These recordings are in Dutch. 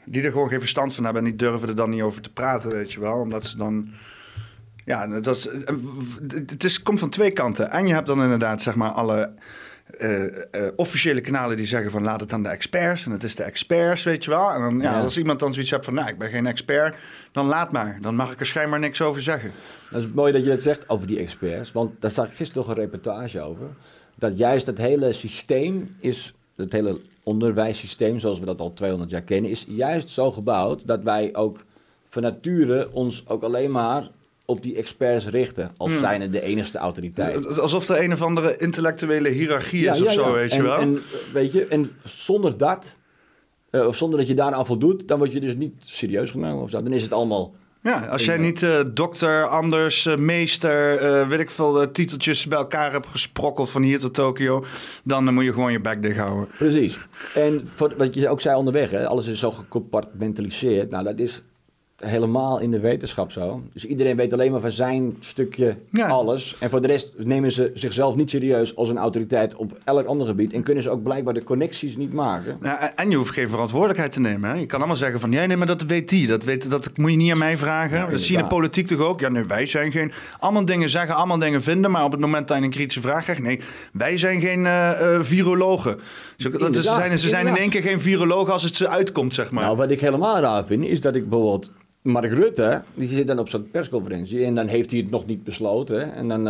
die er gewoon geen verstand van hebben en die durven er dan niet over te praten, weet je wel. Omdat ze dan... Ja, het komt van twee kanten. En je hebt dan inderdaad, zeg maar, alle officiële kanalen die zeggen van laat het aan de experts. En het is de experts, weet je wel. En dan, als iemand dan zoiets hebt van, ik ben geen expert, dan laat maar. Dan mag ik er schijnbaar niks over zeggen. Dat is mooi dat je het zegt over die experts. Want daar zag ik gisteren toch een reportage over. Dat juist het hele systeem is... Het hele onderwijssysteem, zoals we dat al 200 jaar kennen, is juist zo gebouwd dat wij ook van nature ons ook alleen maar op die experts richten, als zijnde de enigste autoriteit. Alsof er een of andere intellectuele hiërarchie is of zo, weet je wel. En zonder dat, of zonder dat je daaraan voldoet, dan word je dus niet serieus genomen of zo. Dan is het allemaal... Ja, als jij niet dokter, anders, meester, weet ik veel, titeltjes bij elkaar hebt gesprokkeld van hier tot Tokio, dan moet je gewoon je bek dicht houden. Precies. En wat je ook zei onderweg, hè, alles is zo gecompartmentaliseerd. Nou, dat is helemaal in de wetenschap zo. Dus iedereen weet alleen maar van zijn stukje alles. En voor de rest nemen ze zichzelf niet serieus als een autoriteit op elk ander gebied. En kunnen ze ook blijkbaar de connecties niet maken. Ja, en je hoeft geen verantwoordelijkheid te nemen. Hè? Je kan allemaal zeggen van, nee, maar dat weet die. Dat moet je niet aan mij vragen. Ja, dat zie je in de politiek toch ook? Ja, nee, wij zijn geen... Allemaal dingen zeggen, allemaal dingen vinden. Maar op het moment dat je een kritische vraag krijgt... Nee, wij zijn geen virologen. Ze zijn in één keer geen virologen als het ze uitkomt, zeg maar. Nou, wat ik helemaal raar vind, is dat ik bijvoorbeeld... Mark Rutte, die zit dan op zo'n persconferentie en dan heeft hij het nog niet besloten. Hè? En dan,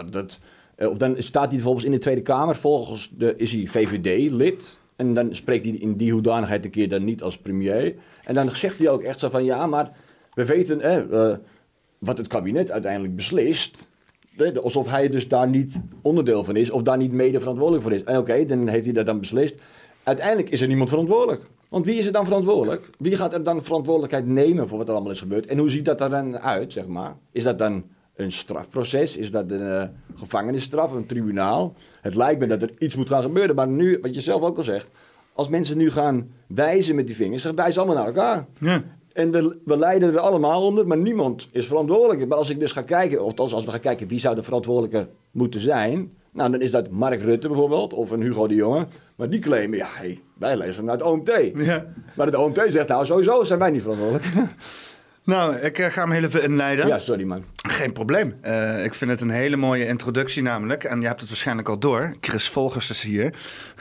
of dan staat hij bijvoorbeeld in de Tweede Kamer, is hij VVD-lid. En dan spreekt hij in die hoedanigheid een keer dan niet als premier. En dan zegt hij ook echt zo van, ja, maar we weten wat het kabinet uiteindelijk beslist. Alsof hij dus daar niet onderdeel van is of daar niet mede verantwoordelijk voor is. En oké, dan heeft hij dat dan beslist. Uiteindelijk is er niemand verantwoordelijk. Want wie is er dan verantwoordelijk? Wie gaat er dan verantwoordelijkheid nemen voor wat er allemaal is gebeurd? En hoe ziet dat er dan uit, zeg maar? Is dat dan een strafproces? Is dat een gevangenisstraf, een tribunaal? Het lijkt me dat er iets moet gaan gebeuren. Maar nu, wat je zelf ook al zegt... Als mensen nu gaan wijzen met die vingers... dan wijzen allemaal naar elkaar. Ja. En we lijden er allemaal onder, maar niemand is verantwoordelijk. Maar als ik dus ga kijken... of als we gaan kijken wie zou de verantwoordelijke moeten zijn... Nou, dan is dat Mark Rutte bijvoorbeeld, of een Hugo de Jonge. Maar die claimen, wij lezen naar het OMT. Ja. Maar het OMT zegt, nou, sowieso zijn wij niet verantwoordelijk. Nou, ik ga hem heel even inleiden. Ja, sorry man. Geen probleem. Ik vind het een hele mooie introductie namelijk. En je hebt het waarschijnlijk al door. Chris Volgers is hier.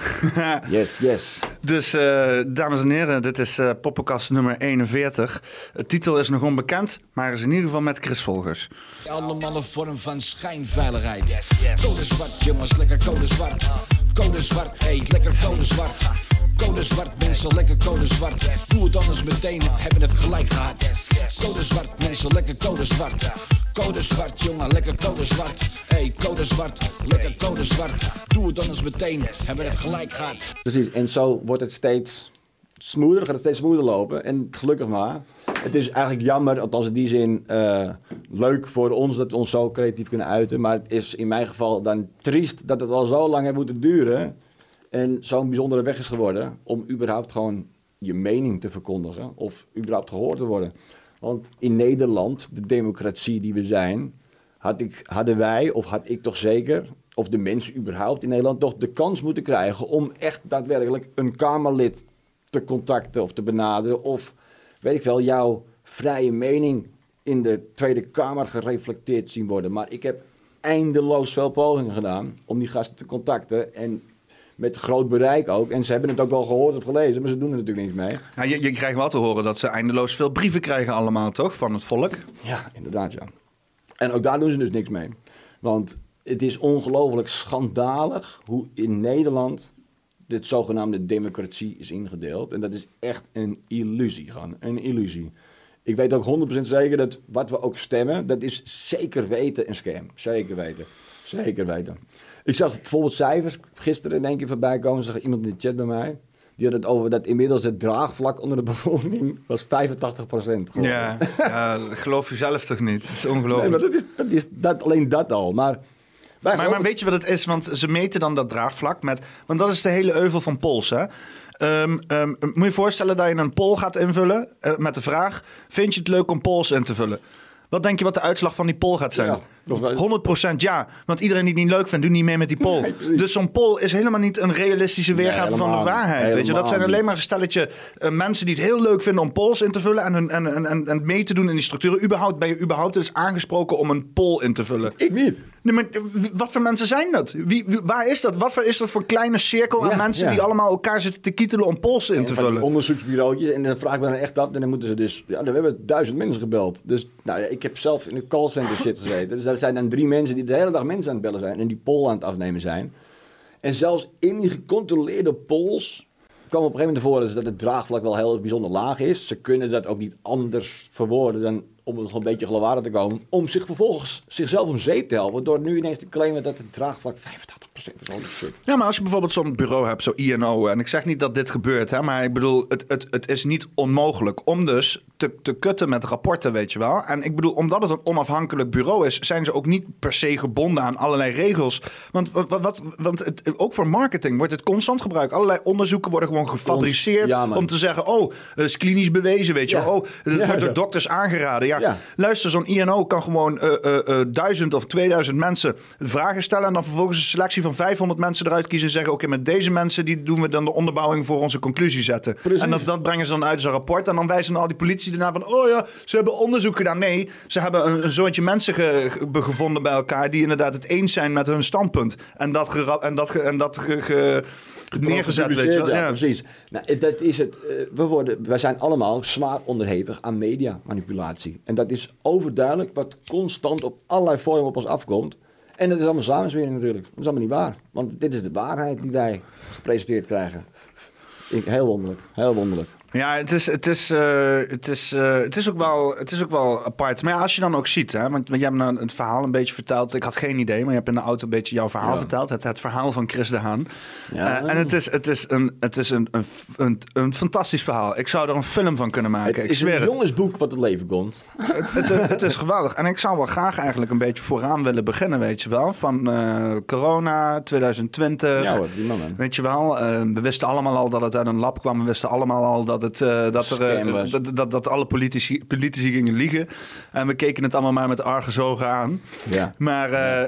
Yes. Dus, dames en heren, dit is Poppenkast nummer 41. Het titel is nog onbekend, maar is in ieder geval met Chris Volgers. Allemaal een vorm van schijnveiligheid. Code zwart, jongens, lekker code zwart. Code zwart, lekker code zwart. Code zwart, mensen, lekker code zwart. Doe het anders meteen, hebben het gelijk gehad. Code zwart, mensen, lekker code zwart. Code zwart, jongen, lekker code zwart. Code zwart, lekker code zwart. Doe het anders meteen, hebben het gelijk gehad. Precies, en zo wordt het steeds smoother, gaat het steeds smoother lopen. En gelukkig maar. Het is eigenlijk jammer, althans in die zin leuk voor ons dat we ons zo creatief kunnen uiten. Maar het is in mijn geval dan triest dat het al zo lang heeft moeten duren. En zo'n bijzondere weg is geworden om überhaupt gewoon je mening te verkondigen. Of überhaupt gehoord te worden. Want in Nederland, de democratie die we zijn, hadden wij, of had ik toch zeker, of de mensen überhaupt in Nederland, toch de kans moeten krijgen om echt daadwerkelijk een Kamerlid te contacten of te benaderen. Of, weet ik wel, jouw vrije mening in de Tweede Kamer gereflecteerd zien worden. Maar ik heb eindeloos veel pogingen gedaan om die gasten te contacten. En met groot bereik ook. En ze hebben het ook wel gehoord of gelezen, maar ze doen er natuurlijk niks mee. Ja, je krijgt wel te horen dat ze eindeloos veel brieven krijgen allemaal, toch? Van het volk. Ja, inderdaad, ja. En ook daar doen ze dus niks mee. Want het is ongelooflijk schandalig hoe in Nederland dit zogenaamde democratie is ingedeeld. En dat is echt een illusie, gewoon. Een illusie. Ik weet ook 100% zeker dat wat we ook stemmen, dat is zeker weten een scam. Zeker weten. Zeker weten. Ik zag bijvoorbeeld cijfers gisteren in één keer voorbij komen. Zag iemand in de chat bij mij. Die had het over dat inmiddels het draagvlak onder de bevolking was 85%. Ja, dat geloof je zelf toch niet? Dat is ongelooflijk. Nee, maar dat is alleen dat al. Maar weet je wat het is? Want ze meten dan dat draagvlak met... Want dat is de hele euvel van polls, hè? Moet je voorstellen dat je een poll gaat invullen met de vraag... Vind je het leuk om polls in te vullen? Wat denk je wat de uitslag van die poll gaat zijn? Ja. 100% ja. Want iedereen die het niet leuk vindt, doet niet mee met die poll. Nee, dus zo'n poll is helemaal niet een realistische weergave van de waarheid. Weet je? Dat zijn alleen maar een stelletje mensen die het heel leuk vinden om polls in te vullen en mee te doen in die structuren. Ben je überhaupt eens aangesproken om een poll in te vullen? Ik niet. Nee, maar wat voor mensen zijn dat? Waar is dat? Wat is dat voor kleine cirkel aan mensen die allemaal elkaar zitten te kietelen om polls in te vullen? Onderzoeksbureautjes. En dan vraag ik me dan echt af. En dan moeten ze dus... Ja, we hebben 1000 mensen gebeld. Dus nou ja, ik heb zelf in het callcenter shit gezeten. Dus daar zijn dan 3 mensen die de hele dag mensen aan het bellen zijn. En die poll aan het afnemen zijn. En zelfs in die gecontroleerde polls kwam op een gegeven moment voor dat het draagvlak wel heel bijzonder laag is. Ze kunnen dat ook niet anders verwoorden dan om nog een beetje geloofwaardig te komen. Om zich vervolgens zichzelf om zeep te helpen. Door nu ineens te claimen dat het draagvlak 85% is. Holy shit. Ja, maar als je bijvoorbeeld zo'n bureau hebt, zo INO. En ik zeg niet dat dit gebeurt, hè, maar ik bedoel, het is niet onmogelijk om dus te kutten met rapporten, weet je wel. En ik bedoel, omdat het een onafhankelijk bureau is, zijn ze ook niet per se gebonden aan allerlei regels. Want ook voor marketing wordt het constant gebruikt. Allerlei onderzoeken worden gewoon gefabriceerd om te zeggen, oh, het is klinisch bewezen, weet je wel. Oh, het wordt door dokters aangeraden. Ja. Luister, zo'n INO kan gewoon 1000 of 2000 mensen vragen stellen en dan vervolgens een selectie van 500 mensen eruit kiezen en zeggen, oké, met deze mensen die doen we dan de onderbouwing voor onze conclusie zetten. Precies. En dat brengen ze dan uit als een rapport en dan wijzen al die politie daarna van, oh ja, ze hebben onderzoek gedaan. Nee, ze hebben een soortje mensen gevonden bij elkaar die inderdaad het eens zijn met hun standpunt. En dat neergezet, weet je wel. Ja, precies. Nou, dat is het. Wij zijn allemaal zwaar onderhevig aan mediamanipulatie. En dat is overduidelijk wat constant op allerlei vormen op ons afkomt. En dat is allemaal samenzwering natuurlijk. Dat is allemaal niet waar. Want dit is de waarheid die wij gepresenteerd krijgen. Heel wonderlijk. Heel wonderlijk. Ja, het is ook wel apart. Maar ja, als je dan ook ziet, hè, want jij hebt nou het verhaal een beetje verteld. Ik had geen idee, maar je hebt in de auto een beetje jouw verhaal verteld. Het verhaal van Chris de Haan. Ja. En het is een fantastisch verhaal. Ik zou er een film van kunnen maken. Het is een jongensboek wat het leven komt. Het is geweldig. En ik zou wel graag eigenlijk een beetje vooraan willen beginnen, weet je wel. Van corona, 2020. Ja hoor, die man. Weet je wel, we wisten allemaal al dat het uit een lab kwam. We wisten allemaal al dat alle politici gingen liegen. En we keken het allemaal maar met argusogen aan. Ja. Maar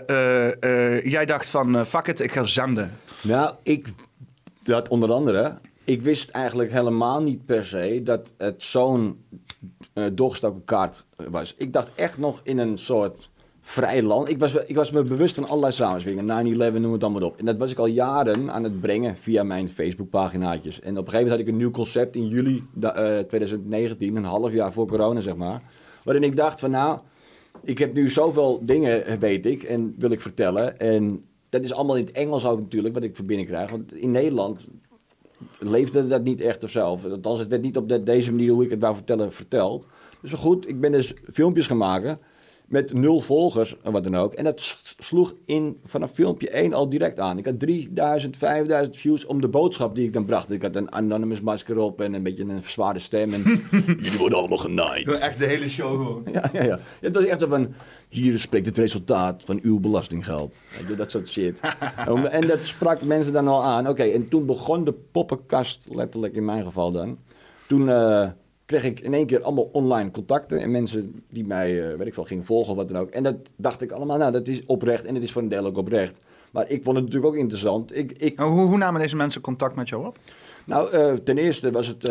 jij dacht van, fuck it, ik ga zenden. Nou, dat onder andere. Ik wist eigenlijk helemaal niet per se dat het zo'n doorgestoken kaart was. Ik dacht echt nog in een soort vrij land. Ik was me bewust van allerlei samenzweringen. 9/11, noem het allemaal op. En dat was ik al jaren aan het brengen via mijn Facebookpaginaatjes. En op een gegeven moment had ik een nieuw concept in juli 2019, een half jaar voor corona zeg maar. Waarin ik dacht van nou, ik heb nu zoveel dingen weet ik en wil ik vertellen. En dat is allemaal in het Engels ook natuurlijk wat ik van binnen krijg. Want in Nederland leefde dat niet echt of zo. Althans, het werd niet op deze manier hoe ik het wou vertellen verteld. Dus goed, ik ben dus filmpjes gaan maken met 0 volgers en wat dan ook. En dat sloeg vanaf filmpje 1 al direct aan. Ik had 3000, 5000 views om de boodschap die ik dan bracht. Ik had een anonymous masker op en een beetje een verzwaarde stem. En jullie worden allemaal genaaid. Echt de hele show gewoon. Ja. Het was echt zo van, hier spreekt het resultaat van uw belastinggeld. Dat soort shit. En dat sprak mensen dan al aan. Oké, en toen begon de poppenkast, letterlijk in mijn geval dan. Toen kreeg ik in één keer allemaal online contacten en mensen die mij, gingen volgen of wat dan ook. En dat dacht ik allemaal, nou, dat is oprecht en het is voor een deel ook oprecht. Maar ik vond het natuurlijk ook interessant. Hoe namen deze mensen contact met jou op? Nou, ten eerste was het,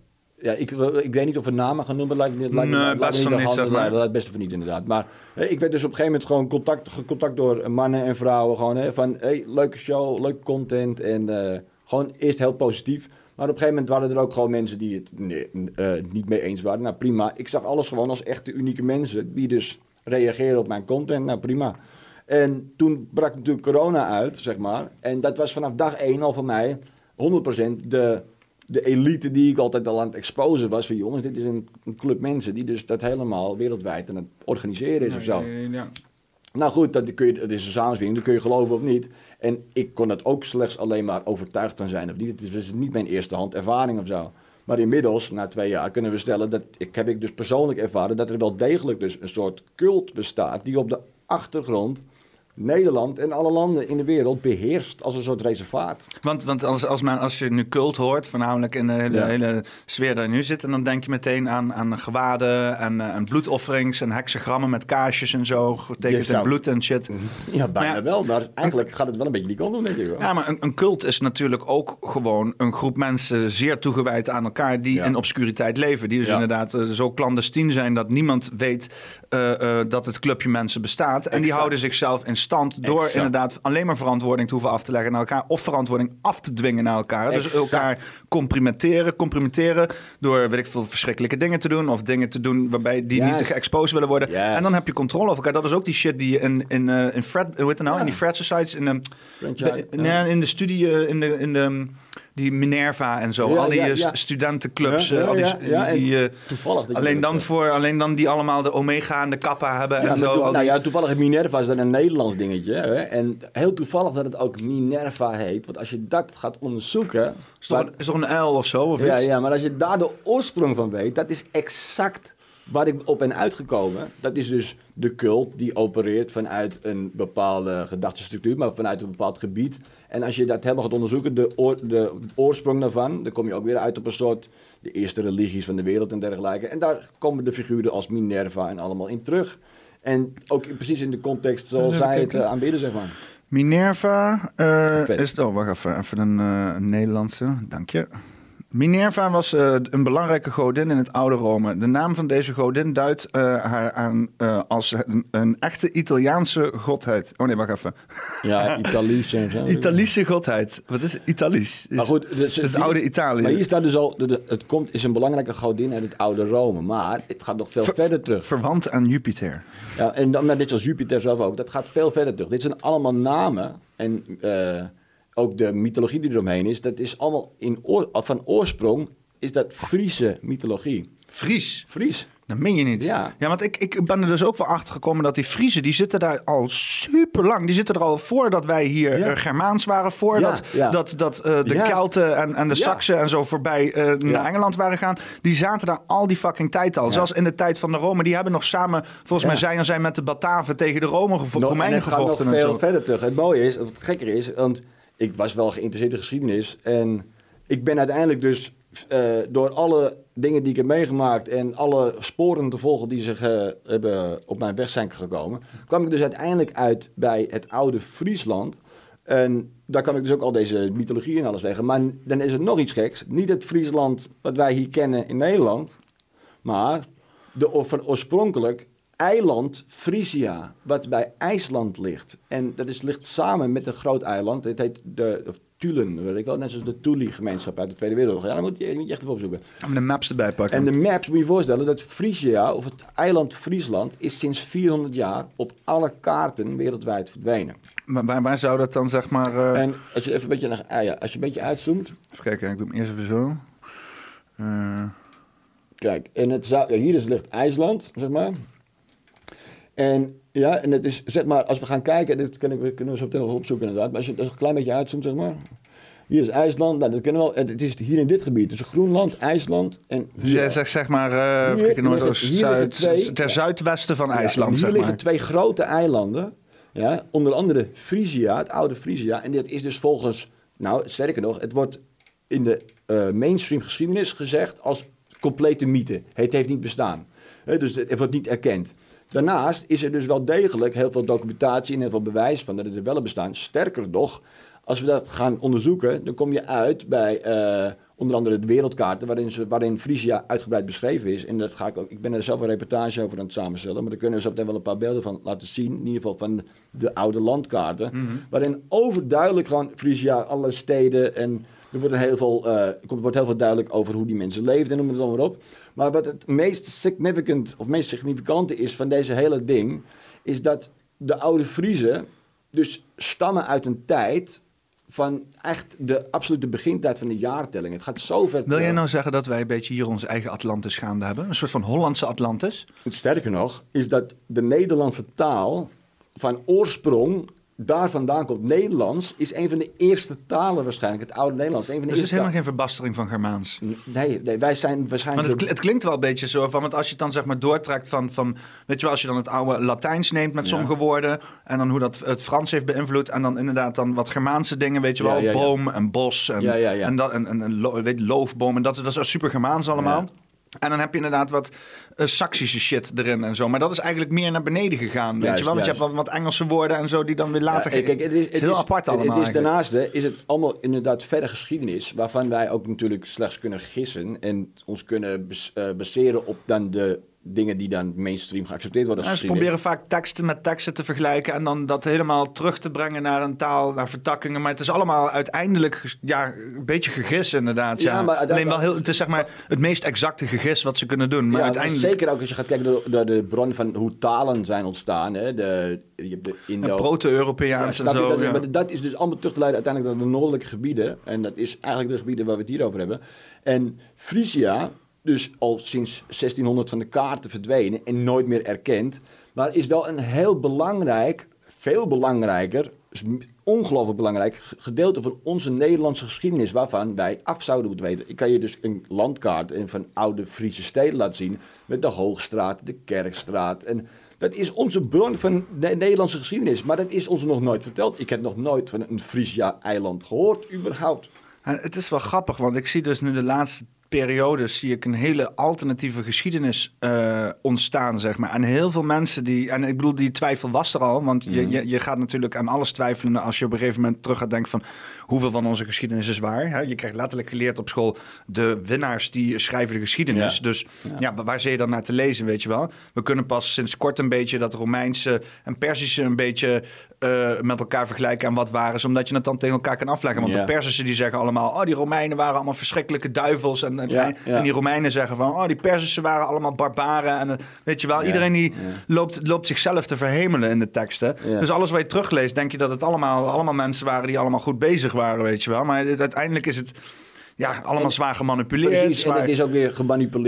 ik weet niet of we namen gaan noemen. Dat lijkt het beste van niet inderdaad. Maar ik werd dus op een gegeven moment gewoon gecontact door mannen en vrouwen. Gewoon van, hey, leuke show, leuke content en gewoon eerst heel positief. Maar op een gegeven moment waren er ook gewoon mensen die het niet mee eens waren. Nou prima, ik zag alles gewoon als echte unieke mensen die dus reageren op mijn content. Nou prima. En toen brak natuurlijk corona uit, zeg maar. En dat was vanaf dag 1 al voor mij 100% de elite die ik altijd al aan het exposen was. Van jongens, dit is een club mensen die dus dat helemaal wereldwijd aan het organiseren is of zo. Ja. Nou goed, dat is een samenzwering, dat kun je geloven of niet. En ik kon het ook slechts alleen maar overtuigd van zijn of niet. Het is niet mijn eerste hand ervaring of zo. Maar inmiddels, na 2 jaar, kunnen we stellen, heb ik dus persoonlijk ervaren dat er wel degelijk dus een soort cult bestaat die op de achtergrond Nederland en alle landen in de wereld beheerst als een soort reservaat. Want als je nu cult hoort, voornamelijk in de hele sfeer daar nu zit, en dan denk je meteen aan gewaden en bloedofferings en heksagrammen met kaarsjes en zo, getekend in bloed en shit. Ja, bijna wel, maar eigenlijk gaat het wel een beetje die kant op, denk ik wel. Ja, maar een cult is natuurlijk ook gewoon een groep mensen zeer toegewijd aan elkaar die in obscuriteit leven. Die dus inderdaad zo clandestien zijn dat niemand weet dat het clubje mensen bestaat. En die houden zichzelf in stand door inderdaad alleen maar verantwoording te hoeven af te leggen naar elkaar of verantwoording af te dwingen naar elkaar. Dus elkaar compromitteren door, weet ik veel, verschrikkelijke dingen te doen of dingen te doen waarbij die niet geëxposed willen worden. En dan heb je controle over elkaar. Dat is ook die shit die je in Fred, hoe heet het nou? In die Fred Societies, in de studie, in de die Minerva en zo, al die studentenclubs, toevallig alleen dan die allemaal de Omega en de Kappa hebben en zo. Toevallig Minerva is dan een Nederlands dingetje, hè? En heel toevallig dat het ook Minerva heet, want als je dat gaat onderzoeken, is toch een L of zo of iets? Ja, maar als je daar de oorsprong van weet, dat is exact waar ik op ben uitgekomen. Dat is dus de cult die opereert vanuit een bepaalde gedachtestructuur, maar vanuit een bepaald gebied. En als je dat helemaal gaat onderzoeken, de oorsprong daarvan, dan kom je ook weer uit op een soort de eerste religies van de wereld en dergelijke. En daar komen de figuren als Minerva en allemaal in terug. En ook precies in de context zoals zij het aanbieden, zeg maar. Minerva is... Oh, wacht even een Nederlandse. Dank je. Minerva was een belangrijke godin in het oude Rome. De naam van deze godin duidt haar aan als een echte Italiaanse godheid. Oh nee, wacht even. Ja, Italisch en zo. Italische godheid. Wat is Italisch? Maar goed, het oude Italië. Maar hier staat dus al, is een belangrijke godin uit het oude Rome. Maar het gaat nog veel verder terug. Verwant aan Jupiter. Ja, en dan net zoals Jupiter zelf ook. Dat gaat veel verder terug. Dit zijn allemaal namen en... ook de mythologie die eromheen is, dat is allemaal van oorsprong is dat Friese mythologie. Fries. Dat meen je niet. Ja, want ik ben er dus ook wel achter gekomen dat die Friezen, die zitten daar al super lang. Die zitten er al voordat wij hier Germaans waren, voordat de Kelten en de Saksen en zo voorbij naar Engeland waren gaan. Die zaten daar al die fucking tijd al. Zelfs in de tijd van de Rome. Die hebben nog samen, volgens mij zijn met de Bataven tegen de Romeinen gevochten. En het gaat nog veel verder terug. Het mooie is, of het gekker is, want ik was wel geïnteresseerd in geschiedenis en ik ben uiteindelijk dus door alle dingen die ik heb meegemaakt en alle sporen te volgen die zich hebben op mijn weg zijn gekomen, kwam ik dus uiteindelijk uit bij het oude Friesland. En daar kan ik dus ook al deze mythologie en alles tegen. Maar dan is er nog iets geks. Niet het Friesland wat wij hier kennen in Nederland, maar oorspronkelijk eiland Frisia, wat bij IJsland ligt. En dat ligt samen met een groot eiland. Het heet Tulen, weet ik wel. Net zoals de Thule-gemeenschap uit de Tweede Wereldoorlog. Ja, dan moet je echt even opzoeken. Om de maps erbij pakken. En de maps, moet je je voorstellen, dat Frisia, of het eiland Friesland, is sinds 400 jaar op alle kaarten wereldwijd verdwenen. Maar waar zou dat dan, zeg maar... En als je even een beetje uitzoomt. Even kijken, ik doe hem eerst even zo. Kijk, en hier ligt IJsland, zeg maar. En het is, zeg maar, als we gaan kijken, dit kunnen we zo meteen nog opzoeken inderdaad, maar als je een klein beetje uitzoomt, zeg maar. Hier is IJsland, dat kunnen we wel, het is hier in dit gebied, dus Groenland, IJsland en... Dus jij zegt, zeg maar, ter zuidwesten van IJsland, hier liggen twee grote eilanden, onder andere Frisia, het oude Frisia, en dit is dus volgens, sterker nog, het wordt in de mainstream geschiedenis gezegd als complete mythe. Het heeft niet bestaan. Dus het wordt niet erkend. Daarnaast is er dus wel degelijk heel veel documentatie en heel veel bewijs van dat het er wel bestaan. Sterker nog, als we dat gaan onderzoeken, dan kom je uit bij onder andere de wereldkaarten waarin Frisia uitgebreid beschreven is. En dat ga ik ben er zelf een reportage over aan het samenstellen, maar daar kunnen we zo meteen wel een paar beelden van laten zien. In ieder geval van de oude landkaarten, waarin overduidelijk gewoon Frisia, alle steden en... Er wordt heel veel duidelijk over hoe die mensen leefden en noem het allemaal op. Maar wat het meest significante is van deze hele ding, is dat de oude Friezen dus stammen uit een tijd van echt de absolute begintijd van de jaartelling. Het gaat zo ver. Wil jij nou zeggen dat wij een beetje hier onze eigen Atlantis gaande hebben? Een soort van Hollandse Atlantis? Sterker nog, is dat de Nederlandse taal van oorsprong daar vandaan komt. Nederlands is een van de eerste talen waarschijnlijk. Het oude Nederlands. Een van de Dus het is eerste helemaal geen verbastering van Germaans. Nee, wij zijn waarschijnlijk... Want het klinkt wel een beetje zo van, want als je het dan zeg maar doortrekt van weet je wel, als je dan het oude Latijns neemt met sommige woorden en dan hoe dat het Frans heeft beïnvloed en dan inderdaad dan wat Germaanse dingen, weet je wel, boom en bos en loofboom en dat is super Germaans allemaal. Ja. En dan heb je inderdaad wat Saksische shit erin en zo. Maar dat is eigenlijk meer naar beneden gegaan, weet je wel? Want je hebt wat Engelse woorden en zo die dan weer later... Kijk, het is heel apart allemaal. Het is daarnaast is het allemaal inderdaad verre geschiedenis, waarvan wij ook natuurlijk slechts kunnen gissen en ons kunnen baseren op dan de dingen die dan mainstream geaccepteerd worden als ze proberen vaak teksten met teksten te vergelijken en dan dat helemaal terug te brengen naar een taal, naar vertakkingen. Maar het is allemaal uiteindelijk een beetje gegis inderdaad. Ja. Maar alleen wel het is zeg maar het meest exacte gegis wat ze kunnen doen. Maar uiteindelijk... Zeker ook als je gaat kijken door de bron van hoe talen zijn ontstaan. Hè? Je hebt de Proto-Europeaans en zo. Maar dat is dus allemaal terug te leiden uiteindelijk naar de noordelijke gebieden. En dat is eigenlijk de gebieden waar we het hier over hebben. En Frisia... dus al sinds 1600 van de kaarten verdwenen en nooit meer erkend. Maar is wel een heel belangrijk, veel belangrijker, ongelooflijk belangrijk gedeelte van onze Nederlandse geschiedenis waarvan wij af zouden moeten weten. Ik kan je dus een landkaart van oude Friese steden laten zien met de Hoogstraat, de Kerkstraat. En dat is onze bron van de Nederlandse geschiedenis, maar dat is ons nog nooit verteld. Ik heb nog nooit van een Frisia-eiland gehoord, überhaupt. Het is wel grappig, want ik zie dus nu de laatste periode zie ik een hele alternatieve geschiedenis ontstaan, zeg maar. En heel veel mensen die twijfel was er al, want je gaat natuurlijk aan alles twijfelen als je op een gegeven moment terug gaat denken van hoeveel van onze geschiedenis is waar. Hè? Je krijgt letterlijk geleerd op school, de winnaars die schrijven de geschiedenis. Ja. Dus waar zit je dan naar te lezen, weet je wel? We kunnen pas sinds kort een beetje dat Romeinse en Perzische een beetje met elkaar vergelijken en wat waar is, omdat je het dan tegen elkaar kan afleggen. Want de Perzische die zeggen allemaal, die Romeinen waren allemaal verschrikkelijke duivels en die Romeinen zeggen van, die Perzische waren allemaal barbaren. En weet je wel, iedereen die loopt zichzelf te verhemelen in de teksten. Ja. Dus alles wat je terugleest, denk je dat het allemaal mensen waren die allemaal goed bezig waren, weet je wel. Maar uiteindelijk is het allemaal zwaar gemanipuleerd. Precies, en het is ook weer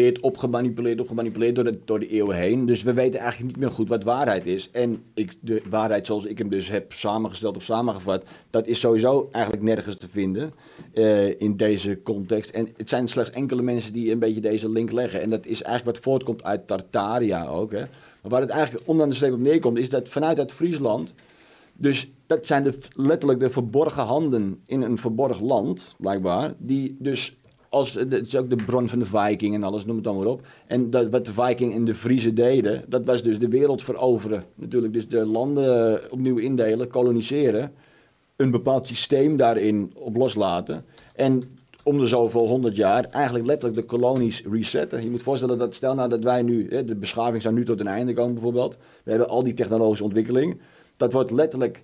gemanipuleerd door de eeuwen heen. Dus we weten eigenlijk niet meer goed wat waarheid is. En de waarheid zoals ik hem dus heb samengesteld of samengevat, dat is sowieso eigenlijk nergens te vinden in deze context. En het zijn slechts enkele mensen die een beetje deze link leggen. En dat is eigenlijk wat voortkomt uit Tartaria ook. Hè. Maar waar het eigenlijk onderaan de streep op neerkomt, is dat vanuit het Friesland... Dus dat zijn letterlijk de verborgen handen in een verborgen land, blijkbaar. Die dus, het is ook de bron van de Viking en alles, noem het dan maar op. En wat de Viking en de Friezen deden, dat was dus de wereld veroveren. Natuurlijk dus de landen opnieuw indelen, koloniseren. Een bepaald systeem daarin op loslaten. En om de zoveel 100 jaar eigenlijk letterlijk de kolonies resetten. Je moet voorstellen dat stel nou dat wij nu, de beschaving zou nu tot een einde komen bijvoorbeeld. We hebben al die technologische ontwikkeling. Dat wordt letterlijk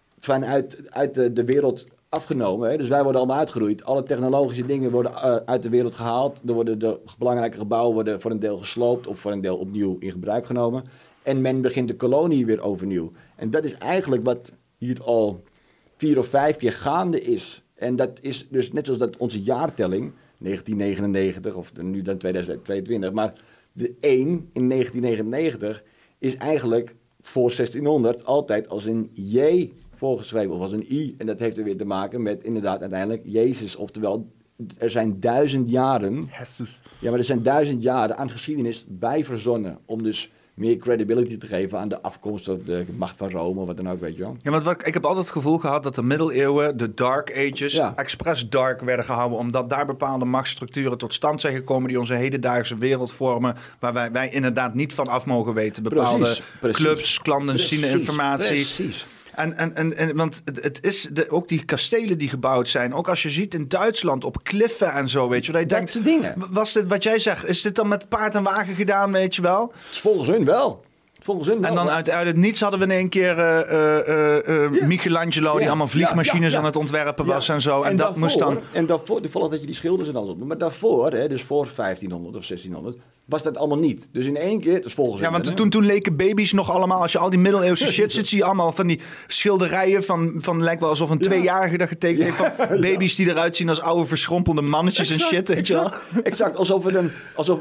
uit de wereld afgenomen. Hè? Dus wij worden allemaal uitgeroeid. Alle technologische dingen worden uit de wereld gehaald. Er worden de belangrijke gebouwen worden voor een deel gesloopt of voor een deel opnieuw in gebruik genomen. En men begint de kolonie weer overnieuw. En dat is eigenlijk wat hier al 4 of 5 keer gaande is. En dat is dus net zoals dat onze jaartelling, 1999 of nu dan 2022. Maar de 1 in 1999 is eigenlijk voor 1600 altijd als een J voorgeschreven of als een I. En dat heeft er weer te maken met inderdaad uiteindelijk Jezus. Oftewel, er zijn 1000 jaren... Jesus. Ja, maar er zijn 1000 jaren aan geschiedenis bij verzonnen om dus meer credibility te geven aan de afkomst of de macht van Rome, wat dan ook, weet je wel. Ja, want ik heb altijd het gevoel gehad dat de middeleeuwen, de Dark Ages, expres dark werden gehouden, omdat daar bepaalde machtsstructuren tot stand zijn gekomen die onze hedendaagse wereld vormen, waar wij inderdaad niet van af mogen weten. Bepaalde clubs, clandestine informatie. Precies. En want het is ook die kastelen die gebouwd zijn. Ook als je ziet in Duitsland op kliffen en zo, weet je wel. Dat soort dingen. Was dit wat jij zegt? Is dit dan met paard en wagen gedaan, weet je wel? Volgens hun wel. En dan uit het niets hadden we in één keer Michelangelo die allemaal vliegmachines aan het ontwerpen was en zo. En dat moest dan... En daarvoor, toevallig dat je die schilders en alles op. Maar daarvoor, dus voor 1500 of 1600... was dat allemaal niet. Dus in één keer, dus volgens Ja, want toen leken baby's nog allemaal... Als je al die middeleeuwse shit ziet, zie je allemaal van die schilderijen van lijkt wel alsof een 2-jarige dat getekend heeft van baby's die eruit zien als oude verschrompelde mannetjes en shit, weet je wel. Exact, alsof we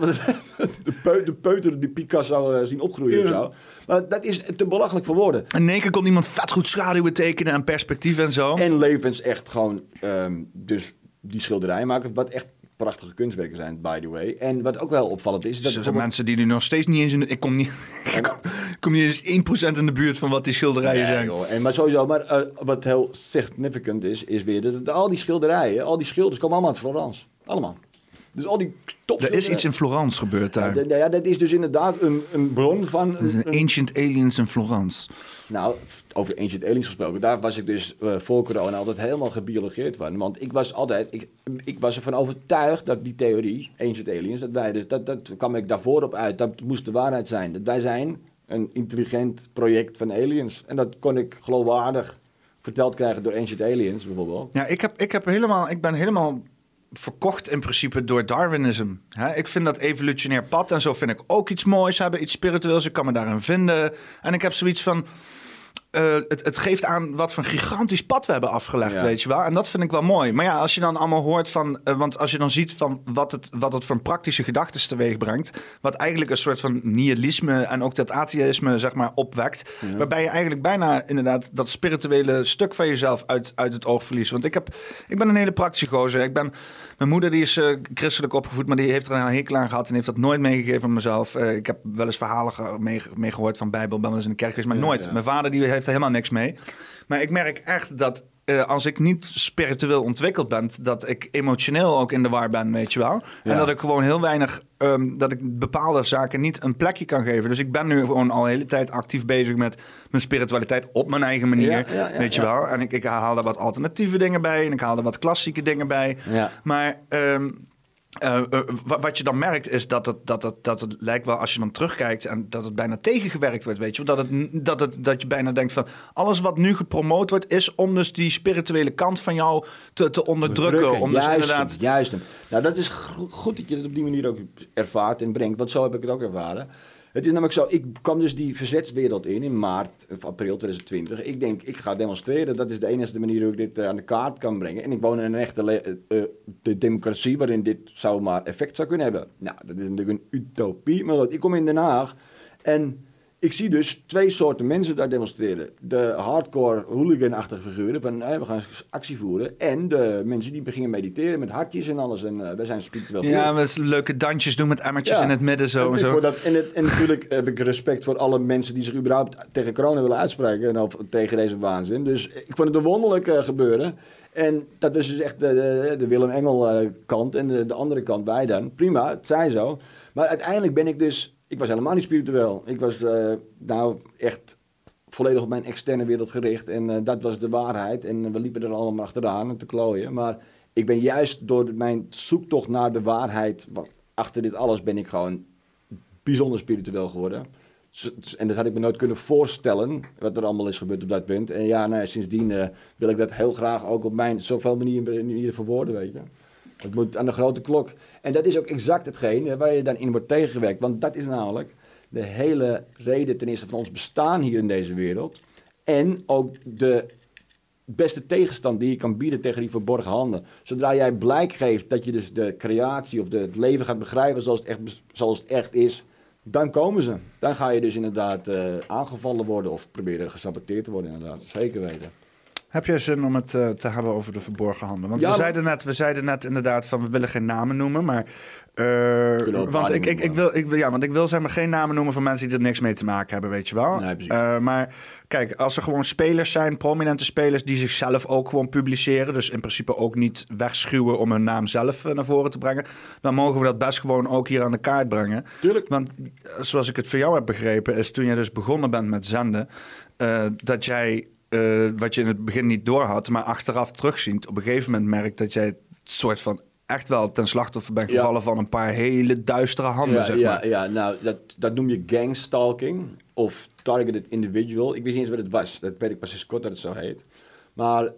de peuter die Picasso zien opgroeien of zo. Maar dat is te belachelijk voor woorden. En in één keer kon iemand vet goed schaduwen tekenen en perspectief en zo. En levens echt gewoon, dus die schilderijen maken, wat echt prachtige kunstwerken zijn, by the way. En wat ook wel opvallend is... dat er zijn mensen die nu nog steeds niet eens... Ik kom niet eens 1% in de buurt van wat die schilderijen zijn. Joh. Maar sowieso, wat heel significant is weer... dat al die schilderijen, al die schilders komen allemaal uit Florence. Allemaal. Dus al die er is iets in Florence gebeurd daar. Ja, dat is dus inderdaad een bron van... Ancient Aliens in Florence. Nou, over Ancient Aliens gesproken, daar was ik dus voor corona altijd helemaal gebiologeerd van. Want ik was ervan overtuigd dat die theorie, Ancient Aliens, dat kwam ik daarvoor op uit. Dat moest de waarheid zijn. Dat wij zijn een intelligent project van aliens. En dat kon ik geloofwaardig verteld krijgen door Ancient Aliens bijvoorbeeld. Ja, ik ben helemaal verkocht in principe door Darwinisme. Ik vind dat evolutionair pad en zo vind ik ook iets moois hebben, iets spiritueels. Ik kan me daarin vinden. En ik heb zoiets van... Het geeft aan wat voor een gigantisch pad we hebben afgelegd, weet je wel. En dat vind ik wel mooi. Maar ja, als je dan allemaal hoort van... want als je dan ziet van wat het voor een praktische gedachtes teweeg brengt... wat eigenlijk een soort van nihilisme en ook dat atheïsme, zeg maar, opwekt... waarbij je eigenlijk bijna inderdaad dat spirituele stuk van jezelf uit het oog verliest. Want ik ben een hele praktische gozer. Mijn moeder die is christelijk opgevoed, maar die heeft er een hekel aan gehad... en heeft dat nooit meegegeven aan mezelf. Ik heb wel eens verhalen mee gehoord van Bijbel, ben wel eens in de kerk geweest, maar nooit. Ja. Mijn vader die heeft er helemaal niks mee. Maar ik merk echt dat als ik niet spiritueel ontwikkeld ben... dat ik emotioneel ook in de war ben, weet je wel. Ja. En dat ik gewoon heel weinig... dat ik bepaalde zaken niet een plekje kan geven. Dus ik ben nu gewoon al de hele tijd actief bezig met mijn spiritualiteit op mijn eigen manier, weet je wel. En ik haal daar wat alternatieve dingen bij en ik haal er wat klassieke dingen bij. Ja. Maar... wat je dan merkt is dat het lijkt wel als je dan terugkijkt en dat het bijna tegengewerkt wordt, weet je. Dat je bijna denkt van alles wat nu gepromoot wordt is om dus die spirituele kant van jou te onderdrukken. Om juist, dus inderdaad... juist. Nou, dat is goed dat je het op die manier ook ervaart en brengt, want zo heb ik het ook ervaren. Het is namelijk zo, ik kwam dus die verzetswereld in maart of april 2020. Ik denk, ik ga demonstreren. Dat is de enige manier hoe ik dit aan de kaart kan brengen. En ik woon in een echte de democratie waarin dit zou maar effect zou kunnen hebben. Nou, dat is natuurlijk een utopie. Maar goed, ik kom in Den Haag en ik zie dus 2 soorten mensen daar demonstreren. De hardcore hooligan-achtige figuren van we gaan actie voeren. En de mensen die beginnen mediteren met hartjes en alles. En wij zijn spiritueel. Ja, we leuke dansjes doen met emmertjes in het midden zo. En natuurlijk heb ik respect voor alle mensen die zich überhaupt tegen corona willen uitspreken. Of tegen deze waanzin. Dus ik vond het een wonderlijk gebeuren. En dat was dus echt de Willem Engel kant en de andere kant bij dan. Prima, het zij zo. Maar uiteindelijk ben ik dus... Ik was helemaal niet spiritueel. Ik was echt volledig op mijn externe wereld gericht. En dat was de waarheid. En we liepen er allemaal achteraan te klooien. Maar ik ben juist door mijn zoektocht naar de waarheid... achter dit alles ben ik gewoon bijzonder spiritueel geworden. En dat had ik me nooit kunnen voorstellen... wat er allemaal is gebeurd op dat punt. En sindsdien wil ik dat heel graag ook op mijn zoveel manieren verwoorden, weet je. Het moet aan de grote klok. En dat is ook exact hetgeen waar je dan in wordt tegengewerkt. Want dat is namelijk de hele reden ten eerste van ons bestaan hier in deze wereld. En ook de beste tegenstand die je kan bieden tegen die verborgen handen. Zodra jij blijk geeft dat je dus de creatie of het leven gaat begrijpen zoals het echt is... dan komen ze. Dan ga je dus inderdaad aangevallen worden of proberen gesaboteerd te worden inderdaad. Zeker weten. Heb jij zin om het te hebben over de verborgen handen? Want we zeiden net inderdaad van we willen geen namen noemen, maar want ik wil zeg maar geen namen noemen van mensen die er niks mee te maken hebben, weet je wel. Nee, maar kijk, als er gewoon spelers zijn, prominente spelers die zichzelf ook gewoon publiceren, dus in principe ook niet wegschuwen om hun naam zelf naar voren te brengen, dan mogen we dat best gewoon ook hier aan de kaart brengen. Tuurlijk. Want zoals ik het voor jou heb begrepen, is toen jij dus begonnen bent met zenden, dat jij wat je in het begin niet doorhad, maar achteraf terugziend, op een gegeven moment merkt dat jij het soort van echt wel ten slachtoffer bent gevallen van een paar hele duistere handen, zeg maar. Ja, nou, dat noem je gangstalking of targeted individual. Ik wist niet eens wat het was. Dat weet ik pas eens kort dat het zo heet. Maar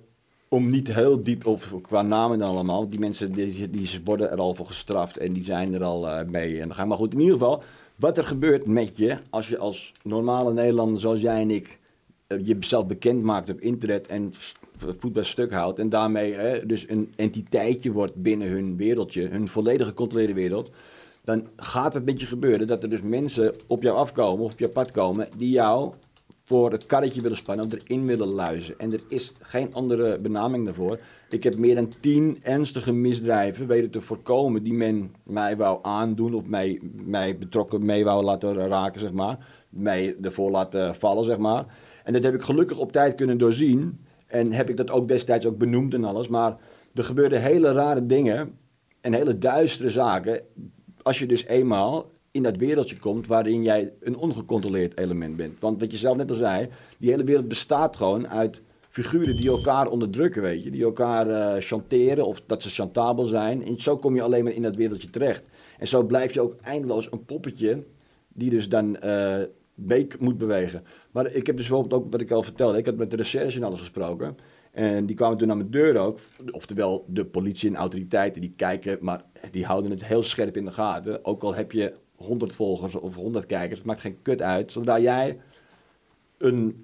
om niet heel diep of qua namen dan allemaal. Die mensen die worden er al voor gestraft en die zijn er al mee. En dan gaan maar goed. In ieder geval, wat er gebeurt met je als je als normale Nederlander zoals jij en ik jezelf bekend maakt op internet en voet bij stuk houdt. En daarmee dus een entiteitje wordt binnen hun wereldje, hun volledig gecontroleerde wereld. Dan gaat het met je gebeuren dat er dus mensen op jou afkomen of op jouw pad komen die jou voor het karretje willen spannen of erin willen luizen. En er is geen andere benaming daarvoor. Ik heb meer dan 10 ernstige misdrijven weten te voorkomen die men mij wou aandoen of mij betrokken mee wou laten raken, zeg maar. Mij ervoor laten vallen, zeg maar. En dat heb ik gelukkig op tijd kunnen doorzien. En heb ik dat ook destijds ook benoemd en alles. Maar er gebeurden hele rare dingen en hele duistere zaken als je dus eenmaal in dat wereldje komt waarin jij een ongecontroleerd element bent. Want wat je zelf net al zei, die hele wereld bestaat gewoon uit figuren die elkaar onderdrukken, weet je. Die elkaar chanteren of dat ze chantabel zijn. En zo kom je alleen maar in dat wereldje terecht. En zo blijf je ook eindeloos een poppetje die dus dan week moet bewegen. Maar ik heb dus bijvoorbeeld ook, wat ik al vertelde, ik had met de recherche en alles gesproken. En die kwamen toen aan mijn deur ook. Oftewel de politie en autoriteiten die kijken, maar die houden het heel scherp in de gaten. Ook al heb je 100 volgers of 100 kijkers, het maakt geen kut uit. Zodra jij een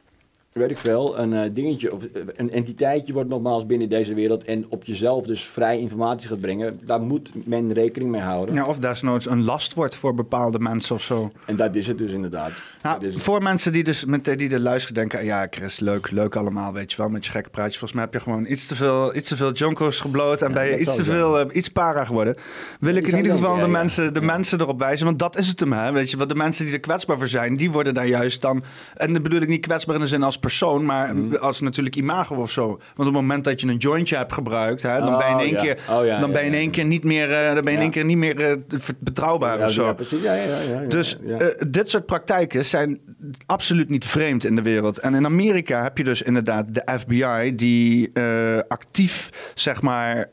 dingetje of een entiteitje wordt nogmaals binnen deze wereld en op jezelf dus vrij informatie gaat brengen, daar moet men rekening mee houden. Ja, of desnoods een last wordt voor bepaalde mensen of zo. En dat is het dus inderdaad. Nou, voor mensen die dus die er luisteren denken, ja Chris, leuk allemaal, weet je wel, met je gekke praatjes. Volgens mij heb je gewoon iets te veel jonkos gebloot en ben je iets para geworden. Wil ik in ieder geval de mensen erop wijzen, want dat is het hem, hè, weet je, wat de mensen die er kwetsbaar voor zijn, die worden daar juist dan, en dat bedoel ik niet kwetsbaar in de zin als persoon, maar als natuurlijk imago of zo. Want op het moment dat je een jointje hebt gebruikt, hè, dan ben je in één keer niet meer betrouwbaar of zo. Ja, precies. Dus dit soort praktijken zijn absoluut niet vreemd in de wereld. En in Amerika heb je dus inderdaad de FBI die actief, zeg maar,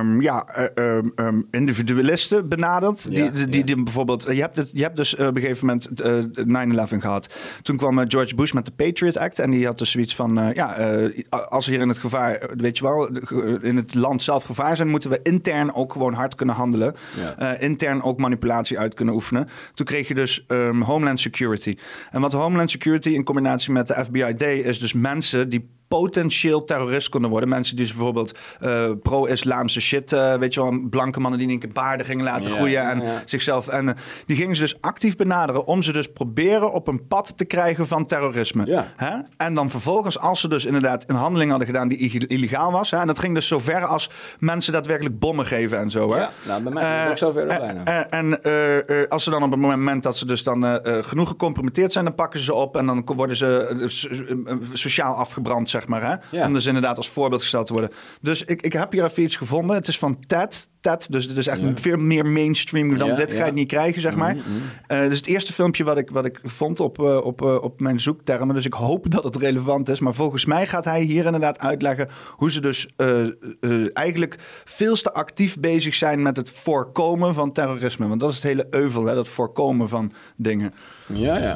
individualisten benadert. Die bijvoorbeeld, je hebt dus op een gegeven moment 9/11 gehad. Toen kwam George Bush met de Patriot Act en die had dus zoiets van, als hier in het gevaar, weet je wel, in het land zelf gevaar zijn, moeten we intern ook gewoon hard kunnen handelen. Ja. Intern ook manipulatie uit kunnen oefenen. Toen kreeg je dus Homeland Security. En wat Homeland Security in combinatie met de FBI deed, is dus mensen die potentieel terrorist konden worden. Mensen die dus bijvoorbeeld pro-islamse shit, weet je wel, blanke mannen die in een keer baarden gingen laten groeien en zichzelf. En die gingen ze dus actief benaderen om ze dus proberen op een pad te krijgen van terrorisme. Ja. Hè? En dan vervolgens, als ze dus inderdaad een handeling hadden gedaan die illegaal was, hè, en dat ging dus zover als mensen daadwerkelijk bommen geven en zo. Hè? Ja, nou, bij mij ook zover bijna. En als ze dan op het moment dat ze dus dan genoeg gecompromitteerd zijn, dan pakken ze ze op en dan worden ze sociaal afgebrand, zeg maar. Hè? Ja. Om dus inderdaad als voorbeeld gesteld te worden. Dus ik heb hier even iets gevonden. Het is van TED, dus dit is echt veel meer mainstream dan dit ga je niet krijgen, zeg maar. Dus het eerste filmpje wat ik vond op mijn zoektermen. Dus ik hoop dat het relevant is. Maar volgens mij gaat hij hier inderdaad uitleggen hoe ze dus eigenlijk veel te actief bezig zijn met het voorkomen van terrorisme. Want dat is het hele euvel, hè, dat voorkomen van dingen. Ja.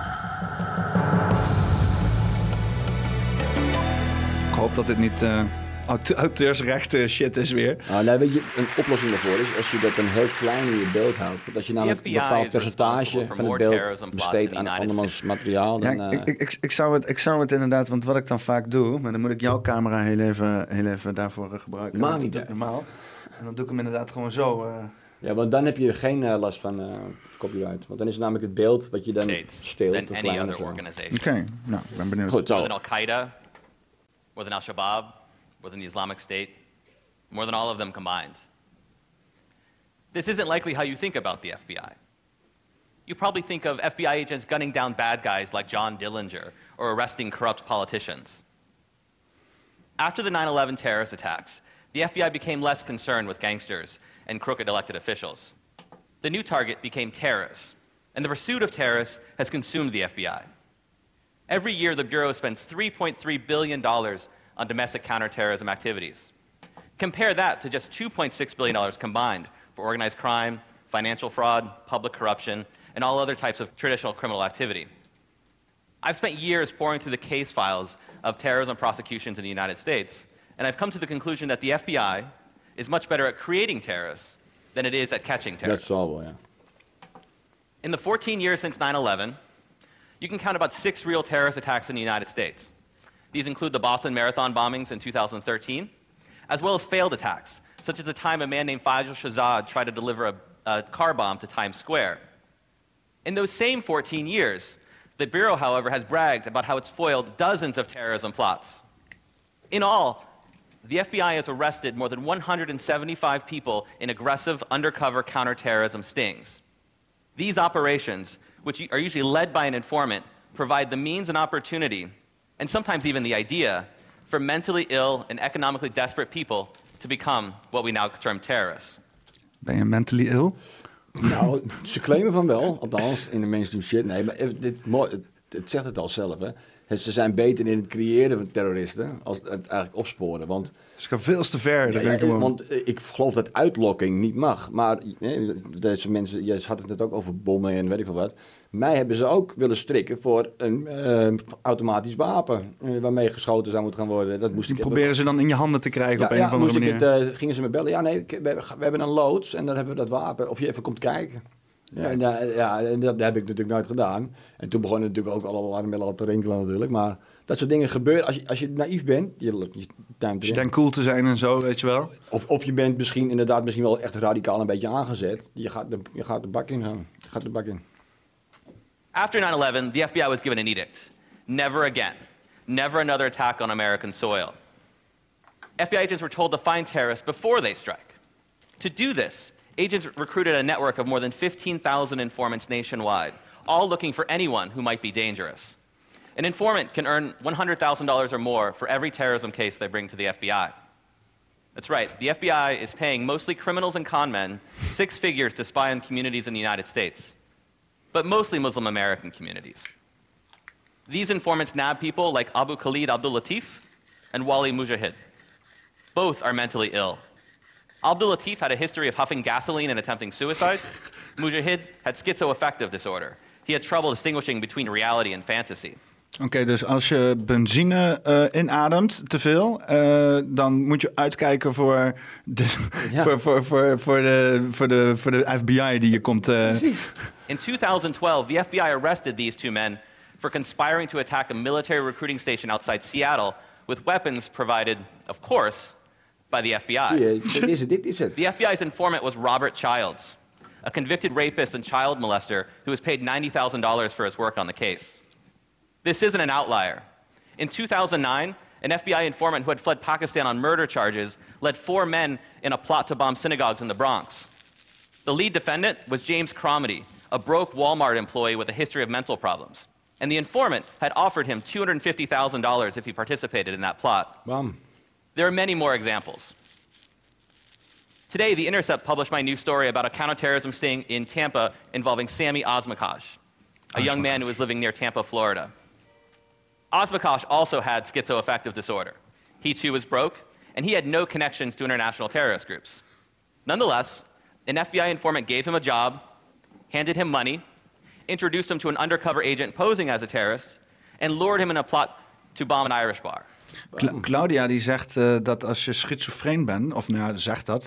Ik hoop dat dit niet auteursrechte shit is weer. Nou, weet je, een oplossing daarvoor is als je dat een heel klein in je beeld houdt. Want als je namelijk een bepaald percentage van het beeld besteedt aan andermans materiaal. Dan, ja, ik zou het inderdaad, want wat ik dan vaak doe, maar dan moet ik jouw camera heel even daarvoor gebruiken. Maar niet normaal. En dan doe ik hem inderdaad gewoon zo. Ja, want dan heb je geen last van copyright. Want dan is het namelijk het beeld wat je dan steelt. Oké, nou, ik ben benieuwd. Goed, zo. More than Al-Qaeda, more than Al-Shabaab, more than the Islamic State, more than all of them combined. This isn't likely how you think about the FBI. You probably think of FBI agents gunning down bad guys like John Dillinger or arresting corrupt politicians. After the 9/11 terrorist attacks, the FBI became less concerned with gangsters and crooked elected officials. The new target became terrorists, and the pursuit of terrorists has consumed the FBI. Every year, the Bureau spends $3.3 billion on domestic counterterrorism activities. Compare that to just $2.6 billion combined for organized crime, financial fraud, public corruption, and all other types of traditional criminal activity. I've spent years poring through the case files of terrorism prosecutions in the United States, and I've come to the conclusion that the FBI is much better at creating terrorists than it is at catching terrorists. Dat zal wel, ja. In the 14 years since 9/11, you can count about 6 real terrorist attacks in the United States. These include the Boston Marathon bombings in 2013, as well as failed attacks, such as the time a man named Faisal Shahzad tried to deliver a car bomb to Times Square. In those same 14 years, the Bureau, however, has bragged about how it's foiled dozens of terrorism plots. In all, the FBI has arrested more than 175 people in aggressive undercover counterterrorism stings. These operations, which are usually led by an informant, provide the means and opportunity, and sometimes even the idea, for mentally ill and economically desperate people to become what we now term terrorists. Ben je mentally ill? Nou, ze claimen van wel, althans in de mainstream shit. Nee, maar het zegt het al zelf, hè. Ze zijn beter in het creëren van terroristen als het eigenlijk opsporen. Want Het gaat veel te ver. want ik geloof dat uitlokking niet mag. Maar deze mensen, je had het net ook over bommen en weet ik veel wat. Mij hebben ze ook willen strikken voor een automatisch wapen waarmee geschoten zou moeten gaan worden. Dat moest ik proberen ze dan in je handen te krijgen op een of andere manier. Gingen ze me bellen. Ja, nee, we hebben een loods en dan hebben we dat wapen. Of je even komt kijken. Ja, en dat heb ik natuurlijk nooit gedaan. En toen begonnen natuurlijk ook alle alarmbellen al te rinkelen natuurlijk. Maar dat soort dingen gebeuren. Als je naïef bent, Als je denkt cool te zijn en zo, weet je wel. Of je bent misschien wel echt radicaal een beetje aangezet. Je gaat de bak in gaan. After 9/11, the FBI was given an edict. Never again. Never another attack on American soil. FBI agents were told to find terrorists before they strike. To do this, agents recruited a network of more than 15,000 informants nationwide, all looking for anyone who might be dangerous. An informant can earn $100,000 or more for every terrorism case they bring to the FBI. That's right, the FBI is paying mostly criminals and con men 6 figures to spy on communities in the United States, but mostly Muslim American communities. These informants nab people like Abu Khalid Abdul Latif and Wali Mujahid. Both are mentally ill. Abdul Latif had a history of huffing gasoline and attempting suicide. Mujahid had schizoaffective disorder. He had trouble distinguishing between reality and fantasy. Oké, dus als je benzine inademt te veel, dan moet je uitkijken voor de FBI die je komt. Precies. In 2012, the FBI arrested these 2 men for conspiring to attack a military recruiting station outside Seattle with weapons provided, of course, by the FBI. Dit is het. The FBI's informant was Robert Childs, a convicted rapist and child molester who was paid $90,000 for his work on the case. This isn't an outlier. In 2009, an FBI informant who had fled Pakistan on murder charges led 4 men in a plot to bomb synagogues in the Bronx. The lead defendant was James Cromedy, a broke Walmart employee with a history of mental problems. And the informant had offered him $250,000 if he participated in that plot. Bam. There are many more examples. Today, The Intercept published my new story about a counterterrorism sting in Tampa involving Sammy Osmakash, a young man who was living near Tampa, Florida. Osmakash also had schizoaffective disorder. He too was broke, and he had no connections to international terrorist groups. Nonetheless, an FBI informant gave him a job, handed him money, introduced him to an undercover agent posing as a terrorist, and lured him in a plot to bomb an Irish bar. Claudia die zegt dat als je schizofreen bent, of nou ja, zegt dat,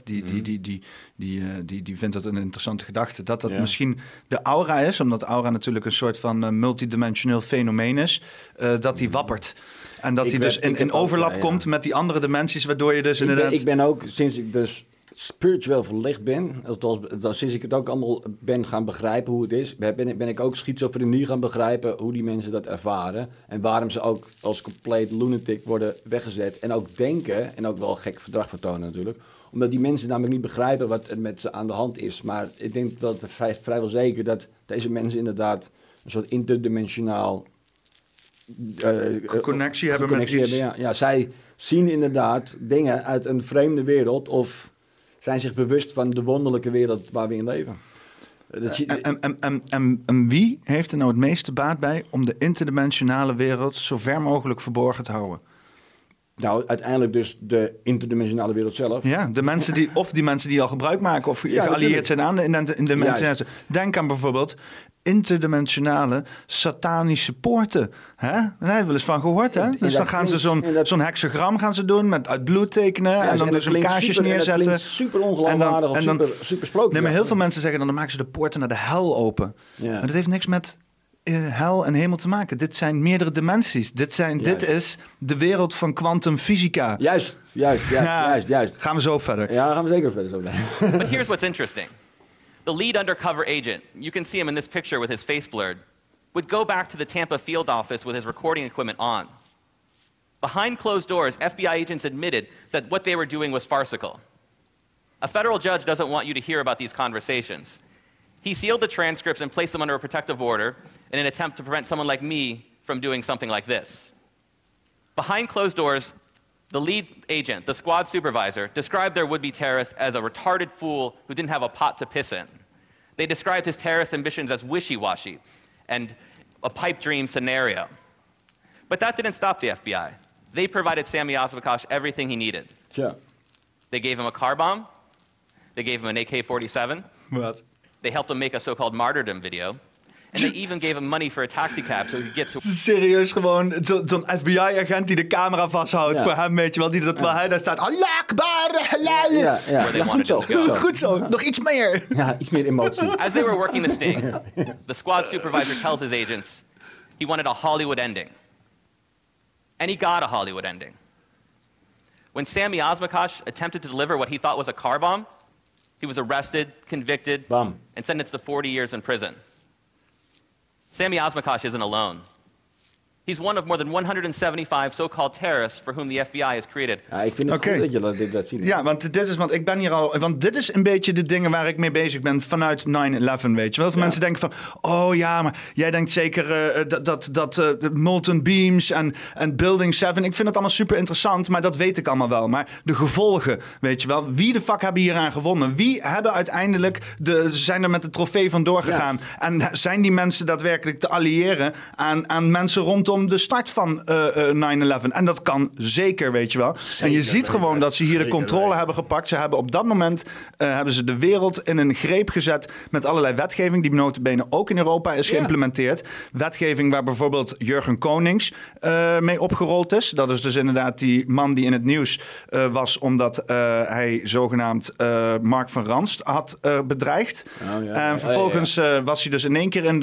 die vindt dat een interessante gedachte, dat misschien de aura is, omdat aura natuurlijk een soort van multidimensioneel fenomeen is, dat die wappert. En dat hij dus in overlap komt met die andere dimensies, waardoor je dus inderdaad... Ik ben ook, sinds ik dus spiritueel verlicht ben, sinds ik het ook allemaal ben gaan begrijpen hoe het is, ben ik ook schizofrenie gaan begrijpen hoe die mensen dat ervaren en waarom ze ook als compleet lunatic worden weggezet en ook denken en ook wel gek gedrag vertonen natuurlijk, omdat die mensen namelijk niet begrijpen wat er met ze aan de hand is. Maar ik denk dat vrijwel zeker dat deze mensen inderdaad een soort interdimensionaal connectie hebben met iets. Ja, zij zien inderdaad dingen uit een vreemde wereld of zijn zich bewust van de wonderlijke wereld waar we in leven. En wie heeft er nou het meeste baat bij om de interdimensionale wereld zo ver mogelijk verborgen te houden? Nou, uiteindelijk dus de interdimensionale wereld zelf. Ja, die mensen die al gebruik maken of geallieerd zijn aan de mensen. Denk aan bijvoorbeeld interdimensionale satanische poorten. Hè? Daar hebben we wel eens van gehoord. Hè? Dus dan gaan ze zo'n hexagram gaan ze doen met uit bloed tekenen en dan dus kaarsjes neerzetten. En dat super ongeloofwaardig of super sprookje. Nee, maar heel veel mensen zeggen dan maken ze de poorten naar de hel open. Ja. Maar dat heeft niks met hel en hemel te maken. Dit zijn meerdere dimensies. Dit is de wereld van kwantumfysica. Juist. Gaan we zo verder. Ja, gaan we zeker verder zo. But here's what's interesting. The lead undercover agent, you can see him in this picture with his face blurred, would go back to the Tampa field office with his recording equipment on. Behind closed doors, FBI agents admitted that what they were doing was farcical. A federal judge doesn't want you to hear about these conversations. He sealed the transcripts and placed them under a protective order in an attempt to prevent someone like me from doing something like this. Behind closed doors, the lead agent, the squad supervisor, described their would-be terrorist as a retarded fool who didn't have a pot to piss in. They described his terrorist ambitions as wishy-washy and a pipe dream scenario. But that didn't stop the FBI. They provided Sami Oswakash everything he needed. Tja. They gave him a car bomb. They gave him an AK-47. Wat? They helped him make a so-called martyrdom video. And they even gave him money for a taxicab so he could get to... Serieus gewoon zo'n FBI-agent die de camera vasthoudt voor hem, weet je wel. Terwijl hij daar staat. Allah Akbar, halal. Ja. Goed zo. Nog iets meer. Ja, iets meer emotie. As they were working the sting, the squad supervisor tells his agents he wanted a Hollywood ending. And he got a Hollywood ending. When Sami Oswakash attempted to deliver what he thought was a car bomb, he was arrested, convicted, and sentenced to 40 years in prison. Sami Oswakash isn't alone. He's one of more than 175 so-called terrorists for whom the FBI has created. Ja, ik vind het goed dat je dat ziet. Ja, want ik ben hier al... Want dit is een beetje de dingen waar ik mee bezig ben vanuit 9/11, weet je wel. Veel mensen denken van... Oh ja, maar jij denkt zeker dat Molten Beams en Building 7... Ik vind het allemaal super interessant, maar dat weet ik allemaal wel. Maar de gevolgen, weet je wel. Wie de fuck hebben hieraan gewonnen? Wie hebben uiteindelijk zijn er met de trofee vandoor gegaan? Ja. En zijn die mensen daadwerkelijk te alliëren aan mensen rondom de start van 9/11. En dat kan zeker, weet je wel. Zeker, en je ziet gewoon dat ze hier de controle hebben gepakt. Ze hebben op dat moment hebben ze de wereld in een greep gezet met allerlei wetgeving die nota bene ook in Europa is geïmplementeerd. Wetgeving waar bijvoorbeeld Jurgen Konings mee opgerold is. Dat is dus inderdaad die man die in het nieuws was omdat hij zogenaamd Mark van Ranst had bedreigd. En vervolgens was hij dus in één keer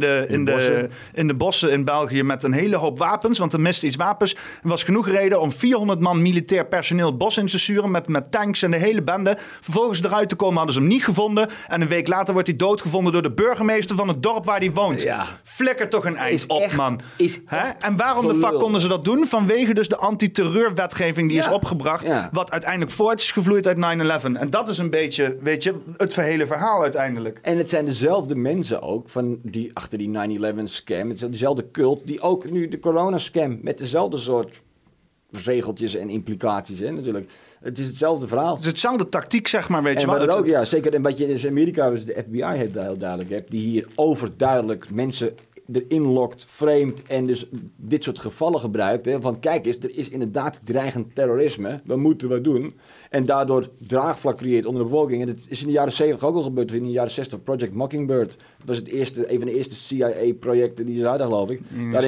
in de bossen in België met een hele hoop wapens, want er miste iets wapens. Er was genoeg reden om 400 man militair personeel het bos in te sturen met tanks en de hele bende. Vervolgens eruit te komen hadden ze hem niet gevonden. En een week later wordt hij doodgevonden door de burgemeester van het dorp waar hij woont. Ja. Flikker toch een eind op, man. En waarom de fuck konden ze dat doen? Vanwege dus de antiterreurwetgeving die is opgebracht. Ja. Wat uiteindelijk voort is gevloeid uit 9/11. En dat is een beetje, weet je, het hele verhaal uiteindelijk. En het zijn dezelfde mensen ook van die achter die 9/11 scam. Het is dezelfde cult die ook nu de corona-scam met dezelfde soort regeltjes en implicaties, hè, natuurlijk. Het is hetzelfde verhaal. Het is hetzelfde tactiek, zeg maar, weet je wel. Ook, ja, zeker. En wat je in Amerika, dus de FBI heeft daar heel duidelijk hebt, die hier overduidelijk mensen erin lokt, framed en dus dit soort gevallen gebruikt. Hè, van kijk eens, er is inderdaad dreigend terrorisme. We moeten wat doen. En daardoor draagvlak creëert onder de bevolking. En dat is in de jaren 70 ook al gebeurd. In de jaren 60 Project Mockingbird. Dat was een van de eerste CIA-projecten die er hadden, geloof ik.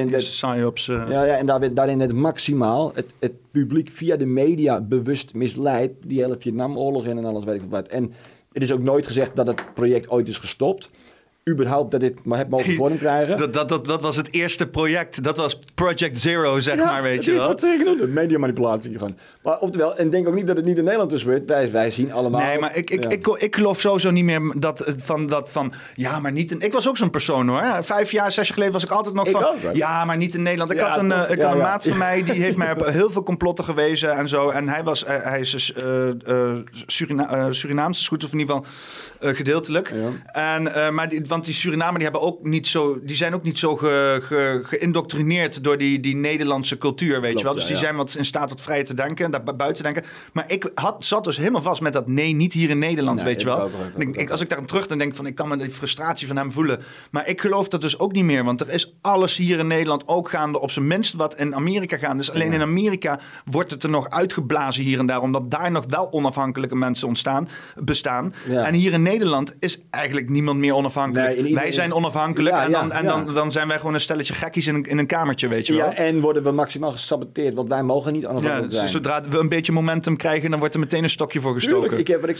Daarin het maximaal het publiek via de media bewust misleidt. Die hele Vietnamoorlog in en alles, weet ik wat. En het is ook nooit gezegd dat het project ooit is gestopt. Überhaupt dat dit maar het mogen vorm krijgen. Dat was het eerste project. Dat was Project Zero, zeg maar, weet je wel. Ja, wat zeg ik nou? Mediamanipulatie gewoon. Maar oftewel, en denk ook niet dat het niet in Nederland dus gebeurt. Wij zien allemaal... Nee, maar ik geloof sowieso niet meer dat van... Ja, maar niet in... Ik was ook zo'n persoon, hoor. 5 jaar, 6 jaar geleden was ik altijd nog van... Ja, maar niet in Nederland. Ik had een maat van mij, die heeft mij op heel veel complotten gewezen en zo. En hij is Surinaamse, goed, of in ieder geval gedeeltelijk. Ja. Maar want die Surinamers die zijn ook niet zo geïndoctrineerd door die Nederlandse cultuur, weet je wel. Dus die zijn wat in staat wat vrijer te denken, daar buiten denken. Maar ik zat dus helemaal vast met dat niet hier in Nederland, weet je wel. Als ik daar aan terug dan denk van, ik kan me die frustratie van hem voelen. Maar ik geloof dat dus ook niet meer, want er is alles hier in Nederland ook gaande, op zijn minst wat in Amerika gaan. Dus alleen in Amerika wordt het er nog uitgeblazen hier en daar, omdat daar nog wel onafhankelijke mensen bestaan. Ja. En hier in Nederland is eigenlijk niemand meer onafhankelijk. Wij zijn onafhankelijk dan zijn wij gewoon een stelletje gekkies in een kamertje, weet je wel. Ja, en worden we maximaal gesaboteerd, want wij mogen niet onafhankelijk zijn. Zodra we een beetje momentum krijgen, dan wordt er meteen een stokje voor gestoken.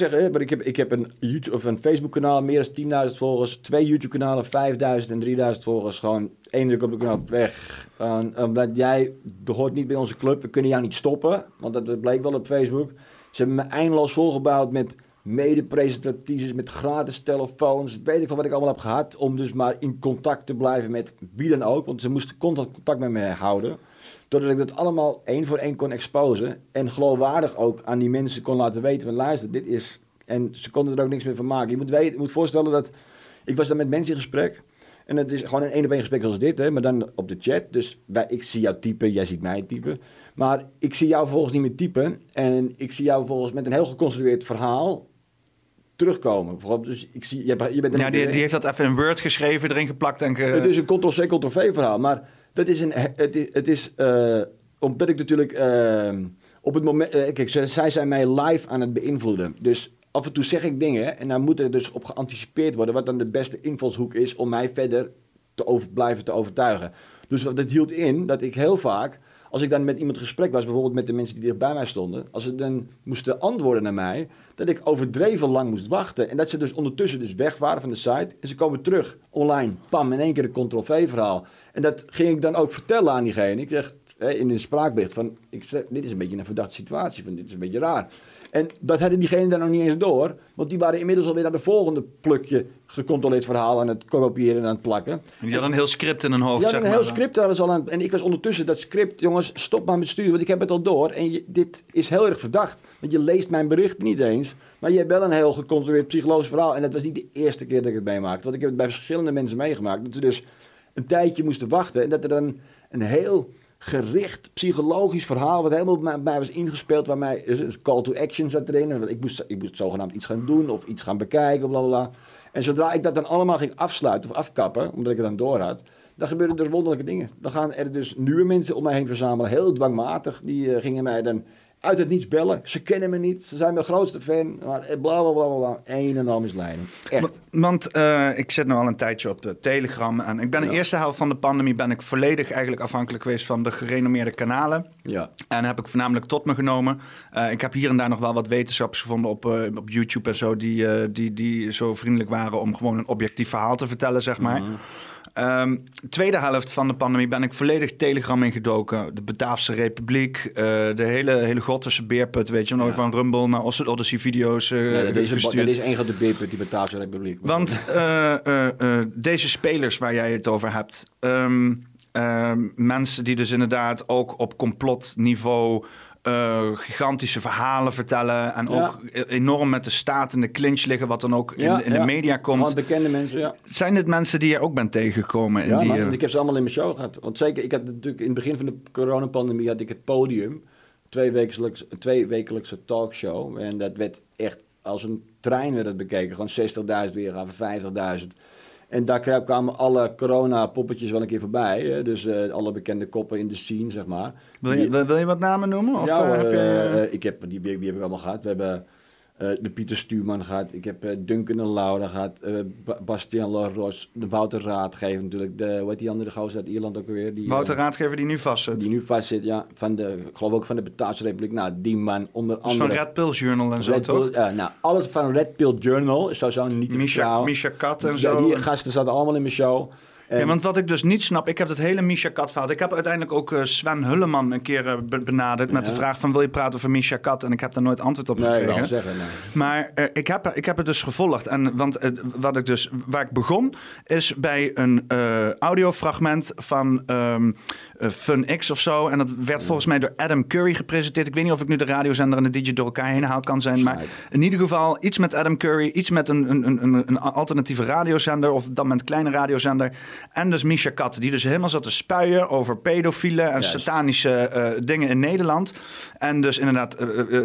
Ik heb een YouTube of een Facebook kanaal, meer dan 10.000 volgers, 2 YouTube kanalen, 5.000 en 3.000 volgers, gewoon 1 druk op de knop, weg. Omdat jij behoort niet bij onze club, we kunnen jou niet stoppen, want dat bleek wel op Facebook. Ze hebben me eindeloos volgebouwd met mede-presentaties, met gratis telefoons, weet ik van wat ik allemaal heb gehad, om dus maar in contact te blijven met wie dan ook, want ze moesten constant contact met me houden. Doordat ik dat allemaal 1 voor 1 kon exposen en geloofwaardig ook aan die mensen kon laten weten van luister, dit is... En ze konden er ook niks meer van maken. Je moet voorstellen dat... Ik was dan met mensen in gesprek. En het is gewoon een 1-op-1 gesprek zoals dit, hè, maar dan op de chat. Dus ik zie jou typen, jij ziet mij typen. Maar ik zie jou vervolgens niet meer typen. En ik zie jou vervolgens met een heel geconstrueerd verhaal terugkomen. Dus ik zie, je bent die heeft dat even in Word geschreven, erin geplakt. Het is een Ctrl-C, Ctrl-V verhaal. Maar dat is het is omdat ik natuurlijk op het moment... kijk, zij zijn mij live aan het beïnvloeden. Dus af en toe zeg ik dingen en daar moet er dus op geanticipeerd worden wat dan de beste invalshoek is om mij verder blijven te overtuigen. Dus dat hield in dat ik heel vaak, als ik dan met iemand in gesprek was, bijvoorbeeld met de mensen die dicht bij mij stonden, als ze dan moesten antwoorden naar mij, dat ik overdreven lang moest wachten. En dat ze dus ondertussen dus weg waren van de site en ze komen terug online. Pam, in 1 keer een Ctrl-V verhaal. En dat ging ik dan ook vertellen aan diegene. Ik zeg in een spraakbericht van, dit is een beetje een verdachte situatie, van dit is een beetje raar. En dat hadden diegenen dan nog niet eens door, want die waren inmiddels alweer naar de volgende plukje gecontroleerd verhaal aan het kopiëren en aan het plakken. En die hadden een heel script in hun hoofd, zeg maar. Ja, een heel script hadden ze al aan. En ik was ondertussen dat script, jongens, stop maar met sturen, want ik heb het al door. En dit is heel erg verdacht, want je leest mijn bericht niet eens, maar je hebt wel een heel geconstrueerd psychologisch verhaal. En dat was niet de eerste keer dat ik het meemaakte, want ik heb het bij verschillende mensen meegemaakt. Dat ze dus een tijdje moesten wachten en dat er dan een heel gericht psychologisch verhaal wat helemaal bij mij was ingespeeld, waar mij een call to action zat erin. Ik moest zogenaamd iets gaan doen of iets gaan bekijken, bla bla bla. En zodra ik dat dan allemaal ging afsluiten of afkappen, omdat ik het dan door had, dan gebeurden er wonderlijke dingen. Dan gaan er dus nieuwe mensen om mij heen verzamelen, heel dwangmatig. Die gingen mij dan uit het niets bellen. Ze kennen me niet, ze zijn mijn grootste fan, maar bla bla bla bla. Een en al misleiding. Echt. Want ik zit nu al een tijdje op de Telegram en ik ben de eerste helft van de pandemie ben ik volledig eigenlijk afhankelijk geweest van de gerenommeerde kanalen. Ja. En heb ik voornamelijk tot me genomen. Ik heb hier en daar nog wel wat wetenschappers gevonden op YouTube en zo die zo vriendelijk waren om gewoon een objectief verhaal te vertellen, zeg maar. Tweede helft van de pandemie ben ik volledig Telegram ingedoken. De Bataafse Republiek, de hele Godse beerput, weet je, nooit van Rumble naar Odyssey-video's gestuurd. Dat is één grote beerput, die Bataafse Republiek. Want deze spelers waar jij het over hebt, mensen die dus inderdaad ook op complotniveau gigantische verhalen vertellen en ook enorm met de staat in de clinch liggen, wat dan ook in de media komt. Gewoon bekende mensen, ja. Zijn dit mensen die je ook bent tegengekomen? Want ik heb ze allemaal in mijn show gehad. Want zeker, ik had natuurlijk in het begin van de coronapandemie had ik het Podium, 2 wekelijkse talkshow. En dat werd echt als een trein werd het bekeken. Gewoon 60.000 weergaven, 50.000. En daar kwamen alle corona-poppetjes wel een keer voorbij. Hè? Dus alle bekende koppen in de scene, zeg maar. Wil je wat namen noemen? Of, die heb ik allemaal gehad. We hebben de Pieter Stuurman gehad. Ik heb Duncan en Laura gehad. Bastiaan Laros. De Wouter Raadgever natuurlijk. Hoe heet die andere gozer uit Ierland ook weer? Wouter Raadgever die nu vastzit. Die nu vastzit, ja. Ik geloof ook van de Bataafse Republiek. Nou, die man onder andere. Dus van Red Pill Journal en zo, toch? Alles van Red Pill Journal. Zo niet te vertrouwen. Misha Kat en zo. Die gasten zaten allemaal in mijn show. Ja, want wat ik dus niet snap, ik heb het hele Misha Kat verhaal. Ik heb uiteindelijk ook Sven Hulleman een keer benaderd met de vraag van wil je praten over Misha Kat? En ik heb daar nooit antwoord op gekregen. Wel zeggen, nee. Maar ik heb het dus gevolgd. En waar ik begon is bij een audiofragment van Fun X of zo. En dat werd volgens mij door Adam Curry gepresenteerd. Ik weet niet of ik nu de radiozender en de DJ door elkaar heen haal kan zijn. Maar in ieder geval iets met Adam Curry. Iets met een alternatieve radiozender. Of dan met een kleine radiozender. En dus Misha Kat. Die dus helemaal zat te spuien over pedofielen en satanische dingen in Nederland. En dus inderdaad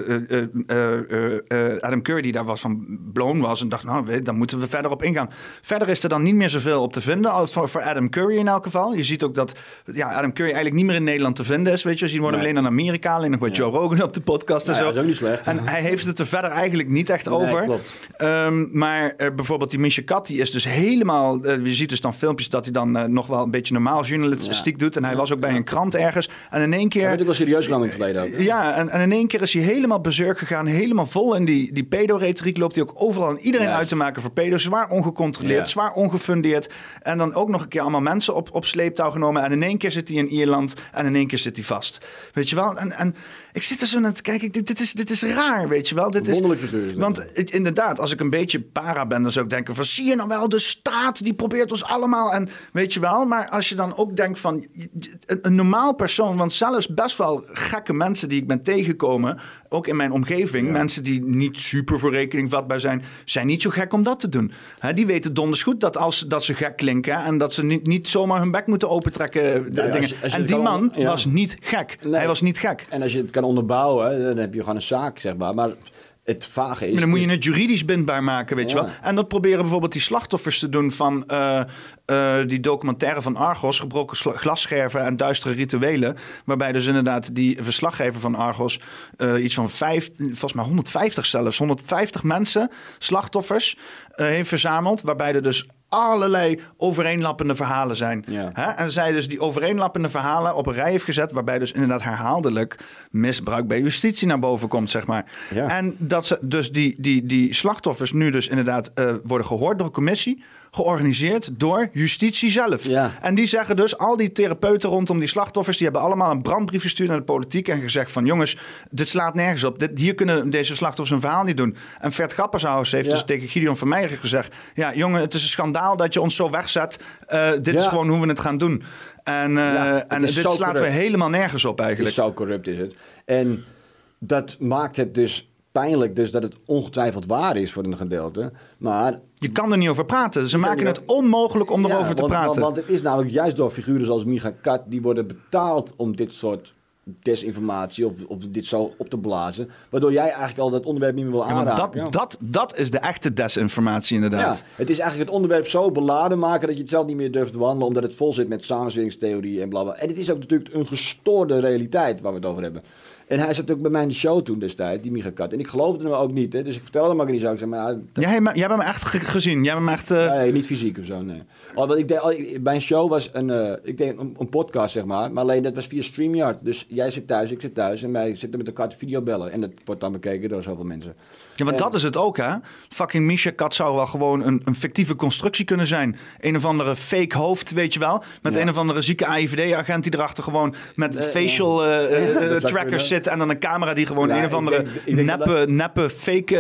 Adam Curry die daar was van blown was. En dacht, nou, dan moeten we verder op ingaan. Verder is er dan niet meer zoveel op te vinden. Voor Adam Curry in elk geval. Je ziet ook dat Adam Curry eigenlijk niet meer in Nederland te vinden is. Weet je, zien worden alleen in Amerika. Alleen nog met Joe Rogan op de podcast en zo. Dat is ook niet slecht. En hij heeft het er verder eigenlijk niet echt over. Klopt. Maar bijvoorbeeld die Misha Kat, die is dus helemaal... je ziet dus dan filmpjes dat hij dan nog wel een beetje normaal journalistiek doet. En hij was ook bij een krant ergens. En in één keer... Hij werd ook wel serieus genomen in het verleden ook. Ja, en in één keer is hij helemaal berserk gegaan. Helemaal vol in die pedo-retoriek. Loopt hij ook overal aan iedereen uit te maken voor pedo. Zwaar ongecontroleerd, zwaar ongefundeerd. En dan ook nog een keer allemaal mensen op sleeptouw genomen. En in één keer zit hij in Ierland en in één keer zit hij vast. Weet je wel? En ik zit er zo naar te kijken. Dit is raar, weet je wel? Wonderlijk figuur. Want inderdaad, als ik een beetje para ben, dan zou ik denken van... zie je nou wel, de staat die probeert ons allemaal. En weet je wel, maar als je dan ook denkt van... een normaal persoon, want zelfs best wel gekke mensen die ik ben tegengekomen... ook in mijn omgeving, mensen die niet super voor rekening vatbaar zijn niet zo gek om dat te doen. Die weten donders goed dat ze gek klinken en dat ze niet zomaar hun bek moeten opentrekken. Dingen. Als je die man was niet gek. Nee. Hij was niet gek. En als je het kan onderbouwen, dan heb je gewoon een zaak, zeg maar. Maar het vage is... Maar dan moet je het juridisch bindbaar maken, weet je wel. En dat proberen bijvoorbeeld die slachtoffers te doen van die documentaire van Argos, gebroken glasscherven en duistere rituelen. Waarbij dus inderdaad die verslaggever van Argos iets van volgens mij 150 mensen, slachtoffers, heeft verzameld. Waarbij er dus allerlei overeenlappende verhalen zijn. Ja. En zij dus die overeenlappende verhalen op een rij heeft gezet, waarbij dus inderdaad herhaaldelijk misbruik bij justitie naar boven komt, zeg maar. Ja. En dat ze dus die slachtoffers nu dus inderdaad worden gehoord door een commissie, georganiseerd door justitie zelf. Ja. En die zeggen dus, al die therapeuten rondom die slachtoffers, die hebben allemaal een brandbrief gestuurd naar de politiek en gezegd van, jongens, dit slaat nergens op. Hier kunnen deze slachtoffers een verhaal niet doen. En Vert Grappershaus heeft dus tegen Gideon van Meijer gezegd, ja, jongen, het is een schandaal dat je ons zo wegzet. Dit is gewoon hoe we het gaan doen. En dit slaat weer helemaal nergens op eigenlijk. Zo corrupt is het. En dat maakt het dus pijnlijk dus dat het ongetwijfeld waar is voor een gedeelte. Maar je kan er niet over praten. Ze maken het onmogelijk om erover te praten. Want het is namelijk juist door figuren zoals Misha Kat, die worden betaald om dit soort desinformatie of dit zo op te blazen. Waardoor jij eigenlijk al dat onderwerp niet meer wil aanraken. Dat is de echte desinformatie inderdaad. Ja, het is eigenlijk het onderwerp zo beladen maken dat je het zelf niet meer durft te wandelen, omdat het vol zit met samenzweringstheorie en blablabla. En het is ook natuurlijk een gestoorde realiteit waar we het over hebben. En hij zat ook bij mij in de show toen destijds, die Misha Kat. En ik geloofde hem ook niet, hè? Dus ik vertelde hem ook niet zo. Ik zei, maar, jij hebt hem echt gezien? Jij hebt hem echt... Nee, niet fysiek of zo, nee. Bij een show was een podcast, zeg maar. Maar alleen dat was via StreamYard. Dus jij zit thuis, ik zit thuis. En wij zitten met elkaar te videobellen. En dat wordt dan bekeken door zoveel mensen. Ja, want dat is het ook, hè? Fucking Misha Kat zou wel gewoon een fictieve constructie kunnen zijn. Een of andere fake hoofd, weet je wel. Met een of andere zieke AIVD-agent die erachter gewoon met facial trackers zit. En dan een camera die gewoon een of andere neppe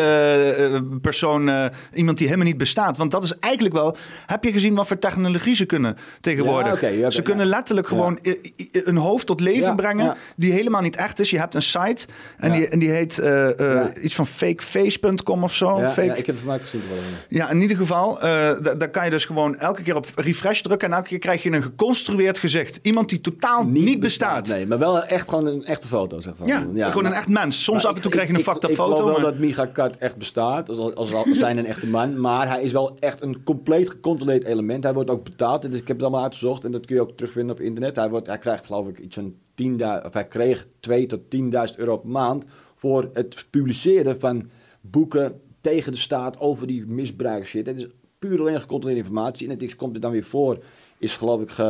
fake persoon... iemand die helemaal niet bestaat. Want dat is eigenlijk wel... Heb je gezien wat voor technologie ze kunnen tegenwoordig? Ze kunnen letterlijk gewoon een hoofd tot leven brengen... die helemaal niet echt is. Je hebt een site en die heet iets van fakeface.com of zo. Ja, ik heb het van mij gezien. Ja, in ieder geval, daar kan je dus gewoon elke keer op refresh drukken... en elke keer krijg je een geconstrueerd gezicht. Iemand die totaal niet bestaat. Nee, maar wel echt gewoon een echte foto, zeg maar. Ja, gewoon een echt mens. Soms af en toe krijg je een fucked up foto. Ik geloof wel dat Misha Kat echt bestaat, als zijn een echte man. Maar hij is wel echt een compleet gecontroleerd element. Hij wordt ook betaald. Dus ik heb het allemaal uitgezocht en dat kun je ook terugvinden op internet. Hij krijgt geloof ik iets van 10.000, of hij kreeg 2.000 tot 10.000 euro per maand voor het publiceren van boeken tegen de staat over die misbruik shit. Het is puur alleen gecontroleerde informatie. En het komt er dan weer voor, is geloof ik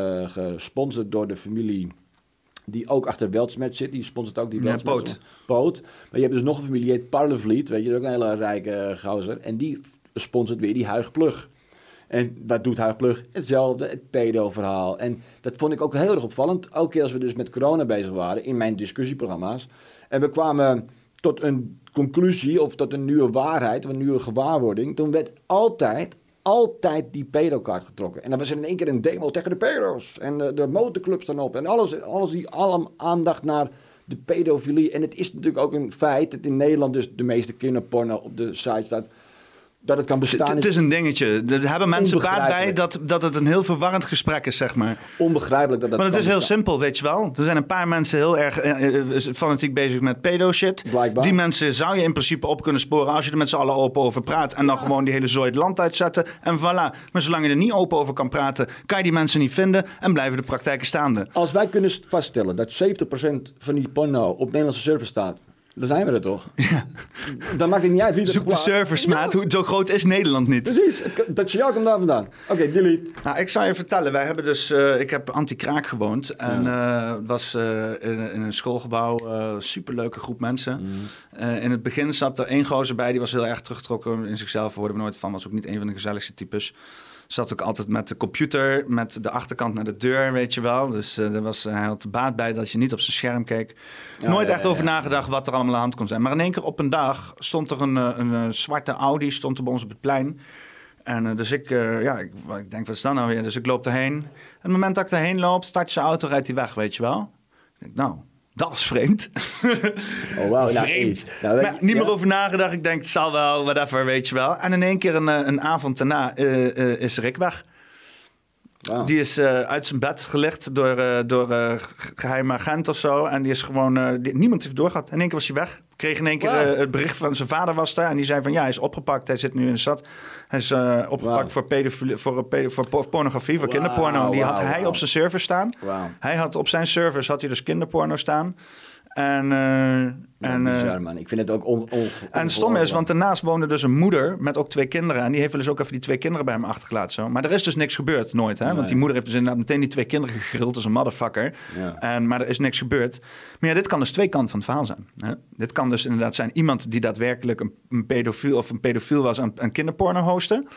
gesponsord door de familie die ook achter Weltsmet zit. Die sponsort ook die Weltsmet. Poot. Maar je hebt dus nog een familie, die heet Parlevliet. Weet je, ook een hele rijke gozer. En die sponsort weer die Huig Plug. En wat doet Huig Plug? Hetzelfde, het pedo-verhaal. En dat vond ik ook heel erg opvallend. Ook keer als we dus met corona bezig waren in mijn discussieprogramma's. En we kwamen tot een conclusie of tot een nieuwe waarheid, of een nieuwe gewaarwording. Toen werd altijd die pedokaart getrokken. En dan was er in één keer een demo tegen de pedo's. En de motorclubs dan op. En alles die allemaal aandacht naar de pedofilie. En het is natuurlijk ook een feit dat in Nederland dus de meeste kinderporno op de site staat. Dat het kan bestaan. Het is een dingetje. Er hebben mensen baat bij dat het een heel verwarrend gesprek is, zeg maar. Onbegrijpelijk dat Maar het is heel simpel, weet je wel. Er zijn een paar mensen heel erg fanatiek bezig met pedo-shit. Blijkbaar. Die mensen zou je in principe op kunnen sporen als je er met z'n allen open over praat. En dan gewoon die hele zooi het land uitzetten. En voilà. Maar zolang je er niet open over kan praten, kan je die mensen niet vinden en blijven de praktijken staande. Als wij kunnen vaststellen dat 70% van die porno op Nederlandse servers staat, dan zijn we er toch? Ja. Dan maakt het niet uit wie er Zoek de servers, maat. Zo groot is Nederland niet. Precies. Dat signaal komt daar vandaan. Oké, delete. Nou, ik zal je vertellen. Wij hebben dus... ik heb anti-kraak gewoond. En het was in een schoolgebouw. Superleuke groep mensen. In het begin zat er één gozer bij. Die was heel erg teruggetrokken in zichzelf. Hoorden we nooit van. Was ook niet een van de gezelligste types. Zat ook altijd met de computer, met de achterkant naar de deur, weet je wel. Dus hij had er baat bij dat je niet op zijn scherm keek. Nooit echt over nagedacht wat er allemaal aan de hand kon zijn. Maar in één keer op een dag stond er een zwarte Audi stond er bij ons op het plein. En dus ik denk, wat is dat nou weer? Dus ik loop erheen. En op het moment dat ik erheen loop, start zijn auto, rijdt hij weg, weet je wel. Ik denk, nou, dat is vreemd. Oh, wow. Vreemd. Maar niet meer over nagedacht. Ik denk, het zal wel, whatever, weet je wel. En in één keer een avond daarna is Rick weg. Wow. Die is uit zijn bed gelicht door geheime agent of zo. En die is gewoon... niemand heeft doorgehad. In één keer was hij weg. Kreeg in één keer het bericht van zijn vader was daar. En die zei van hij is opgepakt. Hij zit nu in de stad. Hij is opgepakt voor pornografie, voor kinderporno. Die had hij op zijn server staan. Wow. Hij had op zijn servers had hij dus kinderporno staan. Bizar, man. Ik vind het ook en stom is, want daarnaast woonde dus een moeder met ook 2 kinderen. En die heeft wel eens ook even die 2 kinderen bij hem achtergelaten. Zo. Maar er is dus niks gebeurd, nooit. Hè? Nee. Want die moeder heeft dus inderdaad meteen die 2 kinderen gegrild als een motherfucker. Ja. Maar er is niks gebeurd. Maar ja, dit kan dus 2 kanten van het verhaal zijn. Hè? Dit kan dus inderdaad zijn iemand die daadwerkelijk een pedofiel was aan kinderporno hosten.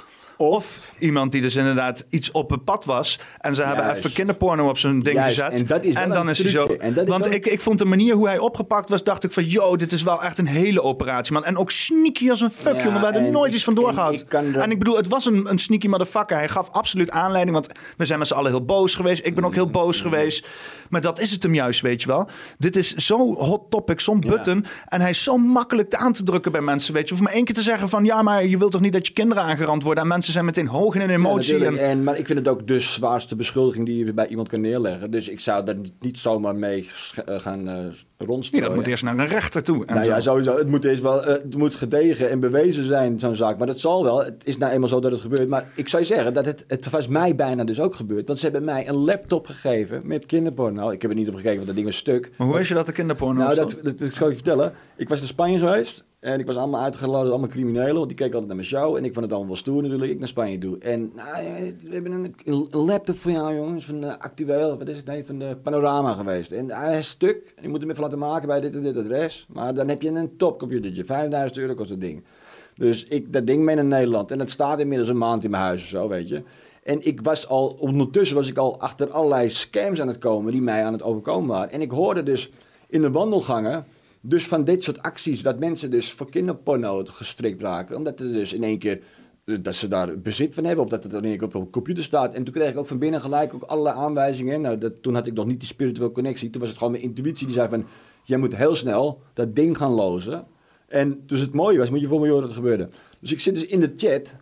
Of iemand die dus inderdaad iets op het pad was. En ze hebben even kinderporno op zijn ding gezet. En dan is hij zo. Want ik vond de manier hoe hij opgepakt was, dacht ik van, dit is wel echt een hele operatie, man. En ook sneaky als een fuck, jongen. We hadden er nooit iets van doorgehad. En ik bedoel, het was een sneaky motherfucker. Hij gaf absoluut aanleiding, want we zijn met z'n allen heel boos geweest. Ik ben ook heel boos geweest. Maar dat is het hem juist, weet je wel. Dit is zo hot topic, zo'n button. En hij is zo makkelijk aan te drukken bij mensen, weet je. Hoef maar 1 keer te zeggen van, maar je wilt toch niet dat je kinderen aangerand worden. En mensen zijn meteen hoog in hun emotie. Maar ik vind het ook de zwaarste beschuldiging die je bij iemand kan neerleggen. Dus ik zou daar niet zomaar mee gaan rondstrooien. Dat moet eerst naar een rechter toe. Sowieso. Het moet gedegen en bewezen zijn, zo'n zaak. Maar dat zal wel. Het is nou eenmaal zo dat het gebeurt. Maar ik zou je zeggen dat het was mij bijna dus ook gebeurd. Want ze hebben mij een laptop gegeven met kinderporno. Ik heb er niet op gekeken, want dat ding was stuk. Maar hoe wist je dat de kinderporno was? Dat zal ik je vertellen. Ik was in Spanje geweest. En ik was allemaal uitgeladen, allemaal criminelen. Want die keken altijd naar mijn show. En ik vond het allemaal wel stoer natuurlijk. Ik naar Spanje toe. En we hebben een laptop voor jou, jongens. Van Actueel. Wat is het? Nee, van de Panorama geweest. En hij is stuk. En je moet hem even laten maken bij dit en dit adres. Maar dan heb je een topcomputertje. €5.000 kost dat ding. Dus dat ding mee naar Nederland. En dat staat inmiddels een maand in mijn huis of zo, weet je. En ondertussen was ik al achter allerlei scams aan het komen. Die mij aan het overkomen waren. En ik hoorde dus in de wandelgangen. Dus van dit soort acties, dat mensen dus voor kinderporno gestrikt raken. Omdat er dus in één keer, dat ze daar bezit van hebben. Of dat het in één keer op een computer staat. En toen kreeg ik ook van binnen gelijk ook allerlei aanwijzingen. Toen had ik nog niet die spirituele connectie. Toen was het gewoon mijn intuïtie die zei van, jij moet heel snel dat ding gaan lozen. En dus het mooie was, moet je voor me horen wat er gebeurde. Dus ik zit dus in de chat.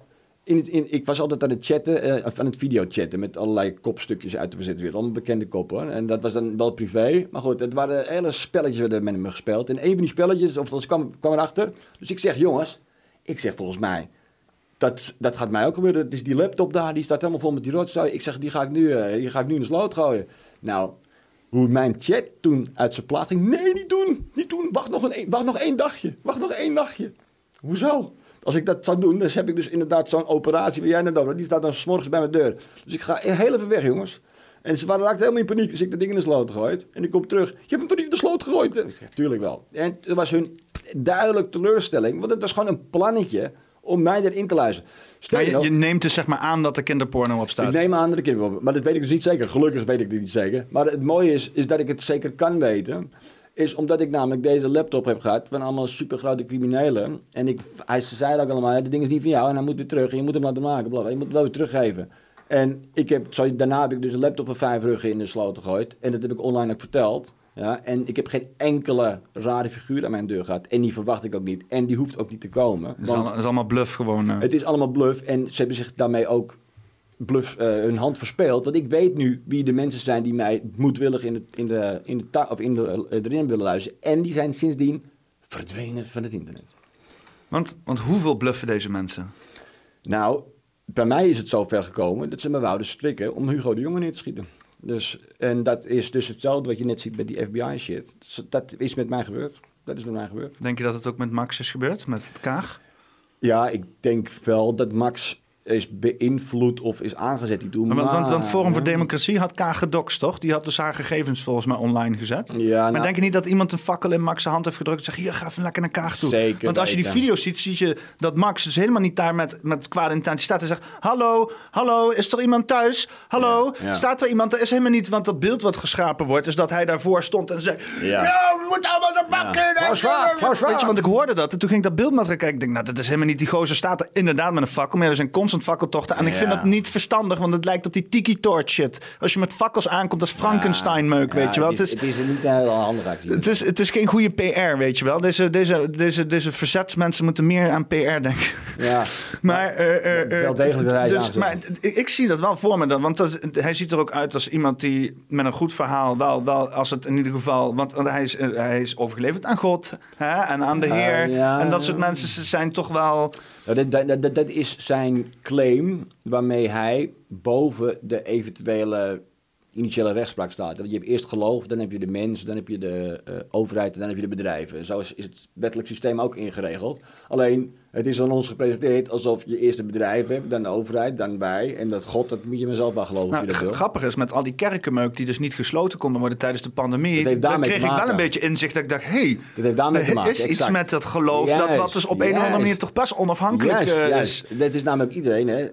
Ik was altijd aan het chatten, aan het videochatten met allerlei kopstukjes uit de verzette wereld. Allemaal bekende koppen. En dat was dan wel privé. Maar goed, het waren hele spelletjes werden met me gespeeld. En een van die spelletjes, of kwam erachter. Dus ik zeg, jongens, volgens mij, dat gaat mij ook gebeuren. Het is die laptop daar, die staat helemaal vol met die rotzooi. Ik zeg, die ga ik nu in de sloot gooien. Nou, hoe mijn chat toen uit zijn plaat ging. Nee, niet doen. Wacht nog één dagje. Hoezo? Als ik dat zou doen, dan heb ik dus inderdaad zo'n operatie waar jij net over. Die staat dan 's morgens bij mijn deur. Dus ik ga heel even weg, jongens. En ze raakten helemaal in paniek. Dus ik dat ding in de sloot gegooid. En ik kom terug. Je hebt hem toch niet in de sloot gegooid? Ik zeg, tuurlijk wel. En dat was hun duidelijk teleurstelling. Want het was gewoon een plannetje om mij erin te luisteren. Je neemt dus zeg maar aan dat er kinderporno op staat. Ik neem aan dat er kinderporno op. Maar dat weet ik dus niet zeker. Gelukkig weet ik dit niet zeker. Maar het mooie is dat ik het zeker kan weten. is omdat ik namelijk deze laptop heb gehad van allemaal supergrote criminelen. En ze zeiden ook allemaal, dit ding is niet van jou en hij moet weer terug en je moet hem laten maken. Bla, je moet hem wel weer teruggeven. En daarna heb ik dus een laptop van 5 ruggen in de sloot gegooid. En dat heb ik online ook verteld. Ja, en ik heb geen enkele rare figuur aan mijn deur gehad. En die verwacht ik ook niet. En die hoeft ook niet te komen. Het is allemaal bluff gewoon. Het is allemaal bluff. En ze hebben zich daarmee ook hun hand verspeeld. Want ik weet nu wie de mensen zijn die mij moedwillig erin willen luisteren. En die zijn sindsdien verdwenen van het internet. Want hoeveel bluffen deze mensen? Nou, bij mij is het zo ver gekomen dat ze me wouden strikken om Hugo de Jonge neer te schieten. En dat is dus hetzelfde wat je net ziet bij die FBI-shit. Dat is met mij gebeurd. Denk je dat het ook met Max is gebeurd, met het Kaag? Ja, ik denk wel dat Max is beïnvloed of is aangezet die toen. Want Forum voor Democratie had Kaag gedoxt, toch? Die had dus haar gegevens volgens mij online gezet. Ja, maar denk je niet dat iemand een fakkel in Max' hand heeft gedrukt en zegt, hier, ga even lekker naar Kaag toe. Zeker. Want als je die video's ziet, zie je dat Max dus helemaal niet daar met kwade intentie staat en zegt, hallo, is er iemand thuis? Hallo, staat er iemand? Er is helemaal niet, want dat beeld wat geschapen wordt, is dat hij daarvoor stond en zei, we moeten allemaal de bak in. Weet je, want ik hoorde dat en toen ging ik dat beeldmateriaal kijken. Ik denk, nou, dat is helemaal niet, die gozer staat er inderdaad met een fakkel, maar er zijn constant fakkeltochten. En ik vind dat niet verstandig, want het lijkt op die tiki-torch shit. Als je met fakkels aankomt als Frankenstein-meuk, weet je wel. Het is niet een hele handige actie. Het is geen goede PR, weet je wel. Deze verzetsmensen moeten meer aan PR denken. Ja. Maar wel degelijk de reis maar ik zie dat wel voor me. Want hij ziet er ook uit als iemand die met een goed verhaal wel als het in ieder geval... Want hij is overgeleverd aan God en aan de Heer. En dat soort mensen zijn toch wel... Dat is zijn claim waarmee hij boven de eventuele initiële rechtspraak staat. Want je hebt eerst geloof, dan heb je de mens, dan heb je de overheid en dan heb je de bedrijven. Zo is het wettelijk systeem ook ingeregeld. Alleen, het is aan ons gepresenteerd alsof je eerst de bedrijven hebt, dan de overheid, dan wij. En dat God, dat moet je mezelf wel geloven. Nou, grappig is, met al die kerkenmeuk die dus niet gesloten konden worden tijdens de pandemie, dan kreeg ik wel een beetje inzicht dat ik dacht, dat heeft daarmee te maken. Is iets met dat geloof, dat wat dus op een of andere manier toch best onafhankelijk is. Dat is namelijk iedereen, hè.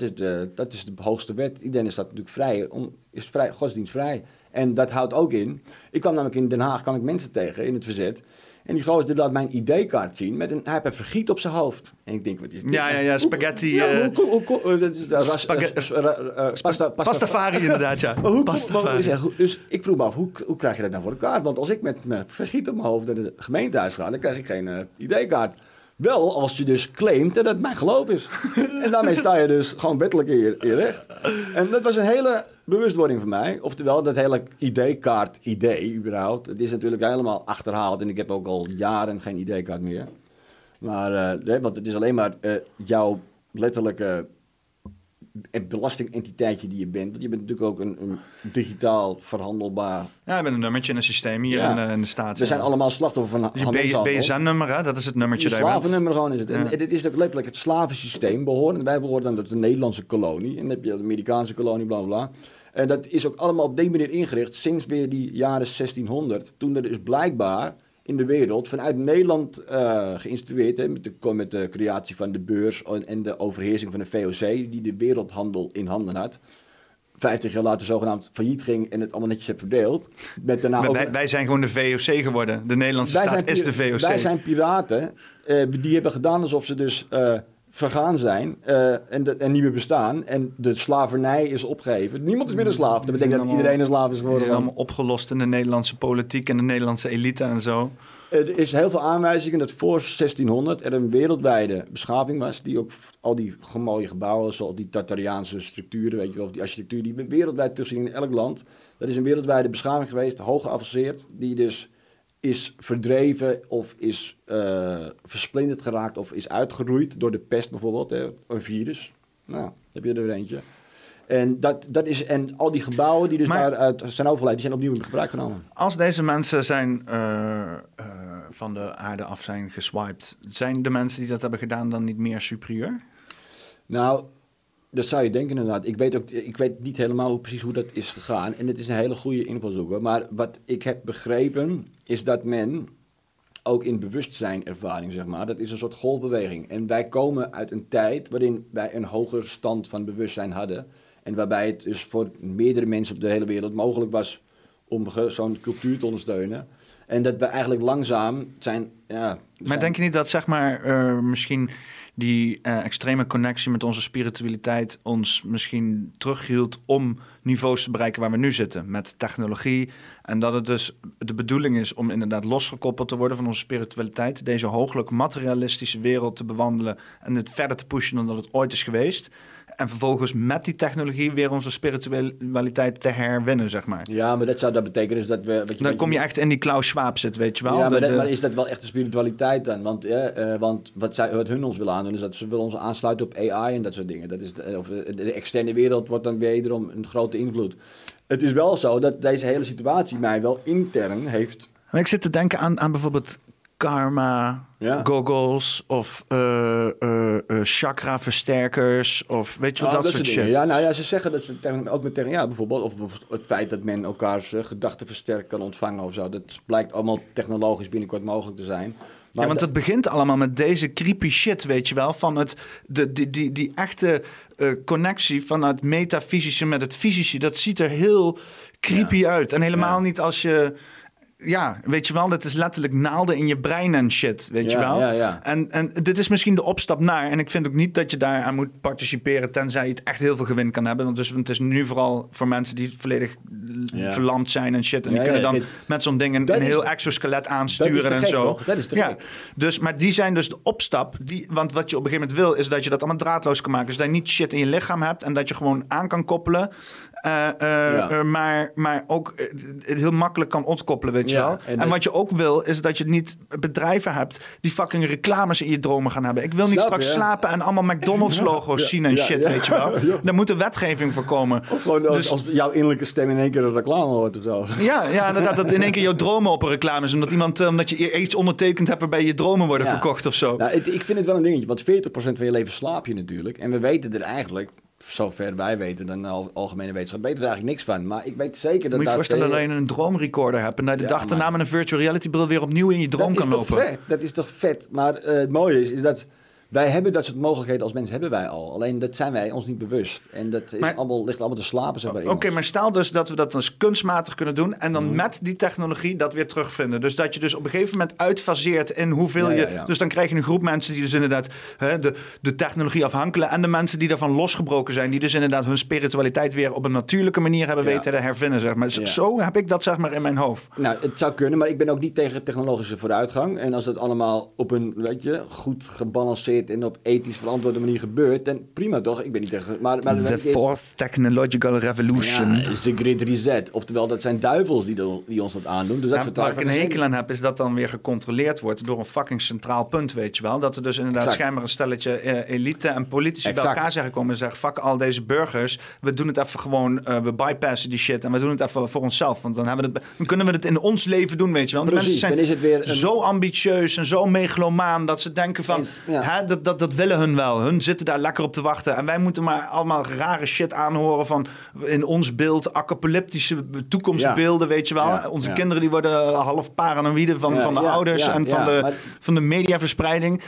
Dat is de hoogste wet. Iedereen staat natuurlijk vrij, godsdienstvrij. En dat houdt ook in, ik kwam namelijk in Den Haag mensen tegen in het verzet. En die gozer laat mijn ID-kaart zien met hij heeft een vergiet op zijn hoofd. En ik denk, wat is dit? Ja, spaghetti. Pastafari inderdaad, ja. Dus ik vroeg me af, hoe krijg je dat nou voor elkaar? Want als ik met mijn vergiet op mijn hoofd naar de gemeentehuis ga, dan krijg ik geen ID-kaart. Wel, als je dus claimt dat het mijn geloof is. En daarmee sta je dus gewoon wettelijk in je recht. En dat was een hele bewustwording voor mij. Oftewel, dat hele ID-kaart-idee überhaupt. Het is natuurlijk helemaal achterhaald. En ik heb ook al jaren geen ID-kaart meer. Maar, want het is alleen maar jouw letterlijke belastingentiteitje die je bent. Want je bent natuurlijk ook een digitaal verhandelbaar... Ja, je bent een nummertje in een systeem hier in de staat. We zijn allemaal slachtoffer van handelshandel. BSN-nummer, hè? Dat is het nummertje daar. Het slavennummer gewoon is het. Ja. En dit is ook letterlijk het slavensysteem. Wij behoren dan tot de Nederlandse kolonie. En dan heb je de Amerikaanse kolonie, bla bla. En dat is ook allemaal op die manier ingericht sinds weer die jaren 1600. Toen er dus blijkbaar in de wereld vanuit Nederland geïnstrueerd, met de creatie van de beurs en de overheersing van de VOC, die de wereldhandel in handen had. 50 jaar later zogenaamd failliet ging en het allemaal netjes heeft verdeeld. Wij zijn gewoon de VOC geworden. De Nederlandse staat is de VOC. Wij zijn piraten. Die hebben gedaan alsof ze dus vergaan zijn en niet meer bestaan. En de slavernij is opgegeven. Niemand is meer een slaaf. Dat betekent dat iedereen een slaaf is geworden. Die zijn allemaal opgelost in de Nederlandse politiek en de Nederlandse elite en zo. Er is heel veel aanwijzingen dat voor 1600 er een wereldwijde beschaving was, die ook al die mooie gebouwen, zoals die Tartariaanse structuren, weet je wel, of die architectuur, die wereldwijd terugzien in elk land. Dat is een wereldwijde beschaving geweest, hoog geavanceerd, die dus is verdreven of is versplinterd geraakt of is uitgeroeid door de pest bijvoorbeeld, een virus. Nou, heb je er eentje. En dat is, en al die gebouwen die dus daaruit zijn overgeleid, die zijn opnieuw in gebruik genomen. Als deze mensen zijn van de aarde af zijn geswiped, zijn de mensen die dat hebben gedaan dan niet meer superieur? Nou, dat zou je denken inderdaad. Ik weet niet helemaal precies hoe dat is gegaan. En het is een hele goede invalshoek. Maar wat ik heb begrepen is dat men ook in bewustzijnervaring, zeg maar, dat is een soort golfbeweging. En wij komen uit een tijd waarin wij een hoger stand van bewustzijn hadden. En waarbij het dus voor meerdere mensen op de hele wereld mogelijk was om zo'n cultuur te ondersteunen. En dat we eigenlijk langzaam zijn... Maar denk je niet dat, zeg maar, misschien die extreme connectie met onze spiritualiteit ons misschien terughield om niveaus te bereiken waar we nu zitten, met technologie. En dat het dus de bedoeling is om inderdaad losgekoppeld te worden van onze spiritualiteit, deze hooglijk materialistische wereld te bewandelen en het verder te pushen dan dat het ooit is geweest. En vervolgens met die technologie weer onze spiritualiteit te herwinnen, zeg maar. Ja, maar dat zou dat betekenen is dat we... Dan kom je echt in die Klaus Schwab zit, weet je wel. Ja, maar is dat wel echt de spiritualiteit dan? Want wat hun ons willen aandoen is dat ze willen ons aansluiten op AI en dat soort dingen. Dat is de externe wereld wordt dan wederom een grote invloed. Het is wel zo dat deze hele situatie mij wel intern heeft... Maar ik zit te denken aan bijvoorbeeld karma, goggles of chakra-versterkers of weet je wat, dat soort shit. Ja, nou ja, ze zeggen dat ze ook met bijvoorbeeld of het feit dat men elkaars gedachten versterkt kan ontvangen of zo. Dat blijkt allemaal technologisch binnenkort mogelijk te zijn. Maar ja, want het begint allemaal met deze creepy shit, weet je wel, van die echte connectie van het metafysische met het fysische. Dat ziet er heel creepy uit. En helemaal niet als je... Ja, weet je wel, dat is letterlijk naalden in je brein en shit, weet je wel. Ja. En dit is misschien de opstap naar. En ik vind ook niet dat je daar aan moet participeren, tenzij je het echt heel veel gewin kan hebben. Want het is nu vooral voor mensen die volledig verlamd zijn en shit. En die kunnen dan met zo'n ding een heel exoskelet aansturen en zo. Toch? Dat is te gek. Dus, maar die zijn dus de opstap. Want wat je op een gegeven moment wil, is dat je dat allemaal draadloos kan maken. Dus dat je niet shit in je lichaam hebt en dat je gewoon aan kan koppelen. Maar ook heel makkelijk kan ontkoppelen, weet je wel. En wat je ook wil, is dat je niet bedrijven hebt die fucking reclames in je dromen gaan hebben. Ik wil niet straks slapen en allemaal McDonald's-logo's zien en shit, weet je wel. Daar moet een wetgeving voor komen. Of gewoon als jouw innerlijke stem in één keer een reclame hoort of zo. Ja, inderdaad, dat in één keer jouw dromen op een reclame is. Omdat je iets ondertekend hebt waarbij je dromen worden verkocht of zo. Nou, ik vind het wel een dingetje, want 40% van je leven slaap je natuurlijk. En we weten er eigenlijk... Zover wij weten, dan algemene wetenschap, weten we eigenlijk niks van. Maar ik weet zeker dat... Moet je voorstellen dat je een droomrecorder hebt en dat je de dag daarna met een virtual reality bril weer opnieuw in je droom kan lopen. Dat is toch vet? Maar het mooie is dat wij hebben dat soort mogelijkheden als mensen hebben wij al. Alleen dat zijn wij ons niet bewust. En dat is ligt allemaal te slapen. Oké, maar stel dus dat we dat dus kunstmatig kunnen doen en dan met die technologie dat weer terugvinden. Dus dat je dus op een gegeven moment uitfaseert in hoeveel je... Dus dan krijg je een groep mensen die dus inderdaad de technologie afhankelen en de mensen die daarvan losgebroken zijn, die dus inderdaad hun spiritualiteit weer op een natuurlijke manier hebben weten te hervinden, zeg maar. Zo heb ik dat, zeg maar, in mijn hoofd. Nou, het zou kunnen, maar ik ben ook niet tegen technologische vooruitgang. En als dat allemaal op een, goed gebalanceerd en op ethisch verantwoorde manier gebeurt, dan prima toch? Ik ben niet tegen... Maar the fourth technological revolution. Ja, is de Great Reset. Oftewel, dat zijn duivels die ons dat aandoen. Dus dat waar ik een hekel aan heb, is dat dan weer gecontroleerd wordt door een fucking centraal punt, weet je wel. Dat er dus inderdaad schijnbaar een stelletje elite en politici bij elkaar zeggen komen en zeggen, fuck al deze burgers, we doen het even gewoon, we bypassen die shit en we doen het even voor onszelf. Want dan kunnen we het in ons leven doen, weet je wel. De mensen zijn zo ambitieus en zo megalomaan dat ze denken van, dat willen hun wel. Hun zitten daar lekker op te wachten. En wij moeten maar allemaal rare shit aanhoren van in ons beeld, apocalyptische toekomstbeelden, weet je wel. Onze kinderen die worden half paranoïde van de ouders en van de mediaverspreiding.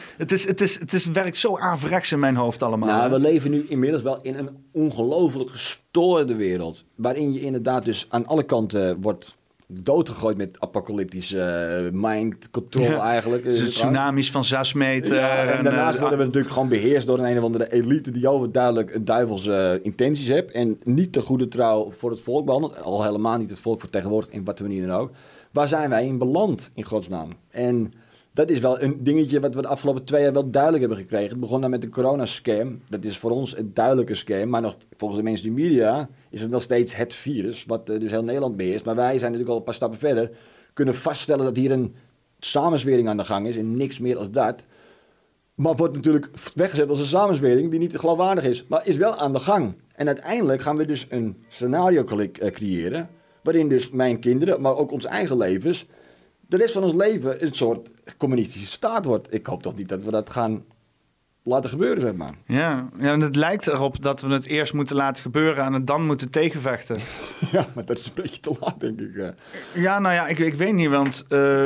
Het werkt zo averechts in mijn hoofd allemaal. Nou, we leven nu inmiddels wel in een ongelooflijk gestoorde wereld. Waarin je inderdaad dus aan alle kanten wordt doodgegooid met apocalyptische mind control eigenlijk. Dus tsunamis van 6 meter. En daarnaast worden we natuurlijk gewoon beheerst door een of andere elite die overduidelijk duivelse intenties heeft en niet de goede trouw voor het volk behandelt. Al helemaal niet het volk vertegenwoordigt in wat manier dan ook. Waar zijn wij in beland, in godsnaam? En dat is wel een dingetje wat we de afgelopen 2 jaar wel duidelijk hebben gekregen. Het begon dan met de coronascam. Dat is voor ons een duidelijke scam. Maar nog volgens de mainstream media is het nog steeds het virus, wat dus heel Nederland beheerst. Maar wij zijn natuurlijk al een paar stappen verder. Kunnen vaststellen dat hier een samenzwering aan de gang is en niks meer als dat. Maar wordt natuurlijk weggezet als een samenzwering die niet geloofwaardig is. Maar is wel aan de gang. En uiteindelijk gaan we dus een scenario creëren waarin dus mijn kinderen, maar ook onze eigen levens, de rest van ons leven een soort communistische staat wordt. Ik hoop toch niet dat we dat gaan laten gebeuren, zeg maar. Ja, en het lijkt erop dat we het eerst moeten laten gebeuren en het dan moeten tegenvechten. Ja, maar dat is een beetje te laat, denk ik. Ja, nou ja, ik weet niet, want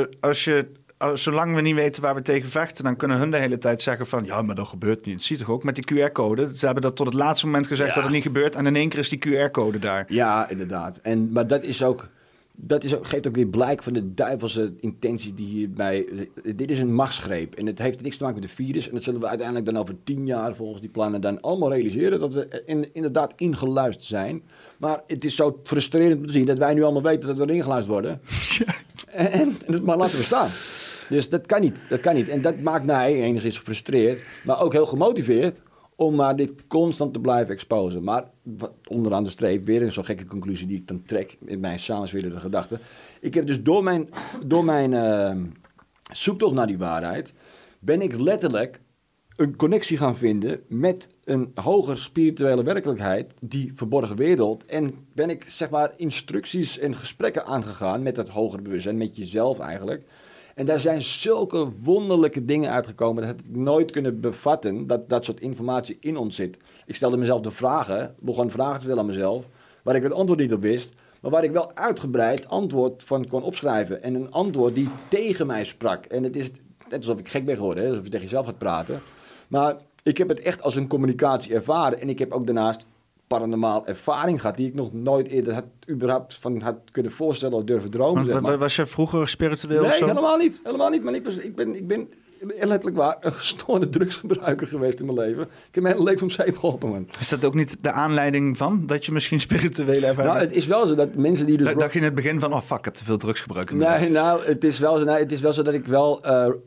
zolang we niet weten waar we tegen vechten, dan kunnen hun de hele tijd zeggen van, ja, maar dat gebeurt niet. Het ziet toch ook met die QR-code? Ze hebben dat tot het laatste moment gezegd dat het niet gebeurt en in één keer is die QR-code daar. Ja, inderdaad. Maar dat is ook... geeft ook weer blijk van de duivelse intenties die hierbij... Dit is een machtsgreep en het heeft niks te maken met de virus. En dat zullen we uiteindelijk dan over 10 jaar volgens die plannen dan allemaal realiseren. Dat we inderdaad ingeluisterd zijn. Maar het is zo frustrerend om te zien dat wij nu allemaal weten dat we erin geluisterd worden. en dat maar laten we staan. Dus dat kan niet. En dat maakt mij enigszins gefrustreerd, maar ook heel gemotiveerd om maar dit constant te blijven exposen. Maar onderaan de streep weer zo'n gekke conclusie die ik dan trek in mijn samenswerende gedachten. Ik heb dus door mijn zoektocht naar die waarheid, ben ik letterlijk een connectie gaan vinden met een hoger spirituele werkelijkheid, die verborgen wereld. En ben ik zeg maar instructies en gesprekken aangegaan met dat hogere bewustzijn, met jezelf eigenlijk. En daar zijn zulke wonderlijke dingen uitgekomen dat ik nooit kunnen bevatten dat soort informatie in ons zit. Ik stelde mezelf de vragen, begon vragen te stellen aan mezelf, waar ik het antwoord niet op wist, maar waar ik wel uitgebreid antwoord van kon opschrijven. En een antwoord die tegen mij sprak. En het is net alsof ik gek ben geworden, hè? Alsof je tegen jezelf gaat praten. Maar ik heb het echt als een communicatie ervaren. En ik heb ook daarnaast paranormaal ervaring gehad die ik nog nooit eerder überhaupt van had kunnen voorstellen of durven dromen. Zeg maar. Was je vroeger spiritueel nee, of zo? Helemaal niet. Maar ik ben letterlijk waar een gestoorde drugsgebruiker geweest in mijn leven. Ik heb mijn hele leven om zeep geholpen, man. Is dat ook niet de aanleiding van dat je misschien spirituele ervaring... Nou, het is wel zo dat mensen die dus... Dacht je in het begin van, ik heb te veel drugs gebruikt. Nee, nou, het is wel zo dat ik wel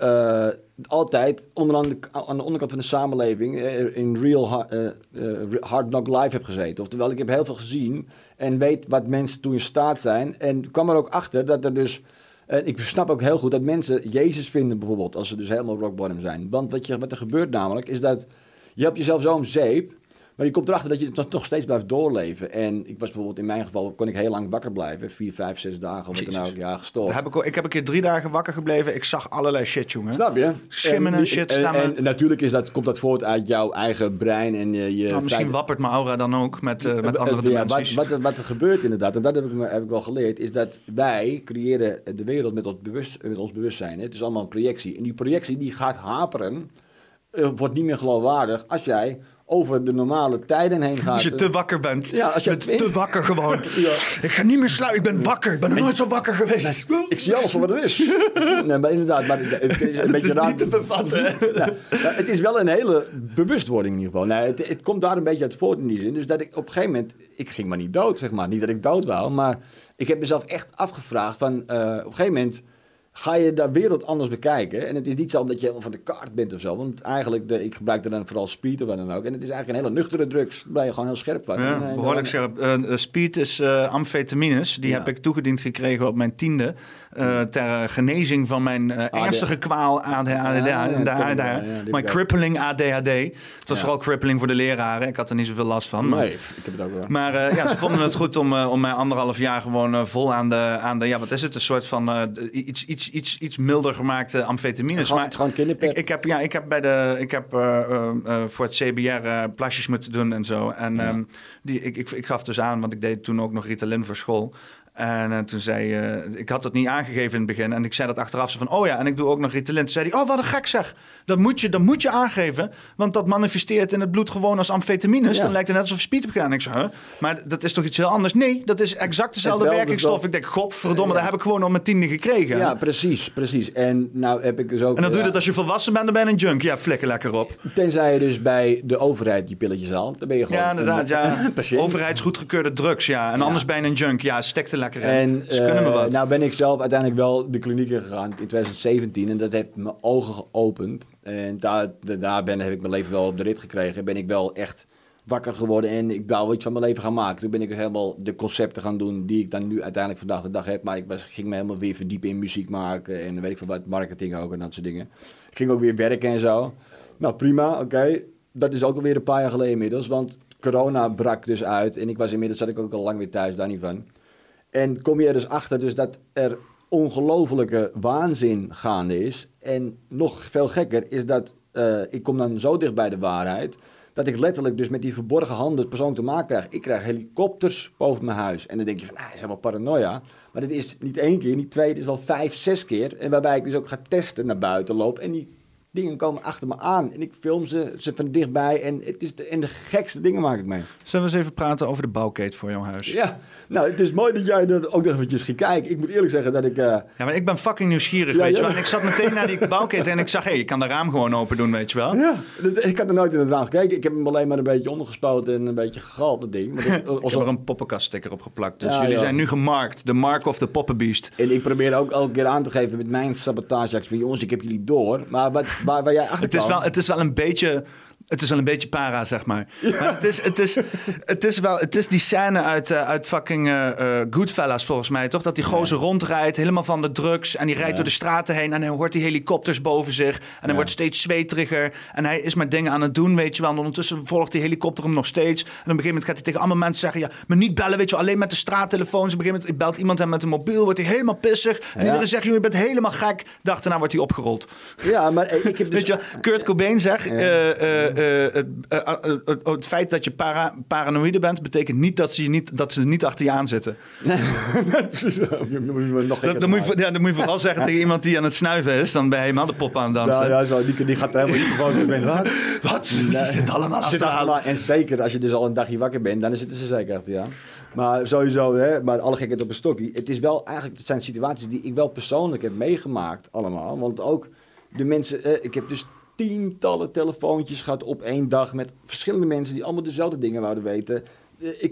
altijd aan de onderkant van de samenleving in real hard knock life heb gezeten. Oftewel, ik heb heel veel gezien en weet wat mensen toe in staat zijn. En kwam er ook achter dat er dus... ik snap ook heel goed dat mensen Jezus vinden bijvoorbeeld, als ze dus helemaal rock bottom zijn. Want wat er gebeurt namelijk, is dat je hebt jezelf zo om zeep, maar je komt erachter dat je het nog steeds blijft doorleven. En ik was bijvoorbeeld, in mijn geval, kon ik heel lang wakker blijven. 4, 5, 6 dagen, of wat dan ook, gestoord. Ik heb een keer 3 dagen wakker gebleven. Ik zag allerlei shit, jongen. Snap je? Schimmen en shit staan. En natuurlijk komt dat voort uit jouw eigen brein. En misschien wappert mijn aura dan ook met andere dimensies. Wat er gebeurt inderdaad, en dat heb ik wel geleerd, is dat wij creëren de wereld met ons bewustzijn. Hè? Het is allemaal een projectie. En die projectie die gaat haperen, wordt niet meer geloofwaardig als jij over de normale tijden heen gaat. Als je te wakker bent. Ja, als je bent te wakker gewoon. Ja. Ik ga niet meer slapen. Ik ben wakker. Ik ben nog nooit zo wakker geweest. Ik zie alles voor wat het is. Nee, maar inderdaad. Maar het is een beetje raar. Niet te bevatten. Ja, het is wel een hele bewustwording in ieder geval. Nee, het komt daar een beetje uit voort in die zin. Dus dat ik op een gegeven moment... Ik ging maar niet dood, zeg maar. Niet dat ik dood wou. Maar ik heb mezelf echt afgevraagd van... op een gegeven moment... Ga je de wereld anders bekijken? En het is niet zo omdat je helemaal van de kaart bent of zo. Want eigenlijk, ik gebruikte dan vooral speed of wat dan ook. En het is eigenlijk een hele nuchtere drugs. Daar ben je gewoon heel scherp van. Ja, behoorlijk scherp. Speed is amfetamines. Die heb ik toegediend gekregen op mijn 10e. Ter genezing van mijn ernstige kwaal ADHD. Mijn crippling ADHD. Het was vooral crippling voor de leraren. Ik had er niet zoveel last van. Nee, ik heb het ook wel. Maar ze vonden het goed om mij 1,5 jaar gewoon vol aan de... Ja, wat is het? Een soort van iets milder gemaakte amfetamines. Het is gewoon kinderpep. Ik heb voor het CBR plasjes moeten doen en zo. En ik gaf dus aan, want ik deed toen ook nog Ritalin voor school. En toen zei ik had het niet aangegeven in het begin. En ik zei dat achteraf zo van, en ik doe ook nog Ritalin. Toen zei hij, wat een gek zeg. Dat moet je aangeven. Want dat manifesteert in het bloed gewoon als amfetamines. Ja. Dan lijkt het net alsof je speed hebt gedaan. En ik zei, maar dat is toch iets heel anders? Nee, dat is exact dezelfde werkingsstof. Ik denk, godverdomme, dat heb ik gewoon op mijn 10e gekregen. Ja, precies. En nou heb ik dus ook... En dan doe je dat als je volwassen bent, dan ben je een junk. Ja, flikker lekker op. Tenzij je dus bij de overheid die pilletjes haalt. Dan ben je gewoon een patiënt. Overheidsgoedgekeurde drugs, ja. En anders ben je een junk. Ja, stek te lekker in. En dus kunnen me wat. Nou ben ik zelf uiteindelijk wel de kliniek in gegaan in 2017. En dat heeft mijn ogen geopend. En daar heb ik mijn leven wel op de rit gekregen. Ben ik wel echt wakker geworden en ik wou iets van mijn leven gaan maken. Toen ben ik helemaal de concepten gaan doen die ik dan nu uiteindelijk vandaag de dag heb. Maar ik ging me helemaal weer verdiepen in muziek maken en weet ik veel wat, marketing ook en dat soort dingen. Ik ging ook weer werken en zo. Nou prima, oké. Dat is ook alweer een paar jaar geleden inmiddels, want corona brak dus uit. En zat ik ook al lang weer thuis, daar niet van. En kom je er dus achter dus dat er ongelofelijke waanzin gaande is. En nog veel gekker is dat ik kom dan zo dicht bij de waarheid dat ik letterlijk dus met die verborgen handen het persoon te maken krijg. Ik krijg helikopters boven mijn huis. En dan denk je van, dat is helemaal paranoia. Maar dit is niet 1 keer, niet 2, dit is wel 5, 6 keer. En waarbij ik dus ook ga testen, naar buiten loop. En die dingen komen achter me aan. En ik film ze van dichtbij. En de gekste dingen maak ik mee. Zullen we eens even praten over de bouwketen voor jouw huis? Ja, nou, het is mooi dat jij er ook nog eventjes gaat kijken. Ik moet eerlijk zeggen dat ik... Ja, maar ik ben fucking nieuwsgierig, weet je wel. En ik zat meteen naar die bouwketen en ik zag, je kan de raam gewoon open doen, weet je wel. Ja, ik had er nooit in het raam gekeken. Ik heb hem alleen maar een beetje ondergespoten en een beetje gegald, dat ding. Maar Ik heb er een poppenkaststicker op geplakt. Dus jullie zijn nu gemarkt. De Mark of the Poppenbeest. En ik probeer ook elke keer aan te geven met mijn sabotageactie van jongens, ik heb jullie door. Maar waar jij achter kwam... Het is wel een beetje... Het is wel een beetje para, zeg maar. Maar het is die scène uit fucking Goodfellas, volgens mij, toch? Dat die gozer rondrijdt, helemaal van de drugs. En die rijdt door de straten heen. En hij hoort die helikopters boven zich. En hij wordt steeds zweteriger. En hij is maar dingen aan het doen, weet je wel. En ondertussen volgt die helikopter hem nog steeds. En op een gegeven moment gaat hij tegen allemaal mensen zeggen... ja, maar niet bellen, weet je wel. Alleen met de straattelefoons. Op een gegeven moment belt iemand hem met een mobiel. Wordt hij helemaal pissig. En iedereen zegt, je bent helemaal gek. Dag daarna wordt hij opgerold. Ja, maar ik heb dus... Weet je, Kurt Cobain zegt... het feit dat je paranoïde bent, betekent niet dat ze niet achter je aan zitten. Precies. Dan moet je vooral zeggen tegen iemand die aan het snuiven is. Dan ben je helemaal de pop aan het dansen. Ja, zo, die gaat helemaal niet gewoon... Wat? Ze zitten allemaal achter. En zeker als je dus al een dagje wakker bent, dan zitten ze zeker achter je aan. Maar sowieso, hè, maar alle gekheid op een stokje. Het is wel eigenlijk, het zijn situaties die ik wel persoonlijk heb meegemaakt allemaal. Want ook de mensen, ik heb dus tientallen telefoontjes gehad op één dag met verschillende mensen die allemaal dezelfde dingen wouden weten. Ik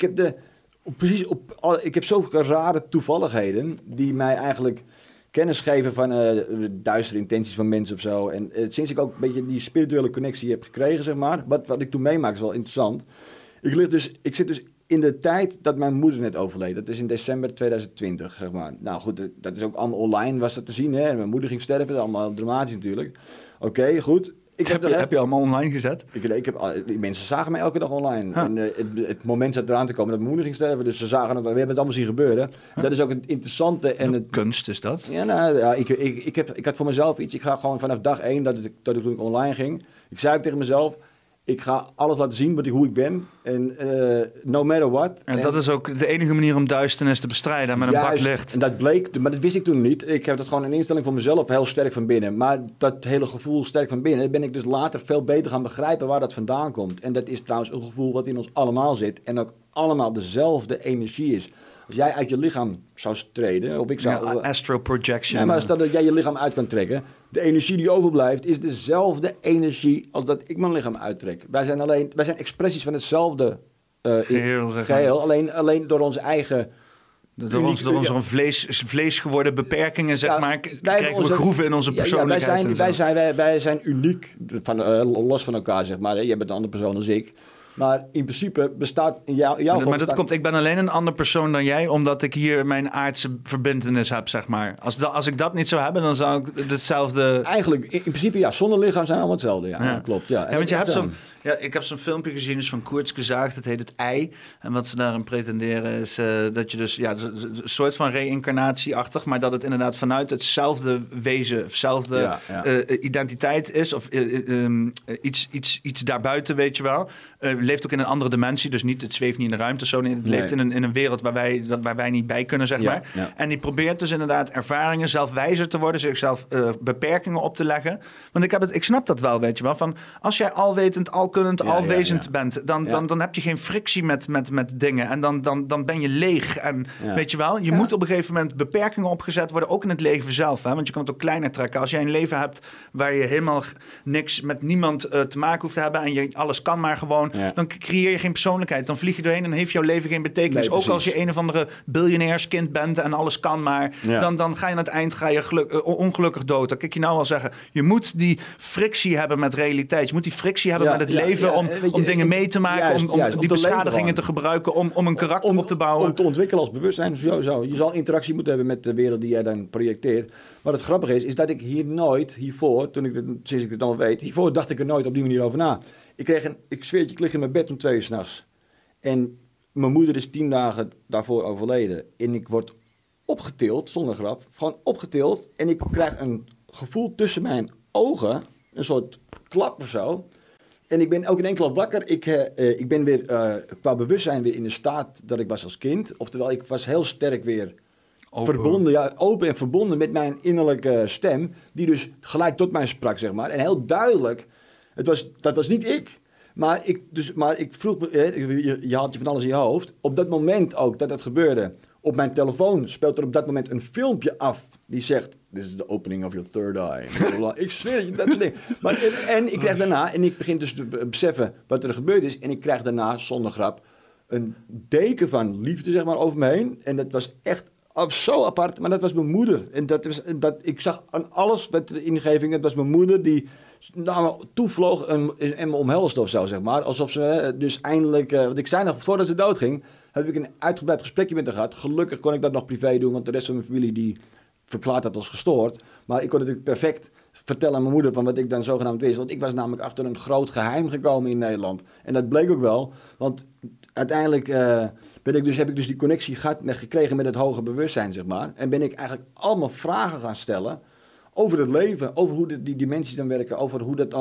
heb zoveel rare toevalligheden die mij eigenlijk kennis geven van duistere intenties van mensen of zo. En sinds ik ook een beetje die spirituele connectie heb gekregen, zeg maar, wat ik toen meemaak is wel interessant. Ik zit dus in de tijd dat mijn moeder net overleed. Dat is in december 2020, zeg maar. Nou goed, dat is ook allemaal online, was dat te zien, hè. Mijn moeder ging sterven, dat is allemaal dramatisch natuurlijk. Oké, goed. Heb je allemaal online gezet? Die mensen zagen mij elke dag online. Huh. En het moment zat eraan te komen dat mijn moeder ging sterven. Dus ze zagen het, we hebben het allemaal zien gebeuren. Huh. Dat is ook het interessante. En het kunst is dat? Ja, nou, ja, ik had voor mezelf iets. Ik ga gewoon vanaf dag 1 dat ik toen ik online ging. Ik zei ook tegen mezelf... Ik ga alles laten zien hoe ik ben. En no matter what. En dat is ook de enige manier om duisternis te bestrijden. Met een bak licht. En dat bleek, maar dat wist ik toen niet. Ik heb dat gewoon een instelling voor mezelf heel sterk van binnen. Maar dat hele gevoel sterk van binnen... ben ik dus later veel beter gaan begrijpen waar dat vandaan komt. En dat is trouwens een gevoel wat in ons allemaal zit. En ook allemaal dezelfde energie is. Als jij uit je lichaam zou treden... Of ik zou, astral projection. Ja, maar stel dat jij je lichaam uit kan trekken... De energie die overblijft is dezelfde energie als dat ik mijn lichaam uittrek. Wij zijn expressies van hetzelfde geheel. Alleen door onze eigen... Door onze vlees geworden beperkingen, zeg maar, krijgen we groeven in onze persoonlijkheid. Wij zijn uniek, los van elkaar, zeg maar. Hè. Jij bent een andere persoon dan ik. Maar in principe bestaat ik ben alleen een ander persoon dan jij, omdat ik hier mijn aardse verbintenis heb, zeg maar. Als ik dat niet zou hebben, dan zou ik hetzelfde... Eigenlijk, in principe ja, zonder lichaam zijn we allemaal hetzelfde. Ja. Klopt, ja. Want je hebt ik heb zo'n filmpje gezien dus van Kurzgesagt, het heet Het Ei. En wat ze daarin pretenderen is dat je dus, een soort van reïncarnatie-achtig, maar dat het inderdaad vanuit hetzelfde wezen, hetzelfde identiteit is, of iets daarbuiten, weet je wel. Leeft ook in een andere dimensie, dus het zweeft niet in de ruimte. Het leeft in een wereld waar wij niet bij kunnen, zeg maar. Ja. En die probeert dus inderdaad ervaringen, zelf wijzer te worden, zichzelf beperkingen op te leggen. Want ik snap dat wel, weet je wel. Van als jij alwetend, alkunnend, alwezend bent, dan heb je geen frictie met dingen. En dan ben je leeg. En weet je wel, je moet op een gegeven moment beperkingen opgezet worden, ook in het leven zelf. Hè? Want je kan het ook kleiner trekken. Als jij een leven hebt waar je helemaal niks met niemand te maken hoeft te hebben en je alles kan maar gewoon, dan creëer je geen persoonlijkheid. Dan vlieg je doorheen en heeft jouw leven geen betekenis. Nee, ook als je een of andere biljonairskind bent en alles kan maar, dan ga je aan het eind ongelukkig dood. Dan kan ik je nou al zeggen, je moet die frictie hebben met realiteit. Je moet die frictie hebben met het leven om dingen mee te maken, om die beschadigingen te gebruiken, om een karakter op te bouwen. Om te ontwikkelen als bewustzijn, sowieso. Je zal interactie moeten hebben met de wereld die jij dan projecteert. Maar het grappige is dat ik hiervoor, sinds ik het dan weet, hiervoor dacht ik er nooit op die manier over na. Ik zweer het je, ik lig in mijn bed om 2 uur 's nachts. En mijn moeder is 10 dagen daarvoor overleden. En ik word opgetild, zonder grap, gewoon opgetild. En ik krijg een gevoel tussen mijn ogen, een soort klap of zo. En ik ben ook in één klap wakker. Ik ben weer qua bewustzijn weer in de staat dat ik was als kind. Oftewel, ik was heel sterk weer open en verbonden met mijn innerlijke stem, die dus gelijk tot mij sprak, zeg maar. En heel duidelijk, dat was niet ik. Maar ik vroeg me, je had je van alles in je hoofd. Op dat moment ook dat gebeurde, op mijn telefoon speelt er op dat moment een filmpje af die zegt, this is the opening of your third eye. Ik zweer je, dat soort dingen. En ik krijg daarna, en ik begin dus te beseffen wat er gebeurd is, en ik krijg daarna, zonder grap, een deken van liefde, zeg maar, over me heen. En dat was echt zo apart, maar dat was mijn moeder. En ik zag aan alles wat de ingeving, het was mijn moeder die naar me toevloog en me omhelste of zo, zeg maar. Alsof ze dus eindelijk, want ik zei nog, voordat ze doodging, heb ik een uitgebreid gesprekje met haar gehad. Gelukkig kon ik dat nog privé doen, want de rest van mijn familie die verklaart dat als gestoord. Maar ik kon natuurlijk perfect vertellen aan mijn moeder van wat ik dan zogenaamd wist. Want ik was namelijk achter een groot geheim gekomen in Nederland. En dat bleek ook wel, want uiteindelijk heb ik dus die connectie gekregen met het hoger bewustzijn, zeg maar. En ben ik eigenlijk allemaal vragen gaan stellen over het leven, over hoe die dimensies dan werken, over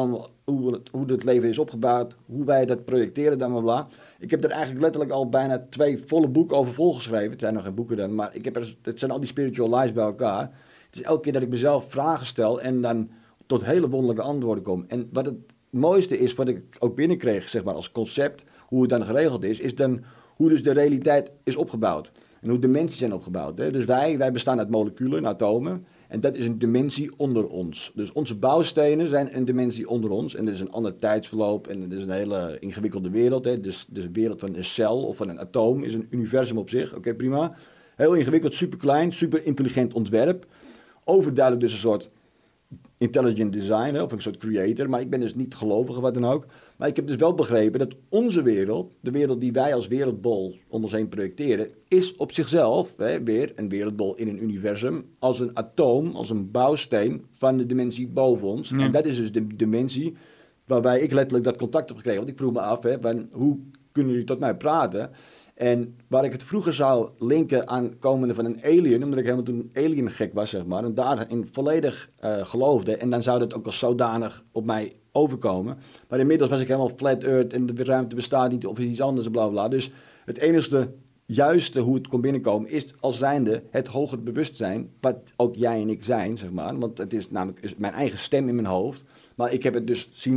hoe het leven is opgebouwd, hoe wij dat projecteren, dan bla. Ik heb er eigenlijk letterlijk al bijna 2 volle boeken over volgeschreven. Het zijn nog geen boeken dan, maar het zijn al die spiritual lies bij elkaar. Het is elke keer dat ik mezelf vragen stel en dan tot hele wonderlijke antwoorden kom. En wat het mooiste is, wat ik ook binnenkreeg, zeg maar, als concept, hoe het dan geregeld is dan hoe dus de realiteit is opgebouwd. En hoe dimensies zijn opgebouwd. Hè? Dus wij bestaan uit moleculen, atomen. En dat is een dimensie onder ons. Dus onze bouwstenen zijn een dimensie onder ons. En dat is een ander tijdsverloop. En dat is een hele ingewikkelde wereld. Hè? Dus de wereld van een cel of van een atoom is een universum op zich. Oké, prima. Heel ingewikkeld, super klein, super intelligent ontwerp. Overduidelijk dus een soort intelligent design, of een soort creator. Maar ik ben dus niet gelovig, wat dan ook. Maar ik heb dus wel begrepen dat onze wereld, de wereld die wij als wereldbol om ons heen projecteren, is op zichzelf weer een wereldbol in een universum, als een atoom, als een bouwsteen van de dimensie boven ons. Ja. En dat is dus de dimensie waarbij ik letterlijk dat contact heb gekregen. Want ik vroeg me af, hoe kunnen jullie tot mij praten? En waar ik het vroeger zou linken aan komende van een alien, omdat ik helemaal toen alien gek was, zeg maar, en daarin volledig geloofde. En dan zou dat ook als zodanig op mij overkomen. Maar inmiddels was ik helemaal flat earth en de ruimte bestaat niet of iets anders en bla bla. Dus het enige juiste hoe het kon binnenkomen is als zijnde het hoger bewustzijn, wat ook jij en ik zijn, zeg maar. Want het is namelijk mijn eigen stem in mijn hoofd. Maar ik heb het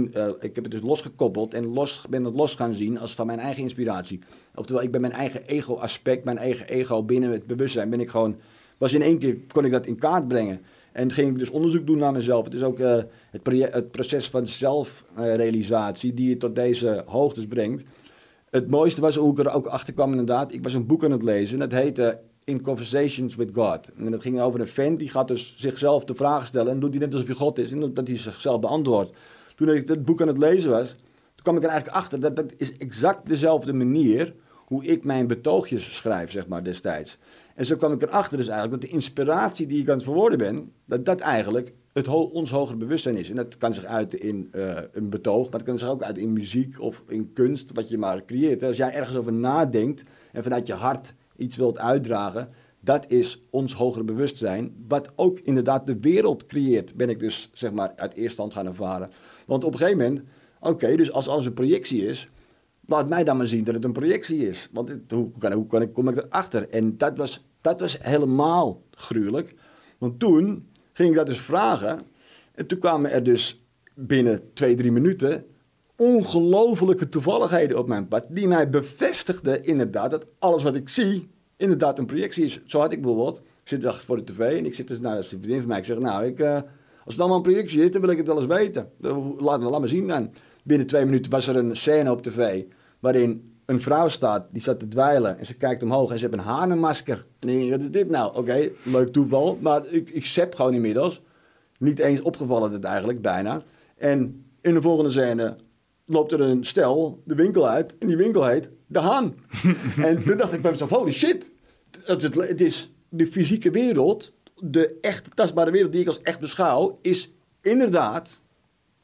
dus losgekoppeld en ben het los gaan zien als van mijn eigen inspiratie. Oftewel, ik ben mijn eigen ego-aspect, mijn eigen ego binnen het bewustzijn. Was in één keer, kon ik dat in kaart brengen. En ging ik dus onderzoek doen naar mezelf. Het is ook het proces van zelfrealisatie die je tot deze hoogtes brengt. Het mooiste was hoe ik er ook achter kwam inderdaad. Ik was een boek aan het lezen en dat heette In Conversations with God. En dat ging over een vent die gaat dus zichzelf de vragen stellen en doet hij net alsof hij God is en dat hij zichzelf beantwoordt. Toen ik dat boek aan het lezen was, toen kwam ik er eigenlijk achter dat is exact dezelfde manier hoe ik mijn betoogjes schrijf, zeg maar, destijds. En zo kwam ik erachter dus eigenlijk dat de inspiratie die ik aan het verwoorden ben, dat eigenlijk ons hoger bewustzijn is. En dat kan zich uiten in een betoog, maar het kan zich ook uiten in muziek of in kunst, wat je maar creëert. Als jij ergens over nadenkt en vanuit je hart iets wilt uitdragen, dat is ons hogere bewustzijn, wat ook inderdaad de wereld creëert, ben ik dus, zeg maar, uit eerste hand gaan ervaren. Want op een gegeven moment, dus als alles een projectie is, laat mij dan maar zien dat het een projectie is. Want hoe kom ik erachter? En dat was helemaal gruwelijk. Want toen ging ik dat dus vragen. En toen kwamen er dus binnen 2-3 minuten ongelofelijke toevalligheden op mijn pad, die mij bevestigden inderdaad dat alles wat ik zie inderdaad een projectie is. Zo had ik bijvoorbeeld, ik zit achter voor de tv en ik zit dus naar de vriendin van mij. Ik zeg, als het allemaal een projectie is, dan wil ik het wel eens weten. Laat me zien dan. Binnen 2 minuten was er een scène op tv waarin een vrouw staat, die staat te dweilen en ze kijkt omhoog en ze heeft een hanenmasker. En ik denk, wat is dit nou? Oké, leuk toeval, maar ik sep gewoon inmiddels. Niet eens opgevallen het eigenlijk, bijna. En in de volgende scène loopt er een stel de winkel uit en die winkel heet De Haan. En toen dacht ik bij mezelf, holy shit, het is de fysieke wereld, de echte tastbare wereld die ik als echt beschouw, is inderdaad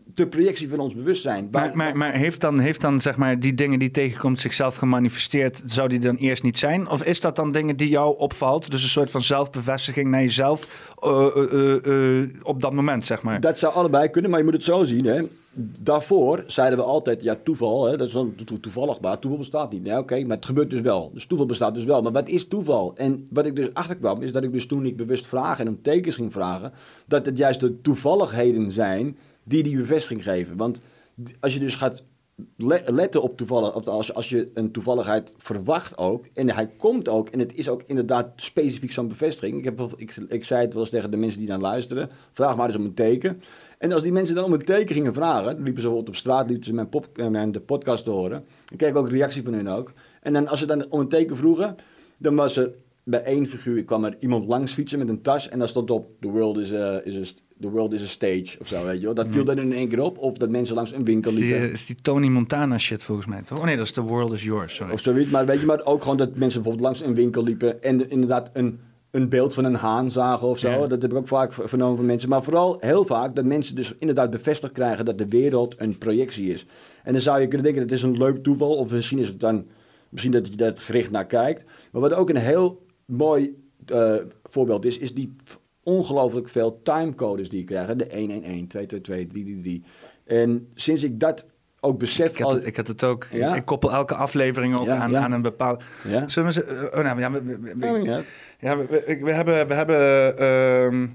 de projectie van ons bewustzijn. Maar heeft dan zeg maar die dingen die tegenkomt zichzelf gemanifesteerd, zou die dan eerst niet zijn? Of is dat dan dingen die jou opvalt? Dus een soort van zelfbevestiging naar jezelf op dat moment, zeg maar. Dat zou allebei kunnen, maar je moet het zo zien. Hè. Daarvoor zeiden we altijd, ja, toeval, hè, dat is dan toevallig, maar toeval bestaat niet. Ja, oké, maar het gebeurt dus wel. Dus toeval bestaat dus wel. Maar wat is toeval? En wat ik dus achterkwam, is dat ik dus toen ik bewust vragen en om tekens ging vragen, dat het juist de toevalligheden zijn die bevestiging geven. Want als je dus gaat letten op toevallig, of als je een toevalligheid verwacht ook, en hij komt ook, en het is ook inderdaad specifiek zo'n bevestiging. Ik zei het wel eens tegen de mensen die dan luisteren, vraag maar eens om een teken. En als die mensen dan om een teken gingen vragen, liepen ze bijvoorbeeld op straat, liepen ze de podcast te horen. Ik kreeg ook een reactie van hun ook. En dan als ze dan om een teken vroegen, dan was er bij één figuur kwam er iemand langs fietsen met een tas en daar stond op the world is a stage of zo, weet je wel. Dat viel dan in één keer op. Of dat mensen langs een winkel liepen. Is die Tony Montana shit volgens mij, toch? Oh nee, dat is The World is Yours, sorry. Of zoiets, maar weet je, maar ook gewoon dat mensen bijvoorbeeld langs een winkel liepen en inderdaad een beeld van een haan zagen of zo. Ja. Dat heb ik ook vaak vernomen van mensen. Maar vooral heel vaak dat mensen dus inderdaad bevestigd krijgen dat de wereld een projectie is. En dan zou je kunnen denken, dat is een leuk toeval. Of misschien is het dan, misschien dat je daar gericht naar kijkt. Maar wat ook een heel mooi voorbeeld is die ongelooflijk veel timecodes die je krijgt. De 111, 222, 333. En sinds ik dat ook besef... Ik had het ook. Ja? Ik koppel elke aflevering ook aan een bepaald... Ja? Zullen we ze... We hebben...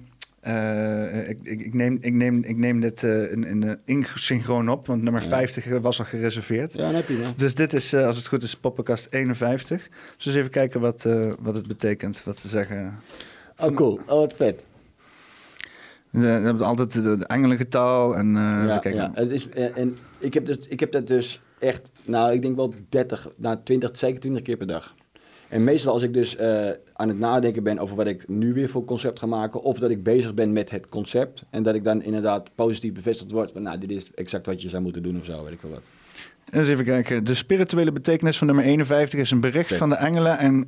Ik neem dit synchroon op, want nummer 50 was al gereserveerd. Ja, dan heb je hem. Dus dit is, als het goed is, podcast 51. Dus eens even kijken wat het betekent, wat ze zeggen. Oh, cool. Oh, wat vet. We hebben altijd de engelengetal en ja. Het is, en ik heb dat dus echt, nou, ik denk wel zeker 20 keer per dag. En meestal als ik dus aan het nadenken ben over wat ik nu weer voor concept ga maken, of dat ik bezig ben met het concept en dat ik dan inderdaad positief bevestigd word van, nou, dit is exact wat je zou moeten doen of zo, weet ik wel wat. Eens even kijken. De spirituele betekenis van nummer 51 is een bericht van de engelen en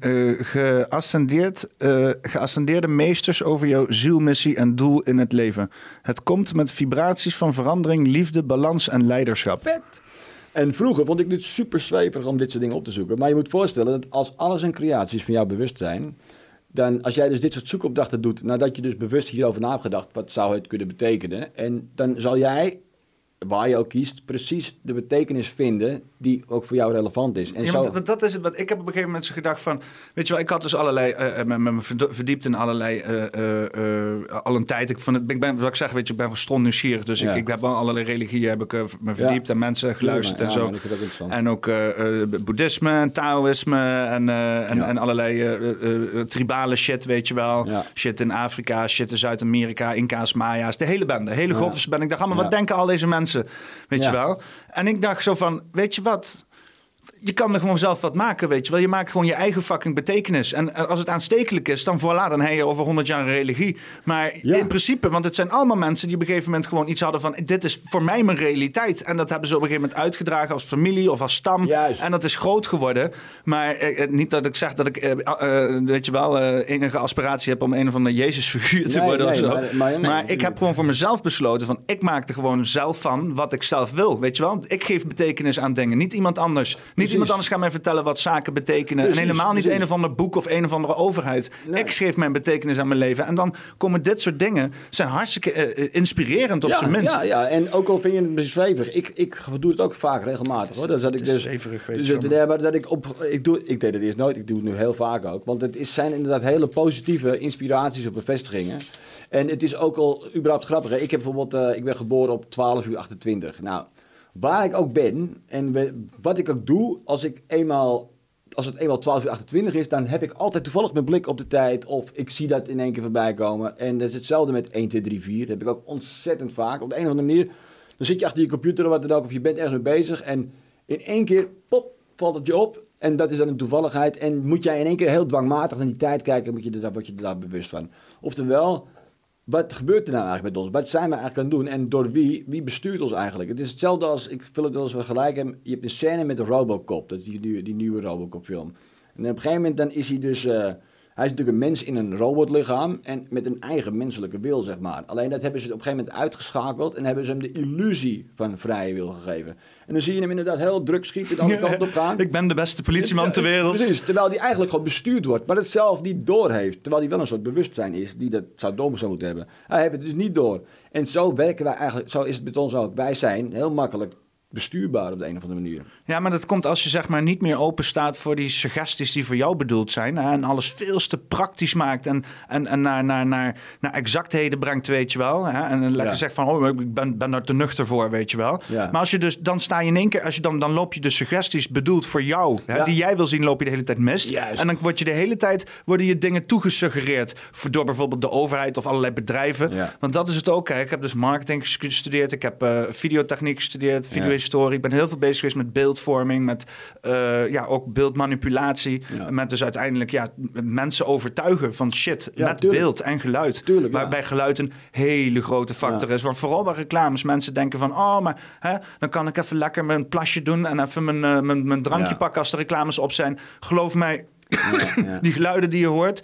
geascendeerde meesters over jouw zielmissie en doel in het leven. Het komt met vibraties van verandering, liefde, balans en leiderschap. Vet! En vroeger vond ik dit super zweverig om dit soort dingen op te zoeken. Maar je moet voorstellen dat als alles een creatie is van jouw bewustzijn, dan als jij dus dit soort zoekopdrachten doet, nadat je dus bewust hierover na hebt gedacht, wat zou het kunnen betekenen? En dan zal jij, waar je ook kiest, precies de betekenis vinden die ook voor jou relevant is. En want dat is het wat ik heb op een gegeven moment zo gedacht van, weet je wel, ik had dus allerlei, me verdiept in allerlei, al een tijd. Ik ben, wat ik zeg, weet je, ik ben stront nieuwsgierig, dus ik heb al allerlei religieën heb ik me verdiept en mensen geluisterd en zo. En ook boeddhisme en taoïsme en allerlei tribale shit, weet je wel. Ja. Shit in Afrika, shit in Zuid-Amerika, Inca's, Maya's, de hele bende, hele godversbende. Ik dacht, maar wat denken al deze mensen, weet je wel? En ik dacht zo van, weet je wat? Je kan er gewoon zelf wat maken, weet je wel. Je maakt gewoon je eigen fucking betekenis. En als het aanstekelijk is, dan voilà, dan heb je over 100 jaar een religie. Maar in principe, want het zijn allemaal mensen die op een gegeven moment gewoon iets hadden van, dit is voor mij mijn realiteit. En dat hebben ze op een gegeven moment uitgedragen als familie of als stam. Juist. En dat is groot geworden. Maar niet dat ik zeg dat ik, weet je wel, enige aspiratie heb om een of andere Jezusfiguur te worden of zo. Maar ik heb gewoon voor mezelf besloten van, ik maak er gewoon zelf van wat ik zelf wil, weet je wel. Ik geef betekenis aan dingen, niet iemand anders. Iemand anders gaat mij vertellen wat zaken betekenen. En helemaal niet een of ander boek of een of andere overheid. Nee. Ik geef mijn betekenis aan mijn leven. En dan komen dit soort dingen, zijn hartstikke inspirerend op zijn minst. Ja, en ook al vind je het zweverig. Ik doe het ook vaak regelmatig, hoor. Dat ik dus zweverig, weet je wel. Ik deed het eerst nooit. Ik doe het nu heel vaak ook. Want het zijn inderdaad hele positieve inspiraties op bevestigingen. En het is ook al überhaupt grappig. Hè? Ik heb bijvoorbeeld, ik ben geboren op 12:28. Nou, waar ik ook ben en wat ik ook doe, als het eenmaal 12:28 is, dan heb ik altijd toevallig mijn blik op de tijd of ik zie dat in één keer voorbij komen. En dat is hetzelfde met 1, 2, 3, 4. Dat heb ik ook ontzettend vaak. Op de een of andere manier, dan zit je achter je computer of wat dan ook, of je bent ergens mee bezig en in één keer, pop, valt het je op. En dat is dan een toevalligheid. En moet jij in één keer heel dwangmatig naar die tijd kijken, word je er daar bewust van. Oftewel, wat gebeurt er nou eigenlijk met ons? Wat zijn we eigenlijk aan het doen? En door wie bestuurt ons eigenlijk? Het is hetzelfde als, ik wil het wel eens vergelijken. Je hebt een scène met de Robocop. Dat is die nieuwe Robocop film. En op een gegeven moment dan is hij dus... Hij is natuurlijk een mens in een robotlichaam en met een eigen menselijke wil, zeg maar. Alleen dat hebben ze op een gegeven moment uitgeschakeld en hebben ze hem de illusie van vrije wil gegeven. En dan zie je hem inderdaad heel druk schieten de andere kant op gaan. Ik ben de beste politieman ter wereld. Precies, terwijl hij eigenlijk gewoon bestuurd wordt, maar het zelf niet doorheeft. Terwijl hij wel een soort bewustzijn is die dat zou moeten hebben. Hij heeft het dus niet door. En zo werken wij eigenlijk, zo is het met ons ook. Wij zijn heel makkelijk bestuurbaar op de een of andere manier. Ja, maar dat komt als je zeg maar niet meer open staat voor die suggesties die voor jou bedoeld zijn. Hè, en alles veel te praktisch maakt en naar exactheden brengt, weet je wel. Hè, en lekker zegt van, ik ben daar te nuchter voor, weet je wel. Ja. Maar als je dus, dan sta je in één keer, als je dan loop je de suggesties bedoeld voor jou, hè, die jij wil zien, loop je de hele tijd mist. Juist. En dan word je de hele tijd, worden je dingen toegesuggereerd door bijvoorbeeld de overheid of allerlei bedrijven. Ja. Want dat is het ook. Hè. Ik heb dus marketing gestudeerd, ik heb videotechniek gestudeerd, videohistorie. Ik ben heel veel bezig geweest met beeldvorming, met ook beeldmanipulatie. Ja. Met dus uiteindelijk mensen overtuigen van shit met beeld en geluid. Tuurlijk, waarbij geluid een hele grote factor is. Want vooral bij reclames mensen denken van, dan kan ik even lekker mijn plasje doen en even mijn drankje pakken als de reclames op zijn. Geloof mij, die geluiden die je hoort.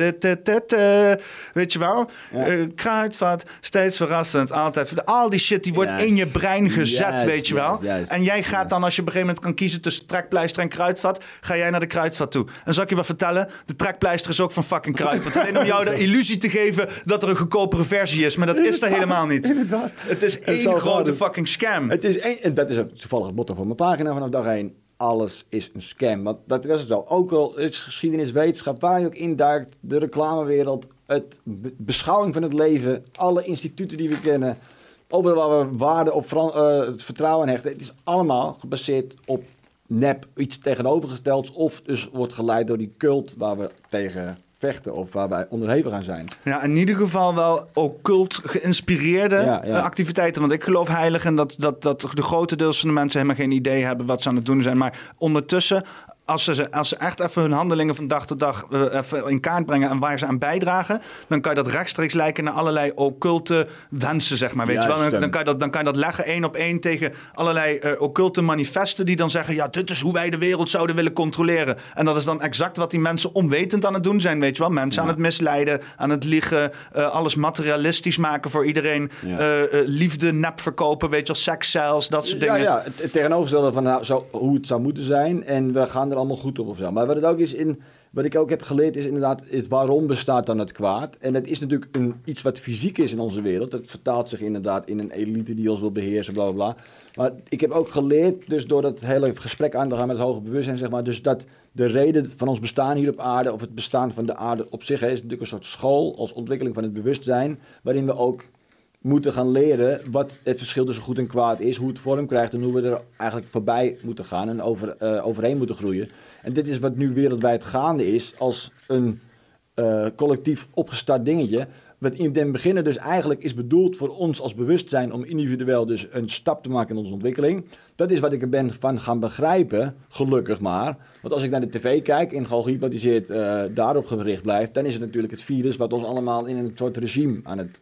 Weet je wel? Kruidvat, steeds verrassend, altijd. Al die shit die wordt in je brein gezet, weet je wel? En jij gaat dan, als je op een gegeven moment kan kiezen tussen trekpleister en kruidvat, ga jij naar de kruidvat toe. En zal ik je wat vertellen? De trekpleister is ook van fucking kruidvat. Alleen om jou de illusie te geven dat er een goedkopere versie is. Maar dat is er helemaal niet. Inderdaad. Het is één grote fucking scam. En dat is ook toevallig het motto van mijn pagina vanaf dag 1. Alles is een scam. Want dat was het zo. Ook al is geschiedenis, wetenschap, waar je ook induikt, de reclamewereld, het beschouwing van het leven, alle instituten die we kennen, overal waar we waarde op het vertrouwen hechten. Het is allemaal gebaseerd op nep, iets tegenovergestelds, of dus wordt geleid door die cult waar we tegen vechten of waar wij onderhevig aan zijn. Ja, in ieder geval wel occult geïnspireerde activiteiten. Want ik geloof heilig in dat de grote deels van de mensen helemaal geen idee hebben wat ze aan het doen zijn. Maar ondertussen, als ze echt even hun handelingen van dag tot dag even in kaart brengen en waar ze aan bijdragen, dan kan je dat rechtstreeks lijken naar allerlei occulte wensen, zeg maar. Weet je wel? Dan kan je dat leggen 1 op 1 tegen allerlei occulte manifesten die dan zeggen, dit is hoe wij de wereld zouden willen controleren. En dat is dan exact wat die mensen onwetend aan het doen zijn, weet je wel. Mensen aan het misleiden, aan het liegen, alles materialistisch maken voor iedereen, liefde nep verkopen, weet je wel, seksceils, dat soort dingen. Ja, het tegenovergestelde van hoe het zou moeten zijn en we gaan er allemaal goed op of zo. Maar wat het ook is wat ik ook heb geleerd is inderdaad waarom bestaat dan het kwaad. En dat is natuurlijk iets wat fysiek is in onze wereld. Dat vertaalt zich inderdaad in een elite die ons wil beheersen, bla bla bla. Maar ik heb ook geleerd, dus door dat hele gesprek aan te gaan met het hoger bewustzijn, zeg maar, dus dat de reden van ons bestaan hier op aarde, of het bestaan van de aarde op zich, is natuurlijk een soort school als ontwikkeling van het bewustzijn, waarin we ook moeten gaan leren wat het verschil tussen goed en kwaad is, hoe het vorm krijgt en hoe we er eigenlijk voorbij moeten gaan en overheen moeten groeien. En dit is wat nu wereldwijd gaande is als een collectief opgestart dingetje, wat in den beginnen dus eigenlijk is bedoeld voor ons als bewustzijn om individueel dus een stap te maken in onze ontwikkeling. Dat is wat ik er ben van gaan begrijpen, gelukkig maar. Want als ik naar de tv kijk en gewoon gehypnotiseerd daarop gericht blijft, dan is het natuurlijk het virus wat ons allemaal in een soort regime aan het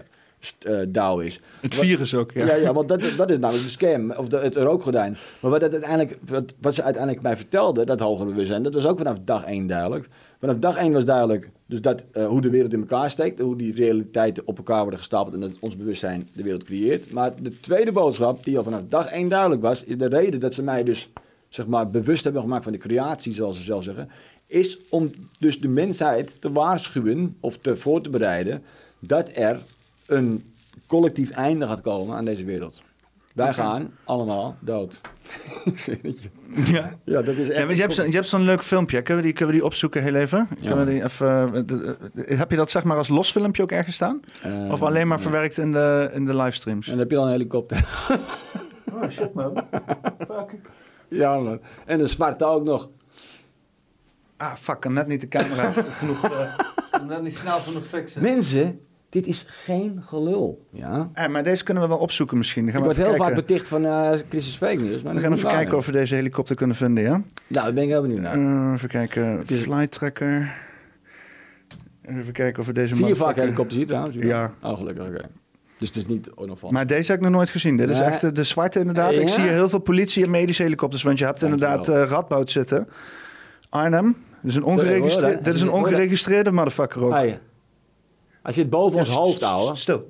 douw is. Het virus ook, ja. Ja, want dat is namelijk de scam, of het rookgordijn. Maar wat ze uiteindelijk mij vertelde, dat hogere bewustzijn, dat was ook vanaf dag 1 duidelijk. Vanaf dag 1 was duidelijk dus dat hoe de wereld in elkaar steekt, hoe die realiteiten op elkaar worden gestapeld en dat ons bewustzijn de wereld creëert. Maar de tweede boodschap, die al vanaf dag 1 duidelijk was, is de reden dat ze mij dus, zeg maar, bewust hebben gemaakt van de creatie, zoals ze zelf zeggen, is om dus de mensheid te waarschuwen of voor te bereiden dat er een collectief einde gaat komen aan deze wereld. Wij gaan allemaal dood. Ja, dat is echt. Ja, je hebt zo'n leuk filmpje. Kunnen we die opzoeken heel even? Heb je dat zeg maar als los filmpje ook ergens staan? Of alleen maar verwerkt in de livestreams? En dan heb je dan een helikopter. Oh shit man. Fuck. Ja man. En een zwarte ook nog. Ah fuck, kan net niet de camera genoeg. Net niet snel genoeg fixen. Mensen. Dit is geen gelul. Ja? Maar deze kunnen we wel opzoeken misschien. Ik word heel vaak beticht van Christus Fake News. Maar we gaan even kijken of we deze helikopter kunnen vinden, ja? Nou, daar ben ik heel benieuwd naar. Even kijken. Flight Tracker. Even kijken of we deze... Zie je vaak helikopters hier trouwens? Ja. Oh, gelukkig, oké. Dus het is niet onafhankelijk. Maar deze heb ik nog nooit gezien. Dit is echt de zwarte inderdaad. Ik zie hier heel veel politie- en medische helikopters. Want je hebt inderdaad Radboud zitten. Arnhem. Dit is een ongeregistreerde motherfucker ook. Hey. Hij zit boven ons hoofd, ouwe. Stil.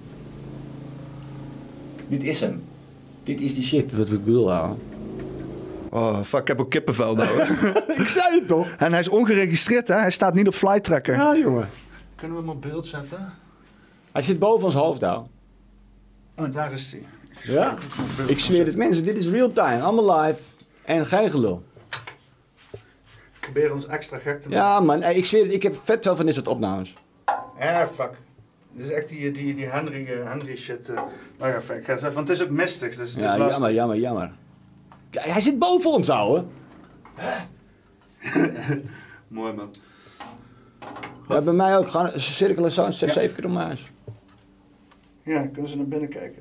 Dit is hem. Dit is die shit wat ik bedoel, ouwe. Oh, fuck, ik heb ook kippenvel nou. Ik zei het toch? En hij is ongeregistreerd, hè? Hij staat niet op Flytracker. Ja, jongen. Kunnen we hem op beeld zetten? Hij zit boven ons hoofd, ouwe. Oh, daar is hij. Ja? Ik zweer het, mensen, dit is real time. Allemaal live. En geen gelul. Proberen ons extra gek te maken. Ja, man. Hey, ik zweer het, ik heb vet veel van dit soort opnames. Fuck. Dit is echt die Henry shit. Nou ja, fuck. Ik ga zeggen, want het is ook mistig, dus het is Ja, lastig. jammer. Kijk, hij zit boven ons, ouwe. Mooi, man. Ja, bij mij ook. Ze cirkelen zo 6, 7 keer om mijn huis. Ja, kunnen ze naar binnen kijken.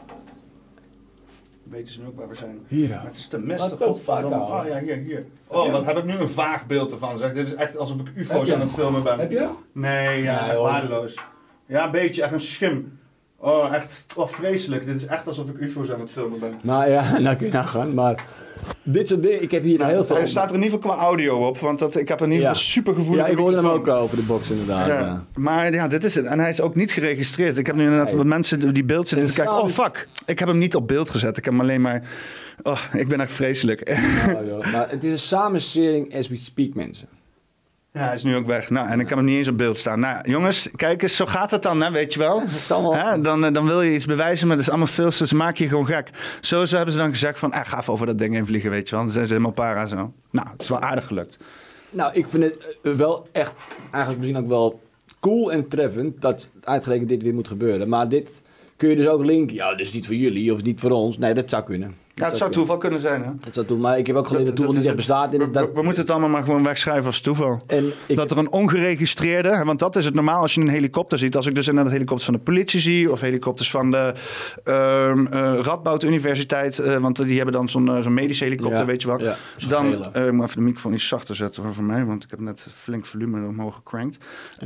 Weten ze nu ook waar we zijn? Hier, Maar het is te mistig. What the fuck, godverdomme. ouwe? Oh ja, hier. Oh, wat heb ik nu een vaag beeld ervan, zeg. Dit is echt alsof ik ufo's aan het filmen ben. Heb je? Nee, ja, Nee, echt hoor. waardeloos. Ja, een beetje, echt een schim. Oh, echt, vreselijk. Dit is echt alsof ik ufo's aan het filmen ben. Nou ja, nou kun je nagaan, maar dit soort dingen, ik heb hier heel veel... Er staat er in ieder geval qua audio op, want ik heb in ieder geval super gevoelig. Ja, ik hoorde hem ook over de box inderdaad. Ja. Ja. Maar ja, dit is het. En hij is ook niet geregistreerd. Ik heb nu inderdaad wat mensen die beeld zitten te kijken. Oh fuck, ik heb hem niet op beeld gezet. Ik heb hem alleen maar... Oh, ik ben echt vreselijk. Nou, joh. Maar het is een samenswering as we speak, mensen. Ja, hij is nu ook weg. Nou, en ik heb hem niet eens op beeld staan. Nou, jongens, kijk eens, zo gaat het dan, hè, weet je wel. Het is allemaal... Hè? Dan wil je iets bewijzen, maar dat is allemaal veel. Ze maken je gewoon gek. Zo hebben ze dan gezegd van, ga even over dat ding heen vliegen, weet je wel. Dan zijn ze helemaal para zo. Nou, het is wel aardig gelukt. Nou, ik vind het wel echt, eigenlijk misschien ook wel cool en treffend dat uitgerekend dit weer moet gebeuren. Maar dit kun je dus ook linken. Ja, dus niet voor jullie of niet voor ons. Nee, dat zou kunnen. Ja, het zou toeval kunnen zijn, hè. Dat zou doen, maar ik heb ook geleerd dat toeval Dat niet is echt bestaat. We moeten het allemaal maar gewoon wegschrijven als toeval. En Dat er een ongeregistreerde, want dat is het normaal als je een helikopter ziet. Als ik dus inderdaad helikopters van de politie zie of helikopters van de Radboud Universiteit, want die hebben dan zo'n medische helikopter, Ja, weet je wel. ja, zo'n Dan, gele. ik moet even de microfoon iets zachter zetten voor mij, want ik heb net flink volume omhoog gecrankt.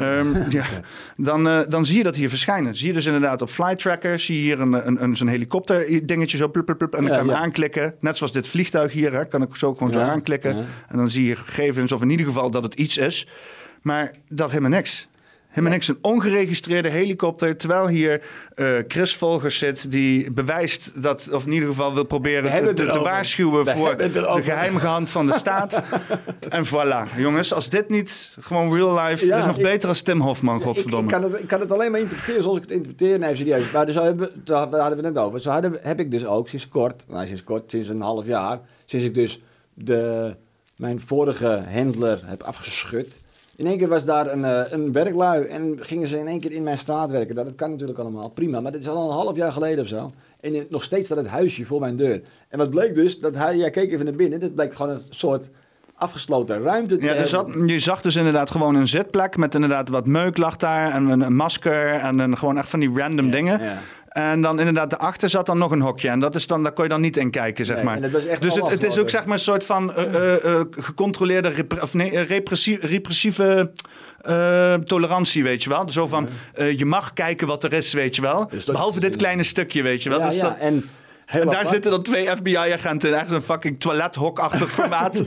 Dan zie je dat hier verschijnen. Zie je dus inderdaad op Flytracker, zie je hier zo'n helikopter dingetje zo plup, en dan kan je hem aanklikken. Net zoals dit vliegtuig hier, hè, kan ik zo gewoon zo aanklikken. Ja. En dan zie je gegevens of in ieder geval dat het iets is. Maar dat helemaal niks. Helemaal niks. Een ongeregistreerde helikopter. Terwijl hier Chris Volgers zit die bewijst dat, of in ieder geval wil proberen te waarschuwen voor de geheime hand van de staat. En voilà. Jongens, als dit niet gewoon real life is nog beter als Tim Hofman, godverdomme. Ik kan het alleen maar interpreteren zoals ik het interpreteer. Nee, serieus. Maar dus daar hadden we het net over. Zo heb ik dus ook sinds een half jaar, sinds ik dus mijn vorige handler heb afgeschud. In één keer was daar een werklui en gingen ze in één keer in mijn straat werken. Dat kan natuurlijk allemaal, prima. Maar dit is al een half jaar geleden of zo. En nog steeds staat het huisje voor mijn deur. En wat bleek dus, jij keek even naar binnen. Dit bleek gewoon een soort afgesloten ruimte te hebben. Je zag dus inderdaad gewoon een zitplek met inderdaad wat meuk lag daar. En een masker en gewoon echt van die random dingen. Ja. En dan inderdaad, daarachter zat dan nog een hokje. En dat is dan, daar kon je dan niet in kijken, zeg maar. Dus het is ook zeg maar een soort van gecontroleerde repressieve tolerantie, weet je wel. Zo van, je mag kijken wat er is, weet je wel. Dus behalve dit kleine stukje, weet je wel. En daar zitten dan 2 FBI-agenten in echt een fucking toilethokachtig formaat.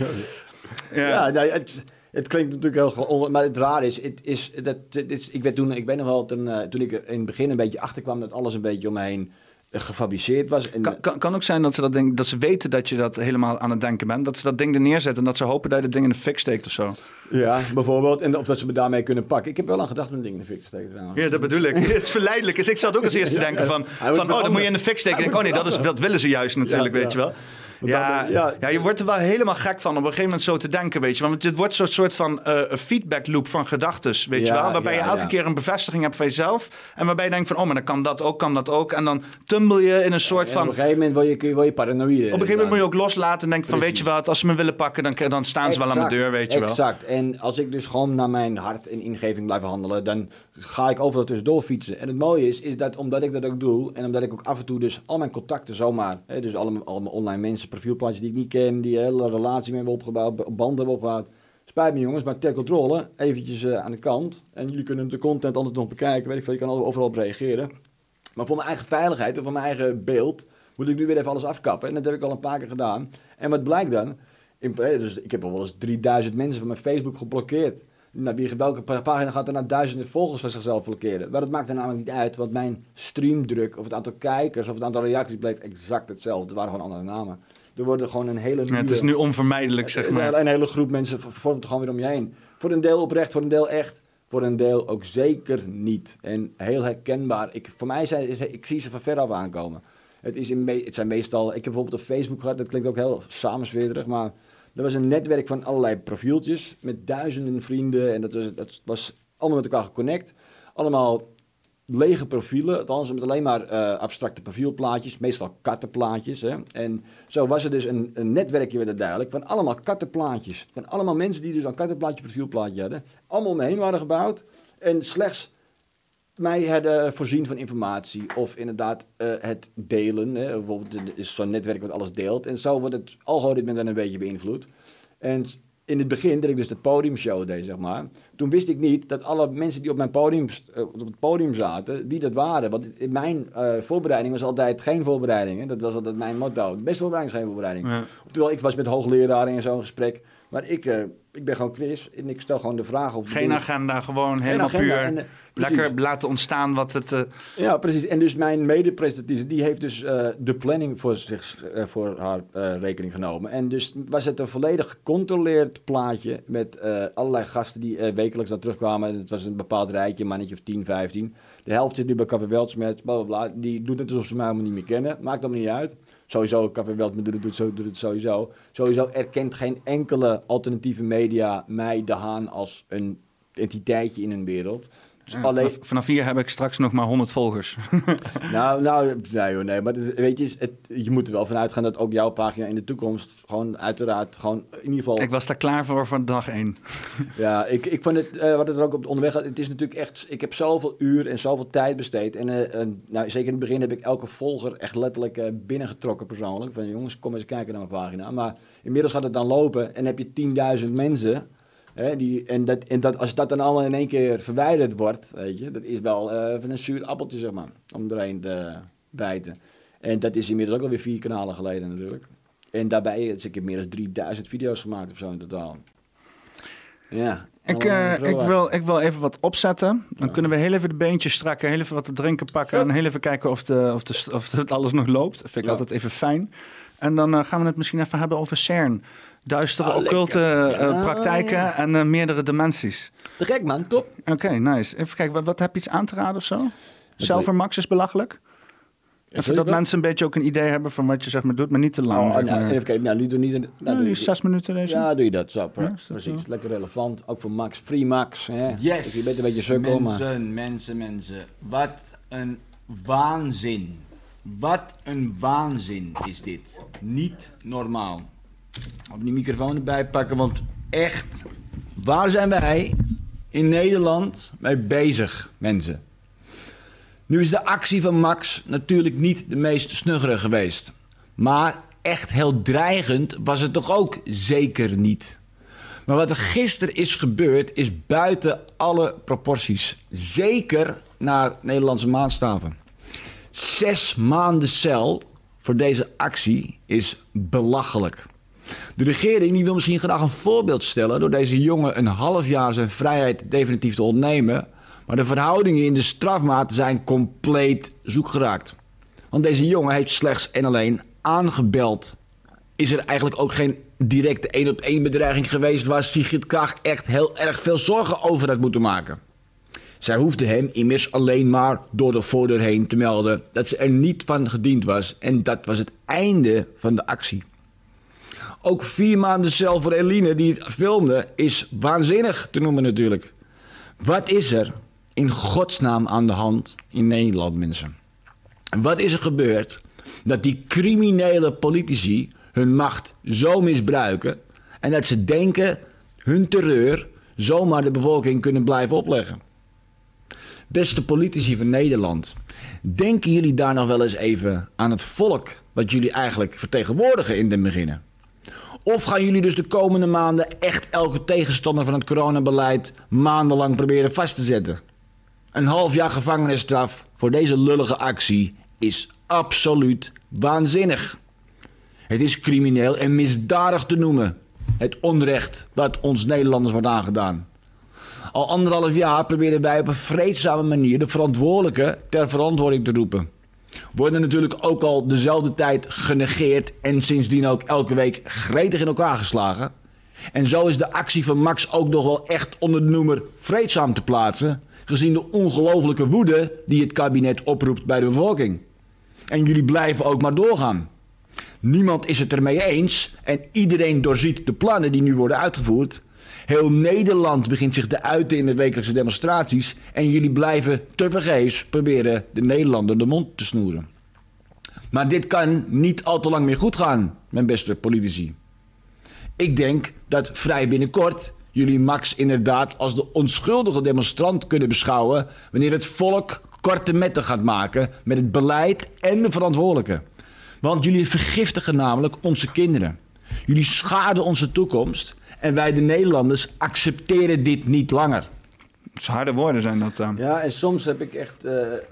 Het klinkt natuurlijk heel... Maar het raar is, ik weet nog wel, toen ik er in het begin een beetje achterkwam dat alles een beetje om me heen gefabriceerd was. En kan ook zijn dat ze dat ze weten dat je dat helemaal aan het denken bent. Dat ze dat ding er neerzetten en dat ze hopen dat je dat ding in de fik steekt of zo. Ja, bijvoorbeeld. En of dat ze me daarmee kunnen pakken. Ik heb wel aan gedacht om een ding in de fik te steken. Ja, dat bedoel ik. Het is verleidelijk. Dus ik zat ook als eerste denken van dan moet je in de fik steken. Ik denk, nee, dat willen ze juist natuurlijk, weet je wel. Ja, je wordt er wel helemaal gek van op een gegeven moment zo te denken, weet je. Want het wordt zo'n soort van feedback loop van gedachtes, weet je wel. Waarbij je elke keer een bevestiging hebt van jezelf. En waarbij je denkt van, maar dan kan dat ook. En dan tumble je in een soort van... Op een gegeven moment word je paranoïde. Op een gegeven moment moet je ook loslaten en denken van, weet je wat, als ze me willen pakken, dan staan ze wel aan mijn deur, weet je wel. Exact. En als ik dus gewoon naar mijn hart en ingeving blijf handelen, dan ga ik overal tussendoor fietsen. En het mooie is dat omdat ik dat ook doe, en omdat ik ook af en toe dus al mijn contacten zomaar, dus allemaal online mensen, profielplaatjes die ik niet ken, die hele relatie mee hebben opgebouwd, banden hebben opgebouwd. Spijt me jongens, maar ter controle, eventjes aan de kant. En jullie kunnen de content altijd nog bekijken, weet ik veel, je kan overal op reageren. Maar voor mijn eigen veiligheid of voor mijn eigen beeld moet ik nu weer even alles afkappen. En dat heb ik al een paar keer gedaan. En wat blijkt dan? Dus ik heb al wel eens 3000 mensen van mijn Facebook geblokkeerd. Welke pagina gaat er naar duizenden volgers van zichzelf blokkeren? Maar dat maakt er namelijk niet uit, want mijn streamdruk of het aantal kijkers of het aantal reacties bleef exact hetzelfde. Het waren gewoon andere namen. Er worden gewoon een hele nieuwe... het is nu onvermijdelijk, zeg maar. Een hele groep mensen vormt er gewoon weer om je heen. Voor een deel oprecht, voor een deel echt. Voor een deel ook zeker niet. En heel herkenbaar. Ik zie ze van ver af aankomen. Het zijn meestal... Ik heb bijvoorbeeld op Facebook gehad, dat klinkt ook heel samenzweerderig, maar... Er was een netwerk van allerlei profieltjes met duizenden vrienden. En dat was allemaal met elkaar geconnect. Allemaal lege profielen. Althans met alleen maar abstracte profielplaatjes. Meestal kattenplaatjes. Hè. En zo was er dus een netwerkje, werd het duidelijk, van allemaal kattenplaatjes. Van allemaal mensen die dus een kattenplaatje, profielplaatje hadden. Allemaal om me heen waren gebouwd. En slechts mij hadden voorzien van informatie. Of inderdaad het delen. Hè. Bijvoorbeeld is zo'n netwerk wat alles deelt. En zo wordt het algoritme dan een beetje beïnvloed. En in het begin, dat ik dus het podiumshow deed, zeg maar. Toen wist ik niet dat alle mensen die op het podium zaten, wie dat waren. Want in mijn voorbereiding was altijd geen voorbereidingen. Dat was altijd mijn motto. De beste voorbereiding is geen voorbereiding. Ja. Terwijl ik was met hoogleraren in zo'n gesprek. Maar ik ben gewoon Chris en ik stel gewoon de vraag of... Geen agenda, gewoon helemaal puur. Lekker laten ontstaan wat het... Ja, precies. En dus mijn mede-presentatrice, die heeft dus de planning voor haar rekening genomen. En dus was het een volledig gecontroleerd plaatje met allerlei gasten die wekelijks dan terugkwamen. Het was een bepaald rijtje, mannetje of 10, 15. De helft zit nu bij Café Weltschmerz, bla bla bla. Die doet het alsof ze mij helemaal niet meer kennen. Maakt allemaal niet uit. Sowieso, Café Weltschmerz doet het sowieso. Sowieso erkent geen enkele alternatieve media mij, De Haan, als een entiteitje in hun wereld. Dus vanaf hier heb ik straks nog maar 100 volgers. Nee, maar weet je, je moet er wel vanuit gaan dat ook jouw pagina in de toekomst gewoon uiteraard gewoon in ieder geval... Ik was daar klaar voor van dag 1. Ja, ik vond het, wat het er ook op de onderweg gaat, het is natuurlijk echt, ik heb zoveel uur en zoveel tijd besteed. En zeker in het begin heb ik elke volger echt letterlijk binnengetrokken persoonlijk. Van jongens, kom eens kijken naar mijn pagina. Maar inmiddels gaat het dan lopen en heb je 10.000 mensen... als dat dan allemaal in één keer verwijderd wordt, weet je, dat is wel van een zuur appeltje, zeg maar, om erheen te bijten. En dat is inmiddels ook alweer 4 kanalen geleden natuurlijk. En daarbij, ik heb meer dan 3000 video's gemaakt of zo in totaal. Ja. Ik wil even wat opzetten. Dan kunnen we heel even de beentjes strakken, heel even wat te drinken pakken en heel even kijken of het alles nog loopt. Dat vind ik altijd even fijn. En dan gaan we het misschien even hebben over CERN. Duistere, occulte praktijken en meerdere dimensies. Te gek, man. Top. Oké, nice. Even kijken, wat heb je iets aan te raden of zo? Selvermax is belachelijk? Even dat mensen een beetje ook een idee hebben van wat je zeg maar doet, maar niet te lang. Even kijken, nu doe niet... nu 6 minuten deze. Ja, doe je dat. Zo, precies. Zo. Lekker relevant. Ook voor Max. Free Max. Hè? Yes. Je bent een beetje sukkel, Mensen. Wat een waanzin. Wat een waanzin is dit. Niet normaal. Op die microfoon erbij pakken, want echt, waar zijn wij in Nederland mee bezig, mensen? Nu is de actie van Max natuurlijk niet de meest snuggere geweest. Maar echt heel dreigend was het toch ook zeker niet. Maar wat er gisteren is gebeurd is buiten alle proporties. Zeker naar Nederlandse maatstaven. 6 maanden cel voor deze actie is belachelijk. De regering die wil misschien graag een voorbeeld stellen door deze jongen een half jaar zijn vrijheid definitief te ontnemen. Maar de verhoudingen in de strafmaat zijn compleet zoek geraakt. Want deze jongen heeft slechts en alleen aangebeld. Is er eigenlijk ook geen directe 1-op-1 bedreiging geweest waar Sigrid Kaag echt heel erg veel zorgen over had moeten maken. Zij hoefde hem immers alleen maar door de voordeur heen te melden dat ze er niet van gediend was. En dat was het einde van de actie. Ook 4 maanden cel voor Eline die het filmde is waanzinnig te noemen natuurlijk. Wat is er in godsnaam aan de hand in Nederland, mensen? Wat is er gebeurd dat die criminele politici hun macht zo misbruiken en dat ze denken hun terreur zomaar de bevolking kunnen blijven opleggen? Beste politici van Nederland, denken jullie daar nog wel eens even aan het volk wat jullie eigenlijk vertegenwoordigen in den beginnen? Of gaan jullie dus de komende maanden echt elke tegenstander van het coronabeleid maandenlang proberen vast te zetten? Een half jaar gevangenisstraf voor deze lullige actie is absoluut waanzinnig. Het is crimineel en misdadig te noemen. het onrecht wat ons Nederlanders wordt aangedaan. Al 1,5 jaar proberen wij op een vreedzame manier de verantwoordelijken ter verantwoording te roepen. Worden natuurlijk ook al dezelfde tijd genegeerd en sindsdien ook elke week gretig in elkaar geslagen. En zo is de actie van Max ook nog wel echt onder de noemer vreedzaam te plaatsen, gezien de ongelofelijke woede die het kabinet oproept bij de bevolking. En jullie blijven ook maar doorgaan. Niemand is het ermee eens en iedereen doorziet de plannen die nu worden uitgevoerd. Heel Nederland begint zich te uiten in de wekelijkse demonstraties en jullie blijven tevergeefs proberen de Nederlander de mond te snoeren. Maar dit kan niet al te lang meer goed gaan, mijn beste politici. Ik denk dat vrij binnenkort jullie Max inderdaad als de onschuldige demonstrant kunnen beschouwen wanneer het volk korte metten gaat maken met het beleid en de verantwoordelijken. Want jullie vergiftigen namelijk onze kinderen. Jullie schaden onze toekomst en wij de Nederlanders accepteren dit niet langer. Dus harde woorden zijn dat dan. Ja, en soms heb ik echt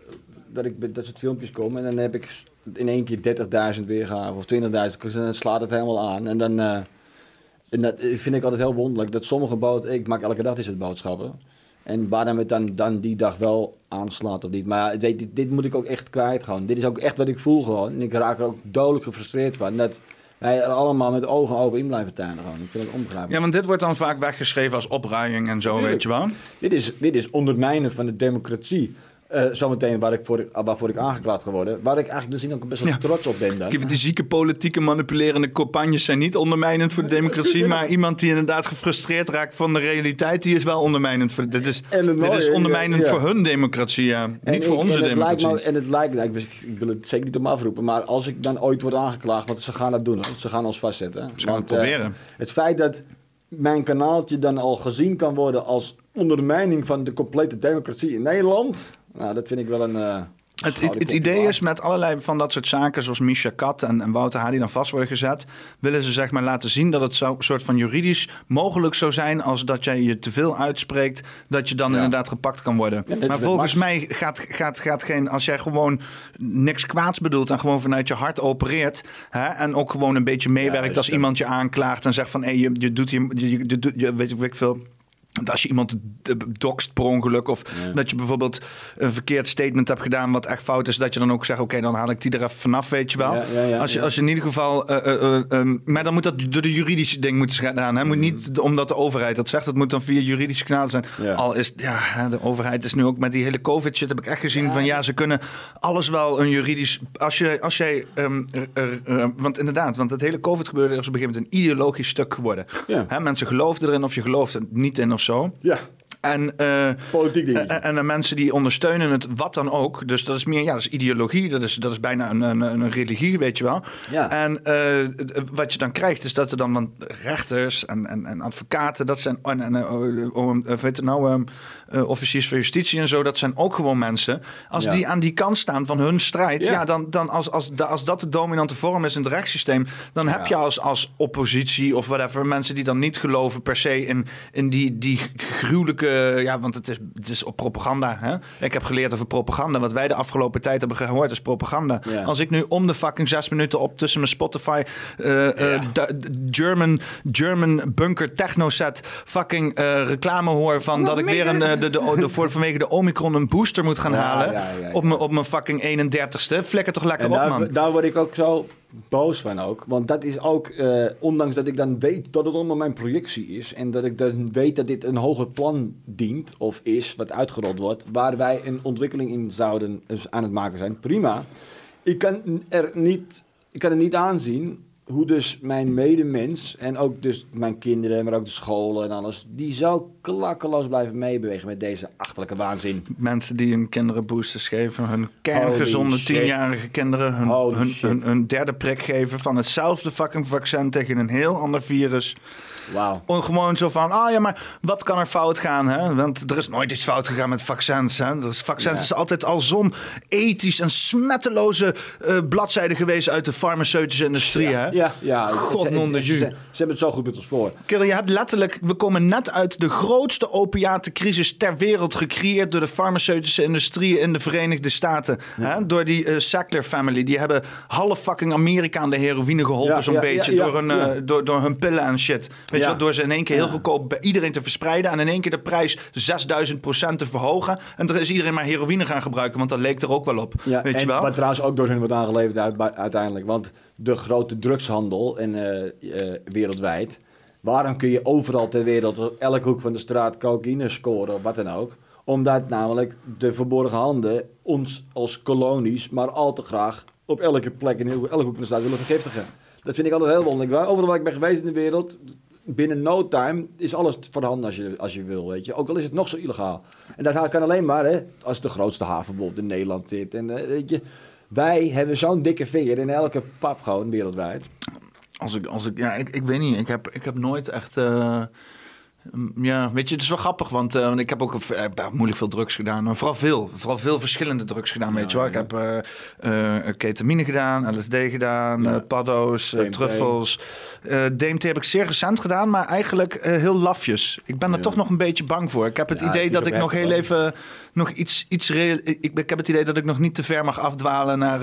dat soort filmpjes komen en dan heb ik in één keer 30.000 weergaven of 20.000, dan slaat het helemaal aan. En dan en dat vind ik altijd heel wonderlijk dat sommige ik maak elke dag boodschappen. En waarom het dan die dag wel aanslaat of niet. Maar dit moet ik ook echt kwijt gewoon. Dit is ook echt wat ik voel gewoon. En ik raak er ook dodelijk gefrustreerd van. Dat wij er allemaal met ogen open in blijven tuinen gewoon. Ik vind het onbegrijpelijk. Ja, want dit wordt dan vaak weggeschreven als opruiing en zo, Natuurlijk. weet je wel. Dit is ondermijnen van de democratie. Zometeen waarvoor ik aangeklaagd geworden. Waar ik eigenlijk dus ook best wel trots op ben dan. Die zieke politieke manipulerende campagnes zijn niet ondermijnend voor de democratie. Maar iemand die inderdaad gefrustreerd raakt van de realiteit, die is wel ondermijnend. Dit is ondermijnend voor hun democratie, ja. Niet voor onze democratie. Het lijkt me, ik wil het zeker niet om afroepen, maar als ik dan ooit word aangeklaagd, want ze gaan dat doen, hoor. Ze gaan ons vastzetten. Ze gaan het proberen. Het feit dat mijn kanaaltje dan al gezien kan worden als ondermijning van de complete democratie in Nederland. Nou, dat vind ik wel een... Het idee is met allerlei van dat soort zaken, zoals Misha Kat en Wouter H. die dan vast worden gezet, willen ze zeg maar laten zien dat het zo soort van juridisch mogelijk zou zijn als dat jij je te veel uitspreekt, dat je dan inderdaad gepakt kan worden. Ja, maar volgens mij gaat geen, als jij gewoon niks kwaads bedoelt en gewoon vanuit je hart opereert, hè, en ook gewoon een beetje meewerkt als iemand je aanklaagt en zegt van hey, je doet je weet ik veel. Als je iemand doxt per ongeluk of dat je bijvoorbeeld een verkeerd statement hebt gedaan wat echt fout is, dat je dan ook zegt, oké, dan haal ik die er even vanaf, weet je wel. Als je in ieder geval... maar dan moet dat door de juridische ding moeten gedaan. Hè? Moet niet omdat de overheid dat zegt. Dat moet dan via juridische kanalen zijn. Ja. Al is de overheid is nu ook met die hele COVID shit, heb ik echt gezien van ze kunnen alles wel een juridisch... Als jij... want inderdaad, want het hele COVID gebeurde is op een gegeven moment een ideologisch stuk geworden. Ja. Hè? Mensen geloofden erin of je gelooft er niet in of zo. Ja. En, politiek dingetje. En de mensen die ondersteunen het wat dan ook. Dus dat is meer, dat is ideologie. Dat is bijna een religie, weet je wel. Ja. En wat je dan krijgt is dat er dan rechters en advocaten, dat zijn officiers van justitie en zo, dat zijn ook gewoon mensen. Als die aan die kant staan van hun strijd, dan als dat de dominante vorm is in het rechtssysteem, dan heb je als oppositie of whatever mensen die dan niet geloven per se in die gruwelijke, want het is op propaganda. Hè? Ik heb geleerd over propaganda. Wat wij de afgelopen tijd hebben gehoord is propaganda. Ja. Als ik nu om de fucking 6 minuten op tussen mijn Spotify German bunker techno set fucking reclame hoor van dat ik weer vanwege de Omicron een booster moet gaan halen op mijn fucking 31ste. Flikker toch lekker op, man. Daar word ik ook zo boos van ook. Want dat is ook, ondanks dat ik dan weet dat het onder mijn projectie is en dat ik dan weet dat dit een hoger plan dient of is, wat uitgerold wordt, waar wij een ontwikkeling in zouden aan het maken zijn. Prima. Ik kan het niet aanzien hoe dus mijn medemens en ook dus mijn kinderen, maar ook de scholen en alles, die zo klakkeloos blijven meebewegen met deze achterlijke waanzin. Mensen die hun kinderen boosters geven, hun kerngezonde 10-jarige kinderen hun derde prik geven van hetzelfde fucking vaccin tegen een heel ander virus. Wauw. Gewoon zo van, maar wat kan er fout gaan? Hè? Want er is nooit iets fout gegaan met vaccins. Hè? Dus vaccins is altijd al zo'n ethisch en smetteloze bladzijde geweest uit de farmaceutische industrie. Hè? Ze hebben het zo goed met ons voor. Kerel, je hebt letterlijk, we komen net uit de grootste opiatencrisis ter wereld gecreëerd door de farmaceutische industrie in de Verenigde Saten. Ja. Hè? Door die Sackler family. Die hebben half fucking Amerika aan de heroïne geholpen zo'n beetje door hun pillen en shit. Weet je wel, door ze in één keer heel goedkoop bij iedereen te verspreiden en in één keer de prijs 6000% te verhogen. En er is iedereen maar heroïne gaan gebruiken, want dat leek er ook wel op. Ja, weet je wel? Wat trouwens ook door hun wordt aangeleverd uiteindelijk. Want de grote drugshandel wereldwijd. Waarom kun je overal ter wereld, op elke hoek van de straat, cocaïne scoren of wat dan ook? Omdat namelijk de verborgen handen ons als kolonies maar al te graag op elke plek in elke hoek van de straat willen vergiftigen. Dat vind ik altijd heel wonderlijk. Overal waar ik ben geweest in de wereld, binnen no time is alles voorhanden als je wil, weet je. Ook al is het nog zo illegaal. En dat kan alleen maar, hè, als de grootste haven bijvoorbeeld in Nederland zit. En weet je, wij hebben zo'n dikke vinger in elke pap gewoon wereldwijd. Ik weet niet. Ik heb nooit echt... weet je, het is wel grappig, want ik heb ook moeilijk veel drugs gedaan. Maar vooral veel verschillende drugs gedaan, weet je wel. Ik heb ketamine gedaan, LSD gedaan, paddo's, truffels. DMT heb ik zeer recent gedaan, maar eigenlijk heel lafjes. Ik ben er toch nog een beetje bang voor. Ik heb het idee dat ik nog heel even... nog iets ik heb het idee dat ik nog niet te ver mag afdwalen naar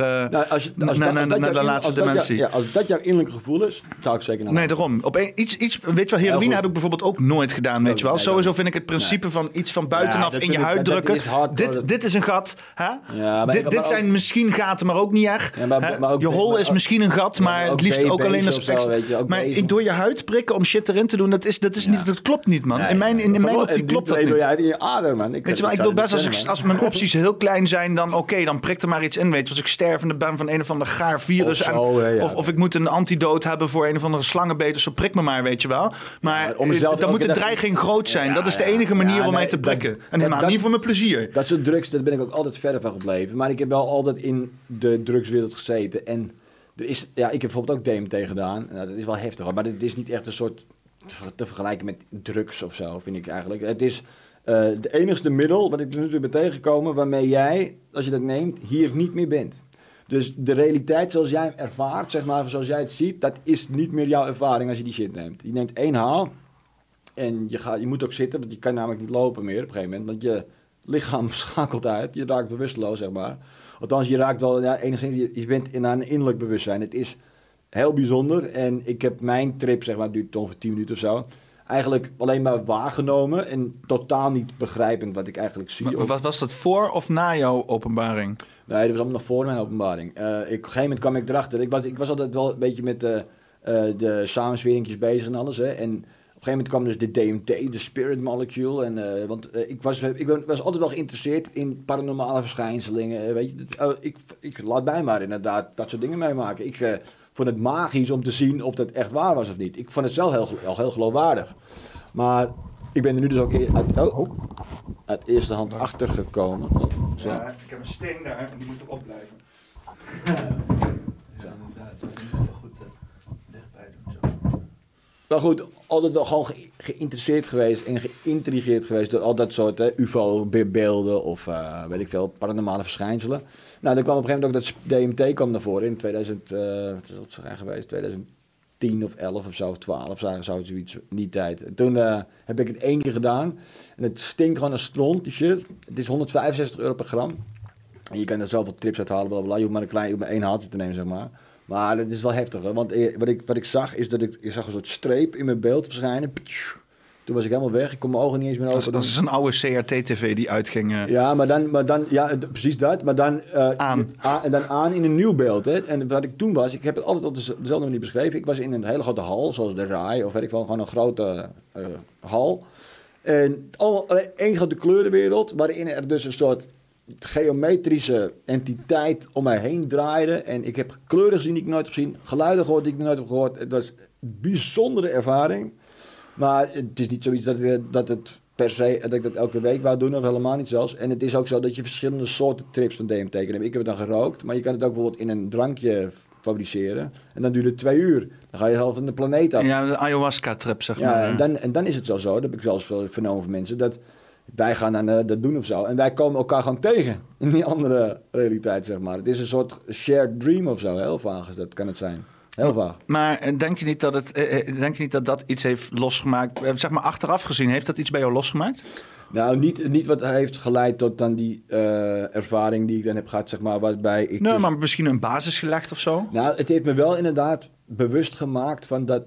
de laatste dimensie. Als dat jouw innerlijke gevoel is, zou ik zeker naar. Nee, daarom. Weet je wel, heroïne heb ik bijvoorbeeld ook nooit gedaan, weet je wel. Sowieso vind ik het principe van iets van buitenaf in je huid drukken. Dit is een gat. Hè? Ja, dit zijn misschien gaten, maar ook niet echt. Ja, maar je hol is misschien een gat, maar het liefst ook alleen als... Maar door je huid prikken om shit erin te doen, dat klopt niet, man. In mijn optiek klopt dat niet. Door je huid in je ader, man. Weet je wel, ik wil best als mijn opties heel klein zijn, dan oké, dan prikt er maar iets in. Weet je, als ik stervende ben van een of ander gaar virus. Of ik moet een antidoot hebben voor een of andere slangenbeet. Zo prik me maar, weet je wel. Maar dan moet de dreiging groot zijn. Dat is de enige manier om mij te prikken. En helemaal niet voor mijn plezier. Dat soort drugs, daar ben ik ook altijd verder van gebleven. Maar ik heb wel altijd in de drugswereld gezeten. En ik heb bijvoorbeeld ook DMT gedaan. Nou, dat is wel heftig hoor. Maar het is niet echt een soort te vergelijken met drugs of zo, vind ik eigenlijk. Het is... de enigste middel wat ik er nu ben tegengekomen waarmee jij, als je dat neemt, hier niet meer bent. Dus de realiteit zoals jij hem ervaart, zeg maar, zoals jij het ziet, dat is niet meer jouw ervaring als je die shit neemt. Je neemt 1 haal en je moet ook zitten, want je kan namelijk niet lopen meer op een gegeven moment, want je lichaam schakelt uit, je raakt bewusteloos, zeg maar. Althans, je raakt wel, enigszins, je bent in een innerlijk bewustzijn. Het is heel bijzonder en ik heb mijn trip, zeg maar, duurt ongeveer 10 minuten of zo, eigenlijk alleen maar waargenomen en totaal niet begrijpend wat ik eigenlijk zie. Maar was dat voor of na jouw openbaring? Nee, dat was allemaal nog voor mijn openbaring. Op een gegeven moment kwam ik erachter. Ik was altijd wel een beetje met de samensweringjes bezig en alles. Hè. En op een gegeven moment kwam dus de DMT, de spirit molecule. En, want ik was altijd wel geïnteresseerd in paranormale verschijnselingen. Weet je, ik laat mij maar inderdaad dat soort dingen meemaken. Ik vond het magisch om te zien of dat echt waar was of niet. Ik vond het zelf heel geloofwaardig. Maar ik ben er nu dus ook uit eerste hand achter gekomen. Ja, ik heb een steen daar en die moet erop blijven. Ja, inderdaad. Even goed dichtbij doen. Zo. Maar goed, altijd wel gewoon geïnteresseerd geweest en geïntrigeerd geweest door al dat soort UFO-beelden of weet ik veel, paranormale verschijnselen. Nou, dan kwam op een gegeven moment ook dat DMT kwam naar voren in 2000, wat is dat zijn geweest, 2010 of 11 of zo, of 12, zoiets in die tijd. En toen heb ik het 1 keer gedaan en het stinkt gewoon als stront, die shit. Het is €165 per gram. En je kan er zoveel trips uit halen, blablabla. Je hoeft maar 1 haaltje te nemen, zeg maar. Maar dat is wel heftig, hoor. Want wat ik zag, is dat ik zag een soort streep in mijn beeld verschijnen. Toen was ik helemaal weg. Ik kon mijn ogen niet eens meer open. Dat is een oude CRT-tv die uitging. Ja, maar dan, ja, precies dat. Maar dan aan in een nieuw beeld. Hè. En wat ik toen was, ik heb het altijd op dezelfde manier beschreven. Ik was in een hele grote hal, zoals de RAI, of weet ik wel, gewoon een grote hal. En één grote kleurenwereld, waarin er dus een soort geometrische entiteit om mij heen draaide. En ik heb kleuren gezien die ik nooit heb gezien, geluiden gehoord die ik nooit heb gehoord. Het was een bijzondere ervaring. Maar het is niet zoiets dat het per se, dat ik dat elke week wou doen, of helemaal niet zelfs. En het is ook zo dat je verschillende soorten trips van DMT kan hebben. Ik heb het dan gerookt, maar je kan het ook bijvoorbeeld in een drankje fabriceren. En dan duurt het 2 uur. Dan ga je half van de planeet af. Ja, de ayahuasca-trip, zeg maar. Ja, en dan is het zo, dat heb ik zelfs vernomen van mensen, dat wij gaan dan dat doen of zo. En wij komen elkaar gewoon tegen in die andere realiteit, zeg maar. Het is een soort shared dream of zo. Heel vaag dat kan het zijn. Heel vaag. Maar denk je niet dat dat iets heeft losgemaakt? Zeg maar achteraf gezien, heeft dat iets bij jou losgemaakt? Nou, niet wat heeft geleid tot dan die ervaring die ik dan heb gehad, zeg maar, waarbij ik... Nee, maar misschien een basis gelegd of zo? Nou, het heeft me wel inderdaad bewust gemaakt van dat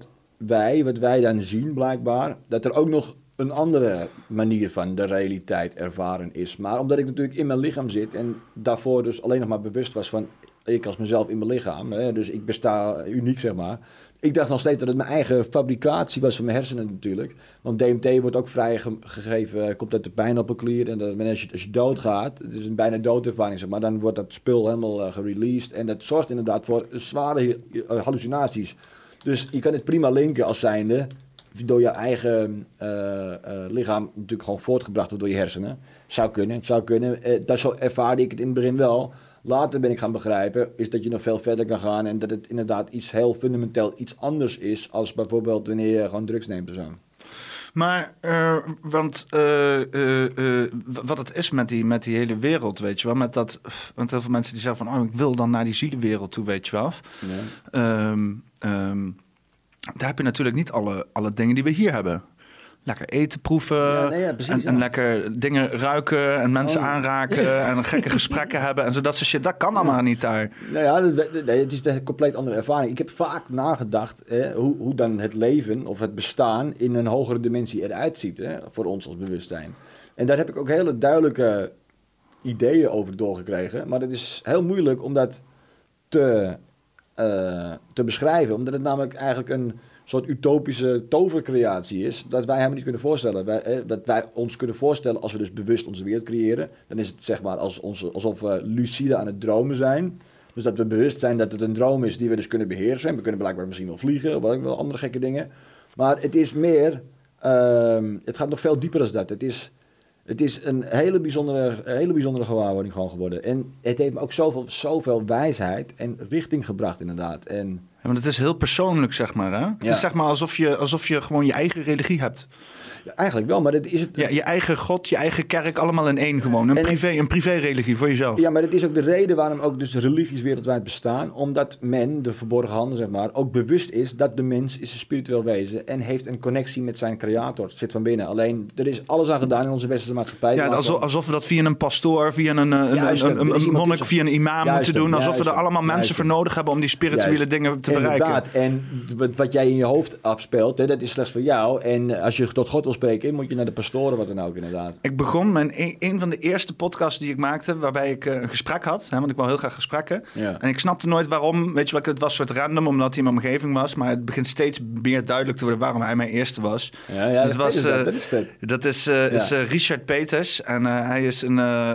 wat wij dan zien blijkbaar, dat er ook nog een andere manier van de realiteit ervaren is. Maar omdat ik natuurlijk in mijn lichaam zit en daarvoor dus alleen nog maar bewust was van ik als mezelf in mijn lichaam, hè, dus ik besta uniek, zeg maar. Ik dacht nog steeds dat het mijn eigen fabricatie was van mijn hersenen natuurlijk. Want DMT wordt ook vrijgegeven, komt uit de pijnappelklier. En dat, als je doodgaat, het is een bijna doodervaring, zeg maar, dan wordt dat spul helemaal gereleased. En dat zorgt inderdaad voor zware hallucinaties. Dus je kan het prima linken als zijnde door je eigen lichaam natuurlijk gewoon voortgebracht wordt door je hersenen. Het zou kunnen. Dat zo ervaarde ik het in het begin wel. Later ben ik gaan begrijpen, is dat je nog veel verder kan gaan en dat het inderdaad iets heel fundamenteel iets anders is als bijvoorbeeld wanneer je gewoon drugs neemt of zo. Maar, wat het is met die hele wereld, weet je wel, met dat, want heel veel mensen die zeggen van, ik wil dan naar die zielenwereld toe, weet je wel. Ja. Daar heb je natuurlijk niet alle dingen die we hier hebben. Lekker eten proeven precies, en lekker dingen ruiken en mensen aanraken en gekke gesprekken hebben en zo dat soort shit. Dat kan allemaal niet daar. Nou ja, het is een compleet andere ervaring. Ik heb vaak nagedacht hoe dan het leven of het bestaan in een hogere dimensie eruit ziet voor ons als bewustzijn. En daar heb ik ook hele duidelijke ideeën over doorgekregen. Maar het is heel moeilijk om dat te beschrijven, omdat het namelijk eigenlijk een soort utopische tovercreatie is, dat wij helemaal niet kunnen voorstellen. Dat wij ons kunnen voorstellen als we dus bewust onze wereld creëren, dan is het zeg maar alsof we lucide aan het dromen zijn. Dus dat we bewust zijn dat het een droom is die we dus kunnen beheersen. We kunnen blijkbaar misschien wel vliegen, of wel andere gekke dingen. Maar het is meer, het gaat nog veel dieper dan dat. Het is een hele bijzondere gewaarwording gewoon geworden. En het heeft me ook zoveel wijsheid en richting gebracht inderdaad. Ja, want het is heel persoonlijk, zeg maar. Hè? Ja. Het is zeg maar alsof je gewoon je eigen religie hebt. Ja, eigenlijk wel, maar dat is het. Ja, je eigen God, je eigen kerk, allemaal in één gewoon. Een privé-religie voor jezelf. Ja, maar dat is ook de reden waarom ook dus religies wereldwijd bestaan. Omdat men, de verborgen handen zeg maar, ook bewust is dat de mens is een spiritueel wezen en heeft een connectie met zijn creator. Het zit van binnen. Alleen, er is alles aan gedaan in onze westerse maatschappij. Ja, alsof we dat via een pastoor, via een monnik, via een imam moeten doen. Alsof we er allemaal mensen voor nodig hebben om die spirituele dingen te bereiken. Inderdaad. En wat jij in je hoofd afspeelt, dat is slechts voor jou. En als je tot God wil spreken, moet je naar de pastoren, wat dan ook inderdaad. Ik begon een van de eerste podcasts die ik maakte, waarbij ik een gesprek had. Want ik wil heel graag gesprekken. Ja. En ik snapte nooit waarom. Weet je wat, het was een soort random, omdat hij in mijn omgeving was. Maar het begint steeds meer duidelijk te worden waarom hij mijn eerste was. Ja, dat is vet. Dat is Richard Peters. En hij is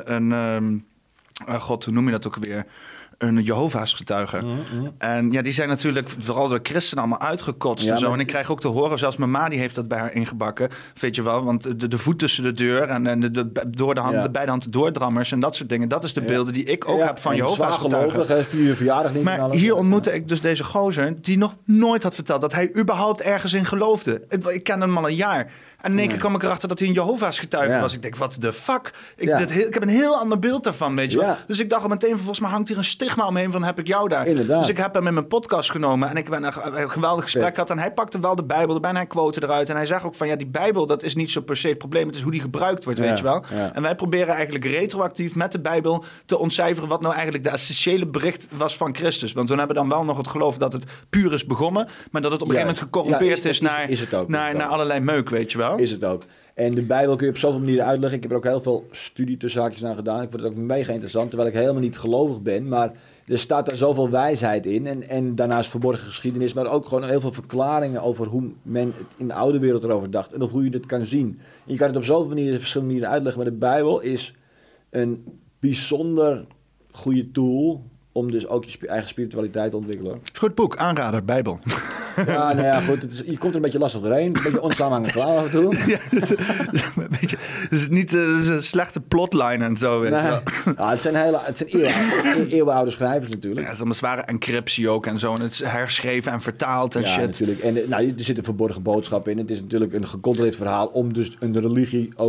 God, hoe noem je dat ook weer? Een Jehovah's getuige. En ja, die zijn natuurlijk vooral door christenen allemaal uitgekotst en zo. En ik krijg ook te horen, zelfs mijn ma die heeft dat bij haar ingebakken. Weet je wel, want de voet tussen de deur en door de hand, de beide handen doordrammers en dat soort dingen. Dat is de beelden die ik ook heb van Jehovah's getuigen. Je verjaardag niet. Maar hier ontmoette ik dus deze gozer die nog nooit had verteld dat hij überhaupt ergens in geloofde. Ik ken hem al een jaar. En in één keer kwam ik erachter dat hij een Jehovah's getuige was. Ik denk, what the fuck? Ik heb een heel ander beeld daarvan, weet je wel. Dus ik dacht al meteen, volgens mij hangt hier een stigma omheen van heb ik jou daar. Inderdaad. Dus ik heb hem in mijn podcast genomen en ik ben een geweldig gesprek gehad. En hij pakte wel de Bijbel erbij en hij quote eruit. En hij zegt ook van, die Bijbel, dat is niet zo per se het probleem. Het is hoe die gebruikt wordt, weet je wel. Ja. En wij proberen eigenlijk retroactief met de Bijbel te ontcijferen wat nou eigenlijk de essentiële bericht was van Christus. Want toen hebben we dan wel nog het geloof dat het puur is begonnen, maar dat het op een gegeven moment gecorrumpeerd is naar allerlei meuk, weet je wel. Is het ook. En de Bijbel kun je op zoveel manieren uitleggen. Ik heb er ook heel veel studie tussen haakjes aan gedaan. Ik vond het ook mega interessant, terwijl ik helemaal niet gelovig ben. Maar er staat daar zoveel wijsheid in. En daarnaast verborgen geschiedenis, maar ook gewoon heel veel verklaringen over hoe men het in de oude wereld erover dacht. En of hoe je het kan zien. En je kan het op zoveel manieren, verschillende manieren uitleggen. Maar de Bijbel is een bijzonder goede tool om dus ook je eigen spiritualiteit te ontwikkelen. Goed boek, aanrader, Bijbel. Ja, nou ja, goed. Je komt er een beetje lastig doorheen. Een beetje onsamenhangend verhaal af en toe. Ja, een beetje, het is niet een slechte plotline en zo. Weet je wel. Ja, het zijn eeuwenoude schrijvers natuurlijk. Ja, het is een zware encryptie ook en zo. En het is herschreven en vertaald en shit. Natuurlijk. En er zit een verborgen boodschap in. Het is natuurlijk een gecontroleerd verhaal om dus een religie ook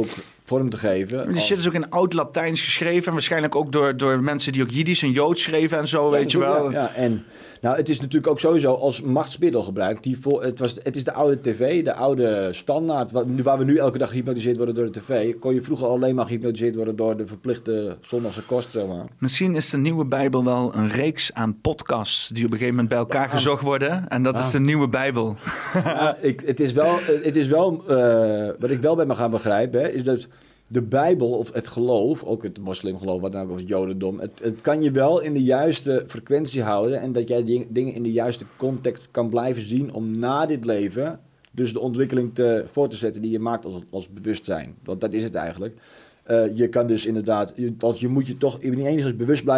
vorm te geven. Die shit is ook in oud-Latijns geschreven. En waarschijnlijk ook door mensen die ook Jiddisch en Joods schreven en zo, weet je wel. Ja, en het is natuurlijk ook sowieso als machtsmiddel gebruikt. Het is de oude tv, de oude standaard. Waar we nu elke dag gehypnotiseerd worden door de tv. Kon je vroeger alleen maar gehypnotiseerd worden door de verplichte zondagse kost, zeg maar. Misschien is de nieuwe Bijbel wel een reeks aan podcasts die op een gegeven moment bij elkaar gezocht worden. En dat is de nieuwe Bijbel. Het is wel wat ik wel bij me ga begrijpen, is dat de Bijbel of het geloof, ook het moslimgeloof, wat dan ook, of het jodendom, het kan je wel in de juiste frequentie houden en dat jij dingen in de juiste context kan blijven zien om na dit leven dus de ontwikkeling voor te zetten die je maakt als bewustzijn. Want dat is het eigenlijk. Je kan dus inderdaad, je moet je enigszins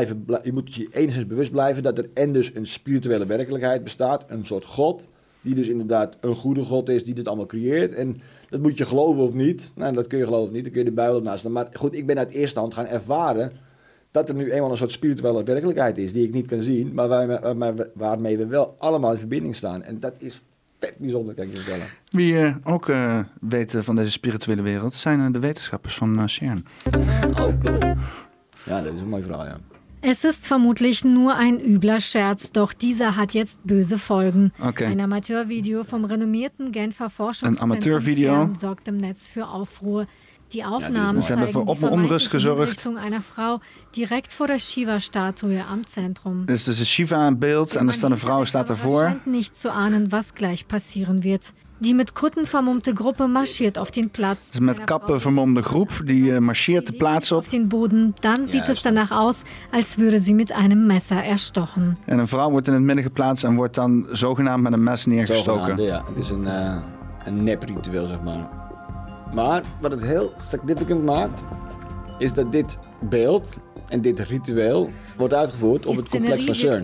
bewust blijven dat er en dus een spirituele werkelijkheid bestaat, een soort God, die dus inderdaad een goede God is, die dit allemaal creëert. En dat moet je geloven of niet. Nou, dat kun je geloven of niet, dan kun je de Bijbel op naast staan. Maar goed, ik ben uit eerste hand gaan ervaren dat er nu eenmaal een soort spirituele werkelijkheid is, die ik niet kan zien, maar waarmee we wel allemaal in verbinding staan. En dat is vet bijzonder, kan ik je vertellen. Wie ook weten van deze spirituele wereld zijn de wetenschappers van CERN. Oh, cool. Ja, dat is een mooi verhaal, ja. Es ist vermutlich nur ein übler Scherz, doch dieser hat jetzt böse Folgen. Okay. Ein Amateurvideo vom renommierten Genfer Forschungszentrum Amateurvideo. CERN sorgt im Netz für Aufruhr. Die Aufnahmen ze hebben zeigen voor die onrust vermeintliche gezorgd. Hinrichtung einer Frau direkt vor der Shiva-Statue am Zentrum. Dus een Shiva in beeld en er staat een vrouw staat ervoor. scheint nicht zu ahnen, was gleich passieren wird. Die mit Kutten vermummte Gruppe marschiert auf den Platz. Dus met kappen vermomde groep die marcheert de plaats op. Auf den Boden, dann sieht es danach aus, als würde sie mit einem Messer erstochen. En een vrouw wordt in het midden geplaatst en wordt dan zogenaamd met een mes neergestoken. Ja, het is een nepritueel, zeg maar. Maar wat het heel significant maakt, is dat dit beeld en dit ritueel wordt uitgevoerd op het complex van CERN.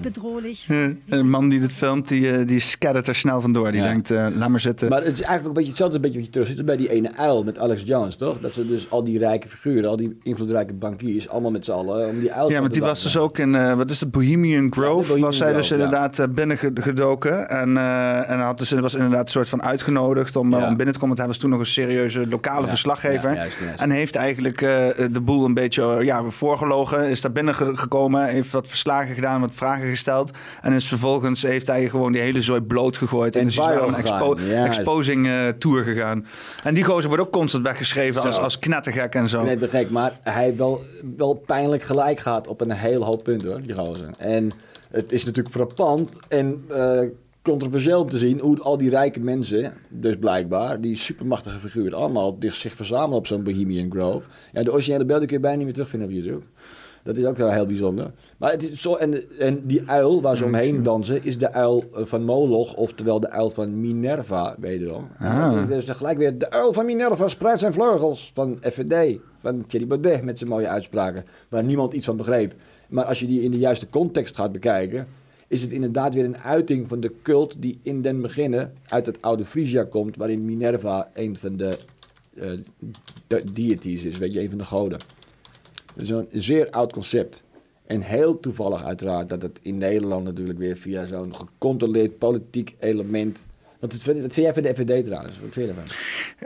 Een man die dit filmt, die scattert er snel vandoor. Die denkt, laat maar zitten. Maar het is eigenlijk een beetje hetzelfde wat je terug zit bij die ene uil met Alex Jones, toch? Dat ze dus al die rijke figuren, al die invloedrijke bankiers, allemaal met z'n allen om die uil. Ja, want die was dus ook in, wat is het, Bohemian Grove, was zij dus inderdaad binnengedoken. En hij was inderdaad een soort van uitgenodigd om binnen te komen. Want hij was toen nog een serieuze lokale verslaggever. Juist. En heeft eigenlijk de boel een beetje voorgelogen. Is daar binnengekomen, heeft wat verslagen gedaan, wat vragen gesteld. En is vervolgens heeft hij gewoon die hele zooi bloot gegooid. En dus is wel een exposing tour gegaan. En die gozer wordt ook constant weggeschreven als knettergek en zo. Knettergek, maar hij heeft wel pijnlijk gelijk gehad op een heel hoop punten, hoor, die gozer. En het is natuurlijk frappant en controversieel om te zien hoe al die rijke mensen, dus blijkbaar, die supermachtige figuren, allemaal zich verzamelen op zo'n Bohemian Grove. Ja, de originele beelden kun je bijna niet meer terugvinden op YouTube. Dat is ook wel heel bijzonder. Maar het is zo, en die uil waar ze omheen dansen, is de uil van Moloch, oftewel de uil van Minerva, wederom. Het is gelijk weer de uil van Minerva spreidt zijn vleugels van FVD, van Thierry Baudet met zijn mooie uitspraken, waar niemand iets van begreep. Maar als je die in de juiste context gaat bekijken, is het inderdaad weer een uiting van de cult die in den beginnen uit het oude Frisia komt, waarin Minerva een van de deities is, weet je, een van de goden. Dat is een zeer oud concept. En heel toevallig uiteraard dat het in Nederland natuurlijk weer via zo'n gecontroleerd politiek element. Wat vind jij van de FVD trouwens? Wat vind je ervan?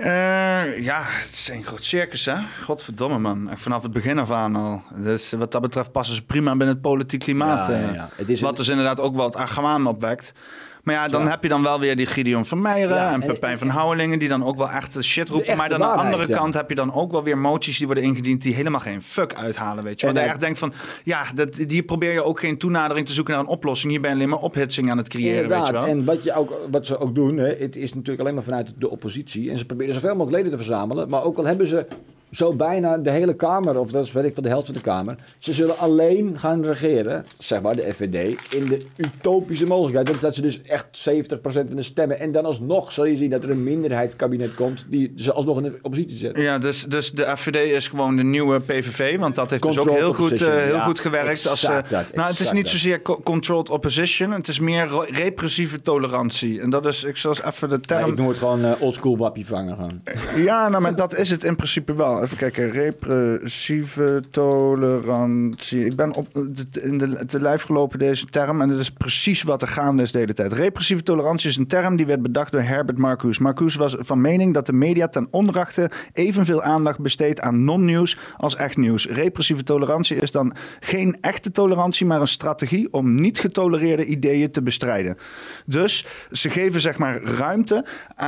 Het is een groot circus, hè? Godverdomme, man. Vanaf het begin af aan al. Dus wat dat betreft passen ze prima binnen het politiek klimaat. Het is wat dus inderdaad ook wel het argwaan opwekt. Maar ja, dan heb je dan wel weer die Gideon van Meijeren en Pepijn van Houwelingen die dan ook wel echt shit roepen. Maar dan aan de andere kant heb je dan ook wel weer moties die worden ingediend die helemaal geen fuck uithalen, weet je. Waar je echt denkt van, die probeer je ook geen toenadering te zoeken naar een oplossing. Hier ben je alleen maar ophitsing aan het creëren, weet je wel. En wat ze ook doen, het is natuurlijk alleen maar vanuit de oppositie. En ze proberen zoveel mogelijk leden te verzamelen. Maar ook al hebben ze zo bijna de hele Kamer, of dat is weet ik van de helft van de Kamer. Ze zullen alleen gaan regeren, zeg maar de FVD, in de utopische mogelijkheid. Dat ze dus echt 70% van de stemmen. En dan alsnog zul je zien dat er een minderheidskabinet komt die ze alsnog in de oppositie zetten. Ja, dus de FVD is gewoon de nieuwe PVV, want dat heeft dus ook heel goed gewerkt. Het is niet zozeer controlled opposition, het is meer repressieve tolerantie. En dat is, ik zal eens even de term... ik noem het gewoon oldschool wappie vangen gaan. Ja, maar dat is het in principe wel. wel. Even kijken. Repressieve tolerantie. Ik ben in de lijf gelopen deze term. En dat is precies wat er gaande is de hele tijd. Repressieve tolerantie is een term die werd bedacht door Herbert Marcuse. Marcuse was van mening dat de media ten onrechte evenveel aandacht besteedt aan non-nieuws als echt nieuws. Repressieve tolerantie is dan geen echte tolerantie, maar een strategie om niet getolereerde ideeën te bestrijden. Dus ze geven zeg maar ruimte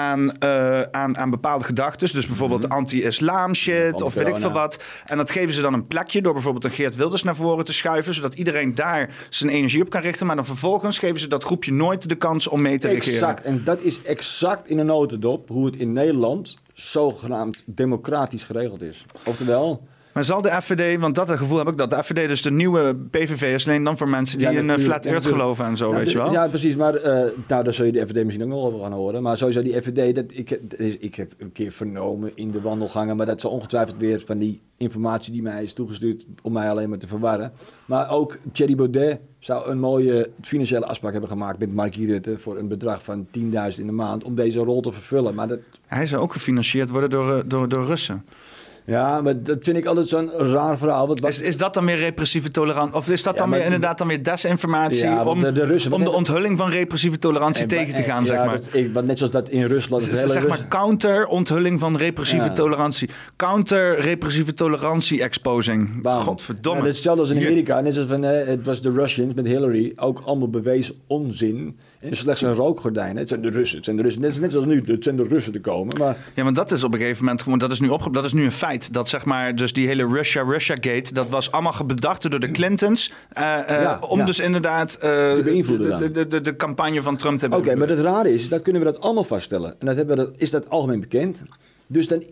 aan bepaalde gedachten. Dus bijvoorbeeld anti-islam shit of weet ik veel wat. En dat geven ze dan een plekje door bijvoorbeeld een Geert Wilders naar voren te schuiven, zodat iedereen daar zijn energie op kan richten. Maar dan vervolgens geven ze dat groepje nooit de kans om mee te regeren. Exact. En dat is exact in een notendop hoe het in Nederland zogenaamd democratisch geregeld is. Oftewel... Maar zal de FVD, want dat gevoel heb ik, dat de FVD dus de nieuwe PVV is, alleen dan voor mensen die in Flat Earth geloven en zo, weet je wel? Ja, precies. Maar daar zul je de FVD misschien ook nog over gaan horen. Maar sowieso die FVD, ik heb een keer vernomen in de wandelgangen, maar dat zal ongetwijfeld weer van die informatie die mij is toegestuurd om mij alleen maar te verwarren. Maar ook Thierry Baudet zou een mooie financiële afspraak hebben gemaakt met Mark Rutte voor een bedrag van 10.000 in de maand om deze rol te vervullen. Maar hij zou ook gefinancierd worden door Russen. Ja, maar dat vind ik altijd zo'n raar verhaal. Is dat dan weer repressieve tolerantie? Of is dat dan weer inderdaad dan weer desinformatie om de onthulling van repressieve tolerantie tegen te gaan, zeg maar? Net zoals dat in Rusland... Zeg maar counter-onthulling van repressieve tolerantie. Counter-repressieve tolerantie-exposing. Godverdomme. Ja, hetzelfde als in Amerika. Net zoals het was de Russians met Hillary. Ook allemaal bewezen onzin. Het is slechts een rookgordijn. Het zijn de Russen. Net zoals nu, het zijn de Russen te komen. Maar... Ja, maar dat is op een gegeven moment gewoon... Dat is nu een feit. Dat zeg maar, dus die hele Russia-Gate... dat was allemaal bedacht door de Clintons... om dus inderdaad... te beïnvloeden de campagne van Trump te hebben. Oké, maar het rare is, dat kunnen we dat allemaal vaststellen. En is dat algemeen bekend. Dus dan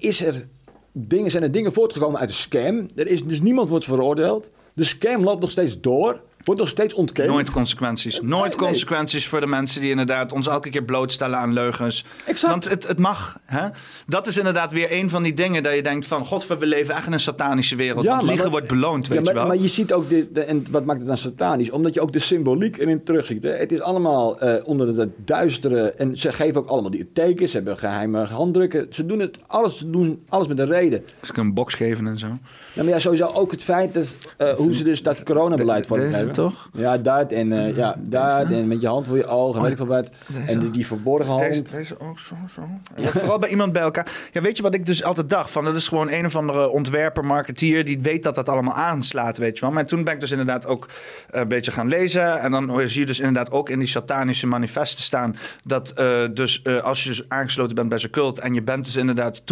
zijn er dingen voortgekomen uit een scam. Dus niemand wordt veroordeeld. De scam loopt nog steeds door... Wordt nog steeds ontkend. Nooit consequenties. Nooit consequenties voor de mensen die inderdaad ons elke keer blootstellen aan leugens. Exact. Want het mag. Hè? Dat is inderdaad weer een van die dingen dat je denkt van... God, we leven echt in een satanische wereld. Want liegen wordt beloond, weet je wel. Maar je ziet ook, en wat maakt het dan satanisch? Omdat je ook de symboliek erin terugziet. Hè? Het is allemaal onder de duistere... En ze geven ook allemaal die tekens. Ze hebben geheime handdrukken. Ze doen alles met een reden. Ze kunnen een box geven en zo. Ja, maar sowieso ook het feit dat hoe ze dus dat coronabeleid voor hebben. Toch? Ja, dat en en met je hand voor je ogen en weet ik veel wat. En die verborgen hand. Deze ook zo. Ja, vooral bij iemand bij elkaar. Ja, weet je wat ik dus altijd dacht? Dat is gewoon een of andere ontwerper, marketeer... die weet dat allemaal aanslaat, weet je wel. Maar toen ben ik dus inderdaad ook een beetje gaan lezen. En dan zie je dus inderdaad ook in die satanische manifesten staan... dat als je dus aangesloten bent bij zo'n cult... en je bent dus inderdaad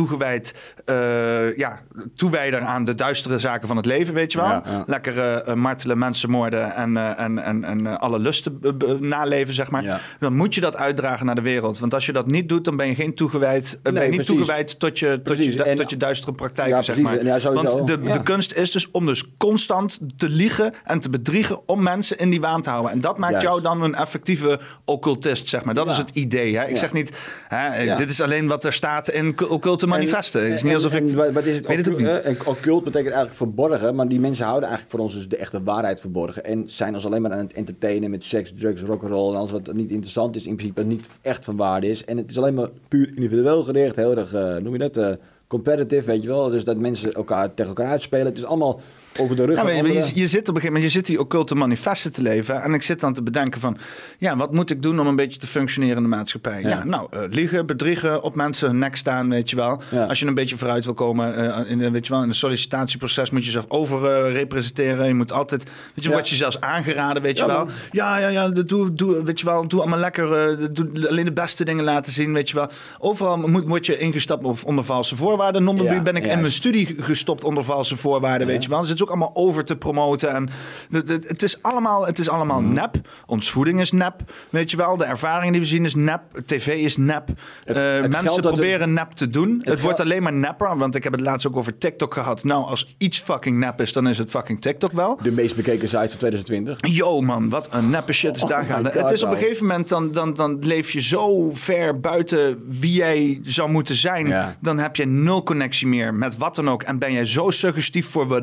toewijder aan de duistere zaken van het leven, weet je wel. Ja. Lekker martelen, mensen moorden... En alle lusten naleven, zeg maar. Ja. Dan moet je dat uitdragen naar de wereld. Want als je dat niet doet, dan ben je geen toegewijd. Toegewijd tot je duistere praktijken, zeg maar. Want de kunst is dus om dus constant te liegen en te bedriegen om mensen in die waan te houden. En dat maakt jou dan een effectieve occultist, zeg maar. Dat is het idee. Hè? Ik zeg niet, dit is alleen wat er staat in occulte manifesten. Het is niet alsof ik wat is het weet het ook niet. Occult betekent eigenlijk verborgen, maar die mensen houden eigenlijk voor ons dus de echte waarheid verborgen. En zijn ons alleen maar aan het entertainen met seks, drugs, rock'n'roll en alles wat niet interessant is, in principe niet echt van waarde is. En het is alleen maar puur individueel gericht, heel erg, noem je dat, competitive, weet je wel. Dus dat mensen elkaar tegen elkaar uitspelen. Het is allemaal over de rug van anderen. Je zit op een gegeven moment, die occulte manifesten te leven. En ik zit dan te bedenken van, wat moet ik doen om een beetje te functioneren in de maatschappij? Liegen, bedriegen, op mensen hun nek staan, weet je wel. Ja. Als je een beetje vooruit wil komen in een sollicitatieproces, moet je jezelf overrepresenteren. Je moet altijd, wordt je zelfs aangeraden, weet je wel. Doe, weet je wel, doe allemaal lekker, doe alleen de beste dingen laten zien, weet je wel. Overal word je ingestapt onder valse voorwaarden. Nu ben ik in mijn studie gestopt onder valse voorwaarden, weet je wel. Dus het is ook allemaal over te promoten. En het is allemaal nep. Ons voeding is nep, weet je wel. De ervaring die we zien is nep. TV is nep. Mensen proberen nep te doen. Het wordt alleen maar nepper. Want ik heb het laatst ook over TikTok gehad. Nou, als iets fucking nep is, dan is het fucking TikTok wel. De meest bekeken site van 2020. Yo man, wat een neppe shit is daar gaande. Het is op een gegeven moment, dan leef je zo ver buiten wie jij zou moeten zijn. Ja. Dan heb je nul connectie meer met wat dan ook. En ben jij zo suggestief voor whatever the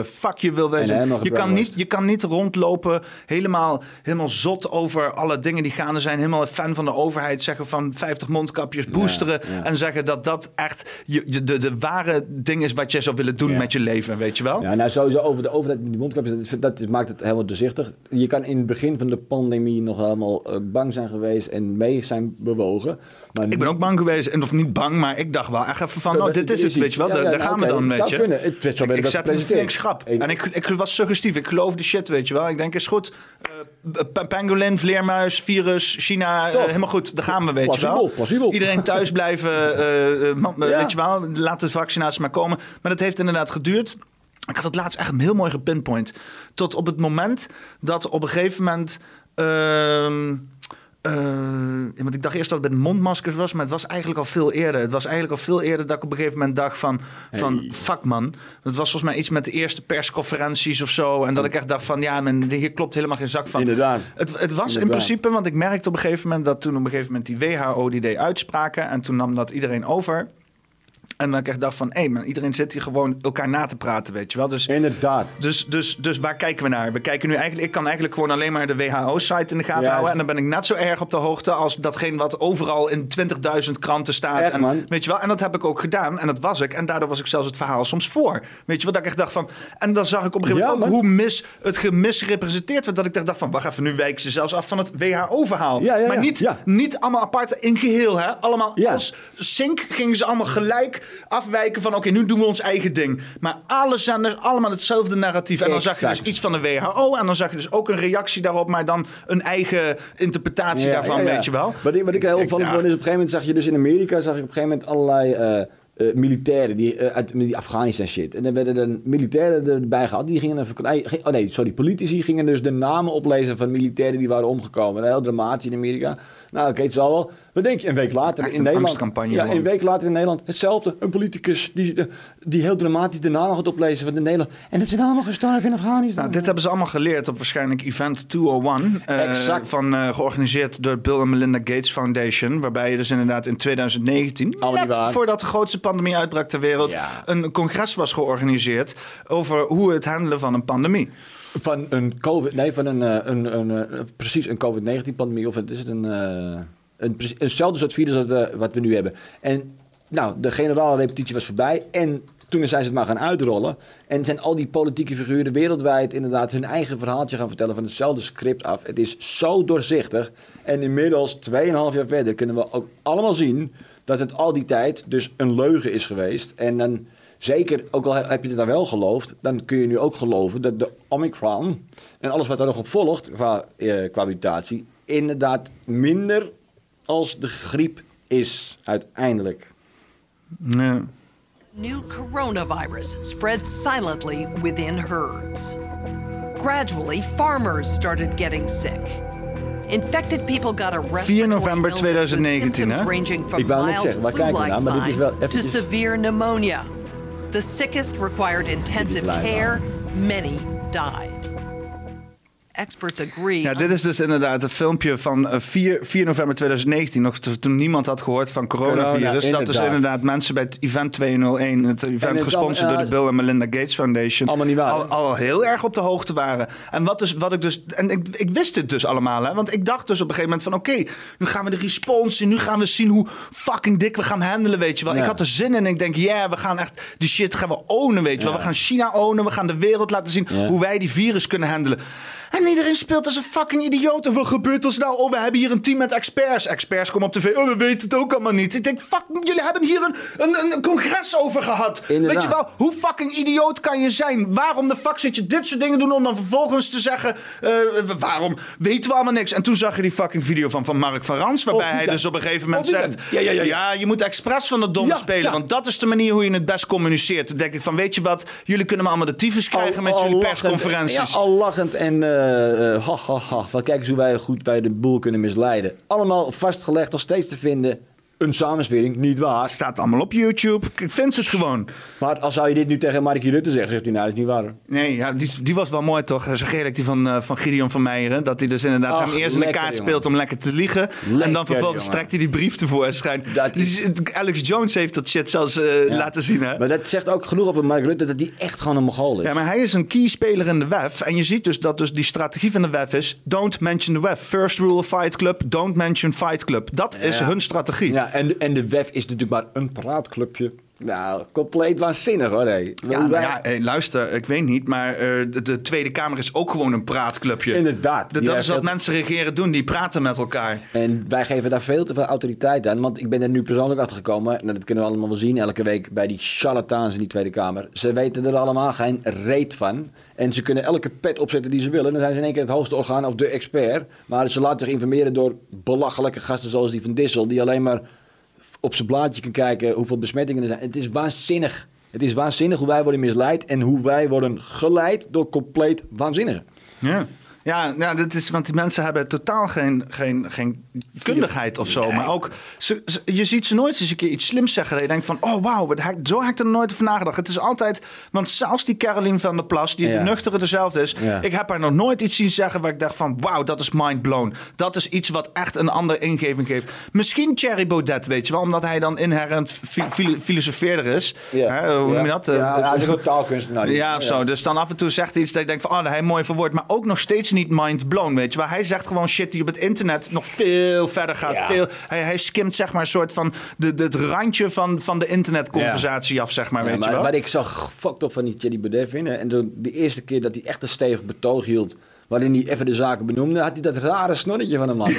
fuck je wil wezen. Je kan niet rondlopen helemaal zot over alle dingen die gaande zijn. Helemaal een fan van de overheid. Zeggen van 50 mondkapjes boosteren. En zeggen dat echt de ware ding is wat jij zou willen doen met je leven. Weet je wel? Ja, nou sowieso over de overheid met die mondkapjes. Dat maakt het helemaal doorzichtig. Je kan in het begin van de pandemie nog helemaal bang zijn geweest en mee zijn bewogen. Maar ik ben ook bang geweest. Of niet bang, maar ik dacht wel echt even van... dit is het, weet je wel. Daar gaan we dan, weet je. Ik zet een flink schrap. En ik was suggestief. Ik geloof de shit, weet je wel. Ik denk, is goed. Pangolin, vleermuis, virus, China. Helemaal goed. Daar gaan we, weet je wel. Plausibel. Iedereen thuis blijven. Weet je wel. Laat de vaccinatie maar komen. Maar dat heeft inderdaad geduurd. Ik had het laatst echt heel mooi gepinpoint. Tot op het moment dat op een gegeven moment... want ik dacht eerst dat het met mondmaskers was, maar het was eigenlijk al veel eerder. Het was eigenlijk al veel eerder dat ik op een gegeven moment dacht van fuck man. Het was volgens mij iets met de eerste persconferenties of zo. En dat ik echt dacht van hier klopt helemaal geen zak van. Inderdaad. Het was in principe, want ik merkte op een gegeven moment dat toen op een gegeven moment die WHO die deed uitspraken. En toen nam dat iedereen over. En dan ik echt dacht van, man, iedereen zit hier gewoon elkaar na te praten, weet je wel. Dus, inderdaad. Dus waar kijken we naar? We kijken nu eigenlijk, ik kan eigenlijk gewoon alleen maar de WHO-site in de gaten houden. En dan ben ik net zo erg op de hoogte als datgene wat overal in 20.000 kranten staat. Echt, man. Weet je wel? En dat heb ik ook gedaan. En dat was ik. En daardoor was ik zelfs het verhaal soms voor. Weet je wel? Dat ik echt dacht van... En dan zag ik op een gegeven moment ook hoe het gemisrepresenteerd werd. Dat ik dacht van, wacht even, nu wijken ze zelfs af van het WHO-verhaal. Maar niet allemaal apart in geheel, hè. Allemaal als sync gingen ze allemaal gelijk afwijken van oké, nu doen we ons eigen ding. Maar alle zenders, allemaal hetzelfde narratief. En dan zag je dus iets van de WHO en dan zag je dus ook een reactie daarop, maar dan een eigen interpretatie daarvan, weet je wel. Wat ik heel opvallend vond is, op een gegeven moment zag je dus in Amerika, op een gegeven moment allerlei militairen die uit die Afghanistan shit. En dan werden dan militairen erbij gehaald. Die gingen politici gingen dus de namen oplezen van militairen die waren omgekomen. Heel dramatisch in Amerika. Nou, oké, het zal wel. Wat denk je? Een week later in Nederland. Een week later in Nederland hetzelfde. Een politicus die heel dramatisch de namen gaat oplezen van de Nederland. En dat zijn allemaal gestorven in Afghanistan. Nou, dit hebben ze allemaal geleerd op waarschijnlijk Event 201. Exact. Georganiseerd door Bill and Melinda Gates Foundation. Waarbij je dus inderdaad in 2019, net voordat de grootste pandemie uitbrak ter wereld, een congres was georganiseerd over hoe het handelen van een pandemie. Van een precies een COVID-19-pandemie. Of het is het eenzelfde soort virus wat we nu hebben. En nou, de generale repetitie was voorbij. En toen zijn ze het maar gaan uitrollen. En zijn al die politieke figuren wereldwijd inderdaad hun eigen verhaaltje gaan vertellen van hetzelfde script af. Het is zo doorzichtig. En inmiddels 2,5 jaar verder kunnen we ook allemaal zien dat het al die tijd dus een leugen is geweest. En dan... Zeker, ook al heb je het dan wel geloofd, dan kun je nu ook geloven dat de Omicron en alles wat er nog op volgt qua mutatie inderdaad minder als de griep is uiteindelijk. Nee. New coronavirus spread silently within herds. Gradually, farmers started getting sick. Infected people got a 4 november 2019, hè? Ik wou net zeggen, waar kijken we naar? Maar dit is wel even to severe pneumonia. The sickest required intensive care. Many died. Experts agree. Ja, dit is dus inderdaad een filmpje van 4 november 2019. Nog toen niemand had gehoord van coronavirus. Dat dus inderdaad mensen bij het Event 201, het event gesponsord door de Bill and Melinda Gates Foundation, allemaal niet waar, al heel erg op de hoogte waren. En ik wist dit dus allemaal, hè? Want ik dacht dus op een gegeven moment van oké, nu gaan we de response zien, nu gaan we zien hoe fucking dik we gaan handelen, weet je wel. Ja. Ik had er zin in en ik denk, we gaan echt die shit gaan we ownen, weet je wel. We gaan China ownen, we gaan de wereld laten zien hoe wij die virus kunnen handelen. En iedereen speelt als een fucking idioot. En wat gebeurt er nou? Oh, we hebben hier een team met experts. Experts komen op tv. Oh, we weten het ook allemaal niet. Ik denk, fuck, jullie hebben hier een congres over gehad. Inderdaad. Weet je wel, hoe fucking idioot kan je zijn? Waarom de fuck zit je dit soort dingen doen om dan vervolgens te zeggen, waarom weten we allemaal niks? En toen zag je die fucking video van Mark van Rans, waarbij hij dus op een gegeven moment zegt, ja, je moet expres van de domme spelen, want dat is de manier hoe je het best communiceert. Dan denk ik van, weet je wat, jullie kunnen me allemaal de tyfus krijgen met jullie persconferenties. Ja, al lachend en van kijk eens hoe wij goed bij de boel kunnen misleiden. Allemaal vastgelegd, nog steeds te vinden. een samenswering, niet waar. Staat allemaal op YouTube. Ik vind het gewoon. Maar als zou je dit nu tegen Markie Rutte zeggen, zegt hij, nou, dat is niet waar. Nee, ja, die was wel mooi toch? Zeg eerlijk, die van Gideon van Meijeren. Dat hij dus inderdaad hem eerst in de kaart speelt om lekker te liegen. En dan vervolgens trekt hij die brief tevoorschijn. Alex Jones heeft dat shit zelfs laten zien. Hè? Maar dat zegt ook genoeg over Mark Rutte, dat hij echt gewoon een Mongool is. Ja, maar hij is een key speler in de WEF. En je ziet dus dat dus die strategie van de WEF is... Don't mention the WEF. First rule of Fight Club, don't mention Fight Club. Dat is hun strategie. Ja, en de WEF is natuurlijk maar een praatclubje. Nou, compleet waanzinnig hoor. Hey. Luister, ik weet niet, maar de Tweede Kamer is ook gewoon een praatclubje. Inderdaad. Dat is wat mensen regeren doen, die praten met elkaar. En wij geven daar veel te veel autoriteit aan. Want ik ben er nu persoonlijk achter gekomen. En dat kunnen we allemaal wel zien elke week bij die charlatans in die Tweede Kamer. Ze weten er allemaal geen reet van. En ze kunnen elke pet opzetten die ze willen. Dan zijn ze in één keer het hoogste orgaan of de expert. Maar ze laten zich informeren door belachelijke gasten zoals die van Dissel. Die alleen maar op zijn blaadje kan kijken hoeveel besmettingen er zijn. Het is waanzinnig. Het is waanzinnig hoe wij worden misleid en hoe wij worden geleid door compleet waanzinnigen. Ja, dat is, want die mensen hebben totaal geen kundigheid of zo. Nee. Maar ook, je ziet ze nooit eens een keer iets slims zeggen. Dat je denkt van, oh wauw, zo heb ik er nooit over nagedacht. Het is altijd, want zelfs die Caroline van der Plas, die de nuchtere dezelfde is. Ja. Ik heb haar nog nooit iets zien zeggen waar ik dacht van, wauw, dat is mind blown. Dat is iets wat echt een andere ingeving geeft. Misschien Thierry Baudet, weet je wel, omdat hij dan inherent filosofeerder is. Ja. Hoe noem je dat? Hij is ook taalkunstenaar. Ja, of zo. Dus dan af en toe zegt hij iets dat je denkt van, hij mooi verwoord. Maar ook nog steeds niet mind blown, weet je. Waar hij zegt gewoon shit die op het internet nog veel verder gaat. Ja. Hij skimt zeg maar een soort van het randje van de internetconversatie af, zeg maar, weet je wel. Wat ik zo fucked op van die Thierry Baudet vinden, en de eerste keer dat hij echt een stevig betoog hield, waarin hij even de zaken benoemde, had hij dat rare snorretje van hem man.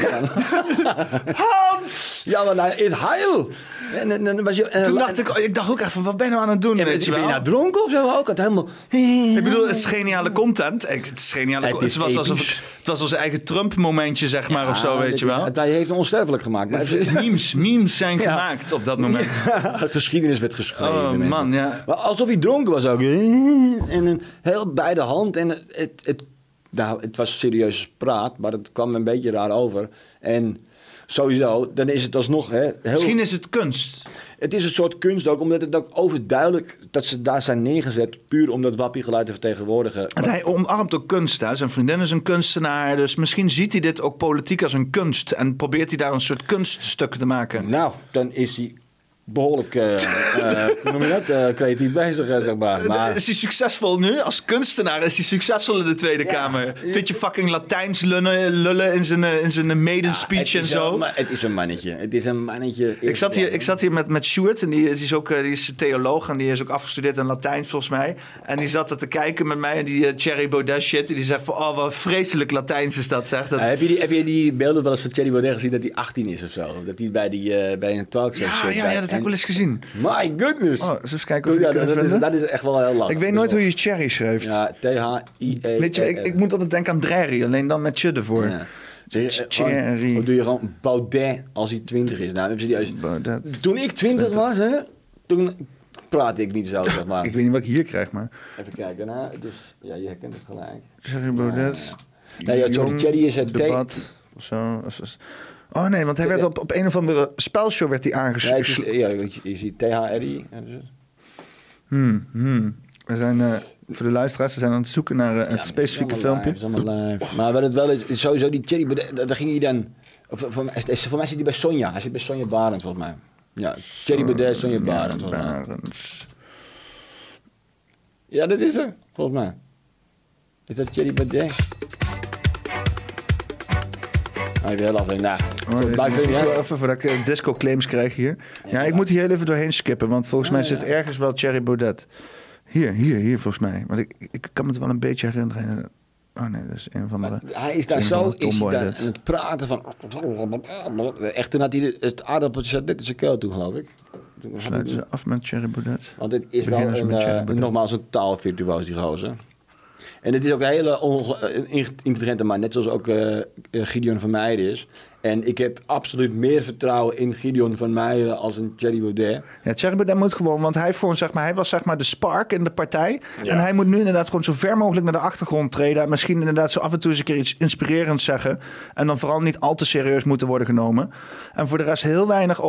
Hans! Ja, maar hij is heil! En dan was je, toen dacht ik dacht ook even, wat ben je nou aan het doen? Weet je wel? Ben je nou dronken of zo? Ook het helemaal. Ik bedoel, het is geniale content. Het is geniale content. Het was als eigen Trump-momentje, zeg maar, of zo, weet je wel. Hij heeft hem onsterfelijk gemaakt. Maar memes zijn gemaakt op dat moment. De geschiedenis werd geschreven. Oh man, ja. Maar alsof hij dronken was ook. En heel bij de hand. En het was serieus praat, maar het kwam een beetje raar over. En sowieso, dan is het alsnog misschien is het kunst. Het is een soort kunst ook, omdat het ook overduidelijk dat ze daar zijn neergezet, puur om dat wappiegeluid te vertegenwoordigen. En hij omarmt ook kunst. Hè? Zijn vriendin is een kunstenaar, dus misschien ziet hij dit ook politiek als een kunst en probeert hij daar een soort kunststuk te maken. Nou, dan is hij behoorlijk hoe noem je dat? Creatief bezig, zeg maar. Is hij succesvol nu? Als kunstenaar is hij succesvol in de Tweede Kamer. Vind je fucking Latijns lullen in zijn maiden speech en zo? Het is een mannetje. Ik zat hier met Sjoerd en die is theoloog en die is ook afgestudeerd in Latijns volgens mij. En die zat er te kijken met mij en die Thierry Baudet shit. En die zei van, oh wat vreselijk Latijns is dat, zeg. Heb je die beelden wel eens van Thierry Baudet gezien dat hij 18 is of zo? Dat hij bij een talkshow zit? Ja, dat heb ik wel eens gezien. My goodness. Oh, eens kijken of dat is echt wel heel lang. Ik weet nooit hoe je Thierry schrijft. Ja, T-H-I-E. Weet je, ik moet altijd denken aan Drerry, alleen dan met tje ervoor. Ja. Thierry. Of doe je gewoon Baudet als hij 20 is? Nou, toen ik 20 was, toen praatte ik niet zo, zeg maar. Ik weet niet wat ik hier krijg, maar. Even kijken, nou, het is, je herkent het gelijk. Thierry Baudet. Thierry is het debat of zo. Oh nee, want hij werd op een of andere spelshow werd hij aangesloten. Ja, je ziet THRI. We zijn, voor de luisteraars, we zijn aan het zoeken naar het specifieke filmpje. Live. Maar wat het wel is sowieso die Thierry, daar ging hij dan. Voor mij zit hij bij Sonja. Hij zit bij Sonja Barends, volgens mij. Ja, Thierry Baudet, Sonja Barends. Ja, dat is er, volgens mij. Is dat Thierry Baudet? Ik wil even voordat ik disco claims krijg hier. Ja, ik moet hier heel even doorheen skippen, want volgens mij zit ergens wel Thierry Baudet. Hier volgens mij. Want ik kan me het wel een beetje herinneren. Oh nee, dat is een van de. Hij is daar zo aan het praten van. Echt, toen had hij het aardappeltje net in zijn keel toe, geloof ik. Sluiten ze af met Thierry Baudet. Want dit is wel nogmaals een taalvirtuoos, die gozer. En het is ook een hele intelligente man, net zoals ook Gideon van Meijeren is. En ik heb absoluut meer vertrouwen in Gideon van Meijeren als een Thierry Baudet. Ja, Thierry Baudet moet gewoon, want hij was zeg maar de spark in de partij. Ja. En hij moet nu inderdaad gewoon zo ver mogelijk naar de achtergrond treden. En misschien inderdaad zo af en toe eens een keer iets inspirerends zeggen. En dan vooral niet al te serieus moeten worden genomen. En voor de rest heel weinig,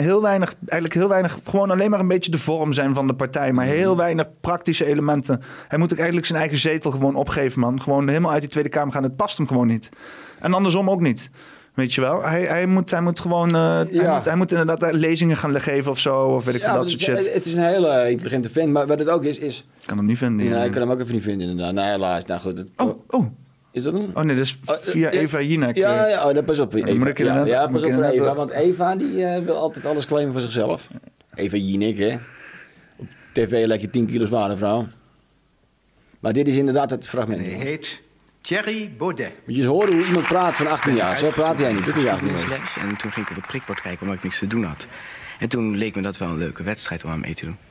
gewoon alleen maar een beetje de vorm zijn van de partij. Maar heel weinig praktische elementen. Hij moet ook eigenlijk zijn eigen zetel gewoon opgeven, man. Gewoon helemaal uit die Tweede Kamer gaan. Het past hem gewoon niet. En andersom ook niet. Weet je wel? Hij moet gewoon... Hij moet inderdaad lezingen gaan geven of zo. Of weet ik veel, dat soort shit. Het is een hele intelligente vent. Maar wat het ook is... Ik kan hem niet vinden. Ja, ik kan hem ook even niet vinden inderdaad. Nou, helaas. Nou goed. Is dat een... Oh nee, dat is via Eva Jinek. Ja, dat pas op. Eva. Moet ik inderdaad, pas op voor Eva. Want Eva die wil altijd alles claimen voor zichzelf. Eva Jinek, hè. Op tv lijkt je 10 kilo zwaarder, vrouw. Maar dit is inderdaad het fragment. Hij heet Thierry Baudet. Moet je eens horen hoe iemand praat van 18 jaar. Zo praat jij niet. Dit is 18 jaar. En toen ging ik op het prikbord kijken omdat ik niks te doen had. En toen leek me dat wel een leuke wedstrijd om aan mee te doen.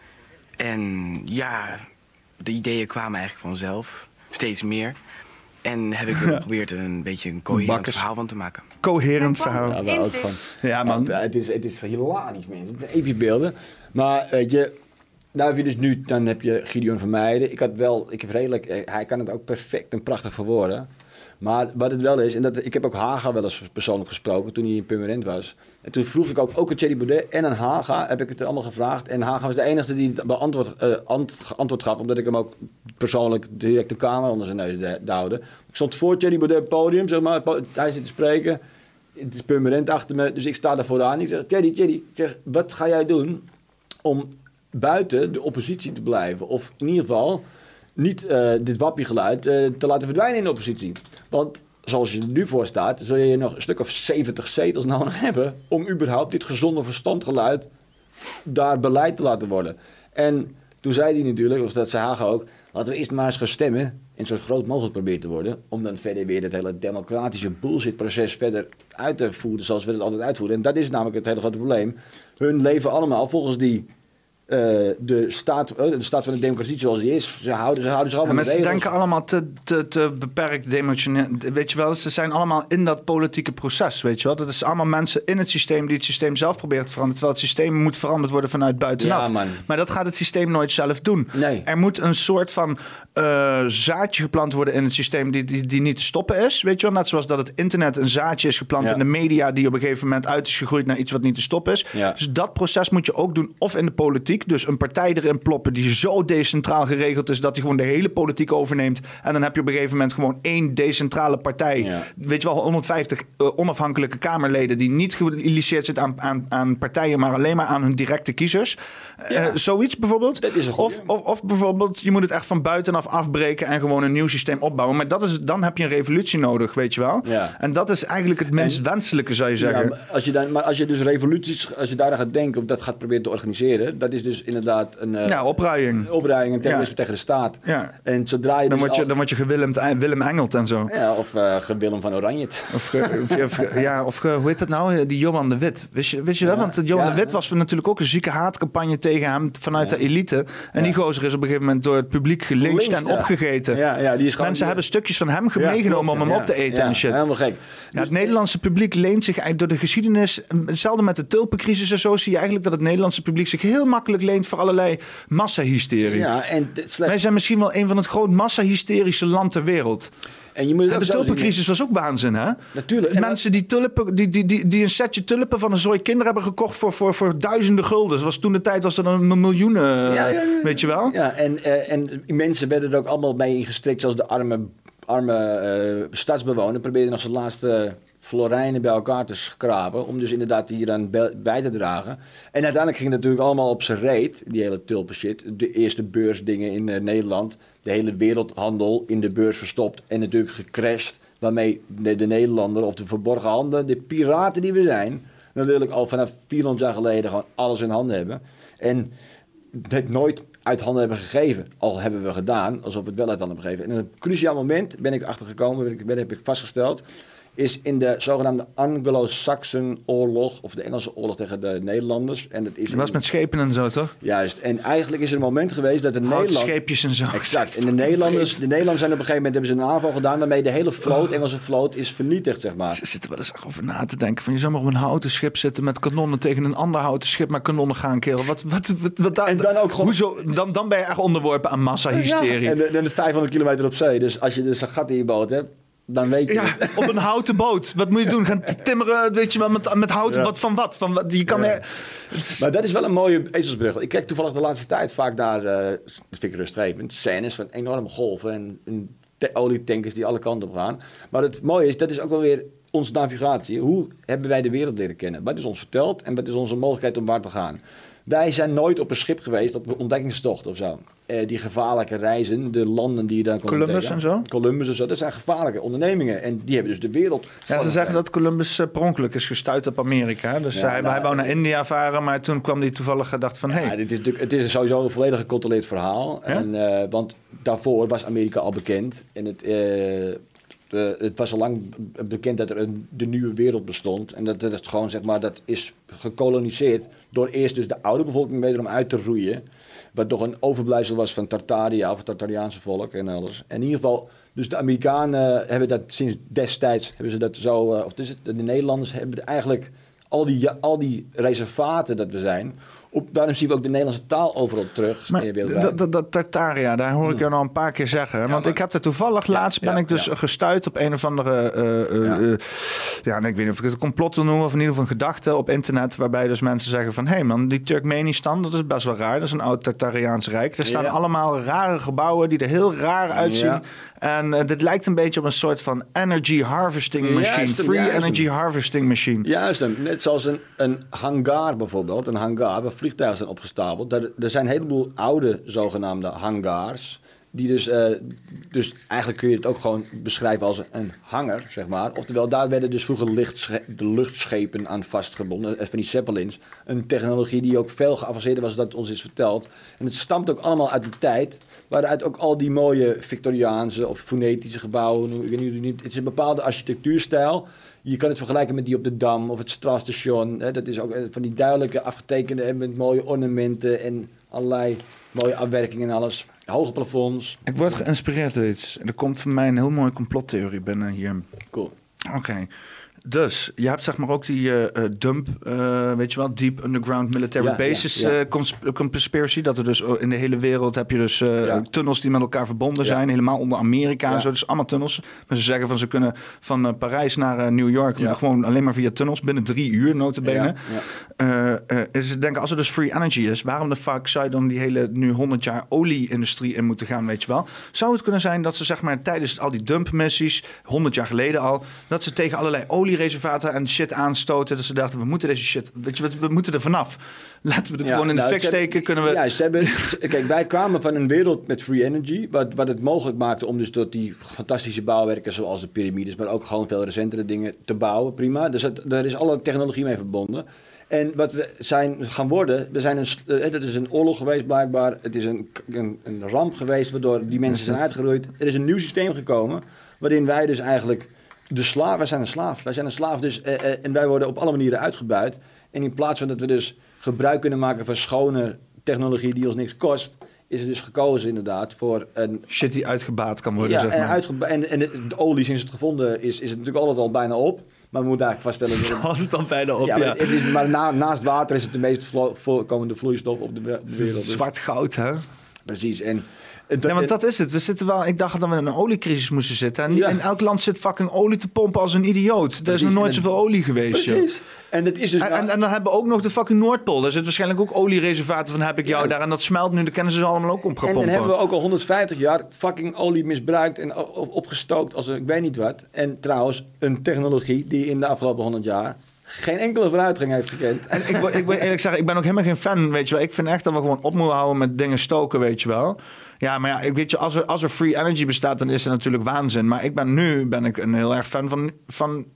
En ja, de ideeën kwamen eigenlijk vanzelf. Steeds meer. En heb ik geprobeerd een beetje een coherent verhaal van te maken. Coherent verhaal. Ja, ook gewoon. Ja, man. Het is hilarisch, mensen. Het zijn episch beelden. Maar weet je, nou heb je dus nu, dan heb je Gideon van Meijeren. Hij kan het ook perfect en prachtig verwoorden. Maar wat het wel is, en ik heb ook Haga wel eens persoonlijk gesproken toen hij in Purmerend was. En toen vroeg ik ook een Thierry Baudet en een Haga, heb ik het allemaal gevraagd. En Haga was de enige die het antwoord gaf, omdat ik hem ook persoonlijk direct de camera onder zijn neus duwde. Ik stond voor Thierry Baudet op het podium, zeg maar, hij zit te spreken. Het is Purmerend achter me, dus ik sta daar vooraan. Ik zeg, Thierry, wat ga jij doen om buiten de oppositie te blijven? Of in ieder geval niet dit wappiegeluid te laten verdwijnen in de oppositie. Want zoals je er nu voor staat, zul je nog een stuk of 70 zetels nodig hebben om überhaupt dit gezonde verstandgeluid daar beleid te laten worden. En toen zei hij natuurlijk, of dat zei Haga ook, laten we eerst maar eens gaan stemmen en zo groot mogelijk proberen te worden, om dan verder weer dat hele democratische bullshitproces verder uit te voeren zoals we het altijd uitvoeren. En dat is namelijk het hele grote probleem. Hun leven allemaal volgens de staat van de democratie zoals die is. Ze houden zich allemaal met regels. Ze denken allemaal te beperkt, emotioneel. Weet je wel, ze zijn allemaal in dat politieke proces, weet je wel. Dat is allemaal mensen in het systeem die het systeem zelf proberen te veranderen. Terwijl het systeem moet veranderd worden vanuit buitenaf. Ja, man. Maar dat gaat het systeem nooit zelf doen. Nee. Er moet een soort van zaadje geplant worden in het systeem die niet te stoppen is. Weet je wel, net zoals dat het internet een zaadje is geplant in de media die op een gegeven moment uit is gegroeid naar iets wat niet te stoppen is. Ja. Dus dat proces moet je ook doen of in de politiek. Dus een partij erin ploppen die zo decentraal geregeld is dat die gewoon de hele politiek overneemt. En dan heb je op een gegeven moment gewoon één decentrale partij. Ja. Weet je wel, 150 onafhankelijke Kamerleden die niet geïnitieerd zitten aan partijen, maar alleen maar aan hun directe kiezers. Ja. Zoiets bijvoorbeeld. Dat is of bijvoorbeeld, je moet het echt van buitenaf afbreken en gewoon een nieuw systeem opbouwen. Maar dan heb je een revolutie nodig, weet je wel. Ja. En dat is eigenlijk het minst wenselijke, zou je zeggen. Ja, maar als je dus revoluties, als je daar gaat denken of dat gaat proberen te organiseren, dat is dus inderdaad een opruiing. Opruiing en terrorisme tegen de staat. Ja. En zodra je dan word je Willem Engelt en zo. Ja, of Willem van Oranje. Of hoe heet dat nou? Die Johan de Wit. Wist je dat? Want Johan de Wit was natuurlijk ook een zieke haatcampagne tegen hem vanuit de elite. En die gozer is op een gegeven moment door het publiek gelyncht en opgegeten. Ja, die is mensen hebben stukjes van hem meegenomen om hem op te eten en shit. Helemaal gek. Ja, het Nederlandse publiek leent zich eigenlijk door de geschiedenis, hetzelfde met de tulpencrisis en zo, zie je eigenlijk dat het Nederlandse publiek zich heel makkelijk leent voor allerlei massahysterie. Ja, wij zijn misschien wel een van het groot massahysterische land ter wereld. En je moet de tulpencrisis was ook waanzin, hè? Natuurlijk. Mensen die een setje tulpen van een zooi kinderen hebben gekocht voor duizenden guldens. Toen was er een miljoenen, weet je wel? Ja, en mensen werden er ook allemaal bij ingestrikt, zoals de arme stadsbewoner probeerde nog zijn laatste florijnen bij elkaar te schrapen, om dus inderdaad hier aan bij te dragen. En uiteindelijk ging het natuurlijk allemaal op zijn reet, die hele tulpenshit. De eerste beursdingen in Nederland, de hele wereldhandel in de beurs verstopt en natuurlijk gecrashed, waarmee de Nederlander of de verborgen handen, de piraten die we zijn, natuurlijk al vanaf 400 jaar geleden gewoon alles in handen hebben. En het nooit uit handen hebben gegeven. Al hebben we gedaan, alsof we het wel uit handen hebben gegeven. En in een cruciaal moment ben ik achtergekomen, heb ik vastgesteld. is in de zogenaamde Anglo-Saxon oorlog, of de Engelse oorlog tegen de Nederlanders. En dat was met schepen en zo, toch? Juist. En eigenlijk is er een moment geweest dat de Nederlanders... scheepjes en zo. Exact. En de Nederlanders zijn op een gegeven moment hebben ze een aanval gedaan waarmee de hele vloot, Engelse vloot, is vernietigd, zeg maar. Ze zitten wel eens over na te denken. Van je zou maar op een houten schip zitten met kanonnen tegen een ander houten schip met kanonnen gaan killen. Wat en dan ook gewoon... Hoezo? Dan ben je echt onderworpen aan massahysterie. Ja, en dan 500 kilometer op zee. Dus als je dus een gat in je boot hebt, dan weet je het. Op een houten boot. Wat moet je doen? Gaan timmeren, weet je wel, met hout. Ja. Wat? Je kan Maar dat is wel een mooie ezelsbrug. Ik kijk toevallig de laatste tijd vaak naar, dat vind ik rustgevend, scènes van enorme golven en olietankers die alle kanten op gaan. Maar het mooie is, dat is ook wel weer onze navigatie. Hoe hebben wij de wereld leren kennen? Wat is ons verteld en wat is onze mogelijkheid om waar te gaan? Wij zijn nooit op een schip geweest, op een ontdekkingstocht of zo. Die gevaarlijke reizen, de landen die je dan kon Columbus en zo? Columbus en zo, dat zijn gevaarlijke ondernemingen. En die hebben dus de wereld... Ja, ze zeggen dat Columbus per ongeluk is gestuurd op Amerika. Dus hij wou naar India varen, maar toen kwam hij toevallig gedacht van... Het is sowieso een volledig gecontroleerd verhaal. Ja? Want daarvoor was Amerika al bekend. En het was al lang bekend dat er de nieuwe wereld bestond. En dat is gewoon, zeg maar, dat is gekoloniseerd door eerst dus de oude bevolking wederom uit te roeien. Wat toch een overblijfsel was van Tartaria, of het Tartariaanse volk en alles. En in ieder geval, dus de Amerikanen hebben dat sinds destijds, hebben ze dat zo, de Nederlanders hebben eigenlijk al die reservaten dat we zijn. Daarom zien we ook de Nederlandse taal overal terug. Maar dat Tartaria, daar hoor ik jou nou een paar keer zeggen. Ja, want ik heb er toevallig laatst ben ik dus gestuurd op een of andere... ik weet niet of ik het een complot wil noemen... of in ieder geval een gedachte op internet... waarbij dus mensen zeggen van... hé man, die Turkmenistan, dat is best wel raar. Dat is een oud Tartariaans rijk. Er staan allemaal rare gebouwen die er heel raar uitzien. Ja. En dit lijkt een beetje op een soort van energy harvesting machine. Energy harvesting machine. Juist, net zoals een hangar bijvoorbeeld. Een hangar waar vliegtuigen zijn opgestapeld. Er zijn een heleboel oude zogenaamde hangars. Die dus eigenlijk kun je het ook gewoon beschrijven als een hangar, zeg maar. Oftewel, daar werden dus vroeger de luchtschepen aan vastgebonden. Van die Zeppelins. Een technologie die ook veel geavanceerder was dan ons is verteld. En het stamt ook allemaal uit die tijd... waaruit ook al die mooie Victoriaanse of fonetische gebouwen... Ik weet niet, het is een bepaalde architectuurstijl... Je kan het vergelijken met die op de Dam of het Straatstation. Dat is ook van die duidelijke afgetekende en met mooie ornamenten en allerlei mooie afwerkingen en alles. Hoge plafonds. Ik word geïnspireerd door iets. Er komt van mij een heel mooie complottheorie binnen hier. Cool. Oké. Dus, je hebt zeg maar ook die dump, weet je wel, Deep Underground Military Bases conspiracy. Dat er dus in de hele wereld heb je dus tunnels die met elkaar verbonden zijn. Helemaal onder Amerika en zo. Dus allemaal tunnels. Maar ze zeggen van ze kunnen van Parijs naar New York gewoon alleen maar via tunnels binnen 3 uur, nota bene. Ze denken, als er dus free energy is, waarom de fuck zou je dan die hele nu 100 jaar olie-industrie in moeten gaan, weet je wel? Zou het kunnen zijn dat ze zeg maar tijdens al die dumpmissies, 100 jaar geleden al, dat ze tegen allerlei oliereservaten en shit aanstoten, dat ze dachten, we moeten deze shit, weet je wat, we moeten er vanaf. Laten we het gewoon in de fik steken, kunnen we... Ja, kijk, wij kwamen van een wereld met free energy, wat het mogelijk maakte om dus tot die fantastische bouwwerken zoals de piramides, maar ook gewoon veel recentere dingen te bouwen, prima. Dus daar is alle technologie mee verbonden. En wat we zijn gaan worden, het is een oorlog geweest blijkbaar, het is een ramp geweest waardoor die mensen zijn uitgeroeid. Er is een nieuw systeem gekomen waarin wij dus eigenlijk wij zijn een slaaf dus, en wij worden op alle manieren uitgebuit. En in plaats van dat we dus gebruik kunnen maken van schone technologie die ons niks kost, is er dus gekozen inderdaad voor een... Shit die uitgebaat kan worden, zeg maar. En de olie, sinds het gevonden is het natuurlijk altijd al bijna op. Maar we moeten eigenlijk vaststellen... Dat het al bijna op, maar naast water is het de meest voorkomende vloeistof op de wereld. Dus. Zwart goud, hè? Precies, want dat is het. We zitten wel. Ik dacht dat we in een oliecrisis moesten zitten. En in elk land zit fucking olie te pompen als een idioot. Er is nog nooit zoveel olie geweest. Precies. En dat is dus en dan hebben we ook nog de fucking Noordpool. Daar zit waarschijnlijk ook oliereservaten van heb ik jou daar. En dat smelt nu. De kennen ze allemaal ook opgepompt. En dan hebben we ook al 150 jaar fucking olie misbruikt en opgestookt als ik weet niet wat. En trouwens, een technologie die in de afgelopen 100 jaar geen enkele vooruitgang heeft gekend. En ik wil eerlijk zeggen, ik ben ook helemaal geen fan, weet je wel. Ik vind echt dat we gewoon op moeten houden met dingen stoken, weet je wel. Ja, maar ja, ik weet je, als er free energy bestaat, dan is er natuurlijk waanzin. Maar nu ben ik een heel erg fan van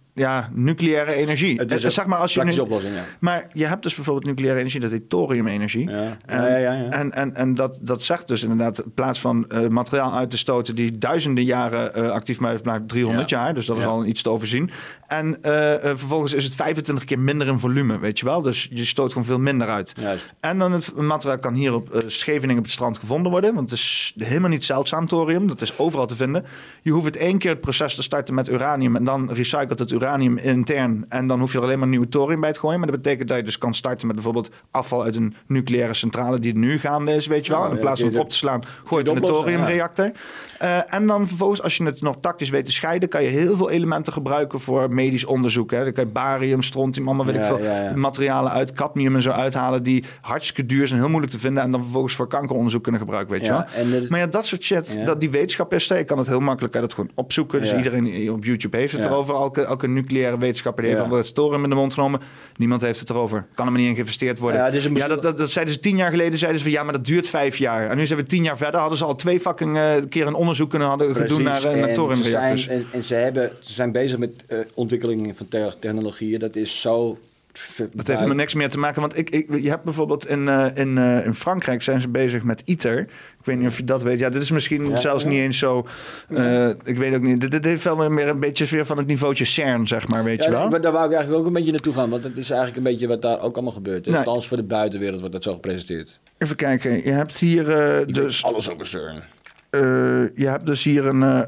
nucleaire energie. Het is zeg maar, als je praktische oplossing, ja. Maar je hebt dus bijvoorbeeld nucleaire energie, dat heet thoriumenergie. Ja. En dat zegt dus inderdaad, in plaats van materiaal uit te stoten die duizenden jaren actief blijft, 300 jaar. Dus dat is al iets te overzien. En vervolgens is het 25 keer minder in volume, weet je wel. Dus je stoot gewoon veel minder uit. Juist. En dan het materiaal kan hier op Scheveningen op het strand gevonden worden. Want het is helemaal niet zeldzaam thorium. Dat is overal te vinden. Je hoeft het 1 keer het proces te starten met uranium. En dan recycelt het uranium intern. En dan hoef je er alleen maar nieuw thorium bij te gooien. Maar dat betekent dat je dus kan starten met bijvoorbeeld afval uit een nucleaire centrale die er nu gaande is, weet je wel. In plaats van het op te slaan, gooi je het in een thoriumreactor. En dan vervolgens, als je het nog tactisch weet te scheiden, kan je heel veel elementen gebruiken voor medisch onderzoek. Hè. Dan kan je barium, strontium, allemaal weet ik veel materialen uit, cadmium en zo uithalen die hartstikke duur zijn, heel moeilijk te vinden en dan vervolgens voor kankeronderzoek kunnen gebruiken, weet je wel. Maar ja, dat soort shit, die wetenschap is er. Je kan het heel makkelijk dat gewoon opzoeken. Dus iedereen op YouTube heeft het erover. Elke nucleaire wetenschapper die heeft al het thorium in de mond genomen. Niemand heeft het erover. Kan er maar niet in geïnvesteerd worden. Dat zeiden ze 10 jaar geleden. Zeiden ze van maar dat duurt 5 jaar. En nu zijn we 10 jaar verder. Hadden ze al 2 fucking keer een onderzoek kunnen doen naar thoriumreactors. En ze zijn bezig met ontwikkeling van technologieën. Dat is zo... Dat heeft helemaal niks meer te maken. Want je hebt bijvoorbeeld in Frankrijk zijn ze bezig met ITER. Ik weet niet of je dat weet. Ja, dit is misschien zelfs niet eens zo... ik weet ook niet. Dit heeft wel meer een beetje weer van het niveautje CERN, zeg maar, weet je wel. Daar wou ik eigenlijk ook een beetje naartoe gaan. Want het is eigenlijk een beetje wat daar ook allemaal gebeurt. Nee. Althans voor de buitenwereld wordt dat zo gepresenteerd. Even kijken. Je hebt hier dus... Alles over CERN. Je hebt dus hier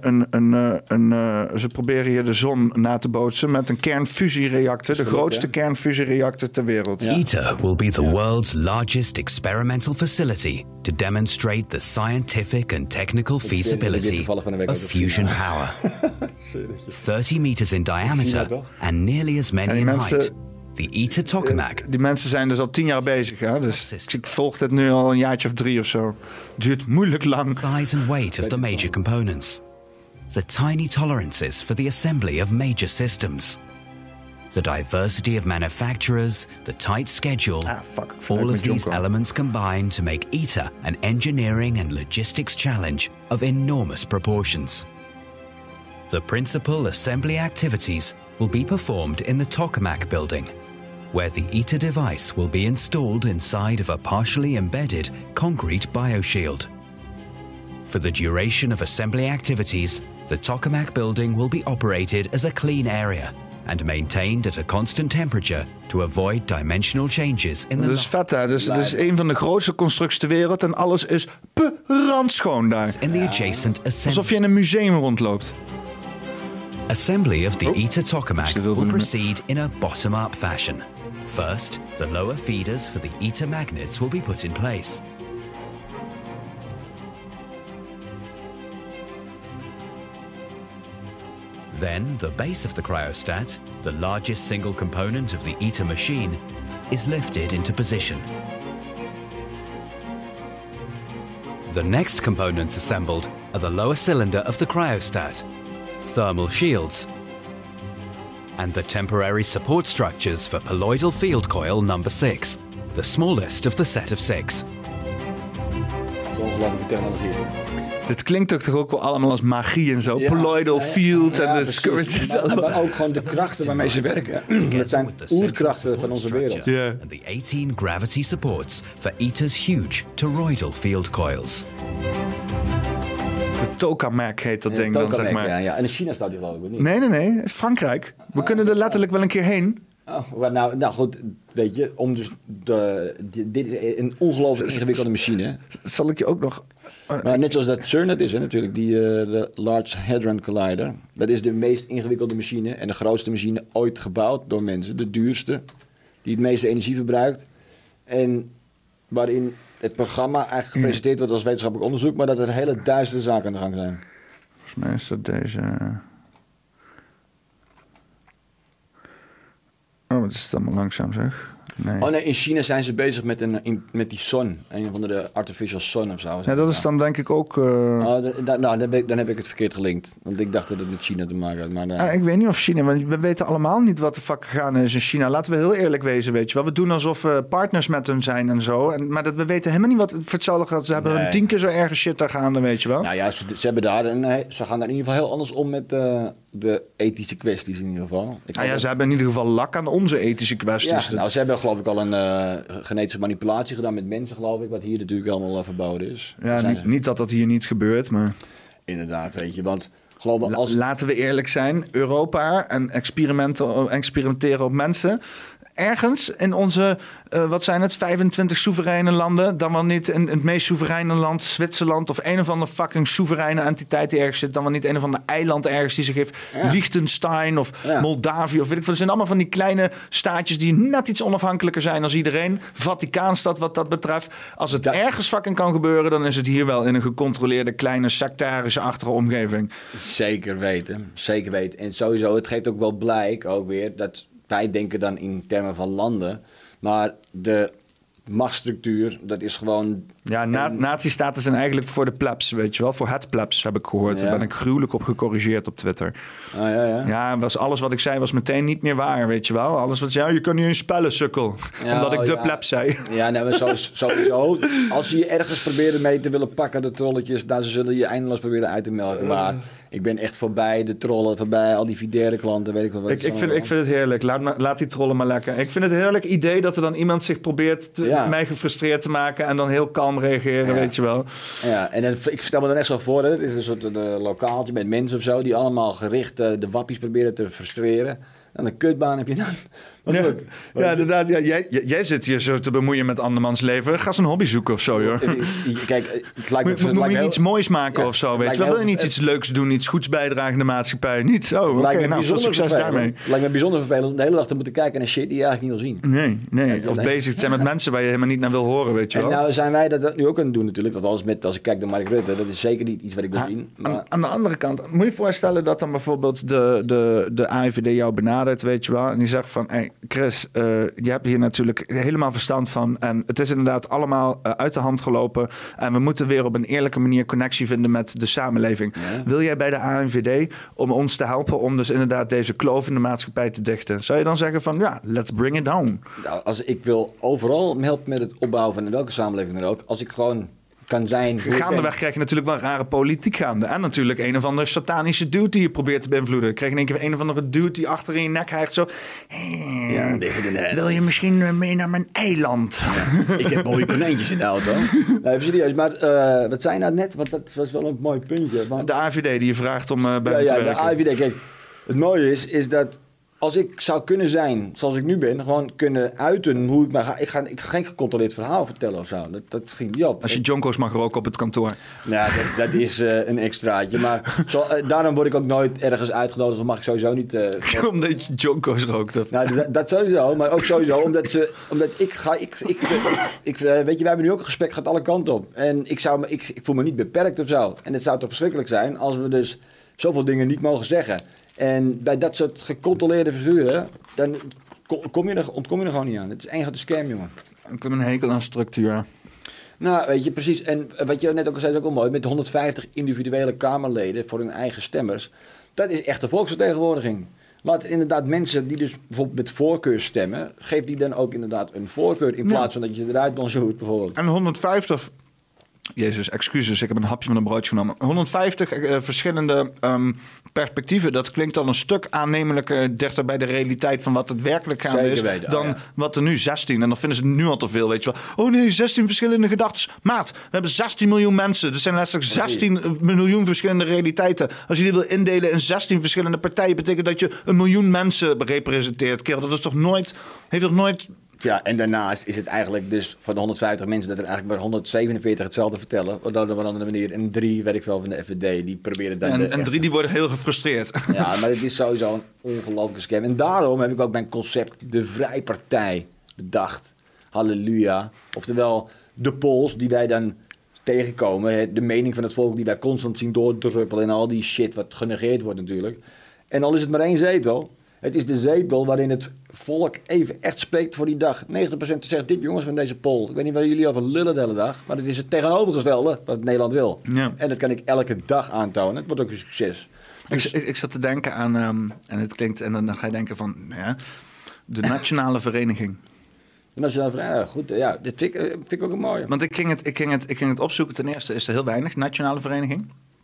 ze proberen hier de zon na te bootsen met een kernfusiereactor, de grootste kernfusiereactor ter wereld. ITER will be the world's largest experimental facility to demonstrate the scientific and technical feasibility of fusion power. 30 meters in diameter and nearly as many in height. The ITER tokamak. Die mensen zijn dus al 10 jaar bezig. Ja? Dus ik volg dit nu al een jaartje of 3 of zo. Duurt moeilijk lang. Size and weight of the major components. The tiny tolerances for the assembly of major systems. The diversity of manufacturers, the tight schedule. All of these elements combine to make ITER an engineering and logistics challenge of enormous proportions. The principal assembly activities will be performed in the tokamak building, where the ITER device will be installed inside of a partially embedded concrete bioshield. For the duration of assembly activities, the tokamak building will be operated as a clean area and maintained at a constant temperature to avoid dimensional changes in the... Dat is vet, hè? Dus het is een van de grootste constructies ter wereld en alles is brandschoon daar. In the adjacent assembly. Alsof je in een museum rondloopt. Assembly of the ITER tokamak will proceed in a bottom-up fashion. First, the lower feeders for the ITER magnets will be put in place. Then, the base of the cryostat, the largest single component of the ITER machine, is lifted into position. The next components assembled are the lower cylinder of the cryostat, thermal shields, and the temporary support structures for colloidal field coil number 6, the smallest of the set of 6. Ongelooflijke technologie. Dit klinkt toch ook wel allemaal als magie en zo. Colloidal field en de skirts. Maar ook gewoon de krachten waarmee ze werken. Dat zijn oerkrachten van onze wereld. And the 18 gravity supports for ITER's huge toroidal field coils. De tokamak heet dat ding dan, zeg maar. Ja. En in China staat die geloof ik niet. Nee. Frankrijk. We kunnen er letterlijk wel een keer heen. Nou goed, weet je, dit is een ongelooflijk ingewikkelde machine. Zal ik je ook nog... Maar net zoals dat CERN is, hè, natuurlijk, de Large Hadron Collider. Dat is de meest ingewikkelde machine en de grootste machine ooit gebouwd door mensen. De duurste, die het meeste energie verbruikt. En waarin het programma eigenlijk gepresenteerd wordt als wetenschappelijk onderzoek, maar dat er hele duistere zaken aan de gang zijn. Volgens mij is dat deze... Oh, wat is het allemaal langzaam, zeg. Nee, in China zijn ze bezig met die zon. Een van de artificial sun of zo. Ja, dat is dan denk ik ook... Dan heb ik het verkeerd gelinkt. Want ik dacht dat het met China te maken had. Maar, ik weet niet of China... Want we weten allemaal niet wat de fuck gegaan is in China. Laten we heel eerlijk wezen, weet je wel. We doen alsof we partners met hun zijn en zo. Maar we weten helemaal niet wat... Voor hetzelfde geld, ze hebben 10 keer zo erge shit daar gaande, weet je wel. Nou ja, ze hebben daar... En ze gaan daar in ieder geval heel anders om de ethische kwesties in ieder geval. Ze hebben in ieder geval lak aan onze ethische kwesties. Ja, ze hebben geloof ik al een genetische manipulatie gedaan met mensen, geloof ik. Wat hier natuurlijk allemaal verboden is. Ja, niet dat dat hier niet gebeurt, maar... Inderdaad, weet je, want... Laten we eerlijk zijn, Europa en experimenteren op mensen. Ergens in onze, 25 soevereine landen, dan wel niet in het meest soevereine land, Zwitserland of een of andere fucking soevereine entiteit die ergens zit, dan wel niet een of ander eiland ergens die zich heeft, Liechtenstein of Moldavië of weet ik veel. Het zijn allemaal van die kleine staatjes die net iets onafhankelijker zijn als iedereen. Vaticaanstad wat dat betreft. Als het ergens fucking kan gebeuren, dan is het hier wel in een gecontroleerde kleine sectarische-achtige omgeving. Zeker weten. En sowieso, het geeft ook wel blijk ook weer dat wij denken dan in termen van landen, maar de machtsstructuur, dat is gewoon... Ja, nazistaten zijn eigenlijk voor de plebs, weet je wel. Voor het plebs, heb ik gehoord. Daar ben ik gruwelijk op gecorrigeerd op Twitter. Ja, alles wat ik zei was meteen niet meer waar, weet je wel. Alles wat je kan niet eens spellen, sukkel. Omdat ik de plebs zei. Ja, nee, maar sowieso. Als je ergens proberen mee te willen pakken, de trolletjes, dan zullen je eindeloos proberen uit te melken. Maar ik ben echt voorbij de trollen, voorbij al die Videre klanten, weet ik wel wat. Ik vind het heerlijk. Laat die trollen maar lekker. Ik vind het een heerlijk idee dat er dan iemand zich probeert mij gefrustreerd te maken en dan heel kalm reageren, weet je wel. Ja, en ik stel me dan echt zo voor, het is een soort lokaaltje met mensen of zo, die allemaal gericht de wappies proberen te frustreren. En een kutbaan heb je dan. Ja, inderdaad. Ja, jij zit hier zo te bemoeien met andermans leven. Ga eens een hobby zoeken of zo, joh. Kijk, het lijkt me... Moet je iets moois maken of zo, weet je wel? Wil je niet iets leuks doen, iets goeds bijdragen aan de maatschappij? Niet zo. Oké, veel succes daarmee. Het lijkt me bijzonder vervelend om de hele dag te moeten kijken naar shit die je eigenlijk niet wil zien. Nee. Of bezig te zijn met mensen waar je helemaal niet naar wil horen, weet je wel. En nou zijn wij dat nu ook aan het doen natuurlijk. Als ik kijk naar Mark Rutte, dat is zeker niet iets wat ik wil zien. Maar... Aan de andere kant, moet je voorstellen dat dan bijvoorbeeld de AIVD jou benadert, weet je wel. En die zegt van, hey, Chris, je hebt hier natuurlijk helemaal verstand van. En het is inderdaad allemaal uit de hand gelopen. En we moeten weer op een eerlijke manier connectie vinden met de samenleving. Ja. Wil jij bij de AIVD om ons te helpen om dus inderdaad deze kloof in de maatschappij te dichten? Zou je dan zeggen van, ja, let's bring it down? Nou, als ik wil overal helpen met het opbouwen van welke samenleving dan ook. Als ik gewoon... kan zijn. Gaandeweg krijg je natuurlijk wel rare politiek gaande. En natuurlijk een of andere satanische dude die je probeert te beïnvloeden. Ik kreeg in één keer een of andere dude die achter in je nek hijgt zo. Ja, wil je misschien mee naar mijn eiland? Ja, ik heb mooie konijntjes in de auto. Nee, even serieus. Maar wat zei je nou net? Want dat was wel een mooi puntje. Maar... De AIVD die je vraagt om bij te werken. De AIVD. Kijk, het mooie is dat als ik zou kunnen zijn zoals ik nu ben, gewoon kunnen uiten hoe ik maar ga. Ik ga geen gecontroleerd verhaal vertellen of zo. Dat ging niet op. Als je jonko's mag roken op het kantoor. Nou, dat is een extraatje. Maar daarom word ik ook nooit ergens uitgenodigd. Dat mag ik sowieso niet. Omdat je jonko's rookt. Nou, dat sowieso. Maar ook sowieso omdat ik weet je, wij hebben nu ook een gesprek, gaat alle kanten op. En ik voel me niet beperkt of zo. En het zou toch verschrikkelijk zijn als we dus zoveel dingen niet mogen zeggen. En bij dat soort gecontroleerde figuren, dan ontkom je er gewoon niet aan. Het is één grote scam, jongen. Ik heb een hekel aan structuur. Nou, weet je, precies. En wat je net ook al zei, is ook al mooi. Met 150 individuele Kamerleden voor hun eigen stemmers. Dat is echt de volksvertegenwoordiging. Laat inderdaad mensen die dus bijvoorbeeld met voorkeur stemmen, geef die dan ook inderdaad een voorkeur in plaats van dat je eruit bonzoert, bijvoorbeeld. En 150... Jezus, excuses, ik heb een hapje van een broodje genomen. 150 verschillende perspectieven. Dat klinkt al een stuk aannemelijker dichter bij de realiteit van wat het werkelijk gaande is. Dan wat er nu 16. En dan vinden ze het nu al te veel, weet je wel. Oh nee, 16 verschillende gedachten. Maat, we hebben 16 miljoen mensen. Er zijn letterlijk 16 miljoen verschillende realiteiten. Als je die wil indelen in 16 verschillende partijen, betekent dat je 1 miljoen mensen representeert. Kerel, dat is toch nooit... Heeft toch nooit... Ja, en daarnaast is het eigenlijk dus van de 150 mensen dat er eigenlijk maar 147 hetzelfde vertellen. Op een andere manier. En 3, weet ik veel, van de FVD, die proberen dan... En 3 die worden heel gefrustreerd. Ja, maar het is sowieso een ongelooflijke scam. En daarom heb ik ook mijn concept de Vrijpartij bedacht. Halleluja. Oftewel, de polls die wij dan tegenkomen. De mening van het volk die wij constant zien doordruppelen. En al die shit wat genegeerd wordt natuurlijk. En al is het maar 1 zetel... Het is de zetel waarin het volk even echt spreekt voor die dag. 90% zegt dit, jongens, van deze poll. Ik weet niet waar jullie over lullen de hele dag. Maar het is het tegenovergestelde wat Nederland wil. Ja. En dat kan ik elke dag aantonen. Het wordt ook een succes. Dus... Ik zat te denken aan... en het klinkt... En dan ga je denken van... Ja, de Nationale Vereniging. De Nationale Vereniging, goed. Ja, dit vind ik ook een mooie. Want ik ging het opzoeken. Ten eerste is er heel weinig Nationale Vereniging.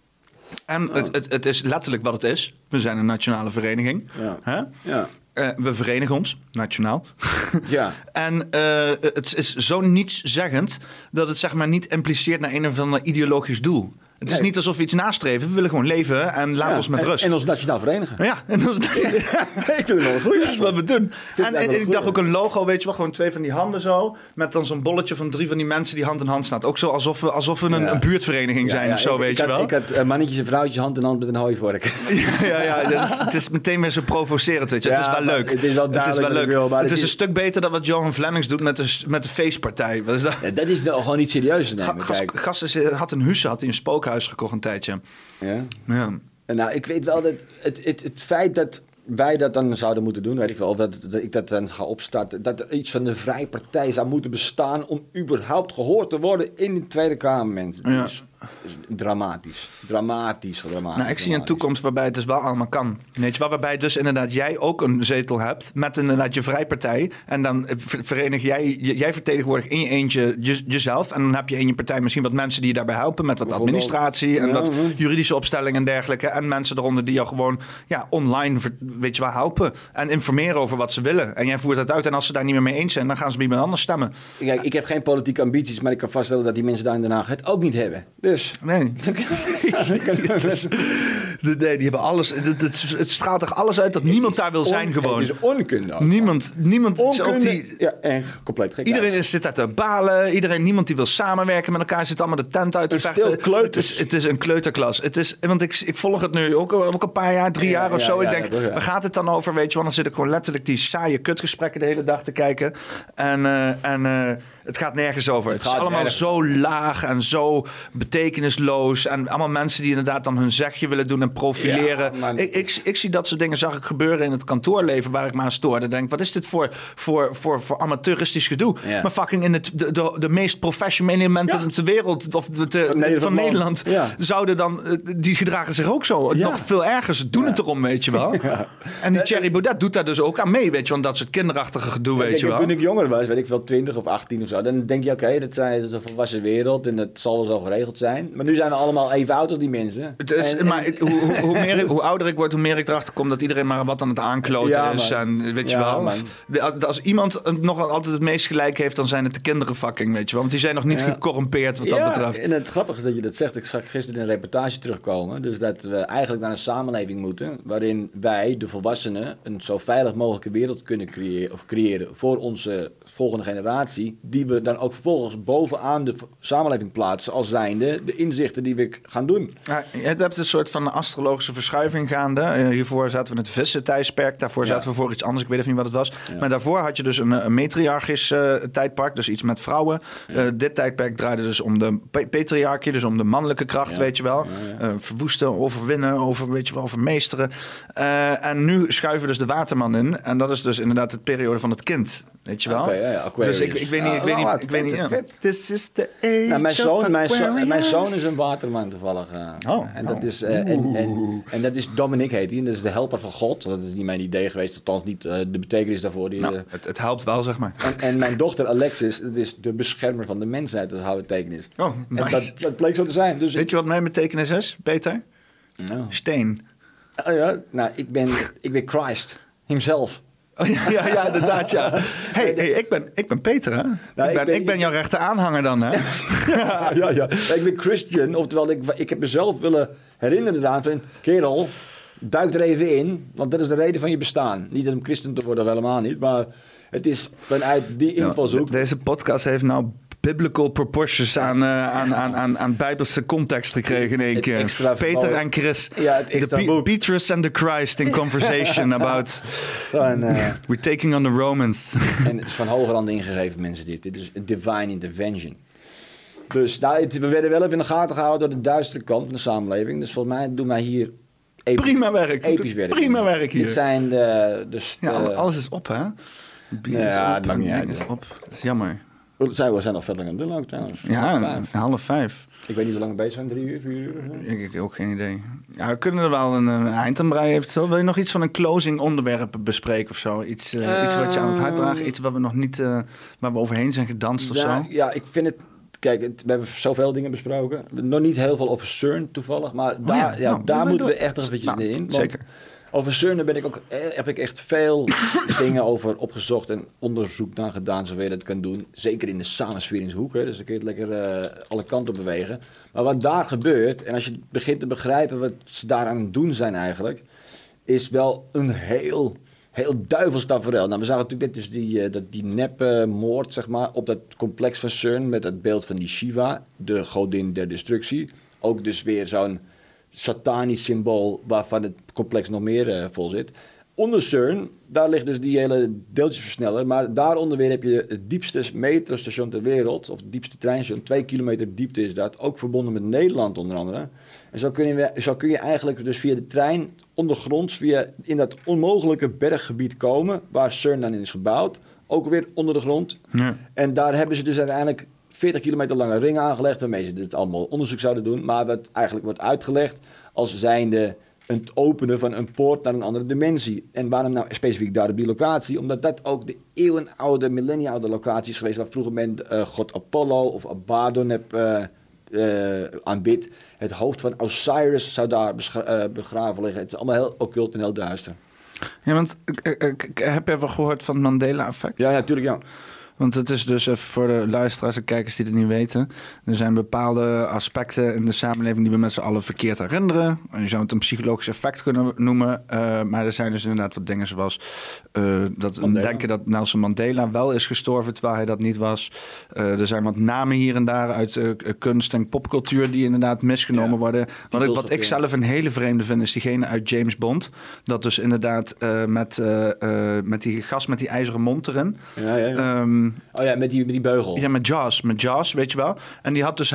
En het is letterlijk wat het is. We zijn een nationale vereniging. Ja. Hè? Ja. We verenigen ons, nationaal. Ja. En het is zo nietszeggend dat het zeg maar niet impliceert naar een of ander ideologisch doel. Het is niet alsof we iets nastreven. We willen gewoon leven en laat ons met rust. En ons nationaal verenigen. Ja, en ons... Ik vind het wel een goeie. Dat is wat we doen. En ik dacht ook een logo, weet je wel, gewoon 2 van die handen zo. Met dan zo'n bolletje van 3 van die mensen die hand in hand staan. Ook zo alsof we een buurtvereniging zijn of zo, weet je wel. Ik had mannetjes en vrouwtjes hand in hand met een hooivork. Het is meteen weer zo provocerend, weet je. Het is wel leuk. Het is wel duidelijk. Het is een stuk beter dan wat Johan Flemmings doet met de feestpartij. Wat is dat? Ja, dat is gewoon niet serieus te nemen. Gast had een huis, had hij een spookhuis gekocht een tijdje. Ja. En nou, ik weet wel dat het feit dat wij dat dan zouden moeten doen, weet ik wel, of dat ik dat dan ga opstarten, dat er iets van de vrije partij zou moeten bestaan om überhaupt gehoord te worden in de Tweede Kamer, mensen. Het is dramatisch. Nou, ik zie een toekomst waarbij het dus wel allemaal kan. Weet je wel, waarbij dus inderdaad jij ook een zetel hebt met inderdaad je vrijpartij. En dan verenig jij vertegenwoordigt in je eentje jezelf. En dan heb je in je partij misschien wat mensen die je daarbij helpen met wat administratie en wat juridische opstellingen en dergelijke. En mensen eronder die jou gewoon online, weet je wel, helpen en informeren over wat ze willen. En jij voert dat uit. En als ze daar niet meer mee eens zijn, dan gaan ze bij iemand anders stemmen. Kijk, ik heb geen politieke ambities, maar ik kan vaststellen dat die mensen daar in Den Haag het ook niet hebben. Dus... Nee. Nee, die hebben alles. Het straalt toch alles uit dat niemand daar wil zijn gewoon. Het is onkunde. Niemand onkunde, en compleet gek. Iedereen zit daar te balen. Niemand die wil samenwerken met elkaar. Zit allemaal de tent uit te vechten. Het is een kleuterklas. Want ik volg het nu ook een paar jaar, 3 jaar of zo. Ik denk, waar gaat het dan over? Weet je, want dan zit ik gewoon letterlijk die saaie kutgesprekken de hele dag te kijken. En het gaat nergens over. Het is allemaal zo laag en zo betekenisloos. En allemaal mensen die inderdaad dan hun zegje willen doen en profileren. Ja, ik zie dat soort dingen, zag ik gebeuren in het kantoorleven waar ik me aan stoorde. Denk, wat is dit voor amateuristisch gedoe? Ja. Maar fucking in de meest professionele mensen ter wereld of van Nederland zouden dan, die gedragen zich ook zo. Ja. Nog veel erger. Ze doen het erom, weet je wel. Ja. En die Thierry Baudet doet daar dus ook aan mee, weet je, want dat soort kinderachtige gedoe, weet je wel. Toen ik jonger was, weet ik wel, 20 of 18 of zo, dan denk je, oké, dat is een volwassen wereld en dat zal wel zo geregeld zijn. Maar nu zijn we allemaal even oud als die mensen. Hoe ouder ik word, hoe meer ik erachter kom dat iedereen maar wat aan het aankloten is. En, weet je wel. Als iemand nog altijd het meest gelijk heeft, dan zijn het de kinderen fucking, weet je wel. Want die zijn nog niet gecorrumpeerd wat dat betreft. En het grappige is dat je dat zegt. Ik zag gisteren in een reportage terugkomen. Dus dat we eigenlijk naar een samenleving moeten waarin wij, de volwassenen, een zo veilig mogelijke wereld kunnen creëren voor onze volgende generatie, die we dan ook vervolgens bovenaan de samenleving plaatsen als zijnde de inzichten die we gaan doen. Ja, je hebt een soort van astrologische verschuiving gaande. Hiervoor zaten we in het Vissen-tijdperk. Daarvoor zaten we voor iets anders. Ik weet even niet wat het was. Ja. Maar daarvoor had je dus een matriarchisch tijdperk. Dus iets met vrouwen. Ja. Dit tijdperk draaide dus om de patriarchie. Dus om de mannelijke kracht, weet je wel. Verwoesten, overwinnen, overmeesteren. En nu schuiven we dus de waterman in. En dat is dus inderdaad de periode van het kind. Weet je wel? Dus ik weet niet. This is the age mijn zoon is een waterman toevallig. En dat is Dominic heet hij. En dat is de helper van God. Dat is niet mijn idee geweest. Althans niet de betekenis daarvoor. Het helpt wel, zeg maar. En mijn dochter Alexis, dat is de beschermer van de mensheid. Dat is haar betekenis. Oh, nice. En dat bleek zo te zijn. Dus weet je wat mijn betekenis is, Peter? No. Steen. Oh ja, nou, ik ben Christ himself. Oh, ja, inderdaad, ja. Hey, ik ben Peter, hè? Nou, ik ben jouw rechte aanhanger dan, hè? ja. Ik ben Christian, oftewel ik heb mezelf willen herinneren aan van, kerel, duik er even in, want dat is de reden van je bestaan. Niet om christen te worden, helemaal niet, maar het is vanuit die invalshoek. Deze podcast heeft nou biblical proportions aan bijbelse context gekregen in één keer. Peter en Chris. Ja, het Petrus and the Christ in conversation about we're taking on the Romans. En het is van hogerhand ingegeven, mensen, dit. Dit is een divine intervention. Dus we werden wel even in de gaten gehouden door de duistere kant van de samenleving. Dus volgens mij doen wij hier prima werk. Episch werk. Prima werk hier. Dit zijn alles is op, hè? Het maakt niet uit. Op. Dat is jammer. We zijn nog verder aan het doen ook trouwens. Ja, 4:30. Ik weet niet hoe lang we bezig zijn, 3 uur, 4 uur? Ik heb ook geen idee. Ja, we kunnen er wel een eind aan breien eventueel. Wil je nog iets van een closing onderwerp bespreken of zo? Iets wat je aan het hart draagt? Iets wat we nog niet, waar we overheen zijn gedanst of zo? Ja, ik vind het kijk, we hebben zoveel dingen besproken. Nog niet heel veel over CERN toevallig, maar daar moeten we echt nog eventjes in. Zeker. Over CERN heb ik echt veel dingen over opgezocht en onderzoek naar gedaan, zoals je dat kan doen. Zeker in de samensweringshoek, hè, dus dan kun je het lekker alle kanten op bewegen. Maar wat daar gebeurt, en als je begint te begrijpen wat ze daar aan het doen zijn eigenlijk, is wel een heel duivels tafereel. Nou, we zagen natuurlijk net dus die nepmoord, zeg maar, op dat complex van CERN met het beeld van die Shiva, de godin der destructie. Ook dus weer zo'n satanisch symbool waarvan het complex nog meer vol zit. Onder CERN, daar ligt dus die hele deeltjesversneller, maar daaronder weer heb je het diepste metrostation ter wereld, of het diepste treinstation, 2 kilometer diepte is dat, ook verbonden met Nederland onder andere. En zo kun je eigenlijk dus via de trein ondergronds, in dat onmogelijke berggebied komen, waar CERN dan in is gebouwd, ook weer onder de grond. Ja. En daar hebben ze dus uiteindelijk 40 kilometer lange ring aangelegd, waarmee ze dit allemaal onderzoek zouden doen, maar wat eigenlijk wordt uitgelegd als zijnde het openen van een poort naar een andere dimensie. En waarom nou specifiek daar op die locatie? Omdat dat ook de eeuwenoude, millennia-oude locatie is geweest waar vroeger men god Apollo of Abaddon aanbidt. Het hoofd van Osiris zou daar begraven liggen. Het is allemaal heel occult en heel duister. Ja, want heb je wel gehoord van het Mandela-effect? Ja, natuurlijk, ja. Want het is dus, even voor de luisteraars en kijkers die het niet weten, er zijn bepaalde aspecten in de samenleving die we met z'n allen verkeerd herinneren. En je zou het een psychologisch effect kunnen noemen. Maar er zijn dus inderdaad wat dingen zoals denken dat Nelson Mandela wel is gestorven terwijl hij dat niet was. Er zijn wat namen hier en daar uit kunst en popcultuur die inderdaad misgenomen worden. Wat ik zelf een hele vreemde vind is diegene uit James Bond. Dat dus inderdaad met die gast met die ijzeren mond erin. Met die beugel. Ja, met Jaws, weet je wel. En die had dus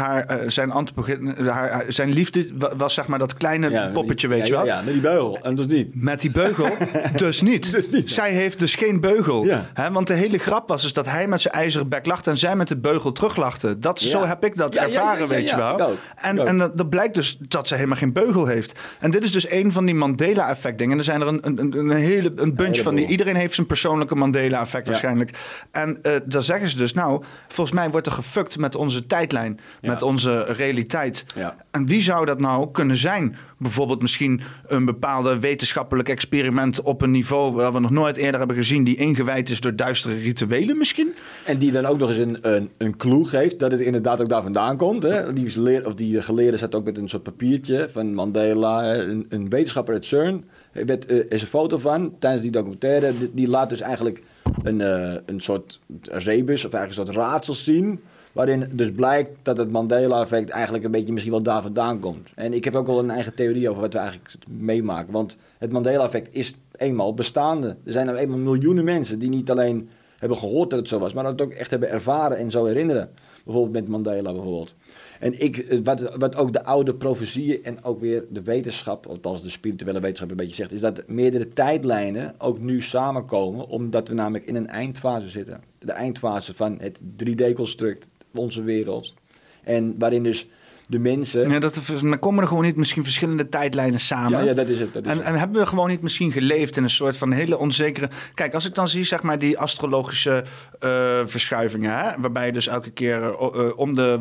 zijn liefde was zeg maar dat kleine poppetje, weet je wel. Ja, met die beugel. En dus niet. Met die beugel dus niet. Zij heeft dus geen beugel. Ja. Hè? Want de hele grap was dus dat hij met zijn ijzeren bek lachte en zij met de beugel teruglachte. Zo heb ik dat ervaren, weet je wel. En dat blijkt dus dat ze helemaal geen beugel heeft. En dit is dus een van die Mandela-effect dingen. En er zijn er een bunch van die. Iedereen heeft zijn persoonlijke Mandela-effect waarschijnlijk. En dan zeggen ze dus, nou, volgens mij wordt er gefukt met onze tijdlijn, met onze realiteit. Ja. En wie zou dat nou kunnen zijn? Bijvoorbeeld misschien een bepaalde wetenschappelijk experiment op een niveau waar we nog nooit eerder hebben gezien, die ingewijd is door duistere rituelen misschien? En die dan ook nog eens een clue geeft dat het inderdaad ook daar vandaan komt. Hè? Die geleerde zat ook met een soort papiertje van Mandela, een wetenschapper uit CERN. Er is een foto van tijdens die documentaire. Die laat dus eigenlijk een soort rebus of eigenlijk een soort raadsel zien, waarin dus blijkt dat het Mandela-effect eigenlijk een beetje misschien wel daar vandaan komt. En ik heb ook wel een eigen theorie over wat we eigenlijk meemaken. Want het Mandela-effect is eenmaal bestaande. Er zijn nou eenmaal miljoenen mensen die niet alleen hebben gehoord dat het zo was, maar dat het ook echt hebben ervaren en zo herinneren. Bijvoorbeeld met Mandela bijvoorbeeld. En wat ook de oude profetieën en ook weer de wetenschap, althans de spirituele wetenschap een beetje zegt, is dat meerdere tijdlijnen ook nu samenkomen, omdat we namelijk in een eindfase zitten. De eindfase van het 3D-construct, onze wereld. En waarin dus de mensen... Ja, dan komen er gewoon niet misschien verschillende tijdlijnen samen. Ja, dat is het. En hebben we gewoon niet misschien geleefd in een soort van hele onzekere... Kijk, als ik dan zie, zeg maar, die astrologische verschuivingen, hè, waarbij je dus elke keer om de,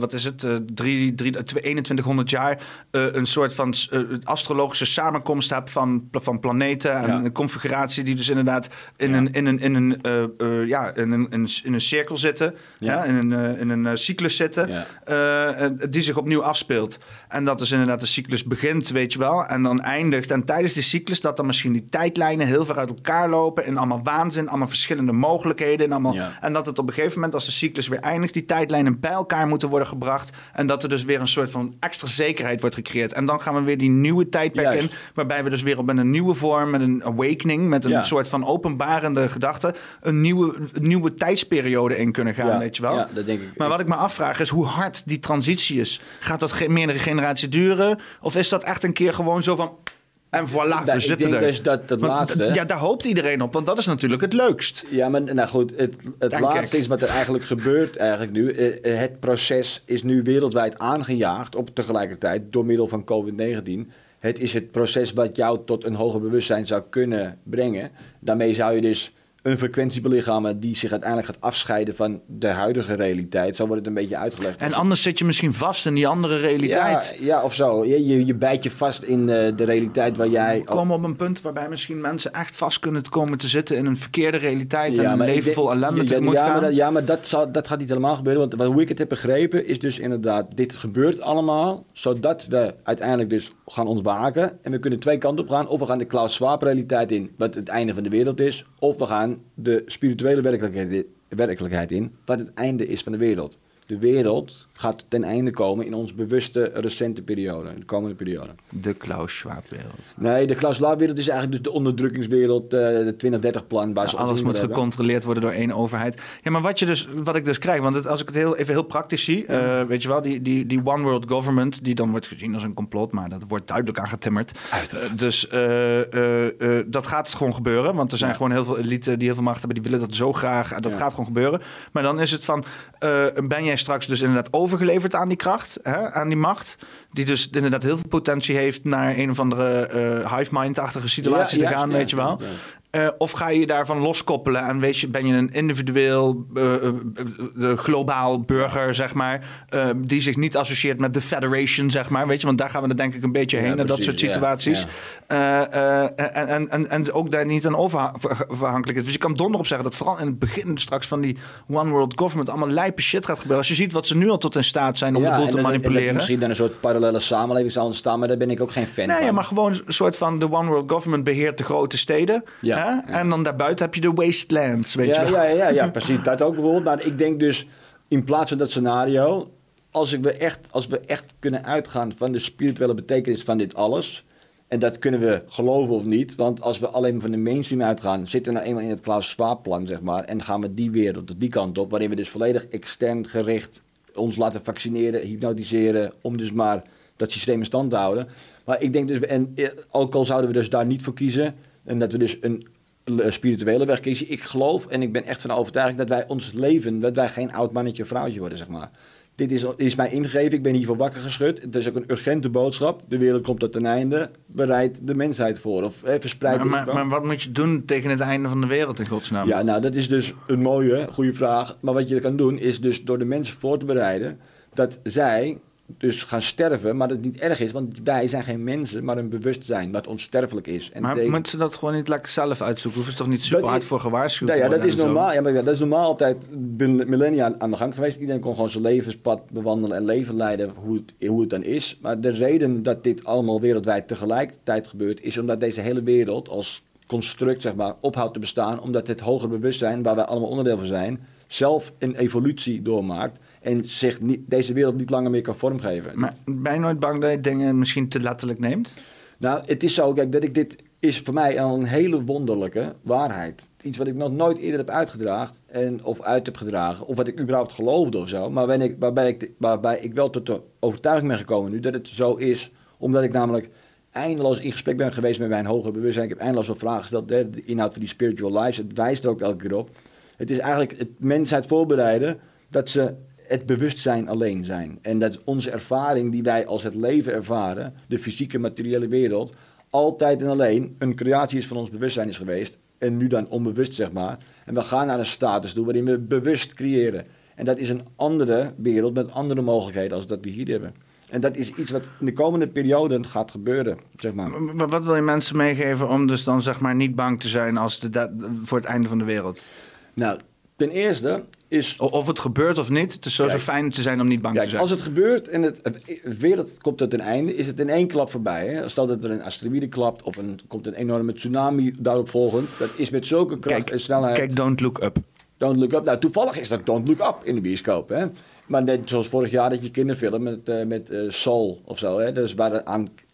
2100 jaar een soort van astrologische samenkomst hebt van planeten en een configuratie die dus inderdaad in een cirkel zitten, in een cyclus zitten, die zich opnieuw afspeelt. En dat dus inderdaad de cyclus begint, weet je wel, en dan eindigt. En tijdens die cyclus dat dan misschien die tijdlijnen heel ver uit elkaar lopen in allemaal waanzin, allemaal verschillende mogelijkheden. En dat het op een gegeven moment, als de cyclus weer eindigt, die tijdlijnen bij elkaar moeten worden gebracht. En dat er dus weer een soort van extra zekerheid wordt gecreëerd. En dan gaan we weer die nieuwe tijdperk in, waarbij we dus weer op een nieuwe vorm, met een awakening, met een soort van openbarende gedachte, een nieuwe tijdsperiode in kunnen gaan, weet je wel. Ja, dat denk ik. Maar wat ik me afvraag is hoe hard die transitie is. Gaat dat meerdere generaties duren? Of is dat echt een keer gewoon zo van... En voilà, we zitten er. Dus dat laatste... Ja, daar hoopt iedereen op, want dat is natuurlijk het leukst. Ja, maar nou goed, het laatste is wat er eigenlijk gebeurt eigenlijk nu. Het proces is nu wereldwijd aangejaagd op tegelijkertijd door middel van COVID-19. Het is het proces wat jou tot een hoger bewustzijn zou kunnen brengen. Daarmee zou je dus een frequentie belichamen die zich uiteindelijk gaat afscheiden van de huidige realiteit. Zo wordt het een beetje uitgelegd. En anders zit je misschien vast in die andere realiteit. Ja, of zo. Je bijt je vast in de realiteit waar jij... We komen op een punt waarbij misschien mensen echt vast kunnen komen te zitten in een verkeerde realiteit en een leven vol ellende tegemoet gaan. Maar dat gaat niet helemaal gebeuren. Want hoe ik het heb begrepen is dus inderdaad, dit gebeurt allemaal zodat we uiteindelijk dus gaan ontwaken. En we kunnen twee kanten op gaan. Of we gaan de Klaus Schwab realiteit in, wat het einde van de wereld is. Of we gaan de spirituele werkelijkheid in, wat het einde is van de wereld. De wereld gaat ten einde komen in onze bewuste recente periode, de komende periode. De Klaus Schwab-wereld. Nee, de Klaus Schwab-wereld is eigenlijk dus de onderdrukkingswereld, de 2030-plan. Waar alles moet gecontroleerd worden door één overheid. Ja, maar wat ik dus krijg, want als ik het even heel praktisch zie, weet je wel, die one world government, die dan wordt gezien als een complot, maar dat wordt duidelijk aangetimmerd. Dus dat gaat gewoon gebeuren, want er zijn gewoon heel veel elite die heel veel macht hebben, die willen dat zo graag. Dat gaat gewoon gebeuren. Maar dan is het van, ben jij straks dus inderdaad overgeleverd aan die kracht, aan die macht, die dus inderdaad heel veel potentie heeft naar een of andere hive mind-achtige situatie te gaan, weet je wel. Of ga je je daarvan loskoppelen en ben je een individueel, globaal burger, zeg maar, die zich niet associeert met de Federation, zeg maar, weet je, want daar gaan we er denk ik een beetje heen, naar dat soort situaties. En ook daar niet aan overhankelijk is. Dus je kan donder op zeggen dat vooral in het begin straks van die one world government allemaal lijpe shit gaat gebeuren. Als je ziet wat ze nu al tot in staat zijn om de boel te manipuleren. En misschien dan een soort parallele samenleving zal ontstaan, maar daar ben ik ook geen fan van. Nee, maar gewoon een soort van de one world government beheert de grote steden. Ja. En dan daarbuiten heb je de wastelands, weet je wel. Ja, precies. Dat ook bijvoorbeeld. Nou, ik denk dus, in plaats van dat scenario, als we echt kunnen uitgaan van de spirituele betekenis van dit alles, en dat kunnen we geloven of niet, want als we alleen van de mainstream uitgaan, zitten we nou eenmaal in het Klaus Schwab-plan, zeg maar, en gaan we die wereld, die kant op, waarin we dus volledig extern gericht ons laten vaccineren, hypnotiseren, om dus maar dat systeem in stand te houden. Maar ik denk dus, en ook al zouden we dus daar niet voor kiezen, en dat we dus een spirituele weg kiezen. Ik geloof en ik ben echt van overtuigd dat wij ons leven, dat wij geen oud mannetje of vrouwtje worden, zeg maar. Dit is mij ingegeven, ik ben hiervoor wakker geschud. Het is ook een urgente boodschap. De wereld komt tot een einde. Bereid de mensheid voor. Of verspreid maar wat moet je doen tegen het einde van de wereld in godsnaam? Ja, nou dat is dus een mooie, goede vraag. Maar wat je kan doen is dus door de mensen voor te bereiden dat zij dus gaan sterven, maar dat het niet erg is, want wij zijn geen mensen, maar een bewustzijn wat onsterfelijk is. En maar moeten ze dat gewoon niet lekker zelf uitzoeken? Hoeven ze toch niet super hard voor gewaarschuwd te worden? Dat is normaal. Ja, maar dat is normaal altijd millennia aan de gang geweest. Iedereen kon gewoon zijn levenspad bewandelen en leven leiden hoe het dan is. Maar de reden dat dit allemaal wereldwijd tegelijkertijd gebeurt, is omdat deze hele wereld als construct, zeg maar, ophoudt te bestaan, omdat het hoger bewustzijn, waar wij allemaal onderdeel van zijn, zelf een evolutie doormaakt en zich deze wereld niet langer meer kan vormgeven. Maar ben je nooit bang dat je dingen misschien te letterlijk neemt? Nou, het is zo, kijk, dit is voor mij al een hele wonderlijke waarheid. Iets wat ik nog nooit eerder heb uitgedragen of uit heb gedragen, of wat ik überhaupt geloofde of zo, maar waarbij ik wel tot de overtuiging ben gekomen nu dat het zo is, omdat ik namelijk eindeloos in gesprek ben geweest met mijn hoger bewustzijn. Ik heb eindeloos wat vragen gesteld, de inhoud van die spiritual lives, het wijst er ook elke keer op. Het is eigenlijk het mensheid voorbereiden dat ze het bewustzijn alleen zijn. En dat onze ervaring die wij als het leven ervaren, de fysieke materiële wereld, altijd en alleen een creatie is van ons bewustzijn is geweest. En nu dan onbewust, zeg maar. En we gaan naar een status toe waarin we bewust creëren. En dat is een andere wereld met andere mogelijkheden als dat we hier hebben. En dat is iets wat in de komende periode gaat gebeuren, zeg maar. Maar wat wil je mensen meegeven om dus dan zeg maar niet bang te zijn voor het einde van de wereld? Nou, ten eerste is... Of het gebeurt of niet, het is zo fijn te zijn om niet bang te zijn. Als het gebeurt en de wereld komt tot een einde, is het in één klap voorbij. Hè? Stel dat er een asteroïde klapt of komt een enorme tsunami daarop volgend. Dat is met zulke kracht en snelheid... Kijk, Don't Look Up. Don't Look Up. Nou, toevallig is dat Don't Look Up in de bioscoop. Hè? Maar net zoals vorig jaar dat je kinderfilm met Soul of zo. Hè? Dus waar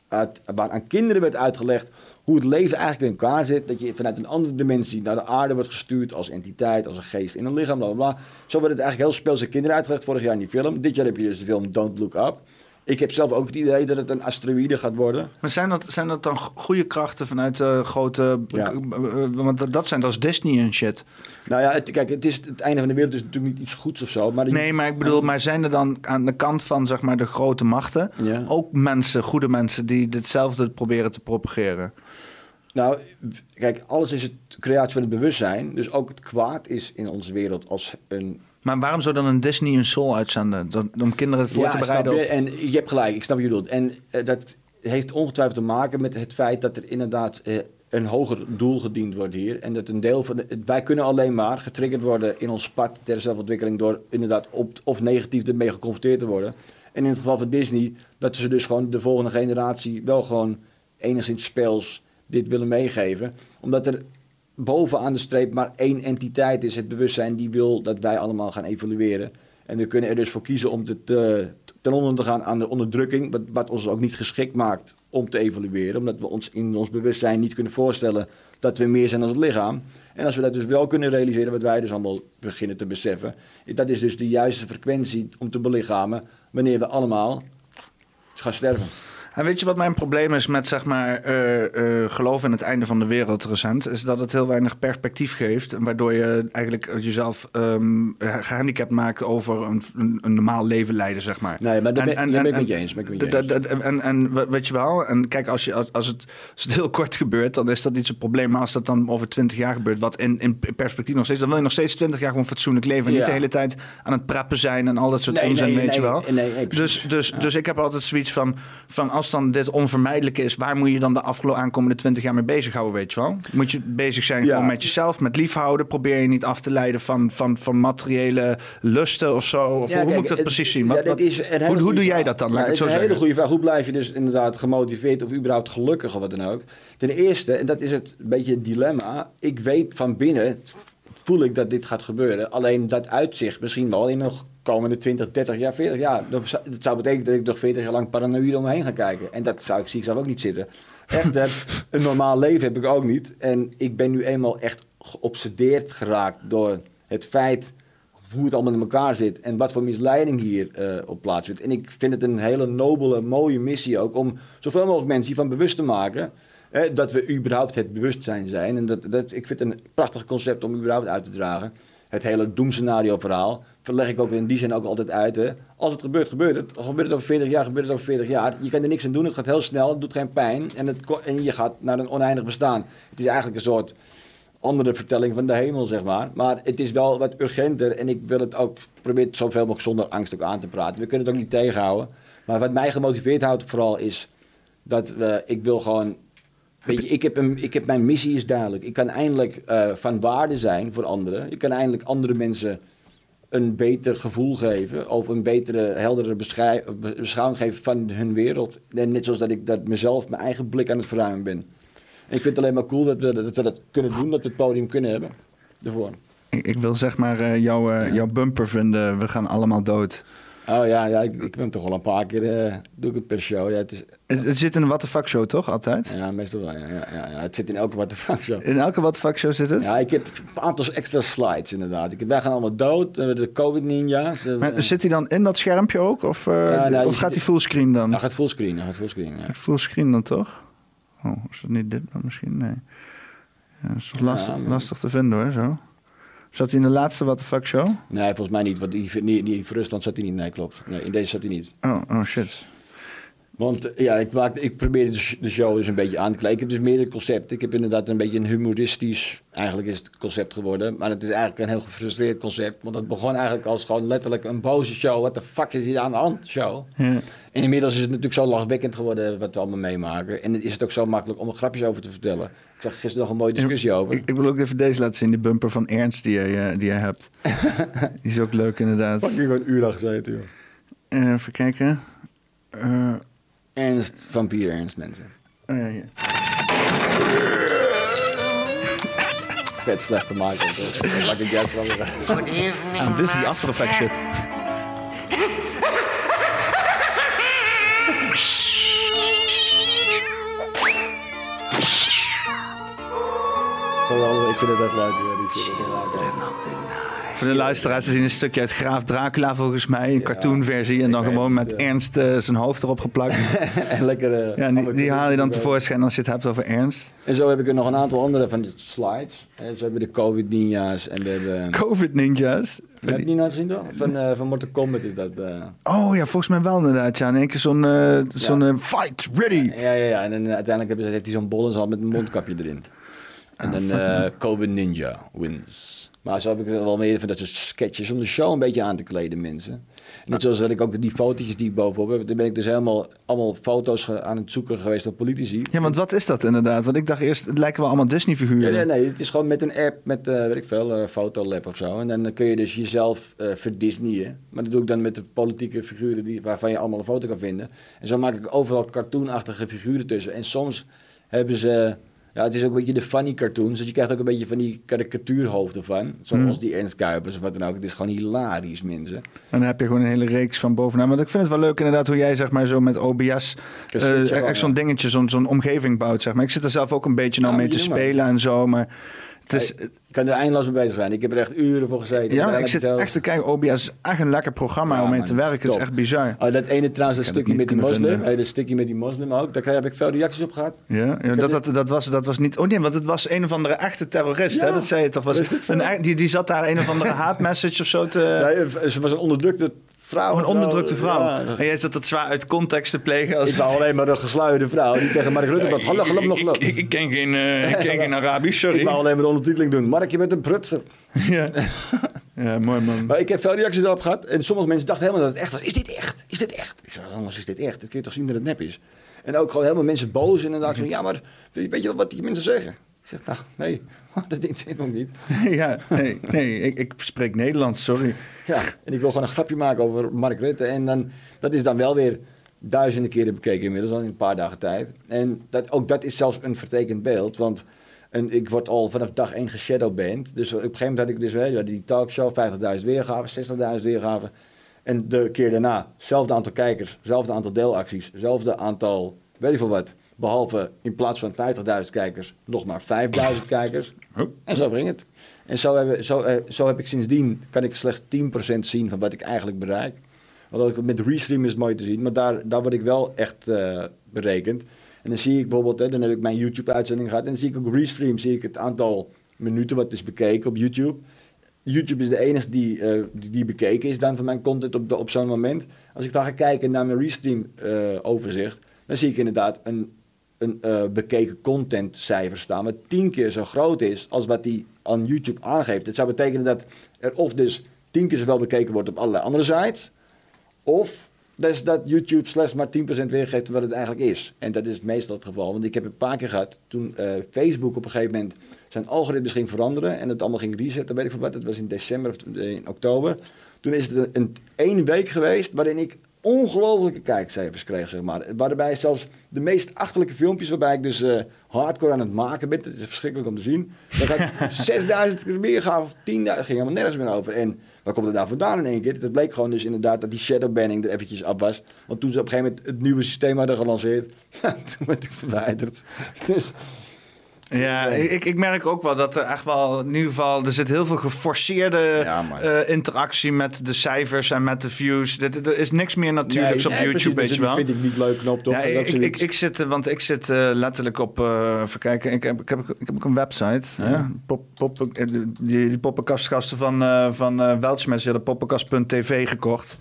aan kinderen werd uitgelegd hoe het leven eigenlijk in elkaar zit. Dat je vanuit een andere dimensie naar de aarde wordt gestuurd als entiteit, als een geest in een lichaam, bla bla bla. Zo werd het eigenlijk heel speels aan kinderen uitgelegd vorig jaar in die film. Dit jaar heb je dus de film Don't Look Up. Ik heb zelf ook het idee dat het een asteroïde gaat worden. Maar zijn dat dan goede krachten vanuit grote... Ja. Want dat zijn als Disney en shit. Nou ja, kijk, het einde van de wereld is natuurlijk niet iets goeds of zo. Maar maar ik bedoel, maar zijn er dan aan de kant van zeg maar de grote machten ook mensen, goede mensen, die hetzelfde proberen te propageren? Nou, kijk, alles is het creatie van het bewustzijn. Dus ook het kwaad is in onze wereld als een... Maar waarom zou dan een Disney een Soul uitzenden? Om kinderen voor te bereiden op... En je hebt gelijk, ik snap wat je bedoelt. En dat heeft ongetwijfeld te maken met het feit dat er inderdaad een hoger doel gediend wordt hier. En dat een deel van... wij kunnen alleen maar getriggerd worden in ons pad ter zelfontwikkeling door inderdaad of negatief ermee geconfronteerd te worden. En in het geval van Disney, dat ze dus gewoon de volgende generatie wel gewoon enigszins speels dit willen meegeven. Omdat er bovenaan de streep maar één entiteit is, het bewustzijn, die wil dat wij allemaal gaan evolueren. En we kunnen er dus voor kiezen om ten onder te gaan aan de onderdrukking, wat ons ook niet geschikt maakt om te evolueren. Omdat we ons in ons bewustzijn niet kunnen voorstellen dat we meer zijn dan het lichaam. En als we dat dus wel kunnen realiseren, wat wij dus allemaal beginnen te beseffen, dat is dus de juiste frequentie om te belichamen wanneer we allemaal gaan sterven. En weet je wat mijn probleem is met, zeg maar, geloof in het einde van de wereld recent? Is dat het heel weinig perspectief geeft. Waardoor je eigenlijk jezelf gehandicapt maakt over een normaal leven leiden, zeg maar. Nee, maar daar ben ik met je eens. En weet je wel, en kijk, als het heel kort gebeurt, dan is dat niet zo'n probleem. Maar als dat dan over 20 jaar gebeurt, wat in perspectief nog steeds, dan wil je nog steeds 20 jaar gewoon fatsoenlijk leven. En niet de hele tijd aan het preppen zijn en al dat soort onzin, weet je wel. Dus ik heb altijd zoiets van als dan dit onvermijdelijk is, waar moet je dan de aankomende 20 jaar mee bezighouden, weet je wel? Moet je bezig zijn gewoon met jezelf, met liefhouden? Probeer je niet af te leiden van materiële lusten of zo? Of hoe moet ik dat precies zien? Hoe doe jij dat dan? Laat ik het zo zeggen. Dat is een hele goede vraag. Hoe blijf je dus inderdaad gemotiveerd of überhaupt gelukkig of wat dan ook? Ten eerste, en dat is het een beetje het dilemma, ik weet van binnen, voel ik dat dit gaat gebeuren. Alleen dat uitzicht misschien wel in nog komende 20, 30 jaar, 40 jaar. Dat zou betekenen dat ik nog 40 jaar lang paranoïde om me heen ga kijken. En dat zie ik zelf ook niet zitten. Echt, een normaal leven heb ik ook niet. En ik ben nu eenmaal echt geobsedeerd geraakt door het feit hoe het allemaal in elkaar zit en wat voor misleiding hier op plaatsvindt. En ik vind het een hele nobele, mooie missie ook om zoveel mogelijk mensen hiervan bewust te maken dat we überhaupt het bewustzijn zijn. En ik vind het een prachtig concept om überhaupt uit te dragen. Het hele doemscenario verhaal verleg ik ook in die zin ook altijd uit. Hè. Als het gebeurt, gebeurt het. Als het gebeurt over 40 jaar, gebeurt het over 40 jaar. Je kan er niks aan doen, het gaat heel snel, het doet geen pijn. En je gaat naar een oneindig bestaan. Het is eigenlijk een soort andere vertelling van de hemel, zeg maar. Maar het is wel wat urgenter en ik wil het ook proberen zoveel mogelijk zonder angst ook aan te praten. We kunnen het ook niet tegenhouden. Maar wat mij gemotiveerd houdt vooral is dat ik wil gewoon... Weet je, mijn missie is duidelijk. Ik kan eindelijk van waarde zijn voor anderen. Ik kan eindelijk andere mensen een beter gevoel geven of een betere, heldere beschouwing geven van hun wereld. En net zoals dat ik dat mezelf, mijn eigen blik aan het verruimen ben. En ik vind het alleen maar cool dat we dat kunnen doen, dat we het podium kunnen hebben ervoor. Ik wil zeg maar jouw bumper vinden, we gaan allemaal dood. Oh ja, ik ben toch wel een paar keer, doe ik het per show. Ja, het zit in een What the Fuck show, toch? Altijd? Ja, meestal wel. Ja, het zit in elke What the Fuck show. In elke What the Fuck show zit het? Ja, ik heb een aantal extra slides inderdaad. Wij gaan allemaal dood, de COVID-ninja's. Maar zit hij dan in dat schermpje ook? Of gaat hij fullscreen dan? Hij gaat fullscreen, ja. Fullscreen dan toch? Oh, is dat niet dit dan misschien? Nee. Ja, dat is toch lastig te vinden hoor, zo. Zat hij in de laatste What the Fuck show? Nee, volgens mij niet. Want die voor Rusland zat hij niet. Nee, klopt. Nee, in deze zat hij niet. Oh shit. Want ja, ik probeerde de show dus een beetje aan te kleden. Ik heb dus meerdere concepten. Ik heb inderdaad een beetje een humoristisch... Eigenlijk is het concept geworden. Maar het is eigenlijk een heel gefrustreerd concept. Want het begon eigenlijk als gewoon letterlijk een boze show. What the fuck is hier aan de hand? Show. Ja. En inmiddels is het natuurlijk zo lachwekkend geworden wat we allemaal meemaken. En is het ook zo makkelijk om er grapjes over te vertellen. Ik zag gisteren nog een mooie discussie over. Ik wil ook even deze laten zien. Die bumper van Ernst die je hebt. Die is ook leuk inderdaad. Fuck, je gewoon een uur lang gezeten, joh. Even kijken. Ernst, vampier Ernst, mensen. Oh ja. Vet slecht gemaakt. Laat ik juist van dit is die After Effects shit. Geweldig, ik vind het echt leuk. Voor de luisteraars, ze zien een stukje uit Graaf Dracula volgens mij. Een cartoonversie. En dan gewoon met Ernst zijn hoofd erop geplakt. En lekker... die haal je dan tevoorschijn als je het hebt over Ernst. En zo heb ik er nog een aantal andere van die slides. Zo hebben we de COVID Ninja's en we hebben... COVID Ninja's? Heb je het niet nooit gezien toch? Van Mortal Kombat is dat... Oh ja, volgens mij wel inderdaad. Ja, in één keer zo'n fight, ready. Ja. En dan uiteindelijk heeft hij zo'n bol in zijn hand met een mondkapje erin. En dan COVID Ninja wins. Maar zo heb ik er wel meer van dat soort sketches om de show een beetje aan te kleden, mensen. Net zoals dat ik ook die fotootjes die ik bovenop heb. Dan ben ik dus allemaal foto's aan het zoeken geweest van politici. Ja, want wat is dat inderdaad? Want ik dacht eerst, het lijken wel allemaal Disney-figuren. Ja, nee, het is gewoon met een app, met weet ik veel, Fotolab of zo. En dan kun je dus jezelf verdisneyen. Maar dat doe ik dan met de politieke figuren waarvan je allemaal een foto kan vinden. En zo maak ik overal cartoonachtige figuren tussen. En soms hebben ze... Ja, het is ook een beetje de funny cartoons. Dus je krijgt ook een beetje van die karikatuurhoofden van. Zoals die Ernst Kuipers of wat dan ook. Het is gewoon hilarisch, mensen. En dan heb je gewoon een hele reeks van bovenaan. Want ik vind het wel leuk inderdaad hoe jij zeg maar zo met OBS... echt zo'n dingetje, zo'n omgeving bouwt, zeg maar. Ik zit er zelf ook een beetje mee te spelen en zo, maar... Ik kan er eindeloos mee bezig zijn. Ik heb er echt uren voor gezeten. Ja, ik zit echt te kijken. OBS is echt een lekker programma om mee te werken. Het is echt bizar. Oh, dat ene trouwens, dat stukje met die moslim. Dat stukje met die moslim ook. Daar heb ik veel reacties op gehad. Ja, dat was niet... Oh nee, want het was een of andere echte terrorist. Hè? Dat zei je toch? Die zat daar een of andere haatmessage of zo te... Nee, ze was een onderdrukte vrouw. Een onderdrukte vrouw. Ja. En jij zat dat zwaar uit context te plegen. Ik wou alleen maar een gesluierde vrouw die tegen Mark Rutte had. Ik ken geen Arabisch, sorry. Ik wou alleen maar de ondertiteling doen. Mark, je bent een prutser. Ja, mooi man. Maar ik heb veel reacties erop gehad. En sommige mensen dachten helemaal dat het echt was. Is dit echt? Is dit echt? Ik zei, anders is dit echt. Dat kun je toch zien dat het nep is. En ook gewoon helemaal mensen boos inderdaad. Van, ja, maar weet je wat die mensen zeggen? Ik zeg, nou, nee, dat ding zit nog niet. Ja, nee, ik spreek Nederlands, sorry. Ja, en ik wil gewoon een grapje maken over Mark Rutte. En dan, dat is dan wel weer duizenden keren bekeken inmiddels, al in een paar dagen tijd. En ook dat is zelfs een vertekend beeld, want ik word al vanaf dag 1 geshadowband. Dus op een gegeven moment had ik dus die talkshow, 50.000 weergaven, 60.000 weergaven. En de keer daarna, hetzelfde aantal kijkers, hetzelfde aantal deelacties, hetzelfde aantal, weet ik veel wat. Behalve in plaats van 50.000 kijkers, nog maar 5.000 kijkers. En zo ging het. En zo heb ik sindsdien, kan ik slechts 10% zien van wat ik eigenlijk bereik. Want met restream is het mooi te zien, maar daar word ik wel echt berekend. En dan zie ik bijvoorbeeld, dan heb ik mijn YouTube-uitzending gehad. En dan zie ik ook restream, zie ik het aantal minuten wat is bekeken op YouTube. YouTube is de enige die bekeken is dan van mijn content op zo'n moment. Als ik dan ga kijken naar mijn restream overzicht, dan zie ik inderdaad een bekeken contentcijfer staan, wat 10 keer zo groot is als wat die aan YouTube aangeeft. Dat zou betekenen dat er of dus 10 keer zoveel bekeken wordt op allerlei andere sites, of dus dat YouTube slechts maar 10% weergeeft wat het eigenlijk is. En dat is meestal het geval, want ik heb een paar keer gehad toen Facebook op een gegeven moment zijn algoritmes ging veranderen en het allemaal ging resetten, weet ik veel wat, dat was in december of in oktober. Toen is het één week geweest waarin ik ongelofelijke kijkcijfers kreeg, zeg maar. Waarbij zelfs de meest achterlijke filmpjes, waarbij ik dus hardcore aan het maken ben, dat is verschrikkelijk om te zien, dat ik 6.000 weergaven of 10.000, ging helemaal nergens meer over. En waar komt het daar vandaan in één keer? Dat bleek gewoon dus inderdaad dat die shadowbanning er eventjes af was. Want toen ze op een gegeven moment het nieuwe systeem hadden gelanceerd, toen werd ik verwijderd. Dus... Ja, ik merk ook wel dat er echt wel, in ieder geval, er zit heel veel geforceerde interactie met de cijfers en met de views. Er is niks meer natuurlijks op YouTube, precies, weet je wel. Dat vind ik niet leuk, knop toch? Ja, ik zit letterlijk op, even kijken, ik heb ook een website. Ja. Die poppenkastgasten van Weltschmerz hadden poppenkast.tv gekocht.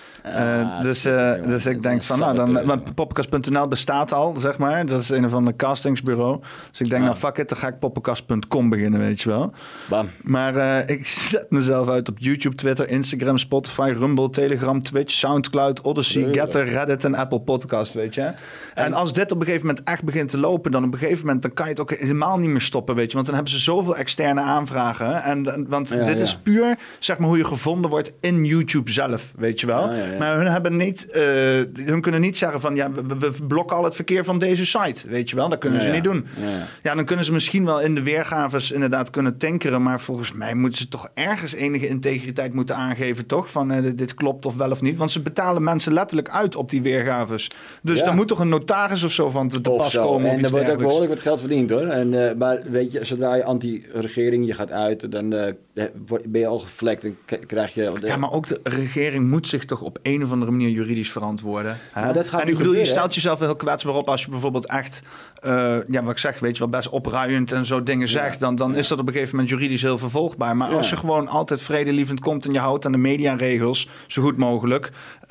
Dus ik denk van, want poppenkast.nl bestaat al, zeg maar. Dat is een of ander castingsbureau. Dus ik denk, nou fuck it, dan ga ik poppenkast.com beginnen, weet je wel. Bam. Maar ik zet mezelf uit op YouTube, Twitter, Instagram, Spotify, Rumble, Telegram, Twitch, Soundcloud, Odyssey, Getter, Reddit en Apple Podcast, weet je. En als dit op een gegeven moment echt begint te lopen, dan op een gegeven moment dan kan je het ook helemaal niet meer stoppen, weet je. Want dan hebben ze zoveel externe aanvragen. Want dit is puur, zeg maar, hoe je gevonden wordt in YouTube zelf, weet je wel. Maar hun kunnen niet zeggen van... ja, we blokken al het verkeer van deze site. Weet je wel, dat kunnen ze niet doen. Ja, dan kunnen ze misschien wel in de weergaves inderdaad kunnen tinkeren... maar volgens mij moeten ze toch ergens enige integriteit moeten aangeven... toch? Van dit klopt of wel of niet. Want ze betalen mensen letterlijk uit op die weergaves. Dus daar moet toch een notaris of zo van te pas komen. En er wordt ook behoorlijk wat geld verdiend, hoor. Maar weet je, zodra je anti-regering je gaat uit... dan ben je al gevlekt en krijg je... Ja, maar ook de regering moet zich toch op een of andere manier juridisch verantwoorden. Maar dat gaat en ik bedoel, je stelt jezelf heel kwetsbaar op als je bijvoorbeeld echt... wat ik zeg, weet je wel, best opruiend en zo dingen zegt... dan is dat op een gegeven moment juridisch heel vervolgbaar. Maar als je gewoon altijd vredelievend komt en je houdt aan de mediaregels... zo goed mogelijk...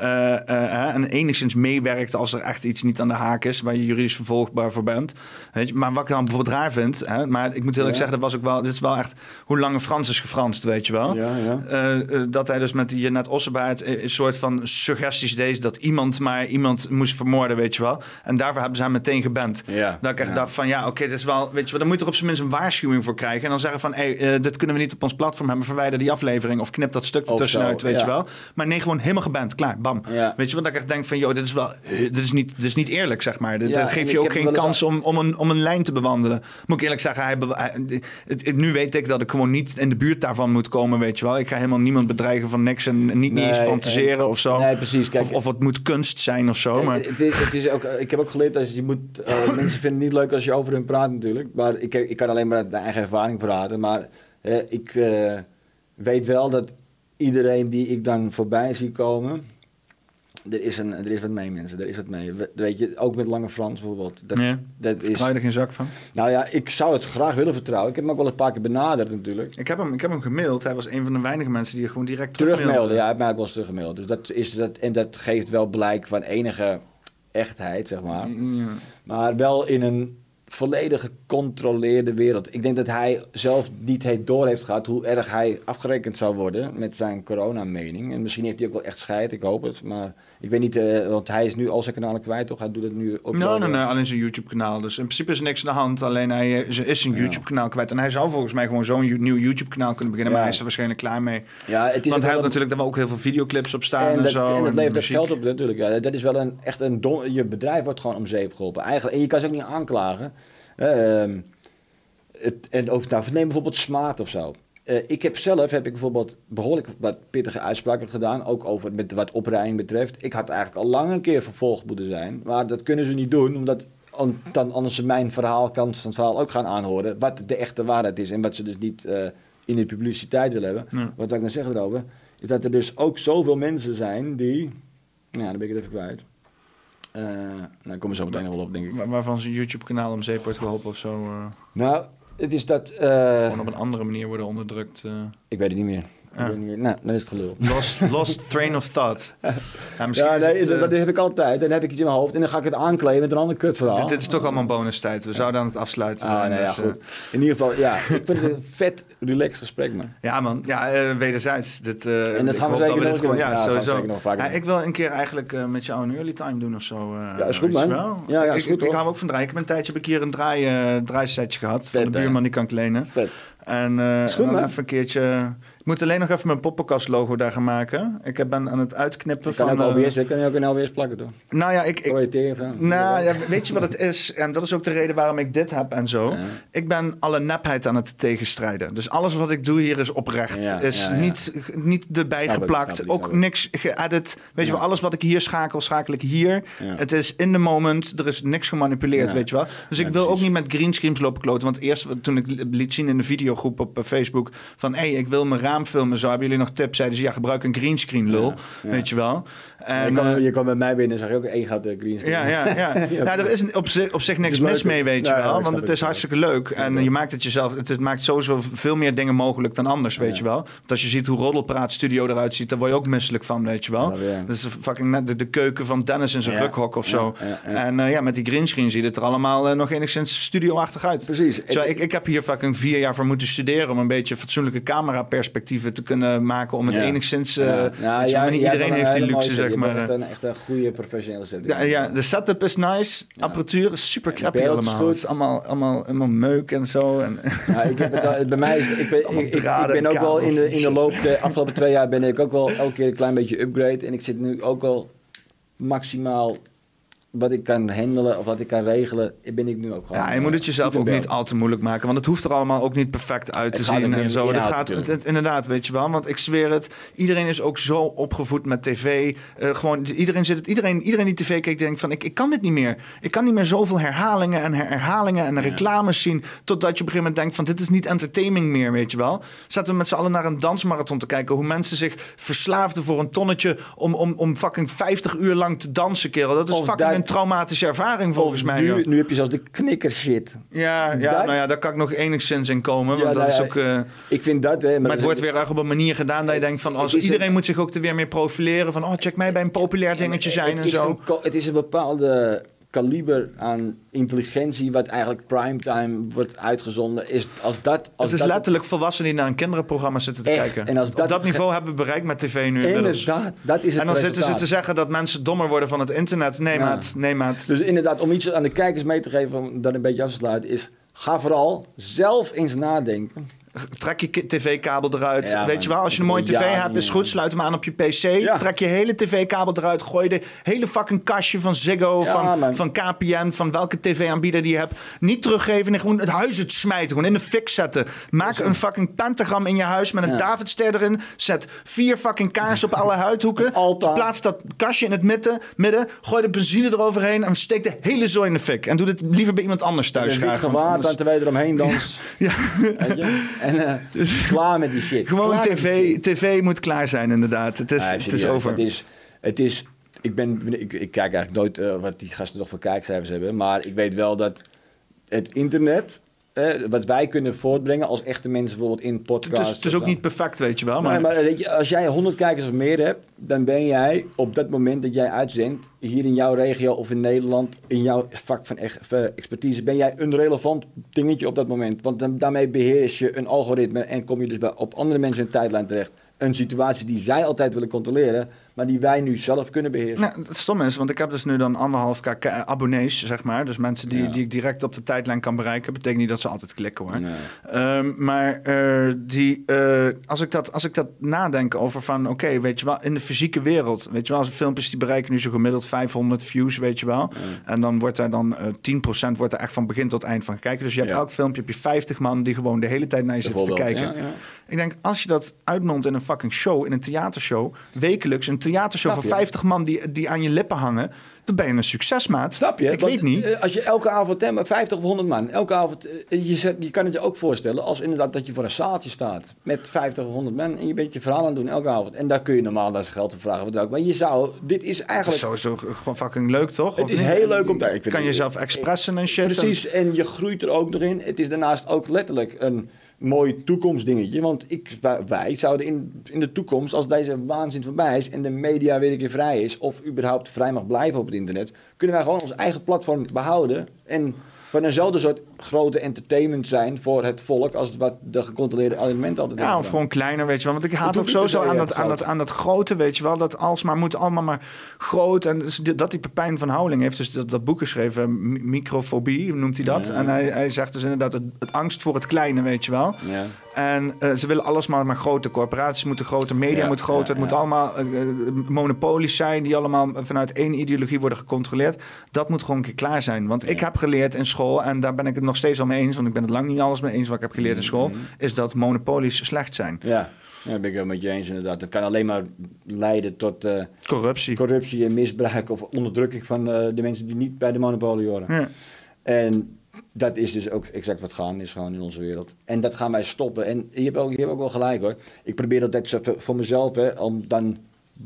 en enigszins meewerkt als er echt iets niet aan de haak is... waar je juridisch vervolgbaar voor bent. Weet je? Maar wat ik dan bijvoorbeeld raar vind... maar ik moet eerlijk zeggen, dat was ook wel... dit is wel echt hoe Lange Frans is gefranst, weet je wel. Dat hij dus met die Jeanette Ossenbaard... een soort van suggesties deed... dat iemand moest vermoorden, weet je wel. En daarvoor hebben ze hem meteen geband. Dat ik echt dacht van, dit is wel... weet je wel, dan moet je er op zijn minst een waarschuwing voor krijgen... en dan zeggen van, dit kunnen we niet op ons platform hebben... verwijder die aflevering of knip dat stuk ertussenuit, weet je wel. Maar nee, gewoon helemaal geband, klaar, bam. Weet je wat, dat ik echt denk van, dit is niet eerlijk, zeg maar. Dit geeft je ook geen kans om een lijn te bewandelen. Moet ik eerlijk zeggen, nu weet ik dat ik gewoon niet in de buurt daarvan moet komen, weet je wel. Ik ga helemaal niemand bedreigen van niks en niet eens fantaseren of zo. Nee, precies. Kijk, of het moet kunst zijn of zo. Maar... Het is ook, ik heb ook geleerd dat je moet... mensen vinden het niet leuk als je over hun praat natuurlijk. Maar ik kan alleen maar uit mijn eigen ervaring praten. Maar ik weet wel dat iedereen die ik dan voorbij zie komen... Er is wat mee, mensen. Er is wat mee. Weet je, ook met Lange Frans bijvoorbeeld. Dat is... Ga je er geen zak van? Nou ja, ik zou het graag willen vertrouwen. Ik heb hem ook wel een paar keer benaderd natuurlijk. Ik heb hem gemaild. Hij was een van de weinige mensen die gewoon direct terugmailde. Ja, hij heeft mij ook wel eens teruggemaild. Dus dat geeft wel blijk van enige echtheid, zeg maar. Ja. Maar wel in een volledig gecontroleerde wereld. Ik denk dat hij zelf niet door heeft gehad hoe erg hij afgerekend zou worden met zijn coronamening. En misschien heeft hij ook wel echt scheid, ik hoop het. Maar ik weet niet, want hij is nu al zijn kanalen kwijt, toch? Hij doet het nu op. Nee, alleen zijn YouTube-kanaal. Dus in principe is er niks aan de hand. Alleen hij is zijn YouTube-kanaal kwijt. En hij zou volgens mij gewoon zo'n nieuw YouTube-kanaal kunnen beginnen. Maar hij is er waarschijnlijk klaar mee. Ja, het is want hij had natuurlijk daar ook heel veel videoclips op staan en zo. En het levert ook geld op natuurlijk. Ja, dat is wel je bedrijf wordt gewoon om zeep geholpen. Eigenlijk, en je kan ze ook niet aanklagen. En ook neem bijvoorbeeld Smaat of zo. Ik heb bijvoorbeeld behoorlijk wat pittige uitspraken gedaan, ook over met wat opruiming betreft. Ik had eigenlijk al lang een keer vervolgd moeten zijn, maar dat kunnen ze niet doen, omdat dan anders ze mijn kant van het verhaal ook gaan aanhoren, wat de echte waarheid is en wat ze dus niet in de publiciteit willen hebben. Ja. Wat wil ik nou zeggen erover, is dat er dus ook zoveel mensen zijn die, dan ben ik het even kwijt. Ik kom er zo meteen nog wel op, denk ik. Waarvan zijn YouTube-kanaal om zeep wordt geholpen of zo? Nou, het is dat... Gewoon op een andere manier worden onderdrukt. Ik weet het niet meer. Nou, dan is het gelul. Lost train of thought. Dat heb ik altijd. Dan heb ik iets in mijn hoofd en dan ga ik het aankleden met een ander kutverhaal. Dit is toch allemaal bonus-tijd. We zouden aan het afsluiten zijn. Goed. In ieder geval, ik vind het een vet relaxed gesprek, man. Ja, man. Ja, wederzijds. En dat gaan we zeker nog doen. Ja, sowieso. Ik wil een keer eigenlijk met jou een early time doen of zo. Ja, is goed, man. Ja, is goed, ik hou ook van draaien. Een tijdje heb ik hier een draaisetje gehad. Van de buurman die kan ik lenen. Vet. En dan even een keertje... Ik moet alleen nog even mijn Poppenkast logo daar gaan maken. Ik ben aan het uitknippen van... Ik kan je ook in OBS plakken, toch? Nou ja, weet je wat het is? En dat is ook de reden waarom ik dit heb en zo. Ja. Ik ben alle nepheid aan het tegenstrijden. Dus alles wat ik doe hier is oprecht. Niet erbij geplakt. Ook niks geëdit. Weet je wel, alles wat ik hier schakel ik hier. Ja. Het is in the moment. Er is niks gemanipuleerd, weet je wel. Dus ik wil ook niet met greenscreens lopen kloten. Want eerst toen ik liet zien in de videogroep op Facebook... van, ik wil mijn filmen, zo hebben jullie nog tips? Zeiden ze, gebruik een greenscreen, lul. Weet je wel. En, je kwam bij mij binnen en zag je ook één gaat de greenscreen. Ja, er is op zich niks mis mee, weet je wel. Want het is hartstikke leuk. En je maakt het jezelf... Het maakt sowieso veel meer dingen mogelijk dan anders, weet je wel. Want als je ziet hoe Roddelpraat Studio eruit ziet, daar word je ook misselijk van, weet je wel. Dat is fucking net de keuken van Dennis in zijn rukhok of zo. En met die greenscreen ziet het er allemaal nog enigszins studio-achtig uit. Precies. Ik heb hier fucking 4 jaar voor moeten moeten studeren om een beetje fatsoenlijke cameraperspectieven te kunnen maken. Om het enigszins... niet iedereen heeft die luxe, zeg maar. Echt een goede professionele setting. Ja, de setup is nice. Apparatuur is super crappy allemaal. Het is allemaal meuk en zo. En ik heb het, bij mij is ik ben ook wel in de loop de afgelopen 2 jaar ben ik ook wel elke keer een klein beetje upgrade. En ik zit nu ook al maximaal wat ik kan handelen of wat ik kan regelen, ben ik nu ook gewoon... Ja, je moet het jezelf ook niet al te moeilijk maken. Want het hoeft er allemaal ook niet perfect uit te zien en zo. Het gaat inderdaad, weet je wel. Want ik zweer het, iedereen is ook zo opgevoed met tv. Iedereen die tv kijkt, denkt van, ik kan dit niet meer. Ik kan niet meer zoveel herhalingen en reclames zien. Totdat je op een gegeven moment denkt van, dit is niet entertaining meer, weet je wel. Zaten we met z'n allen naar een dansmarathon te kijken. Hoe mensen zich verslaafden voor een tonnetje om fucking 50 uur lang te dansen, kerel. Dat is fucking een traumatische ervaring volgens mij. Nu heb je zelfs de knikker shit. Ja, daar kan ik nog enigszins in komen. Want dat is ook, ik vind dat... maar het wordt weer echt op een manier gedaan dat je denkt van... iedereen moet zich ook er weer meer profileren. Van, check mij bij een populair dingetje zijn en zo. Het is een bepaalde kaliber aan intelligentie wat eigenlijk primetime wordt uitgezonden. Het is letterlijk volwassenen die naar een kinderenprogramma zitten te kijken. En op dat niveau hebben we bereikt met tv nu inmiddels. Inderdaad, dat is het en dan zitten ze te zeggen dat mensen dommer worden van het internet. Nee, maat. Dus inderdaad, om iets aan de kijkers mee te geven, om dat een beetje af te sluiten, is ga vooral zelf eens nadenken. Trek je tv-kabel eruit. Ja, weet je wel, als je een mooie tv hebt, is goed. Sluit hem aan op je PC. Ja. Trek je hele tv-kabel eruit. Gooi de hele fucking kastje van Ziggo, van KPN, van welke tv-aanbieder die je hebt. Niet teruggeven en gewoon het huis het smijten. Gewoon in de fik zetten. Maak een fucking pentagram in je huis met een Davidster erin. Zet 4 fucking kaarsen op alle huidhoeken. Plaats dat kastje in het midden. Gooi de benzine eroverheen en steek de hele zooi in de fik. En doe dit liever bij iemand anders thuis graag. Gewaard en terwijl je eromheen danst. Ja. En klaar met die shit. Gewoon tv moet klaar zijn, inderdaad. Het is over. Ik kijk eigenlijk nooit wat die gasten nog voor kijkcijfers hebben. Maar ik weet wel dat het internet... wat wij kunnen voortbrengen als echte mensen bijvoorbeeld in podcasts. Het is ook niet perfect, weet je wel. Maar weet je, als jij 100 kijkers of meer hebt, dan ben jij op dat moment dat jij uitzendt, hier in jouw regio of in Nederland, in jouw vak van expertise, ben jij een relevant dingetje op dat moment. Want daarmee beheers je een algoritme en kom je dus op andere mensen in de tijdlijn terecht. Een situatie die zij altijd willen controleren, maar die wij nu zelf kunnen beheersen. Nou, het stom is, want ik heb dus nu dan 1,5k abonnees, zeg maar. Dus mensen die ik direct op de tijdlijn kan bereiken. Betekent niet dat ze altijd klikken, hoor. Nee. Als ik dat nadenk over van... Oké, weet je wel, in de fysieke wereld... Weet je wel, als filmpjes die bereiken nu zo gemiddeld 500 views, weet je wel. Ja. En dan wordt er 10% wordt er echt van begin tot eind van gekeken. Dus je hebt elk filmpje, heb je 50 man die gewoon de hele tijd naar je zitten te kijken. Ja. Ik denk, als je dat uitmondt in een fucking show, in een theatershow, wekelijks een theatershow van 50 man die aan je lippen hangen, dan ben je een succesmaat. Snap je? Ik weet niet. Als je elke avond 50 of 100 man, elke avond, je kan het je ook voorstellen als inderdaad dat je voor een zaaltje staat met 50 of 100 man en je bent je verhaal aan het doen elke avond. En daar kun je normaal naar geld voor vragen, wat dan ook. Maar dit is eigenlijk... Het is sowieso gewoon fucking leuk, toch? Het is heel leuk om te... Kan je jezelf expressen en shit. Precies, en je groeit er ook nog in. Het is daarnaast ook letterlijk een mooi toekomstdingetje. Want wij zouden in de toekomst, als deze waanzin voorbij is en de media weer een keer vrij is, of überhaupt vrij mag blijven op het internet, kunnen wij gewoon ons eigen platform behouden en van eenzelfde soort grote entertainment zijn voor het volk als wat de gecontroleerde elementen altijd doen. Ja, of gewoon kleiner, weet je wel. Want ik haat ook sowieso aan dat grote, weet je wel. Dat alsmaar moet allemaal maar groot. En dat die Pepijn van Houweling heeft dus dat boek geschreven, microfobie, noemt hij dat. Ja. En hij zegt dus inderdaad het angst voor het kleine, weet je wel. Ja. En ze willen alles maar groter. Corporaties moeten groter, media moet groter. Het moet allemaal monopolies zijn die allemaal vanuit één ideologie worden gecontroleerd. Dat moet gewoon een keer klaar zijn. Want ik heb geleerd in school, en daar ben ik het nog steeds al mee eens, want ik ben het lang niet alles mee eens wat ik heb geleerd in school, is dat monopolies slecht zijn. Ja, dat ben ik wel met je eens inderdaad. Dat kan alleen maar leiden tot corruptie en misbruik of onderdrukking van de mensen die niet bij de monopolie horen. Ja. En dat is dus ook exact wat gaan is gewoon in onze wereld. En dat gaan wij stoppen. En je hebt ook wel gelijk, hoor. Ik probeer dat voor mezelf, om dan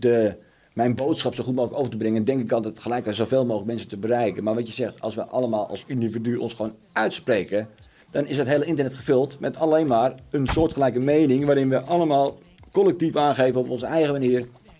mijn boodschap zo goed mogelijk over te brengen, denk ik altijd gelijk aan zoveel mogelijk mensen te bereiken. Maar wat je zegt, als we allemaal als individu ons gewoon uitspreken, dan is het hele internet gevuld met alleen maar een soortgelijke mening, waarin we allemaal collectief aangeven op onze eigen manier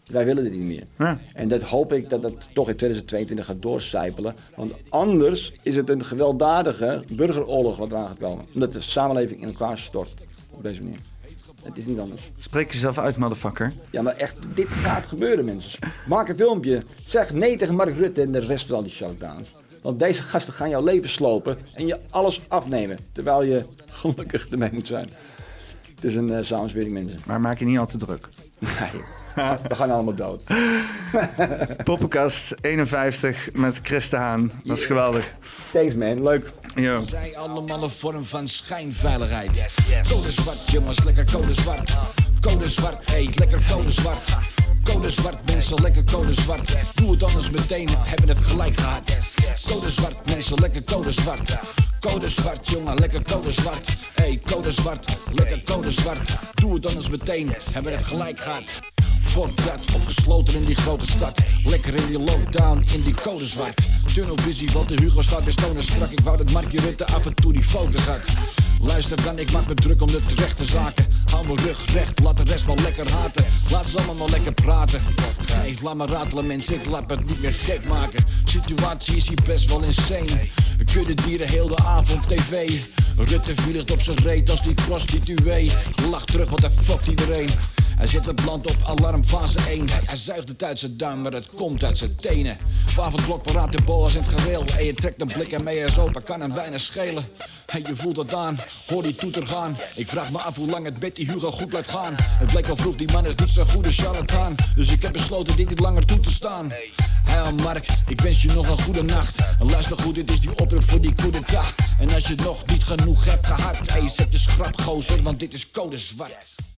Wij willen dit niet meer. Ja. En dat hoop ik dat dat toch in 2022 gaat doorcijpelen. Want anders is het een gewelddadige burgeroorlog wat eraan gaat komen. Omdat de samenleving in elkaar stort op deze manier. Het is niet anders. Spreek jezelf uit, motherfucker. Ja, maar echt, dit gaat gebeuren, mensen. Maak een filmpje. Zeg nee tegen Mark Rutte en de rest van al die shutdowns. Want deze gasten gaan jouw leven slopen en je alles afnemen. Terwijl je gelukkig ermee moet zijn. Het is een samenswering, mensen. Maar maak je niet al te druk. Nee, we gaan allemaal dood. Poppenkast 51 met Chris de Haan. Dat is geweldig. Thanks man, leuk. Yo. Zij allemaal een vorm van schijnveiligheid. Code zwart, jongens, lekker code zwart. Code zwart, hey, lekker code zwart. Code zwart, mensen, lekker code zwart. Doe het anders meteen, hebben het gelijk gehad. Code zwart, mensen, lekker code zwart. Code zwart, jongen, lekker code zwart. Hey, code zwart, lekker code zwart. Doe het anders meteen, hebben het gelijk gehad. Fuck dat, opgesloten in die grote stad. Lekker in die lockdown, in die code zwart. Tunnelvisie, want de Hugo staat weer stoner strak. Ik wou dat Markje Rutte af en toe die focus had. Luister dan, ik maak me druk om de terechte zaken. Hou mijn rug recht, laat de rest wel lekker haten. Laat ze allemaal maar lekker praten. Hey, laat me ratelen mensen, ik laat het niet meer gek maken. Situatie is hier best wel insane. Kudde dieren heel de avond tv. Rutte vliegt op zijn reet als die prostituee. Lach terug, wat hij fuckt iedereen. Hij zet het land op alarmfase 1. Hij zuigt het uit zijn duim, maar het komt uit zijn tenen. Avondklok paraat de boa's in het gereel. En je trekt een blik en mee is open, kan hem weinig schelen. En je voelt het aan, hoor die toeter gaan. Ik vraag me af hoe lang het met die Hugo goed blijft gaan. Het bleek al vroeg, die man is niet zo'n goede charlatan. Dus ik heb besloten dit niet langer toe te staan. Hey Mark, ik wens je nog een goede nacht. En luister goed, dit is die oproep voor die coup d'etat. En als je nog niet genoeg hebt gehad, hey, zet je schrap gozer, want dit is code zwart.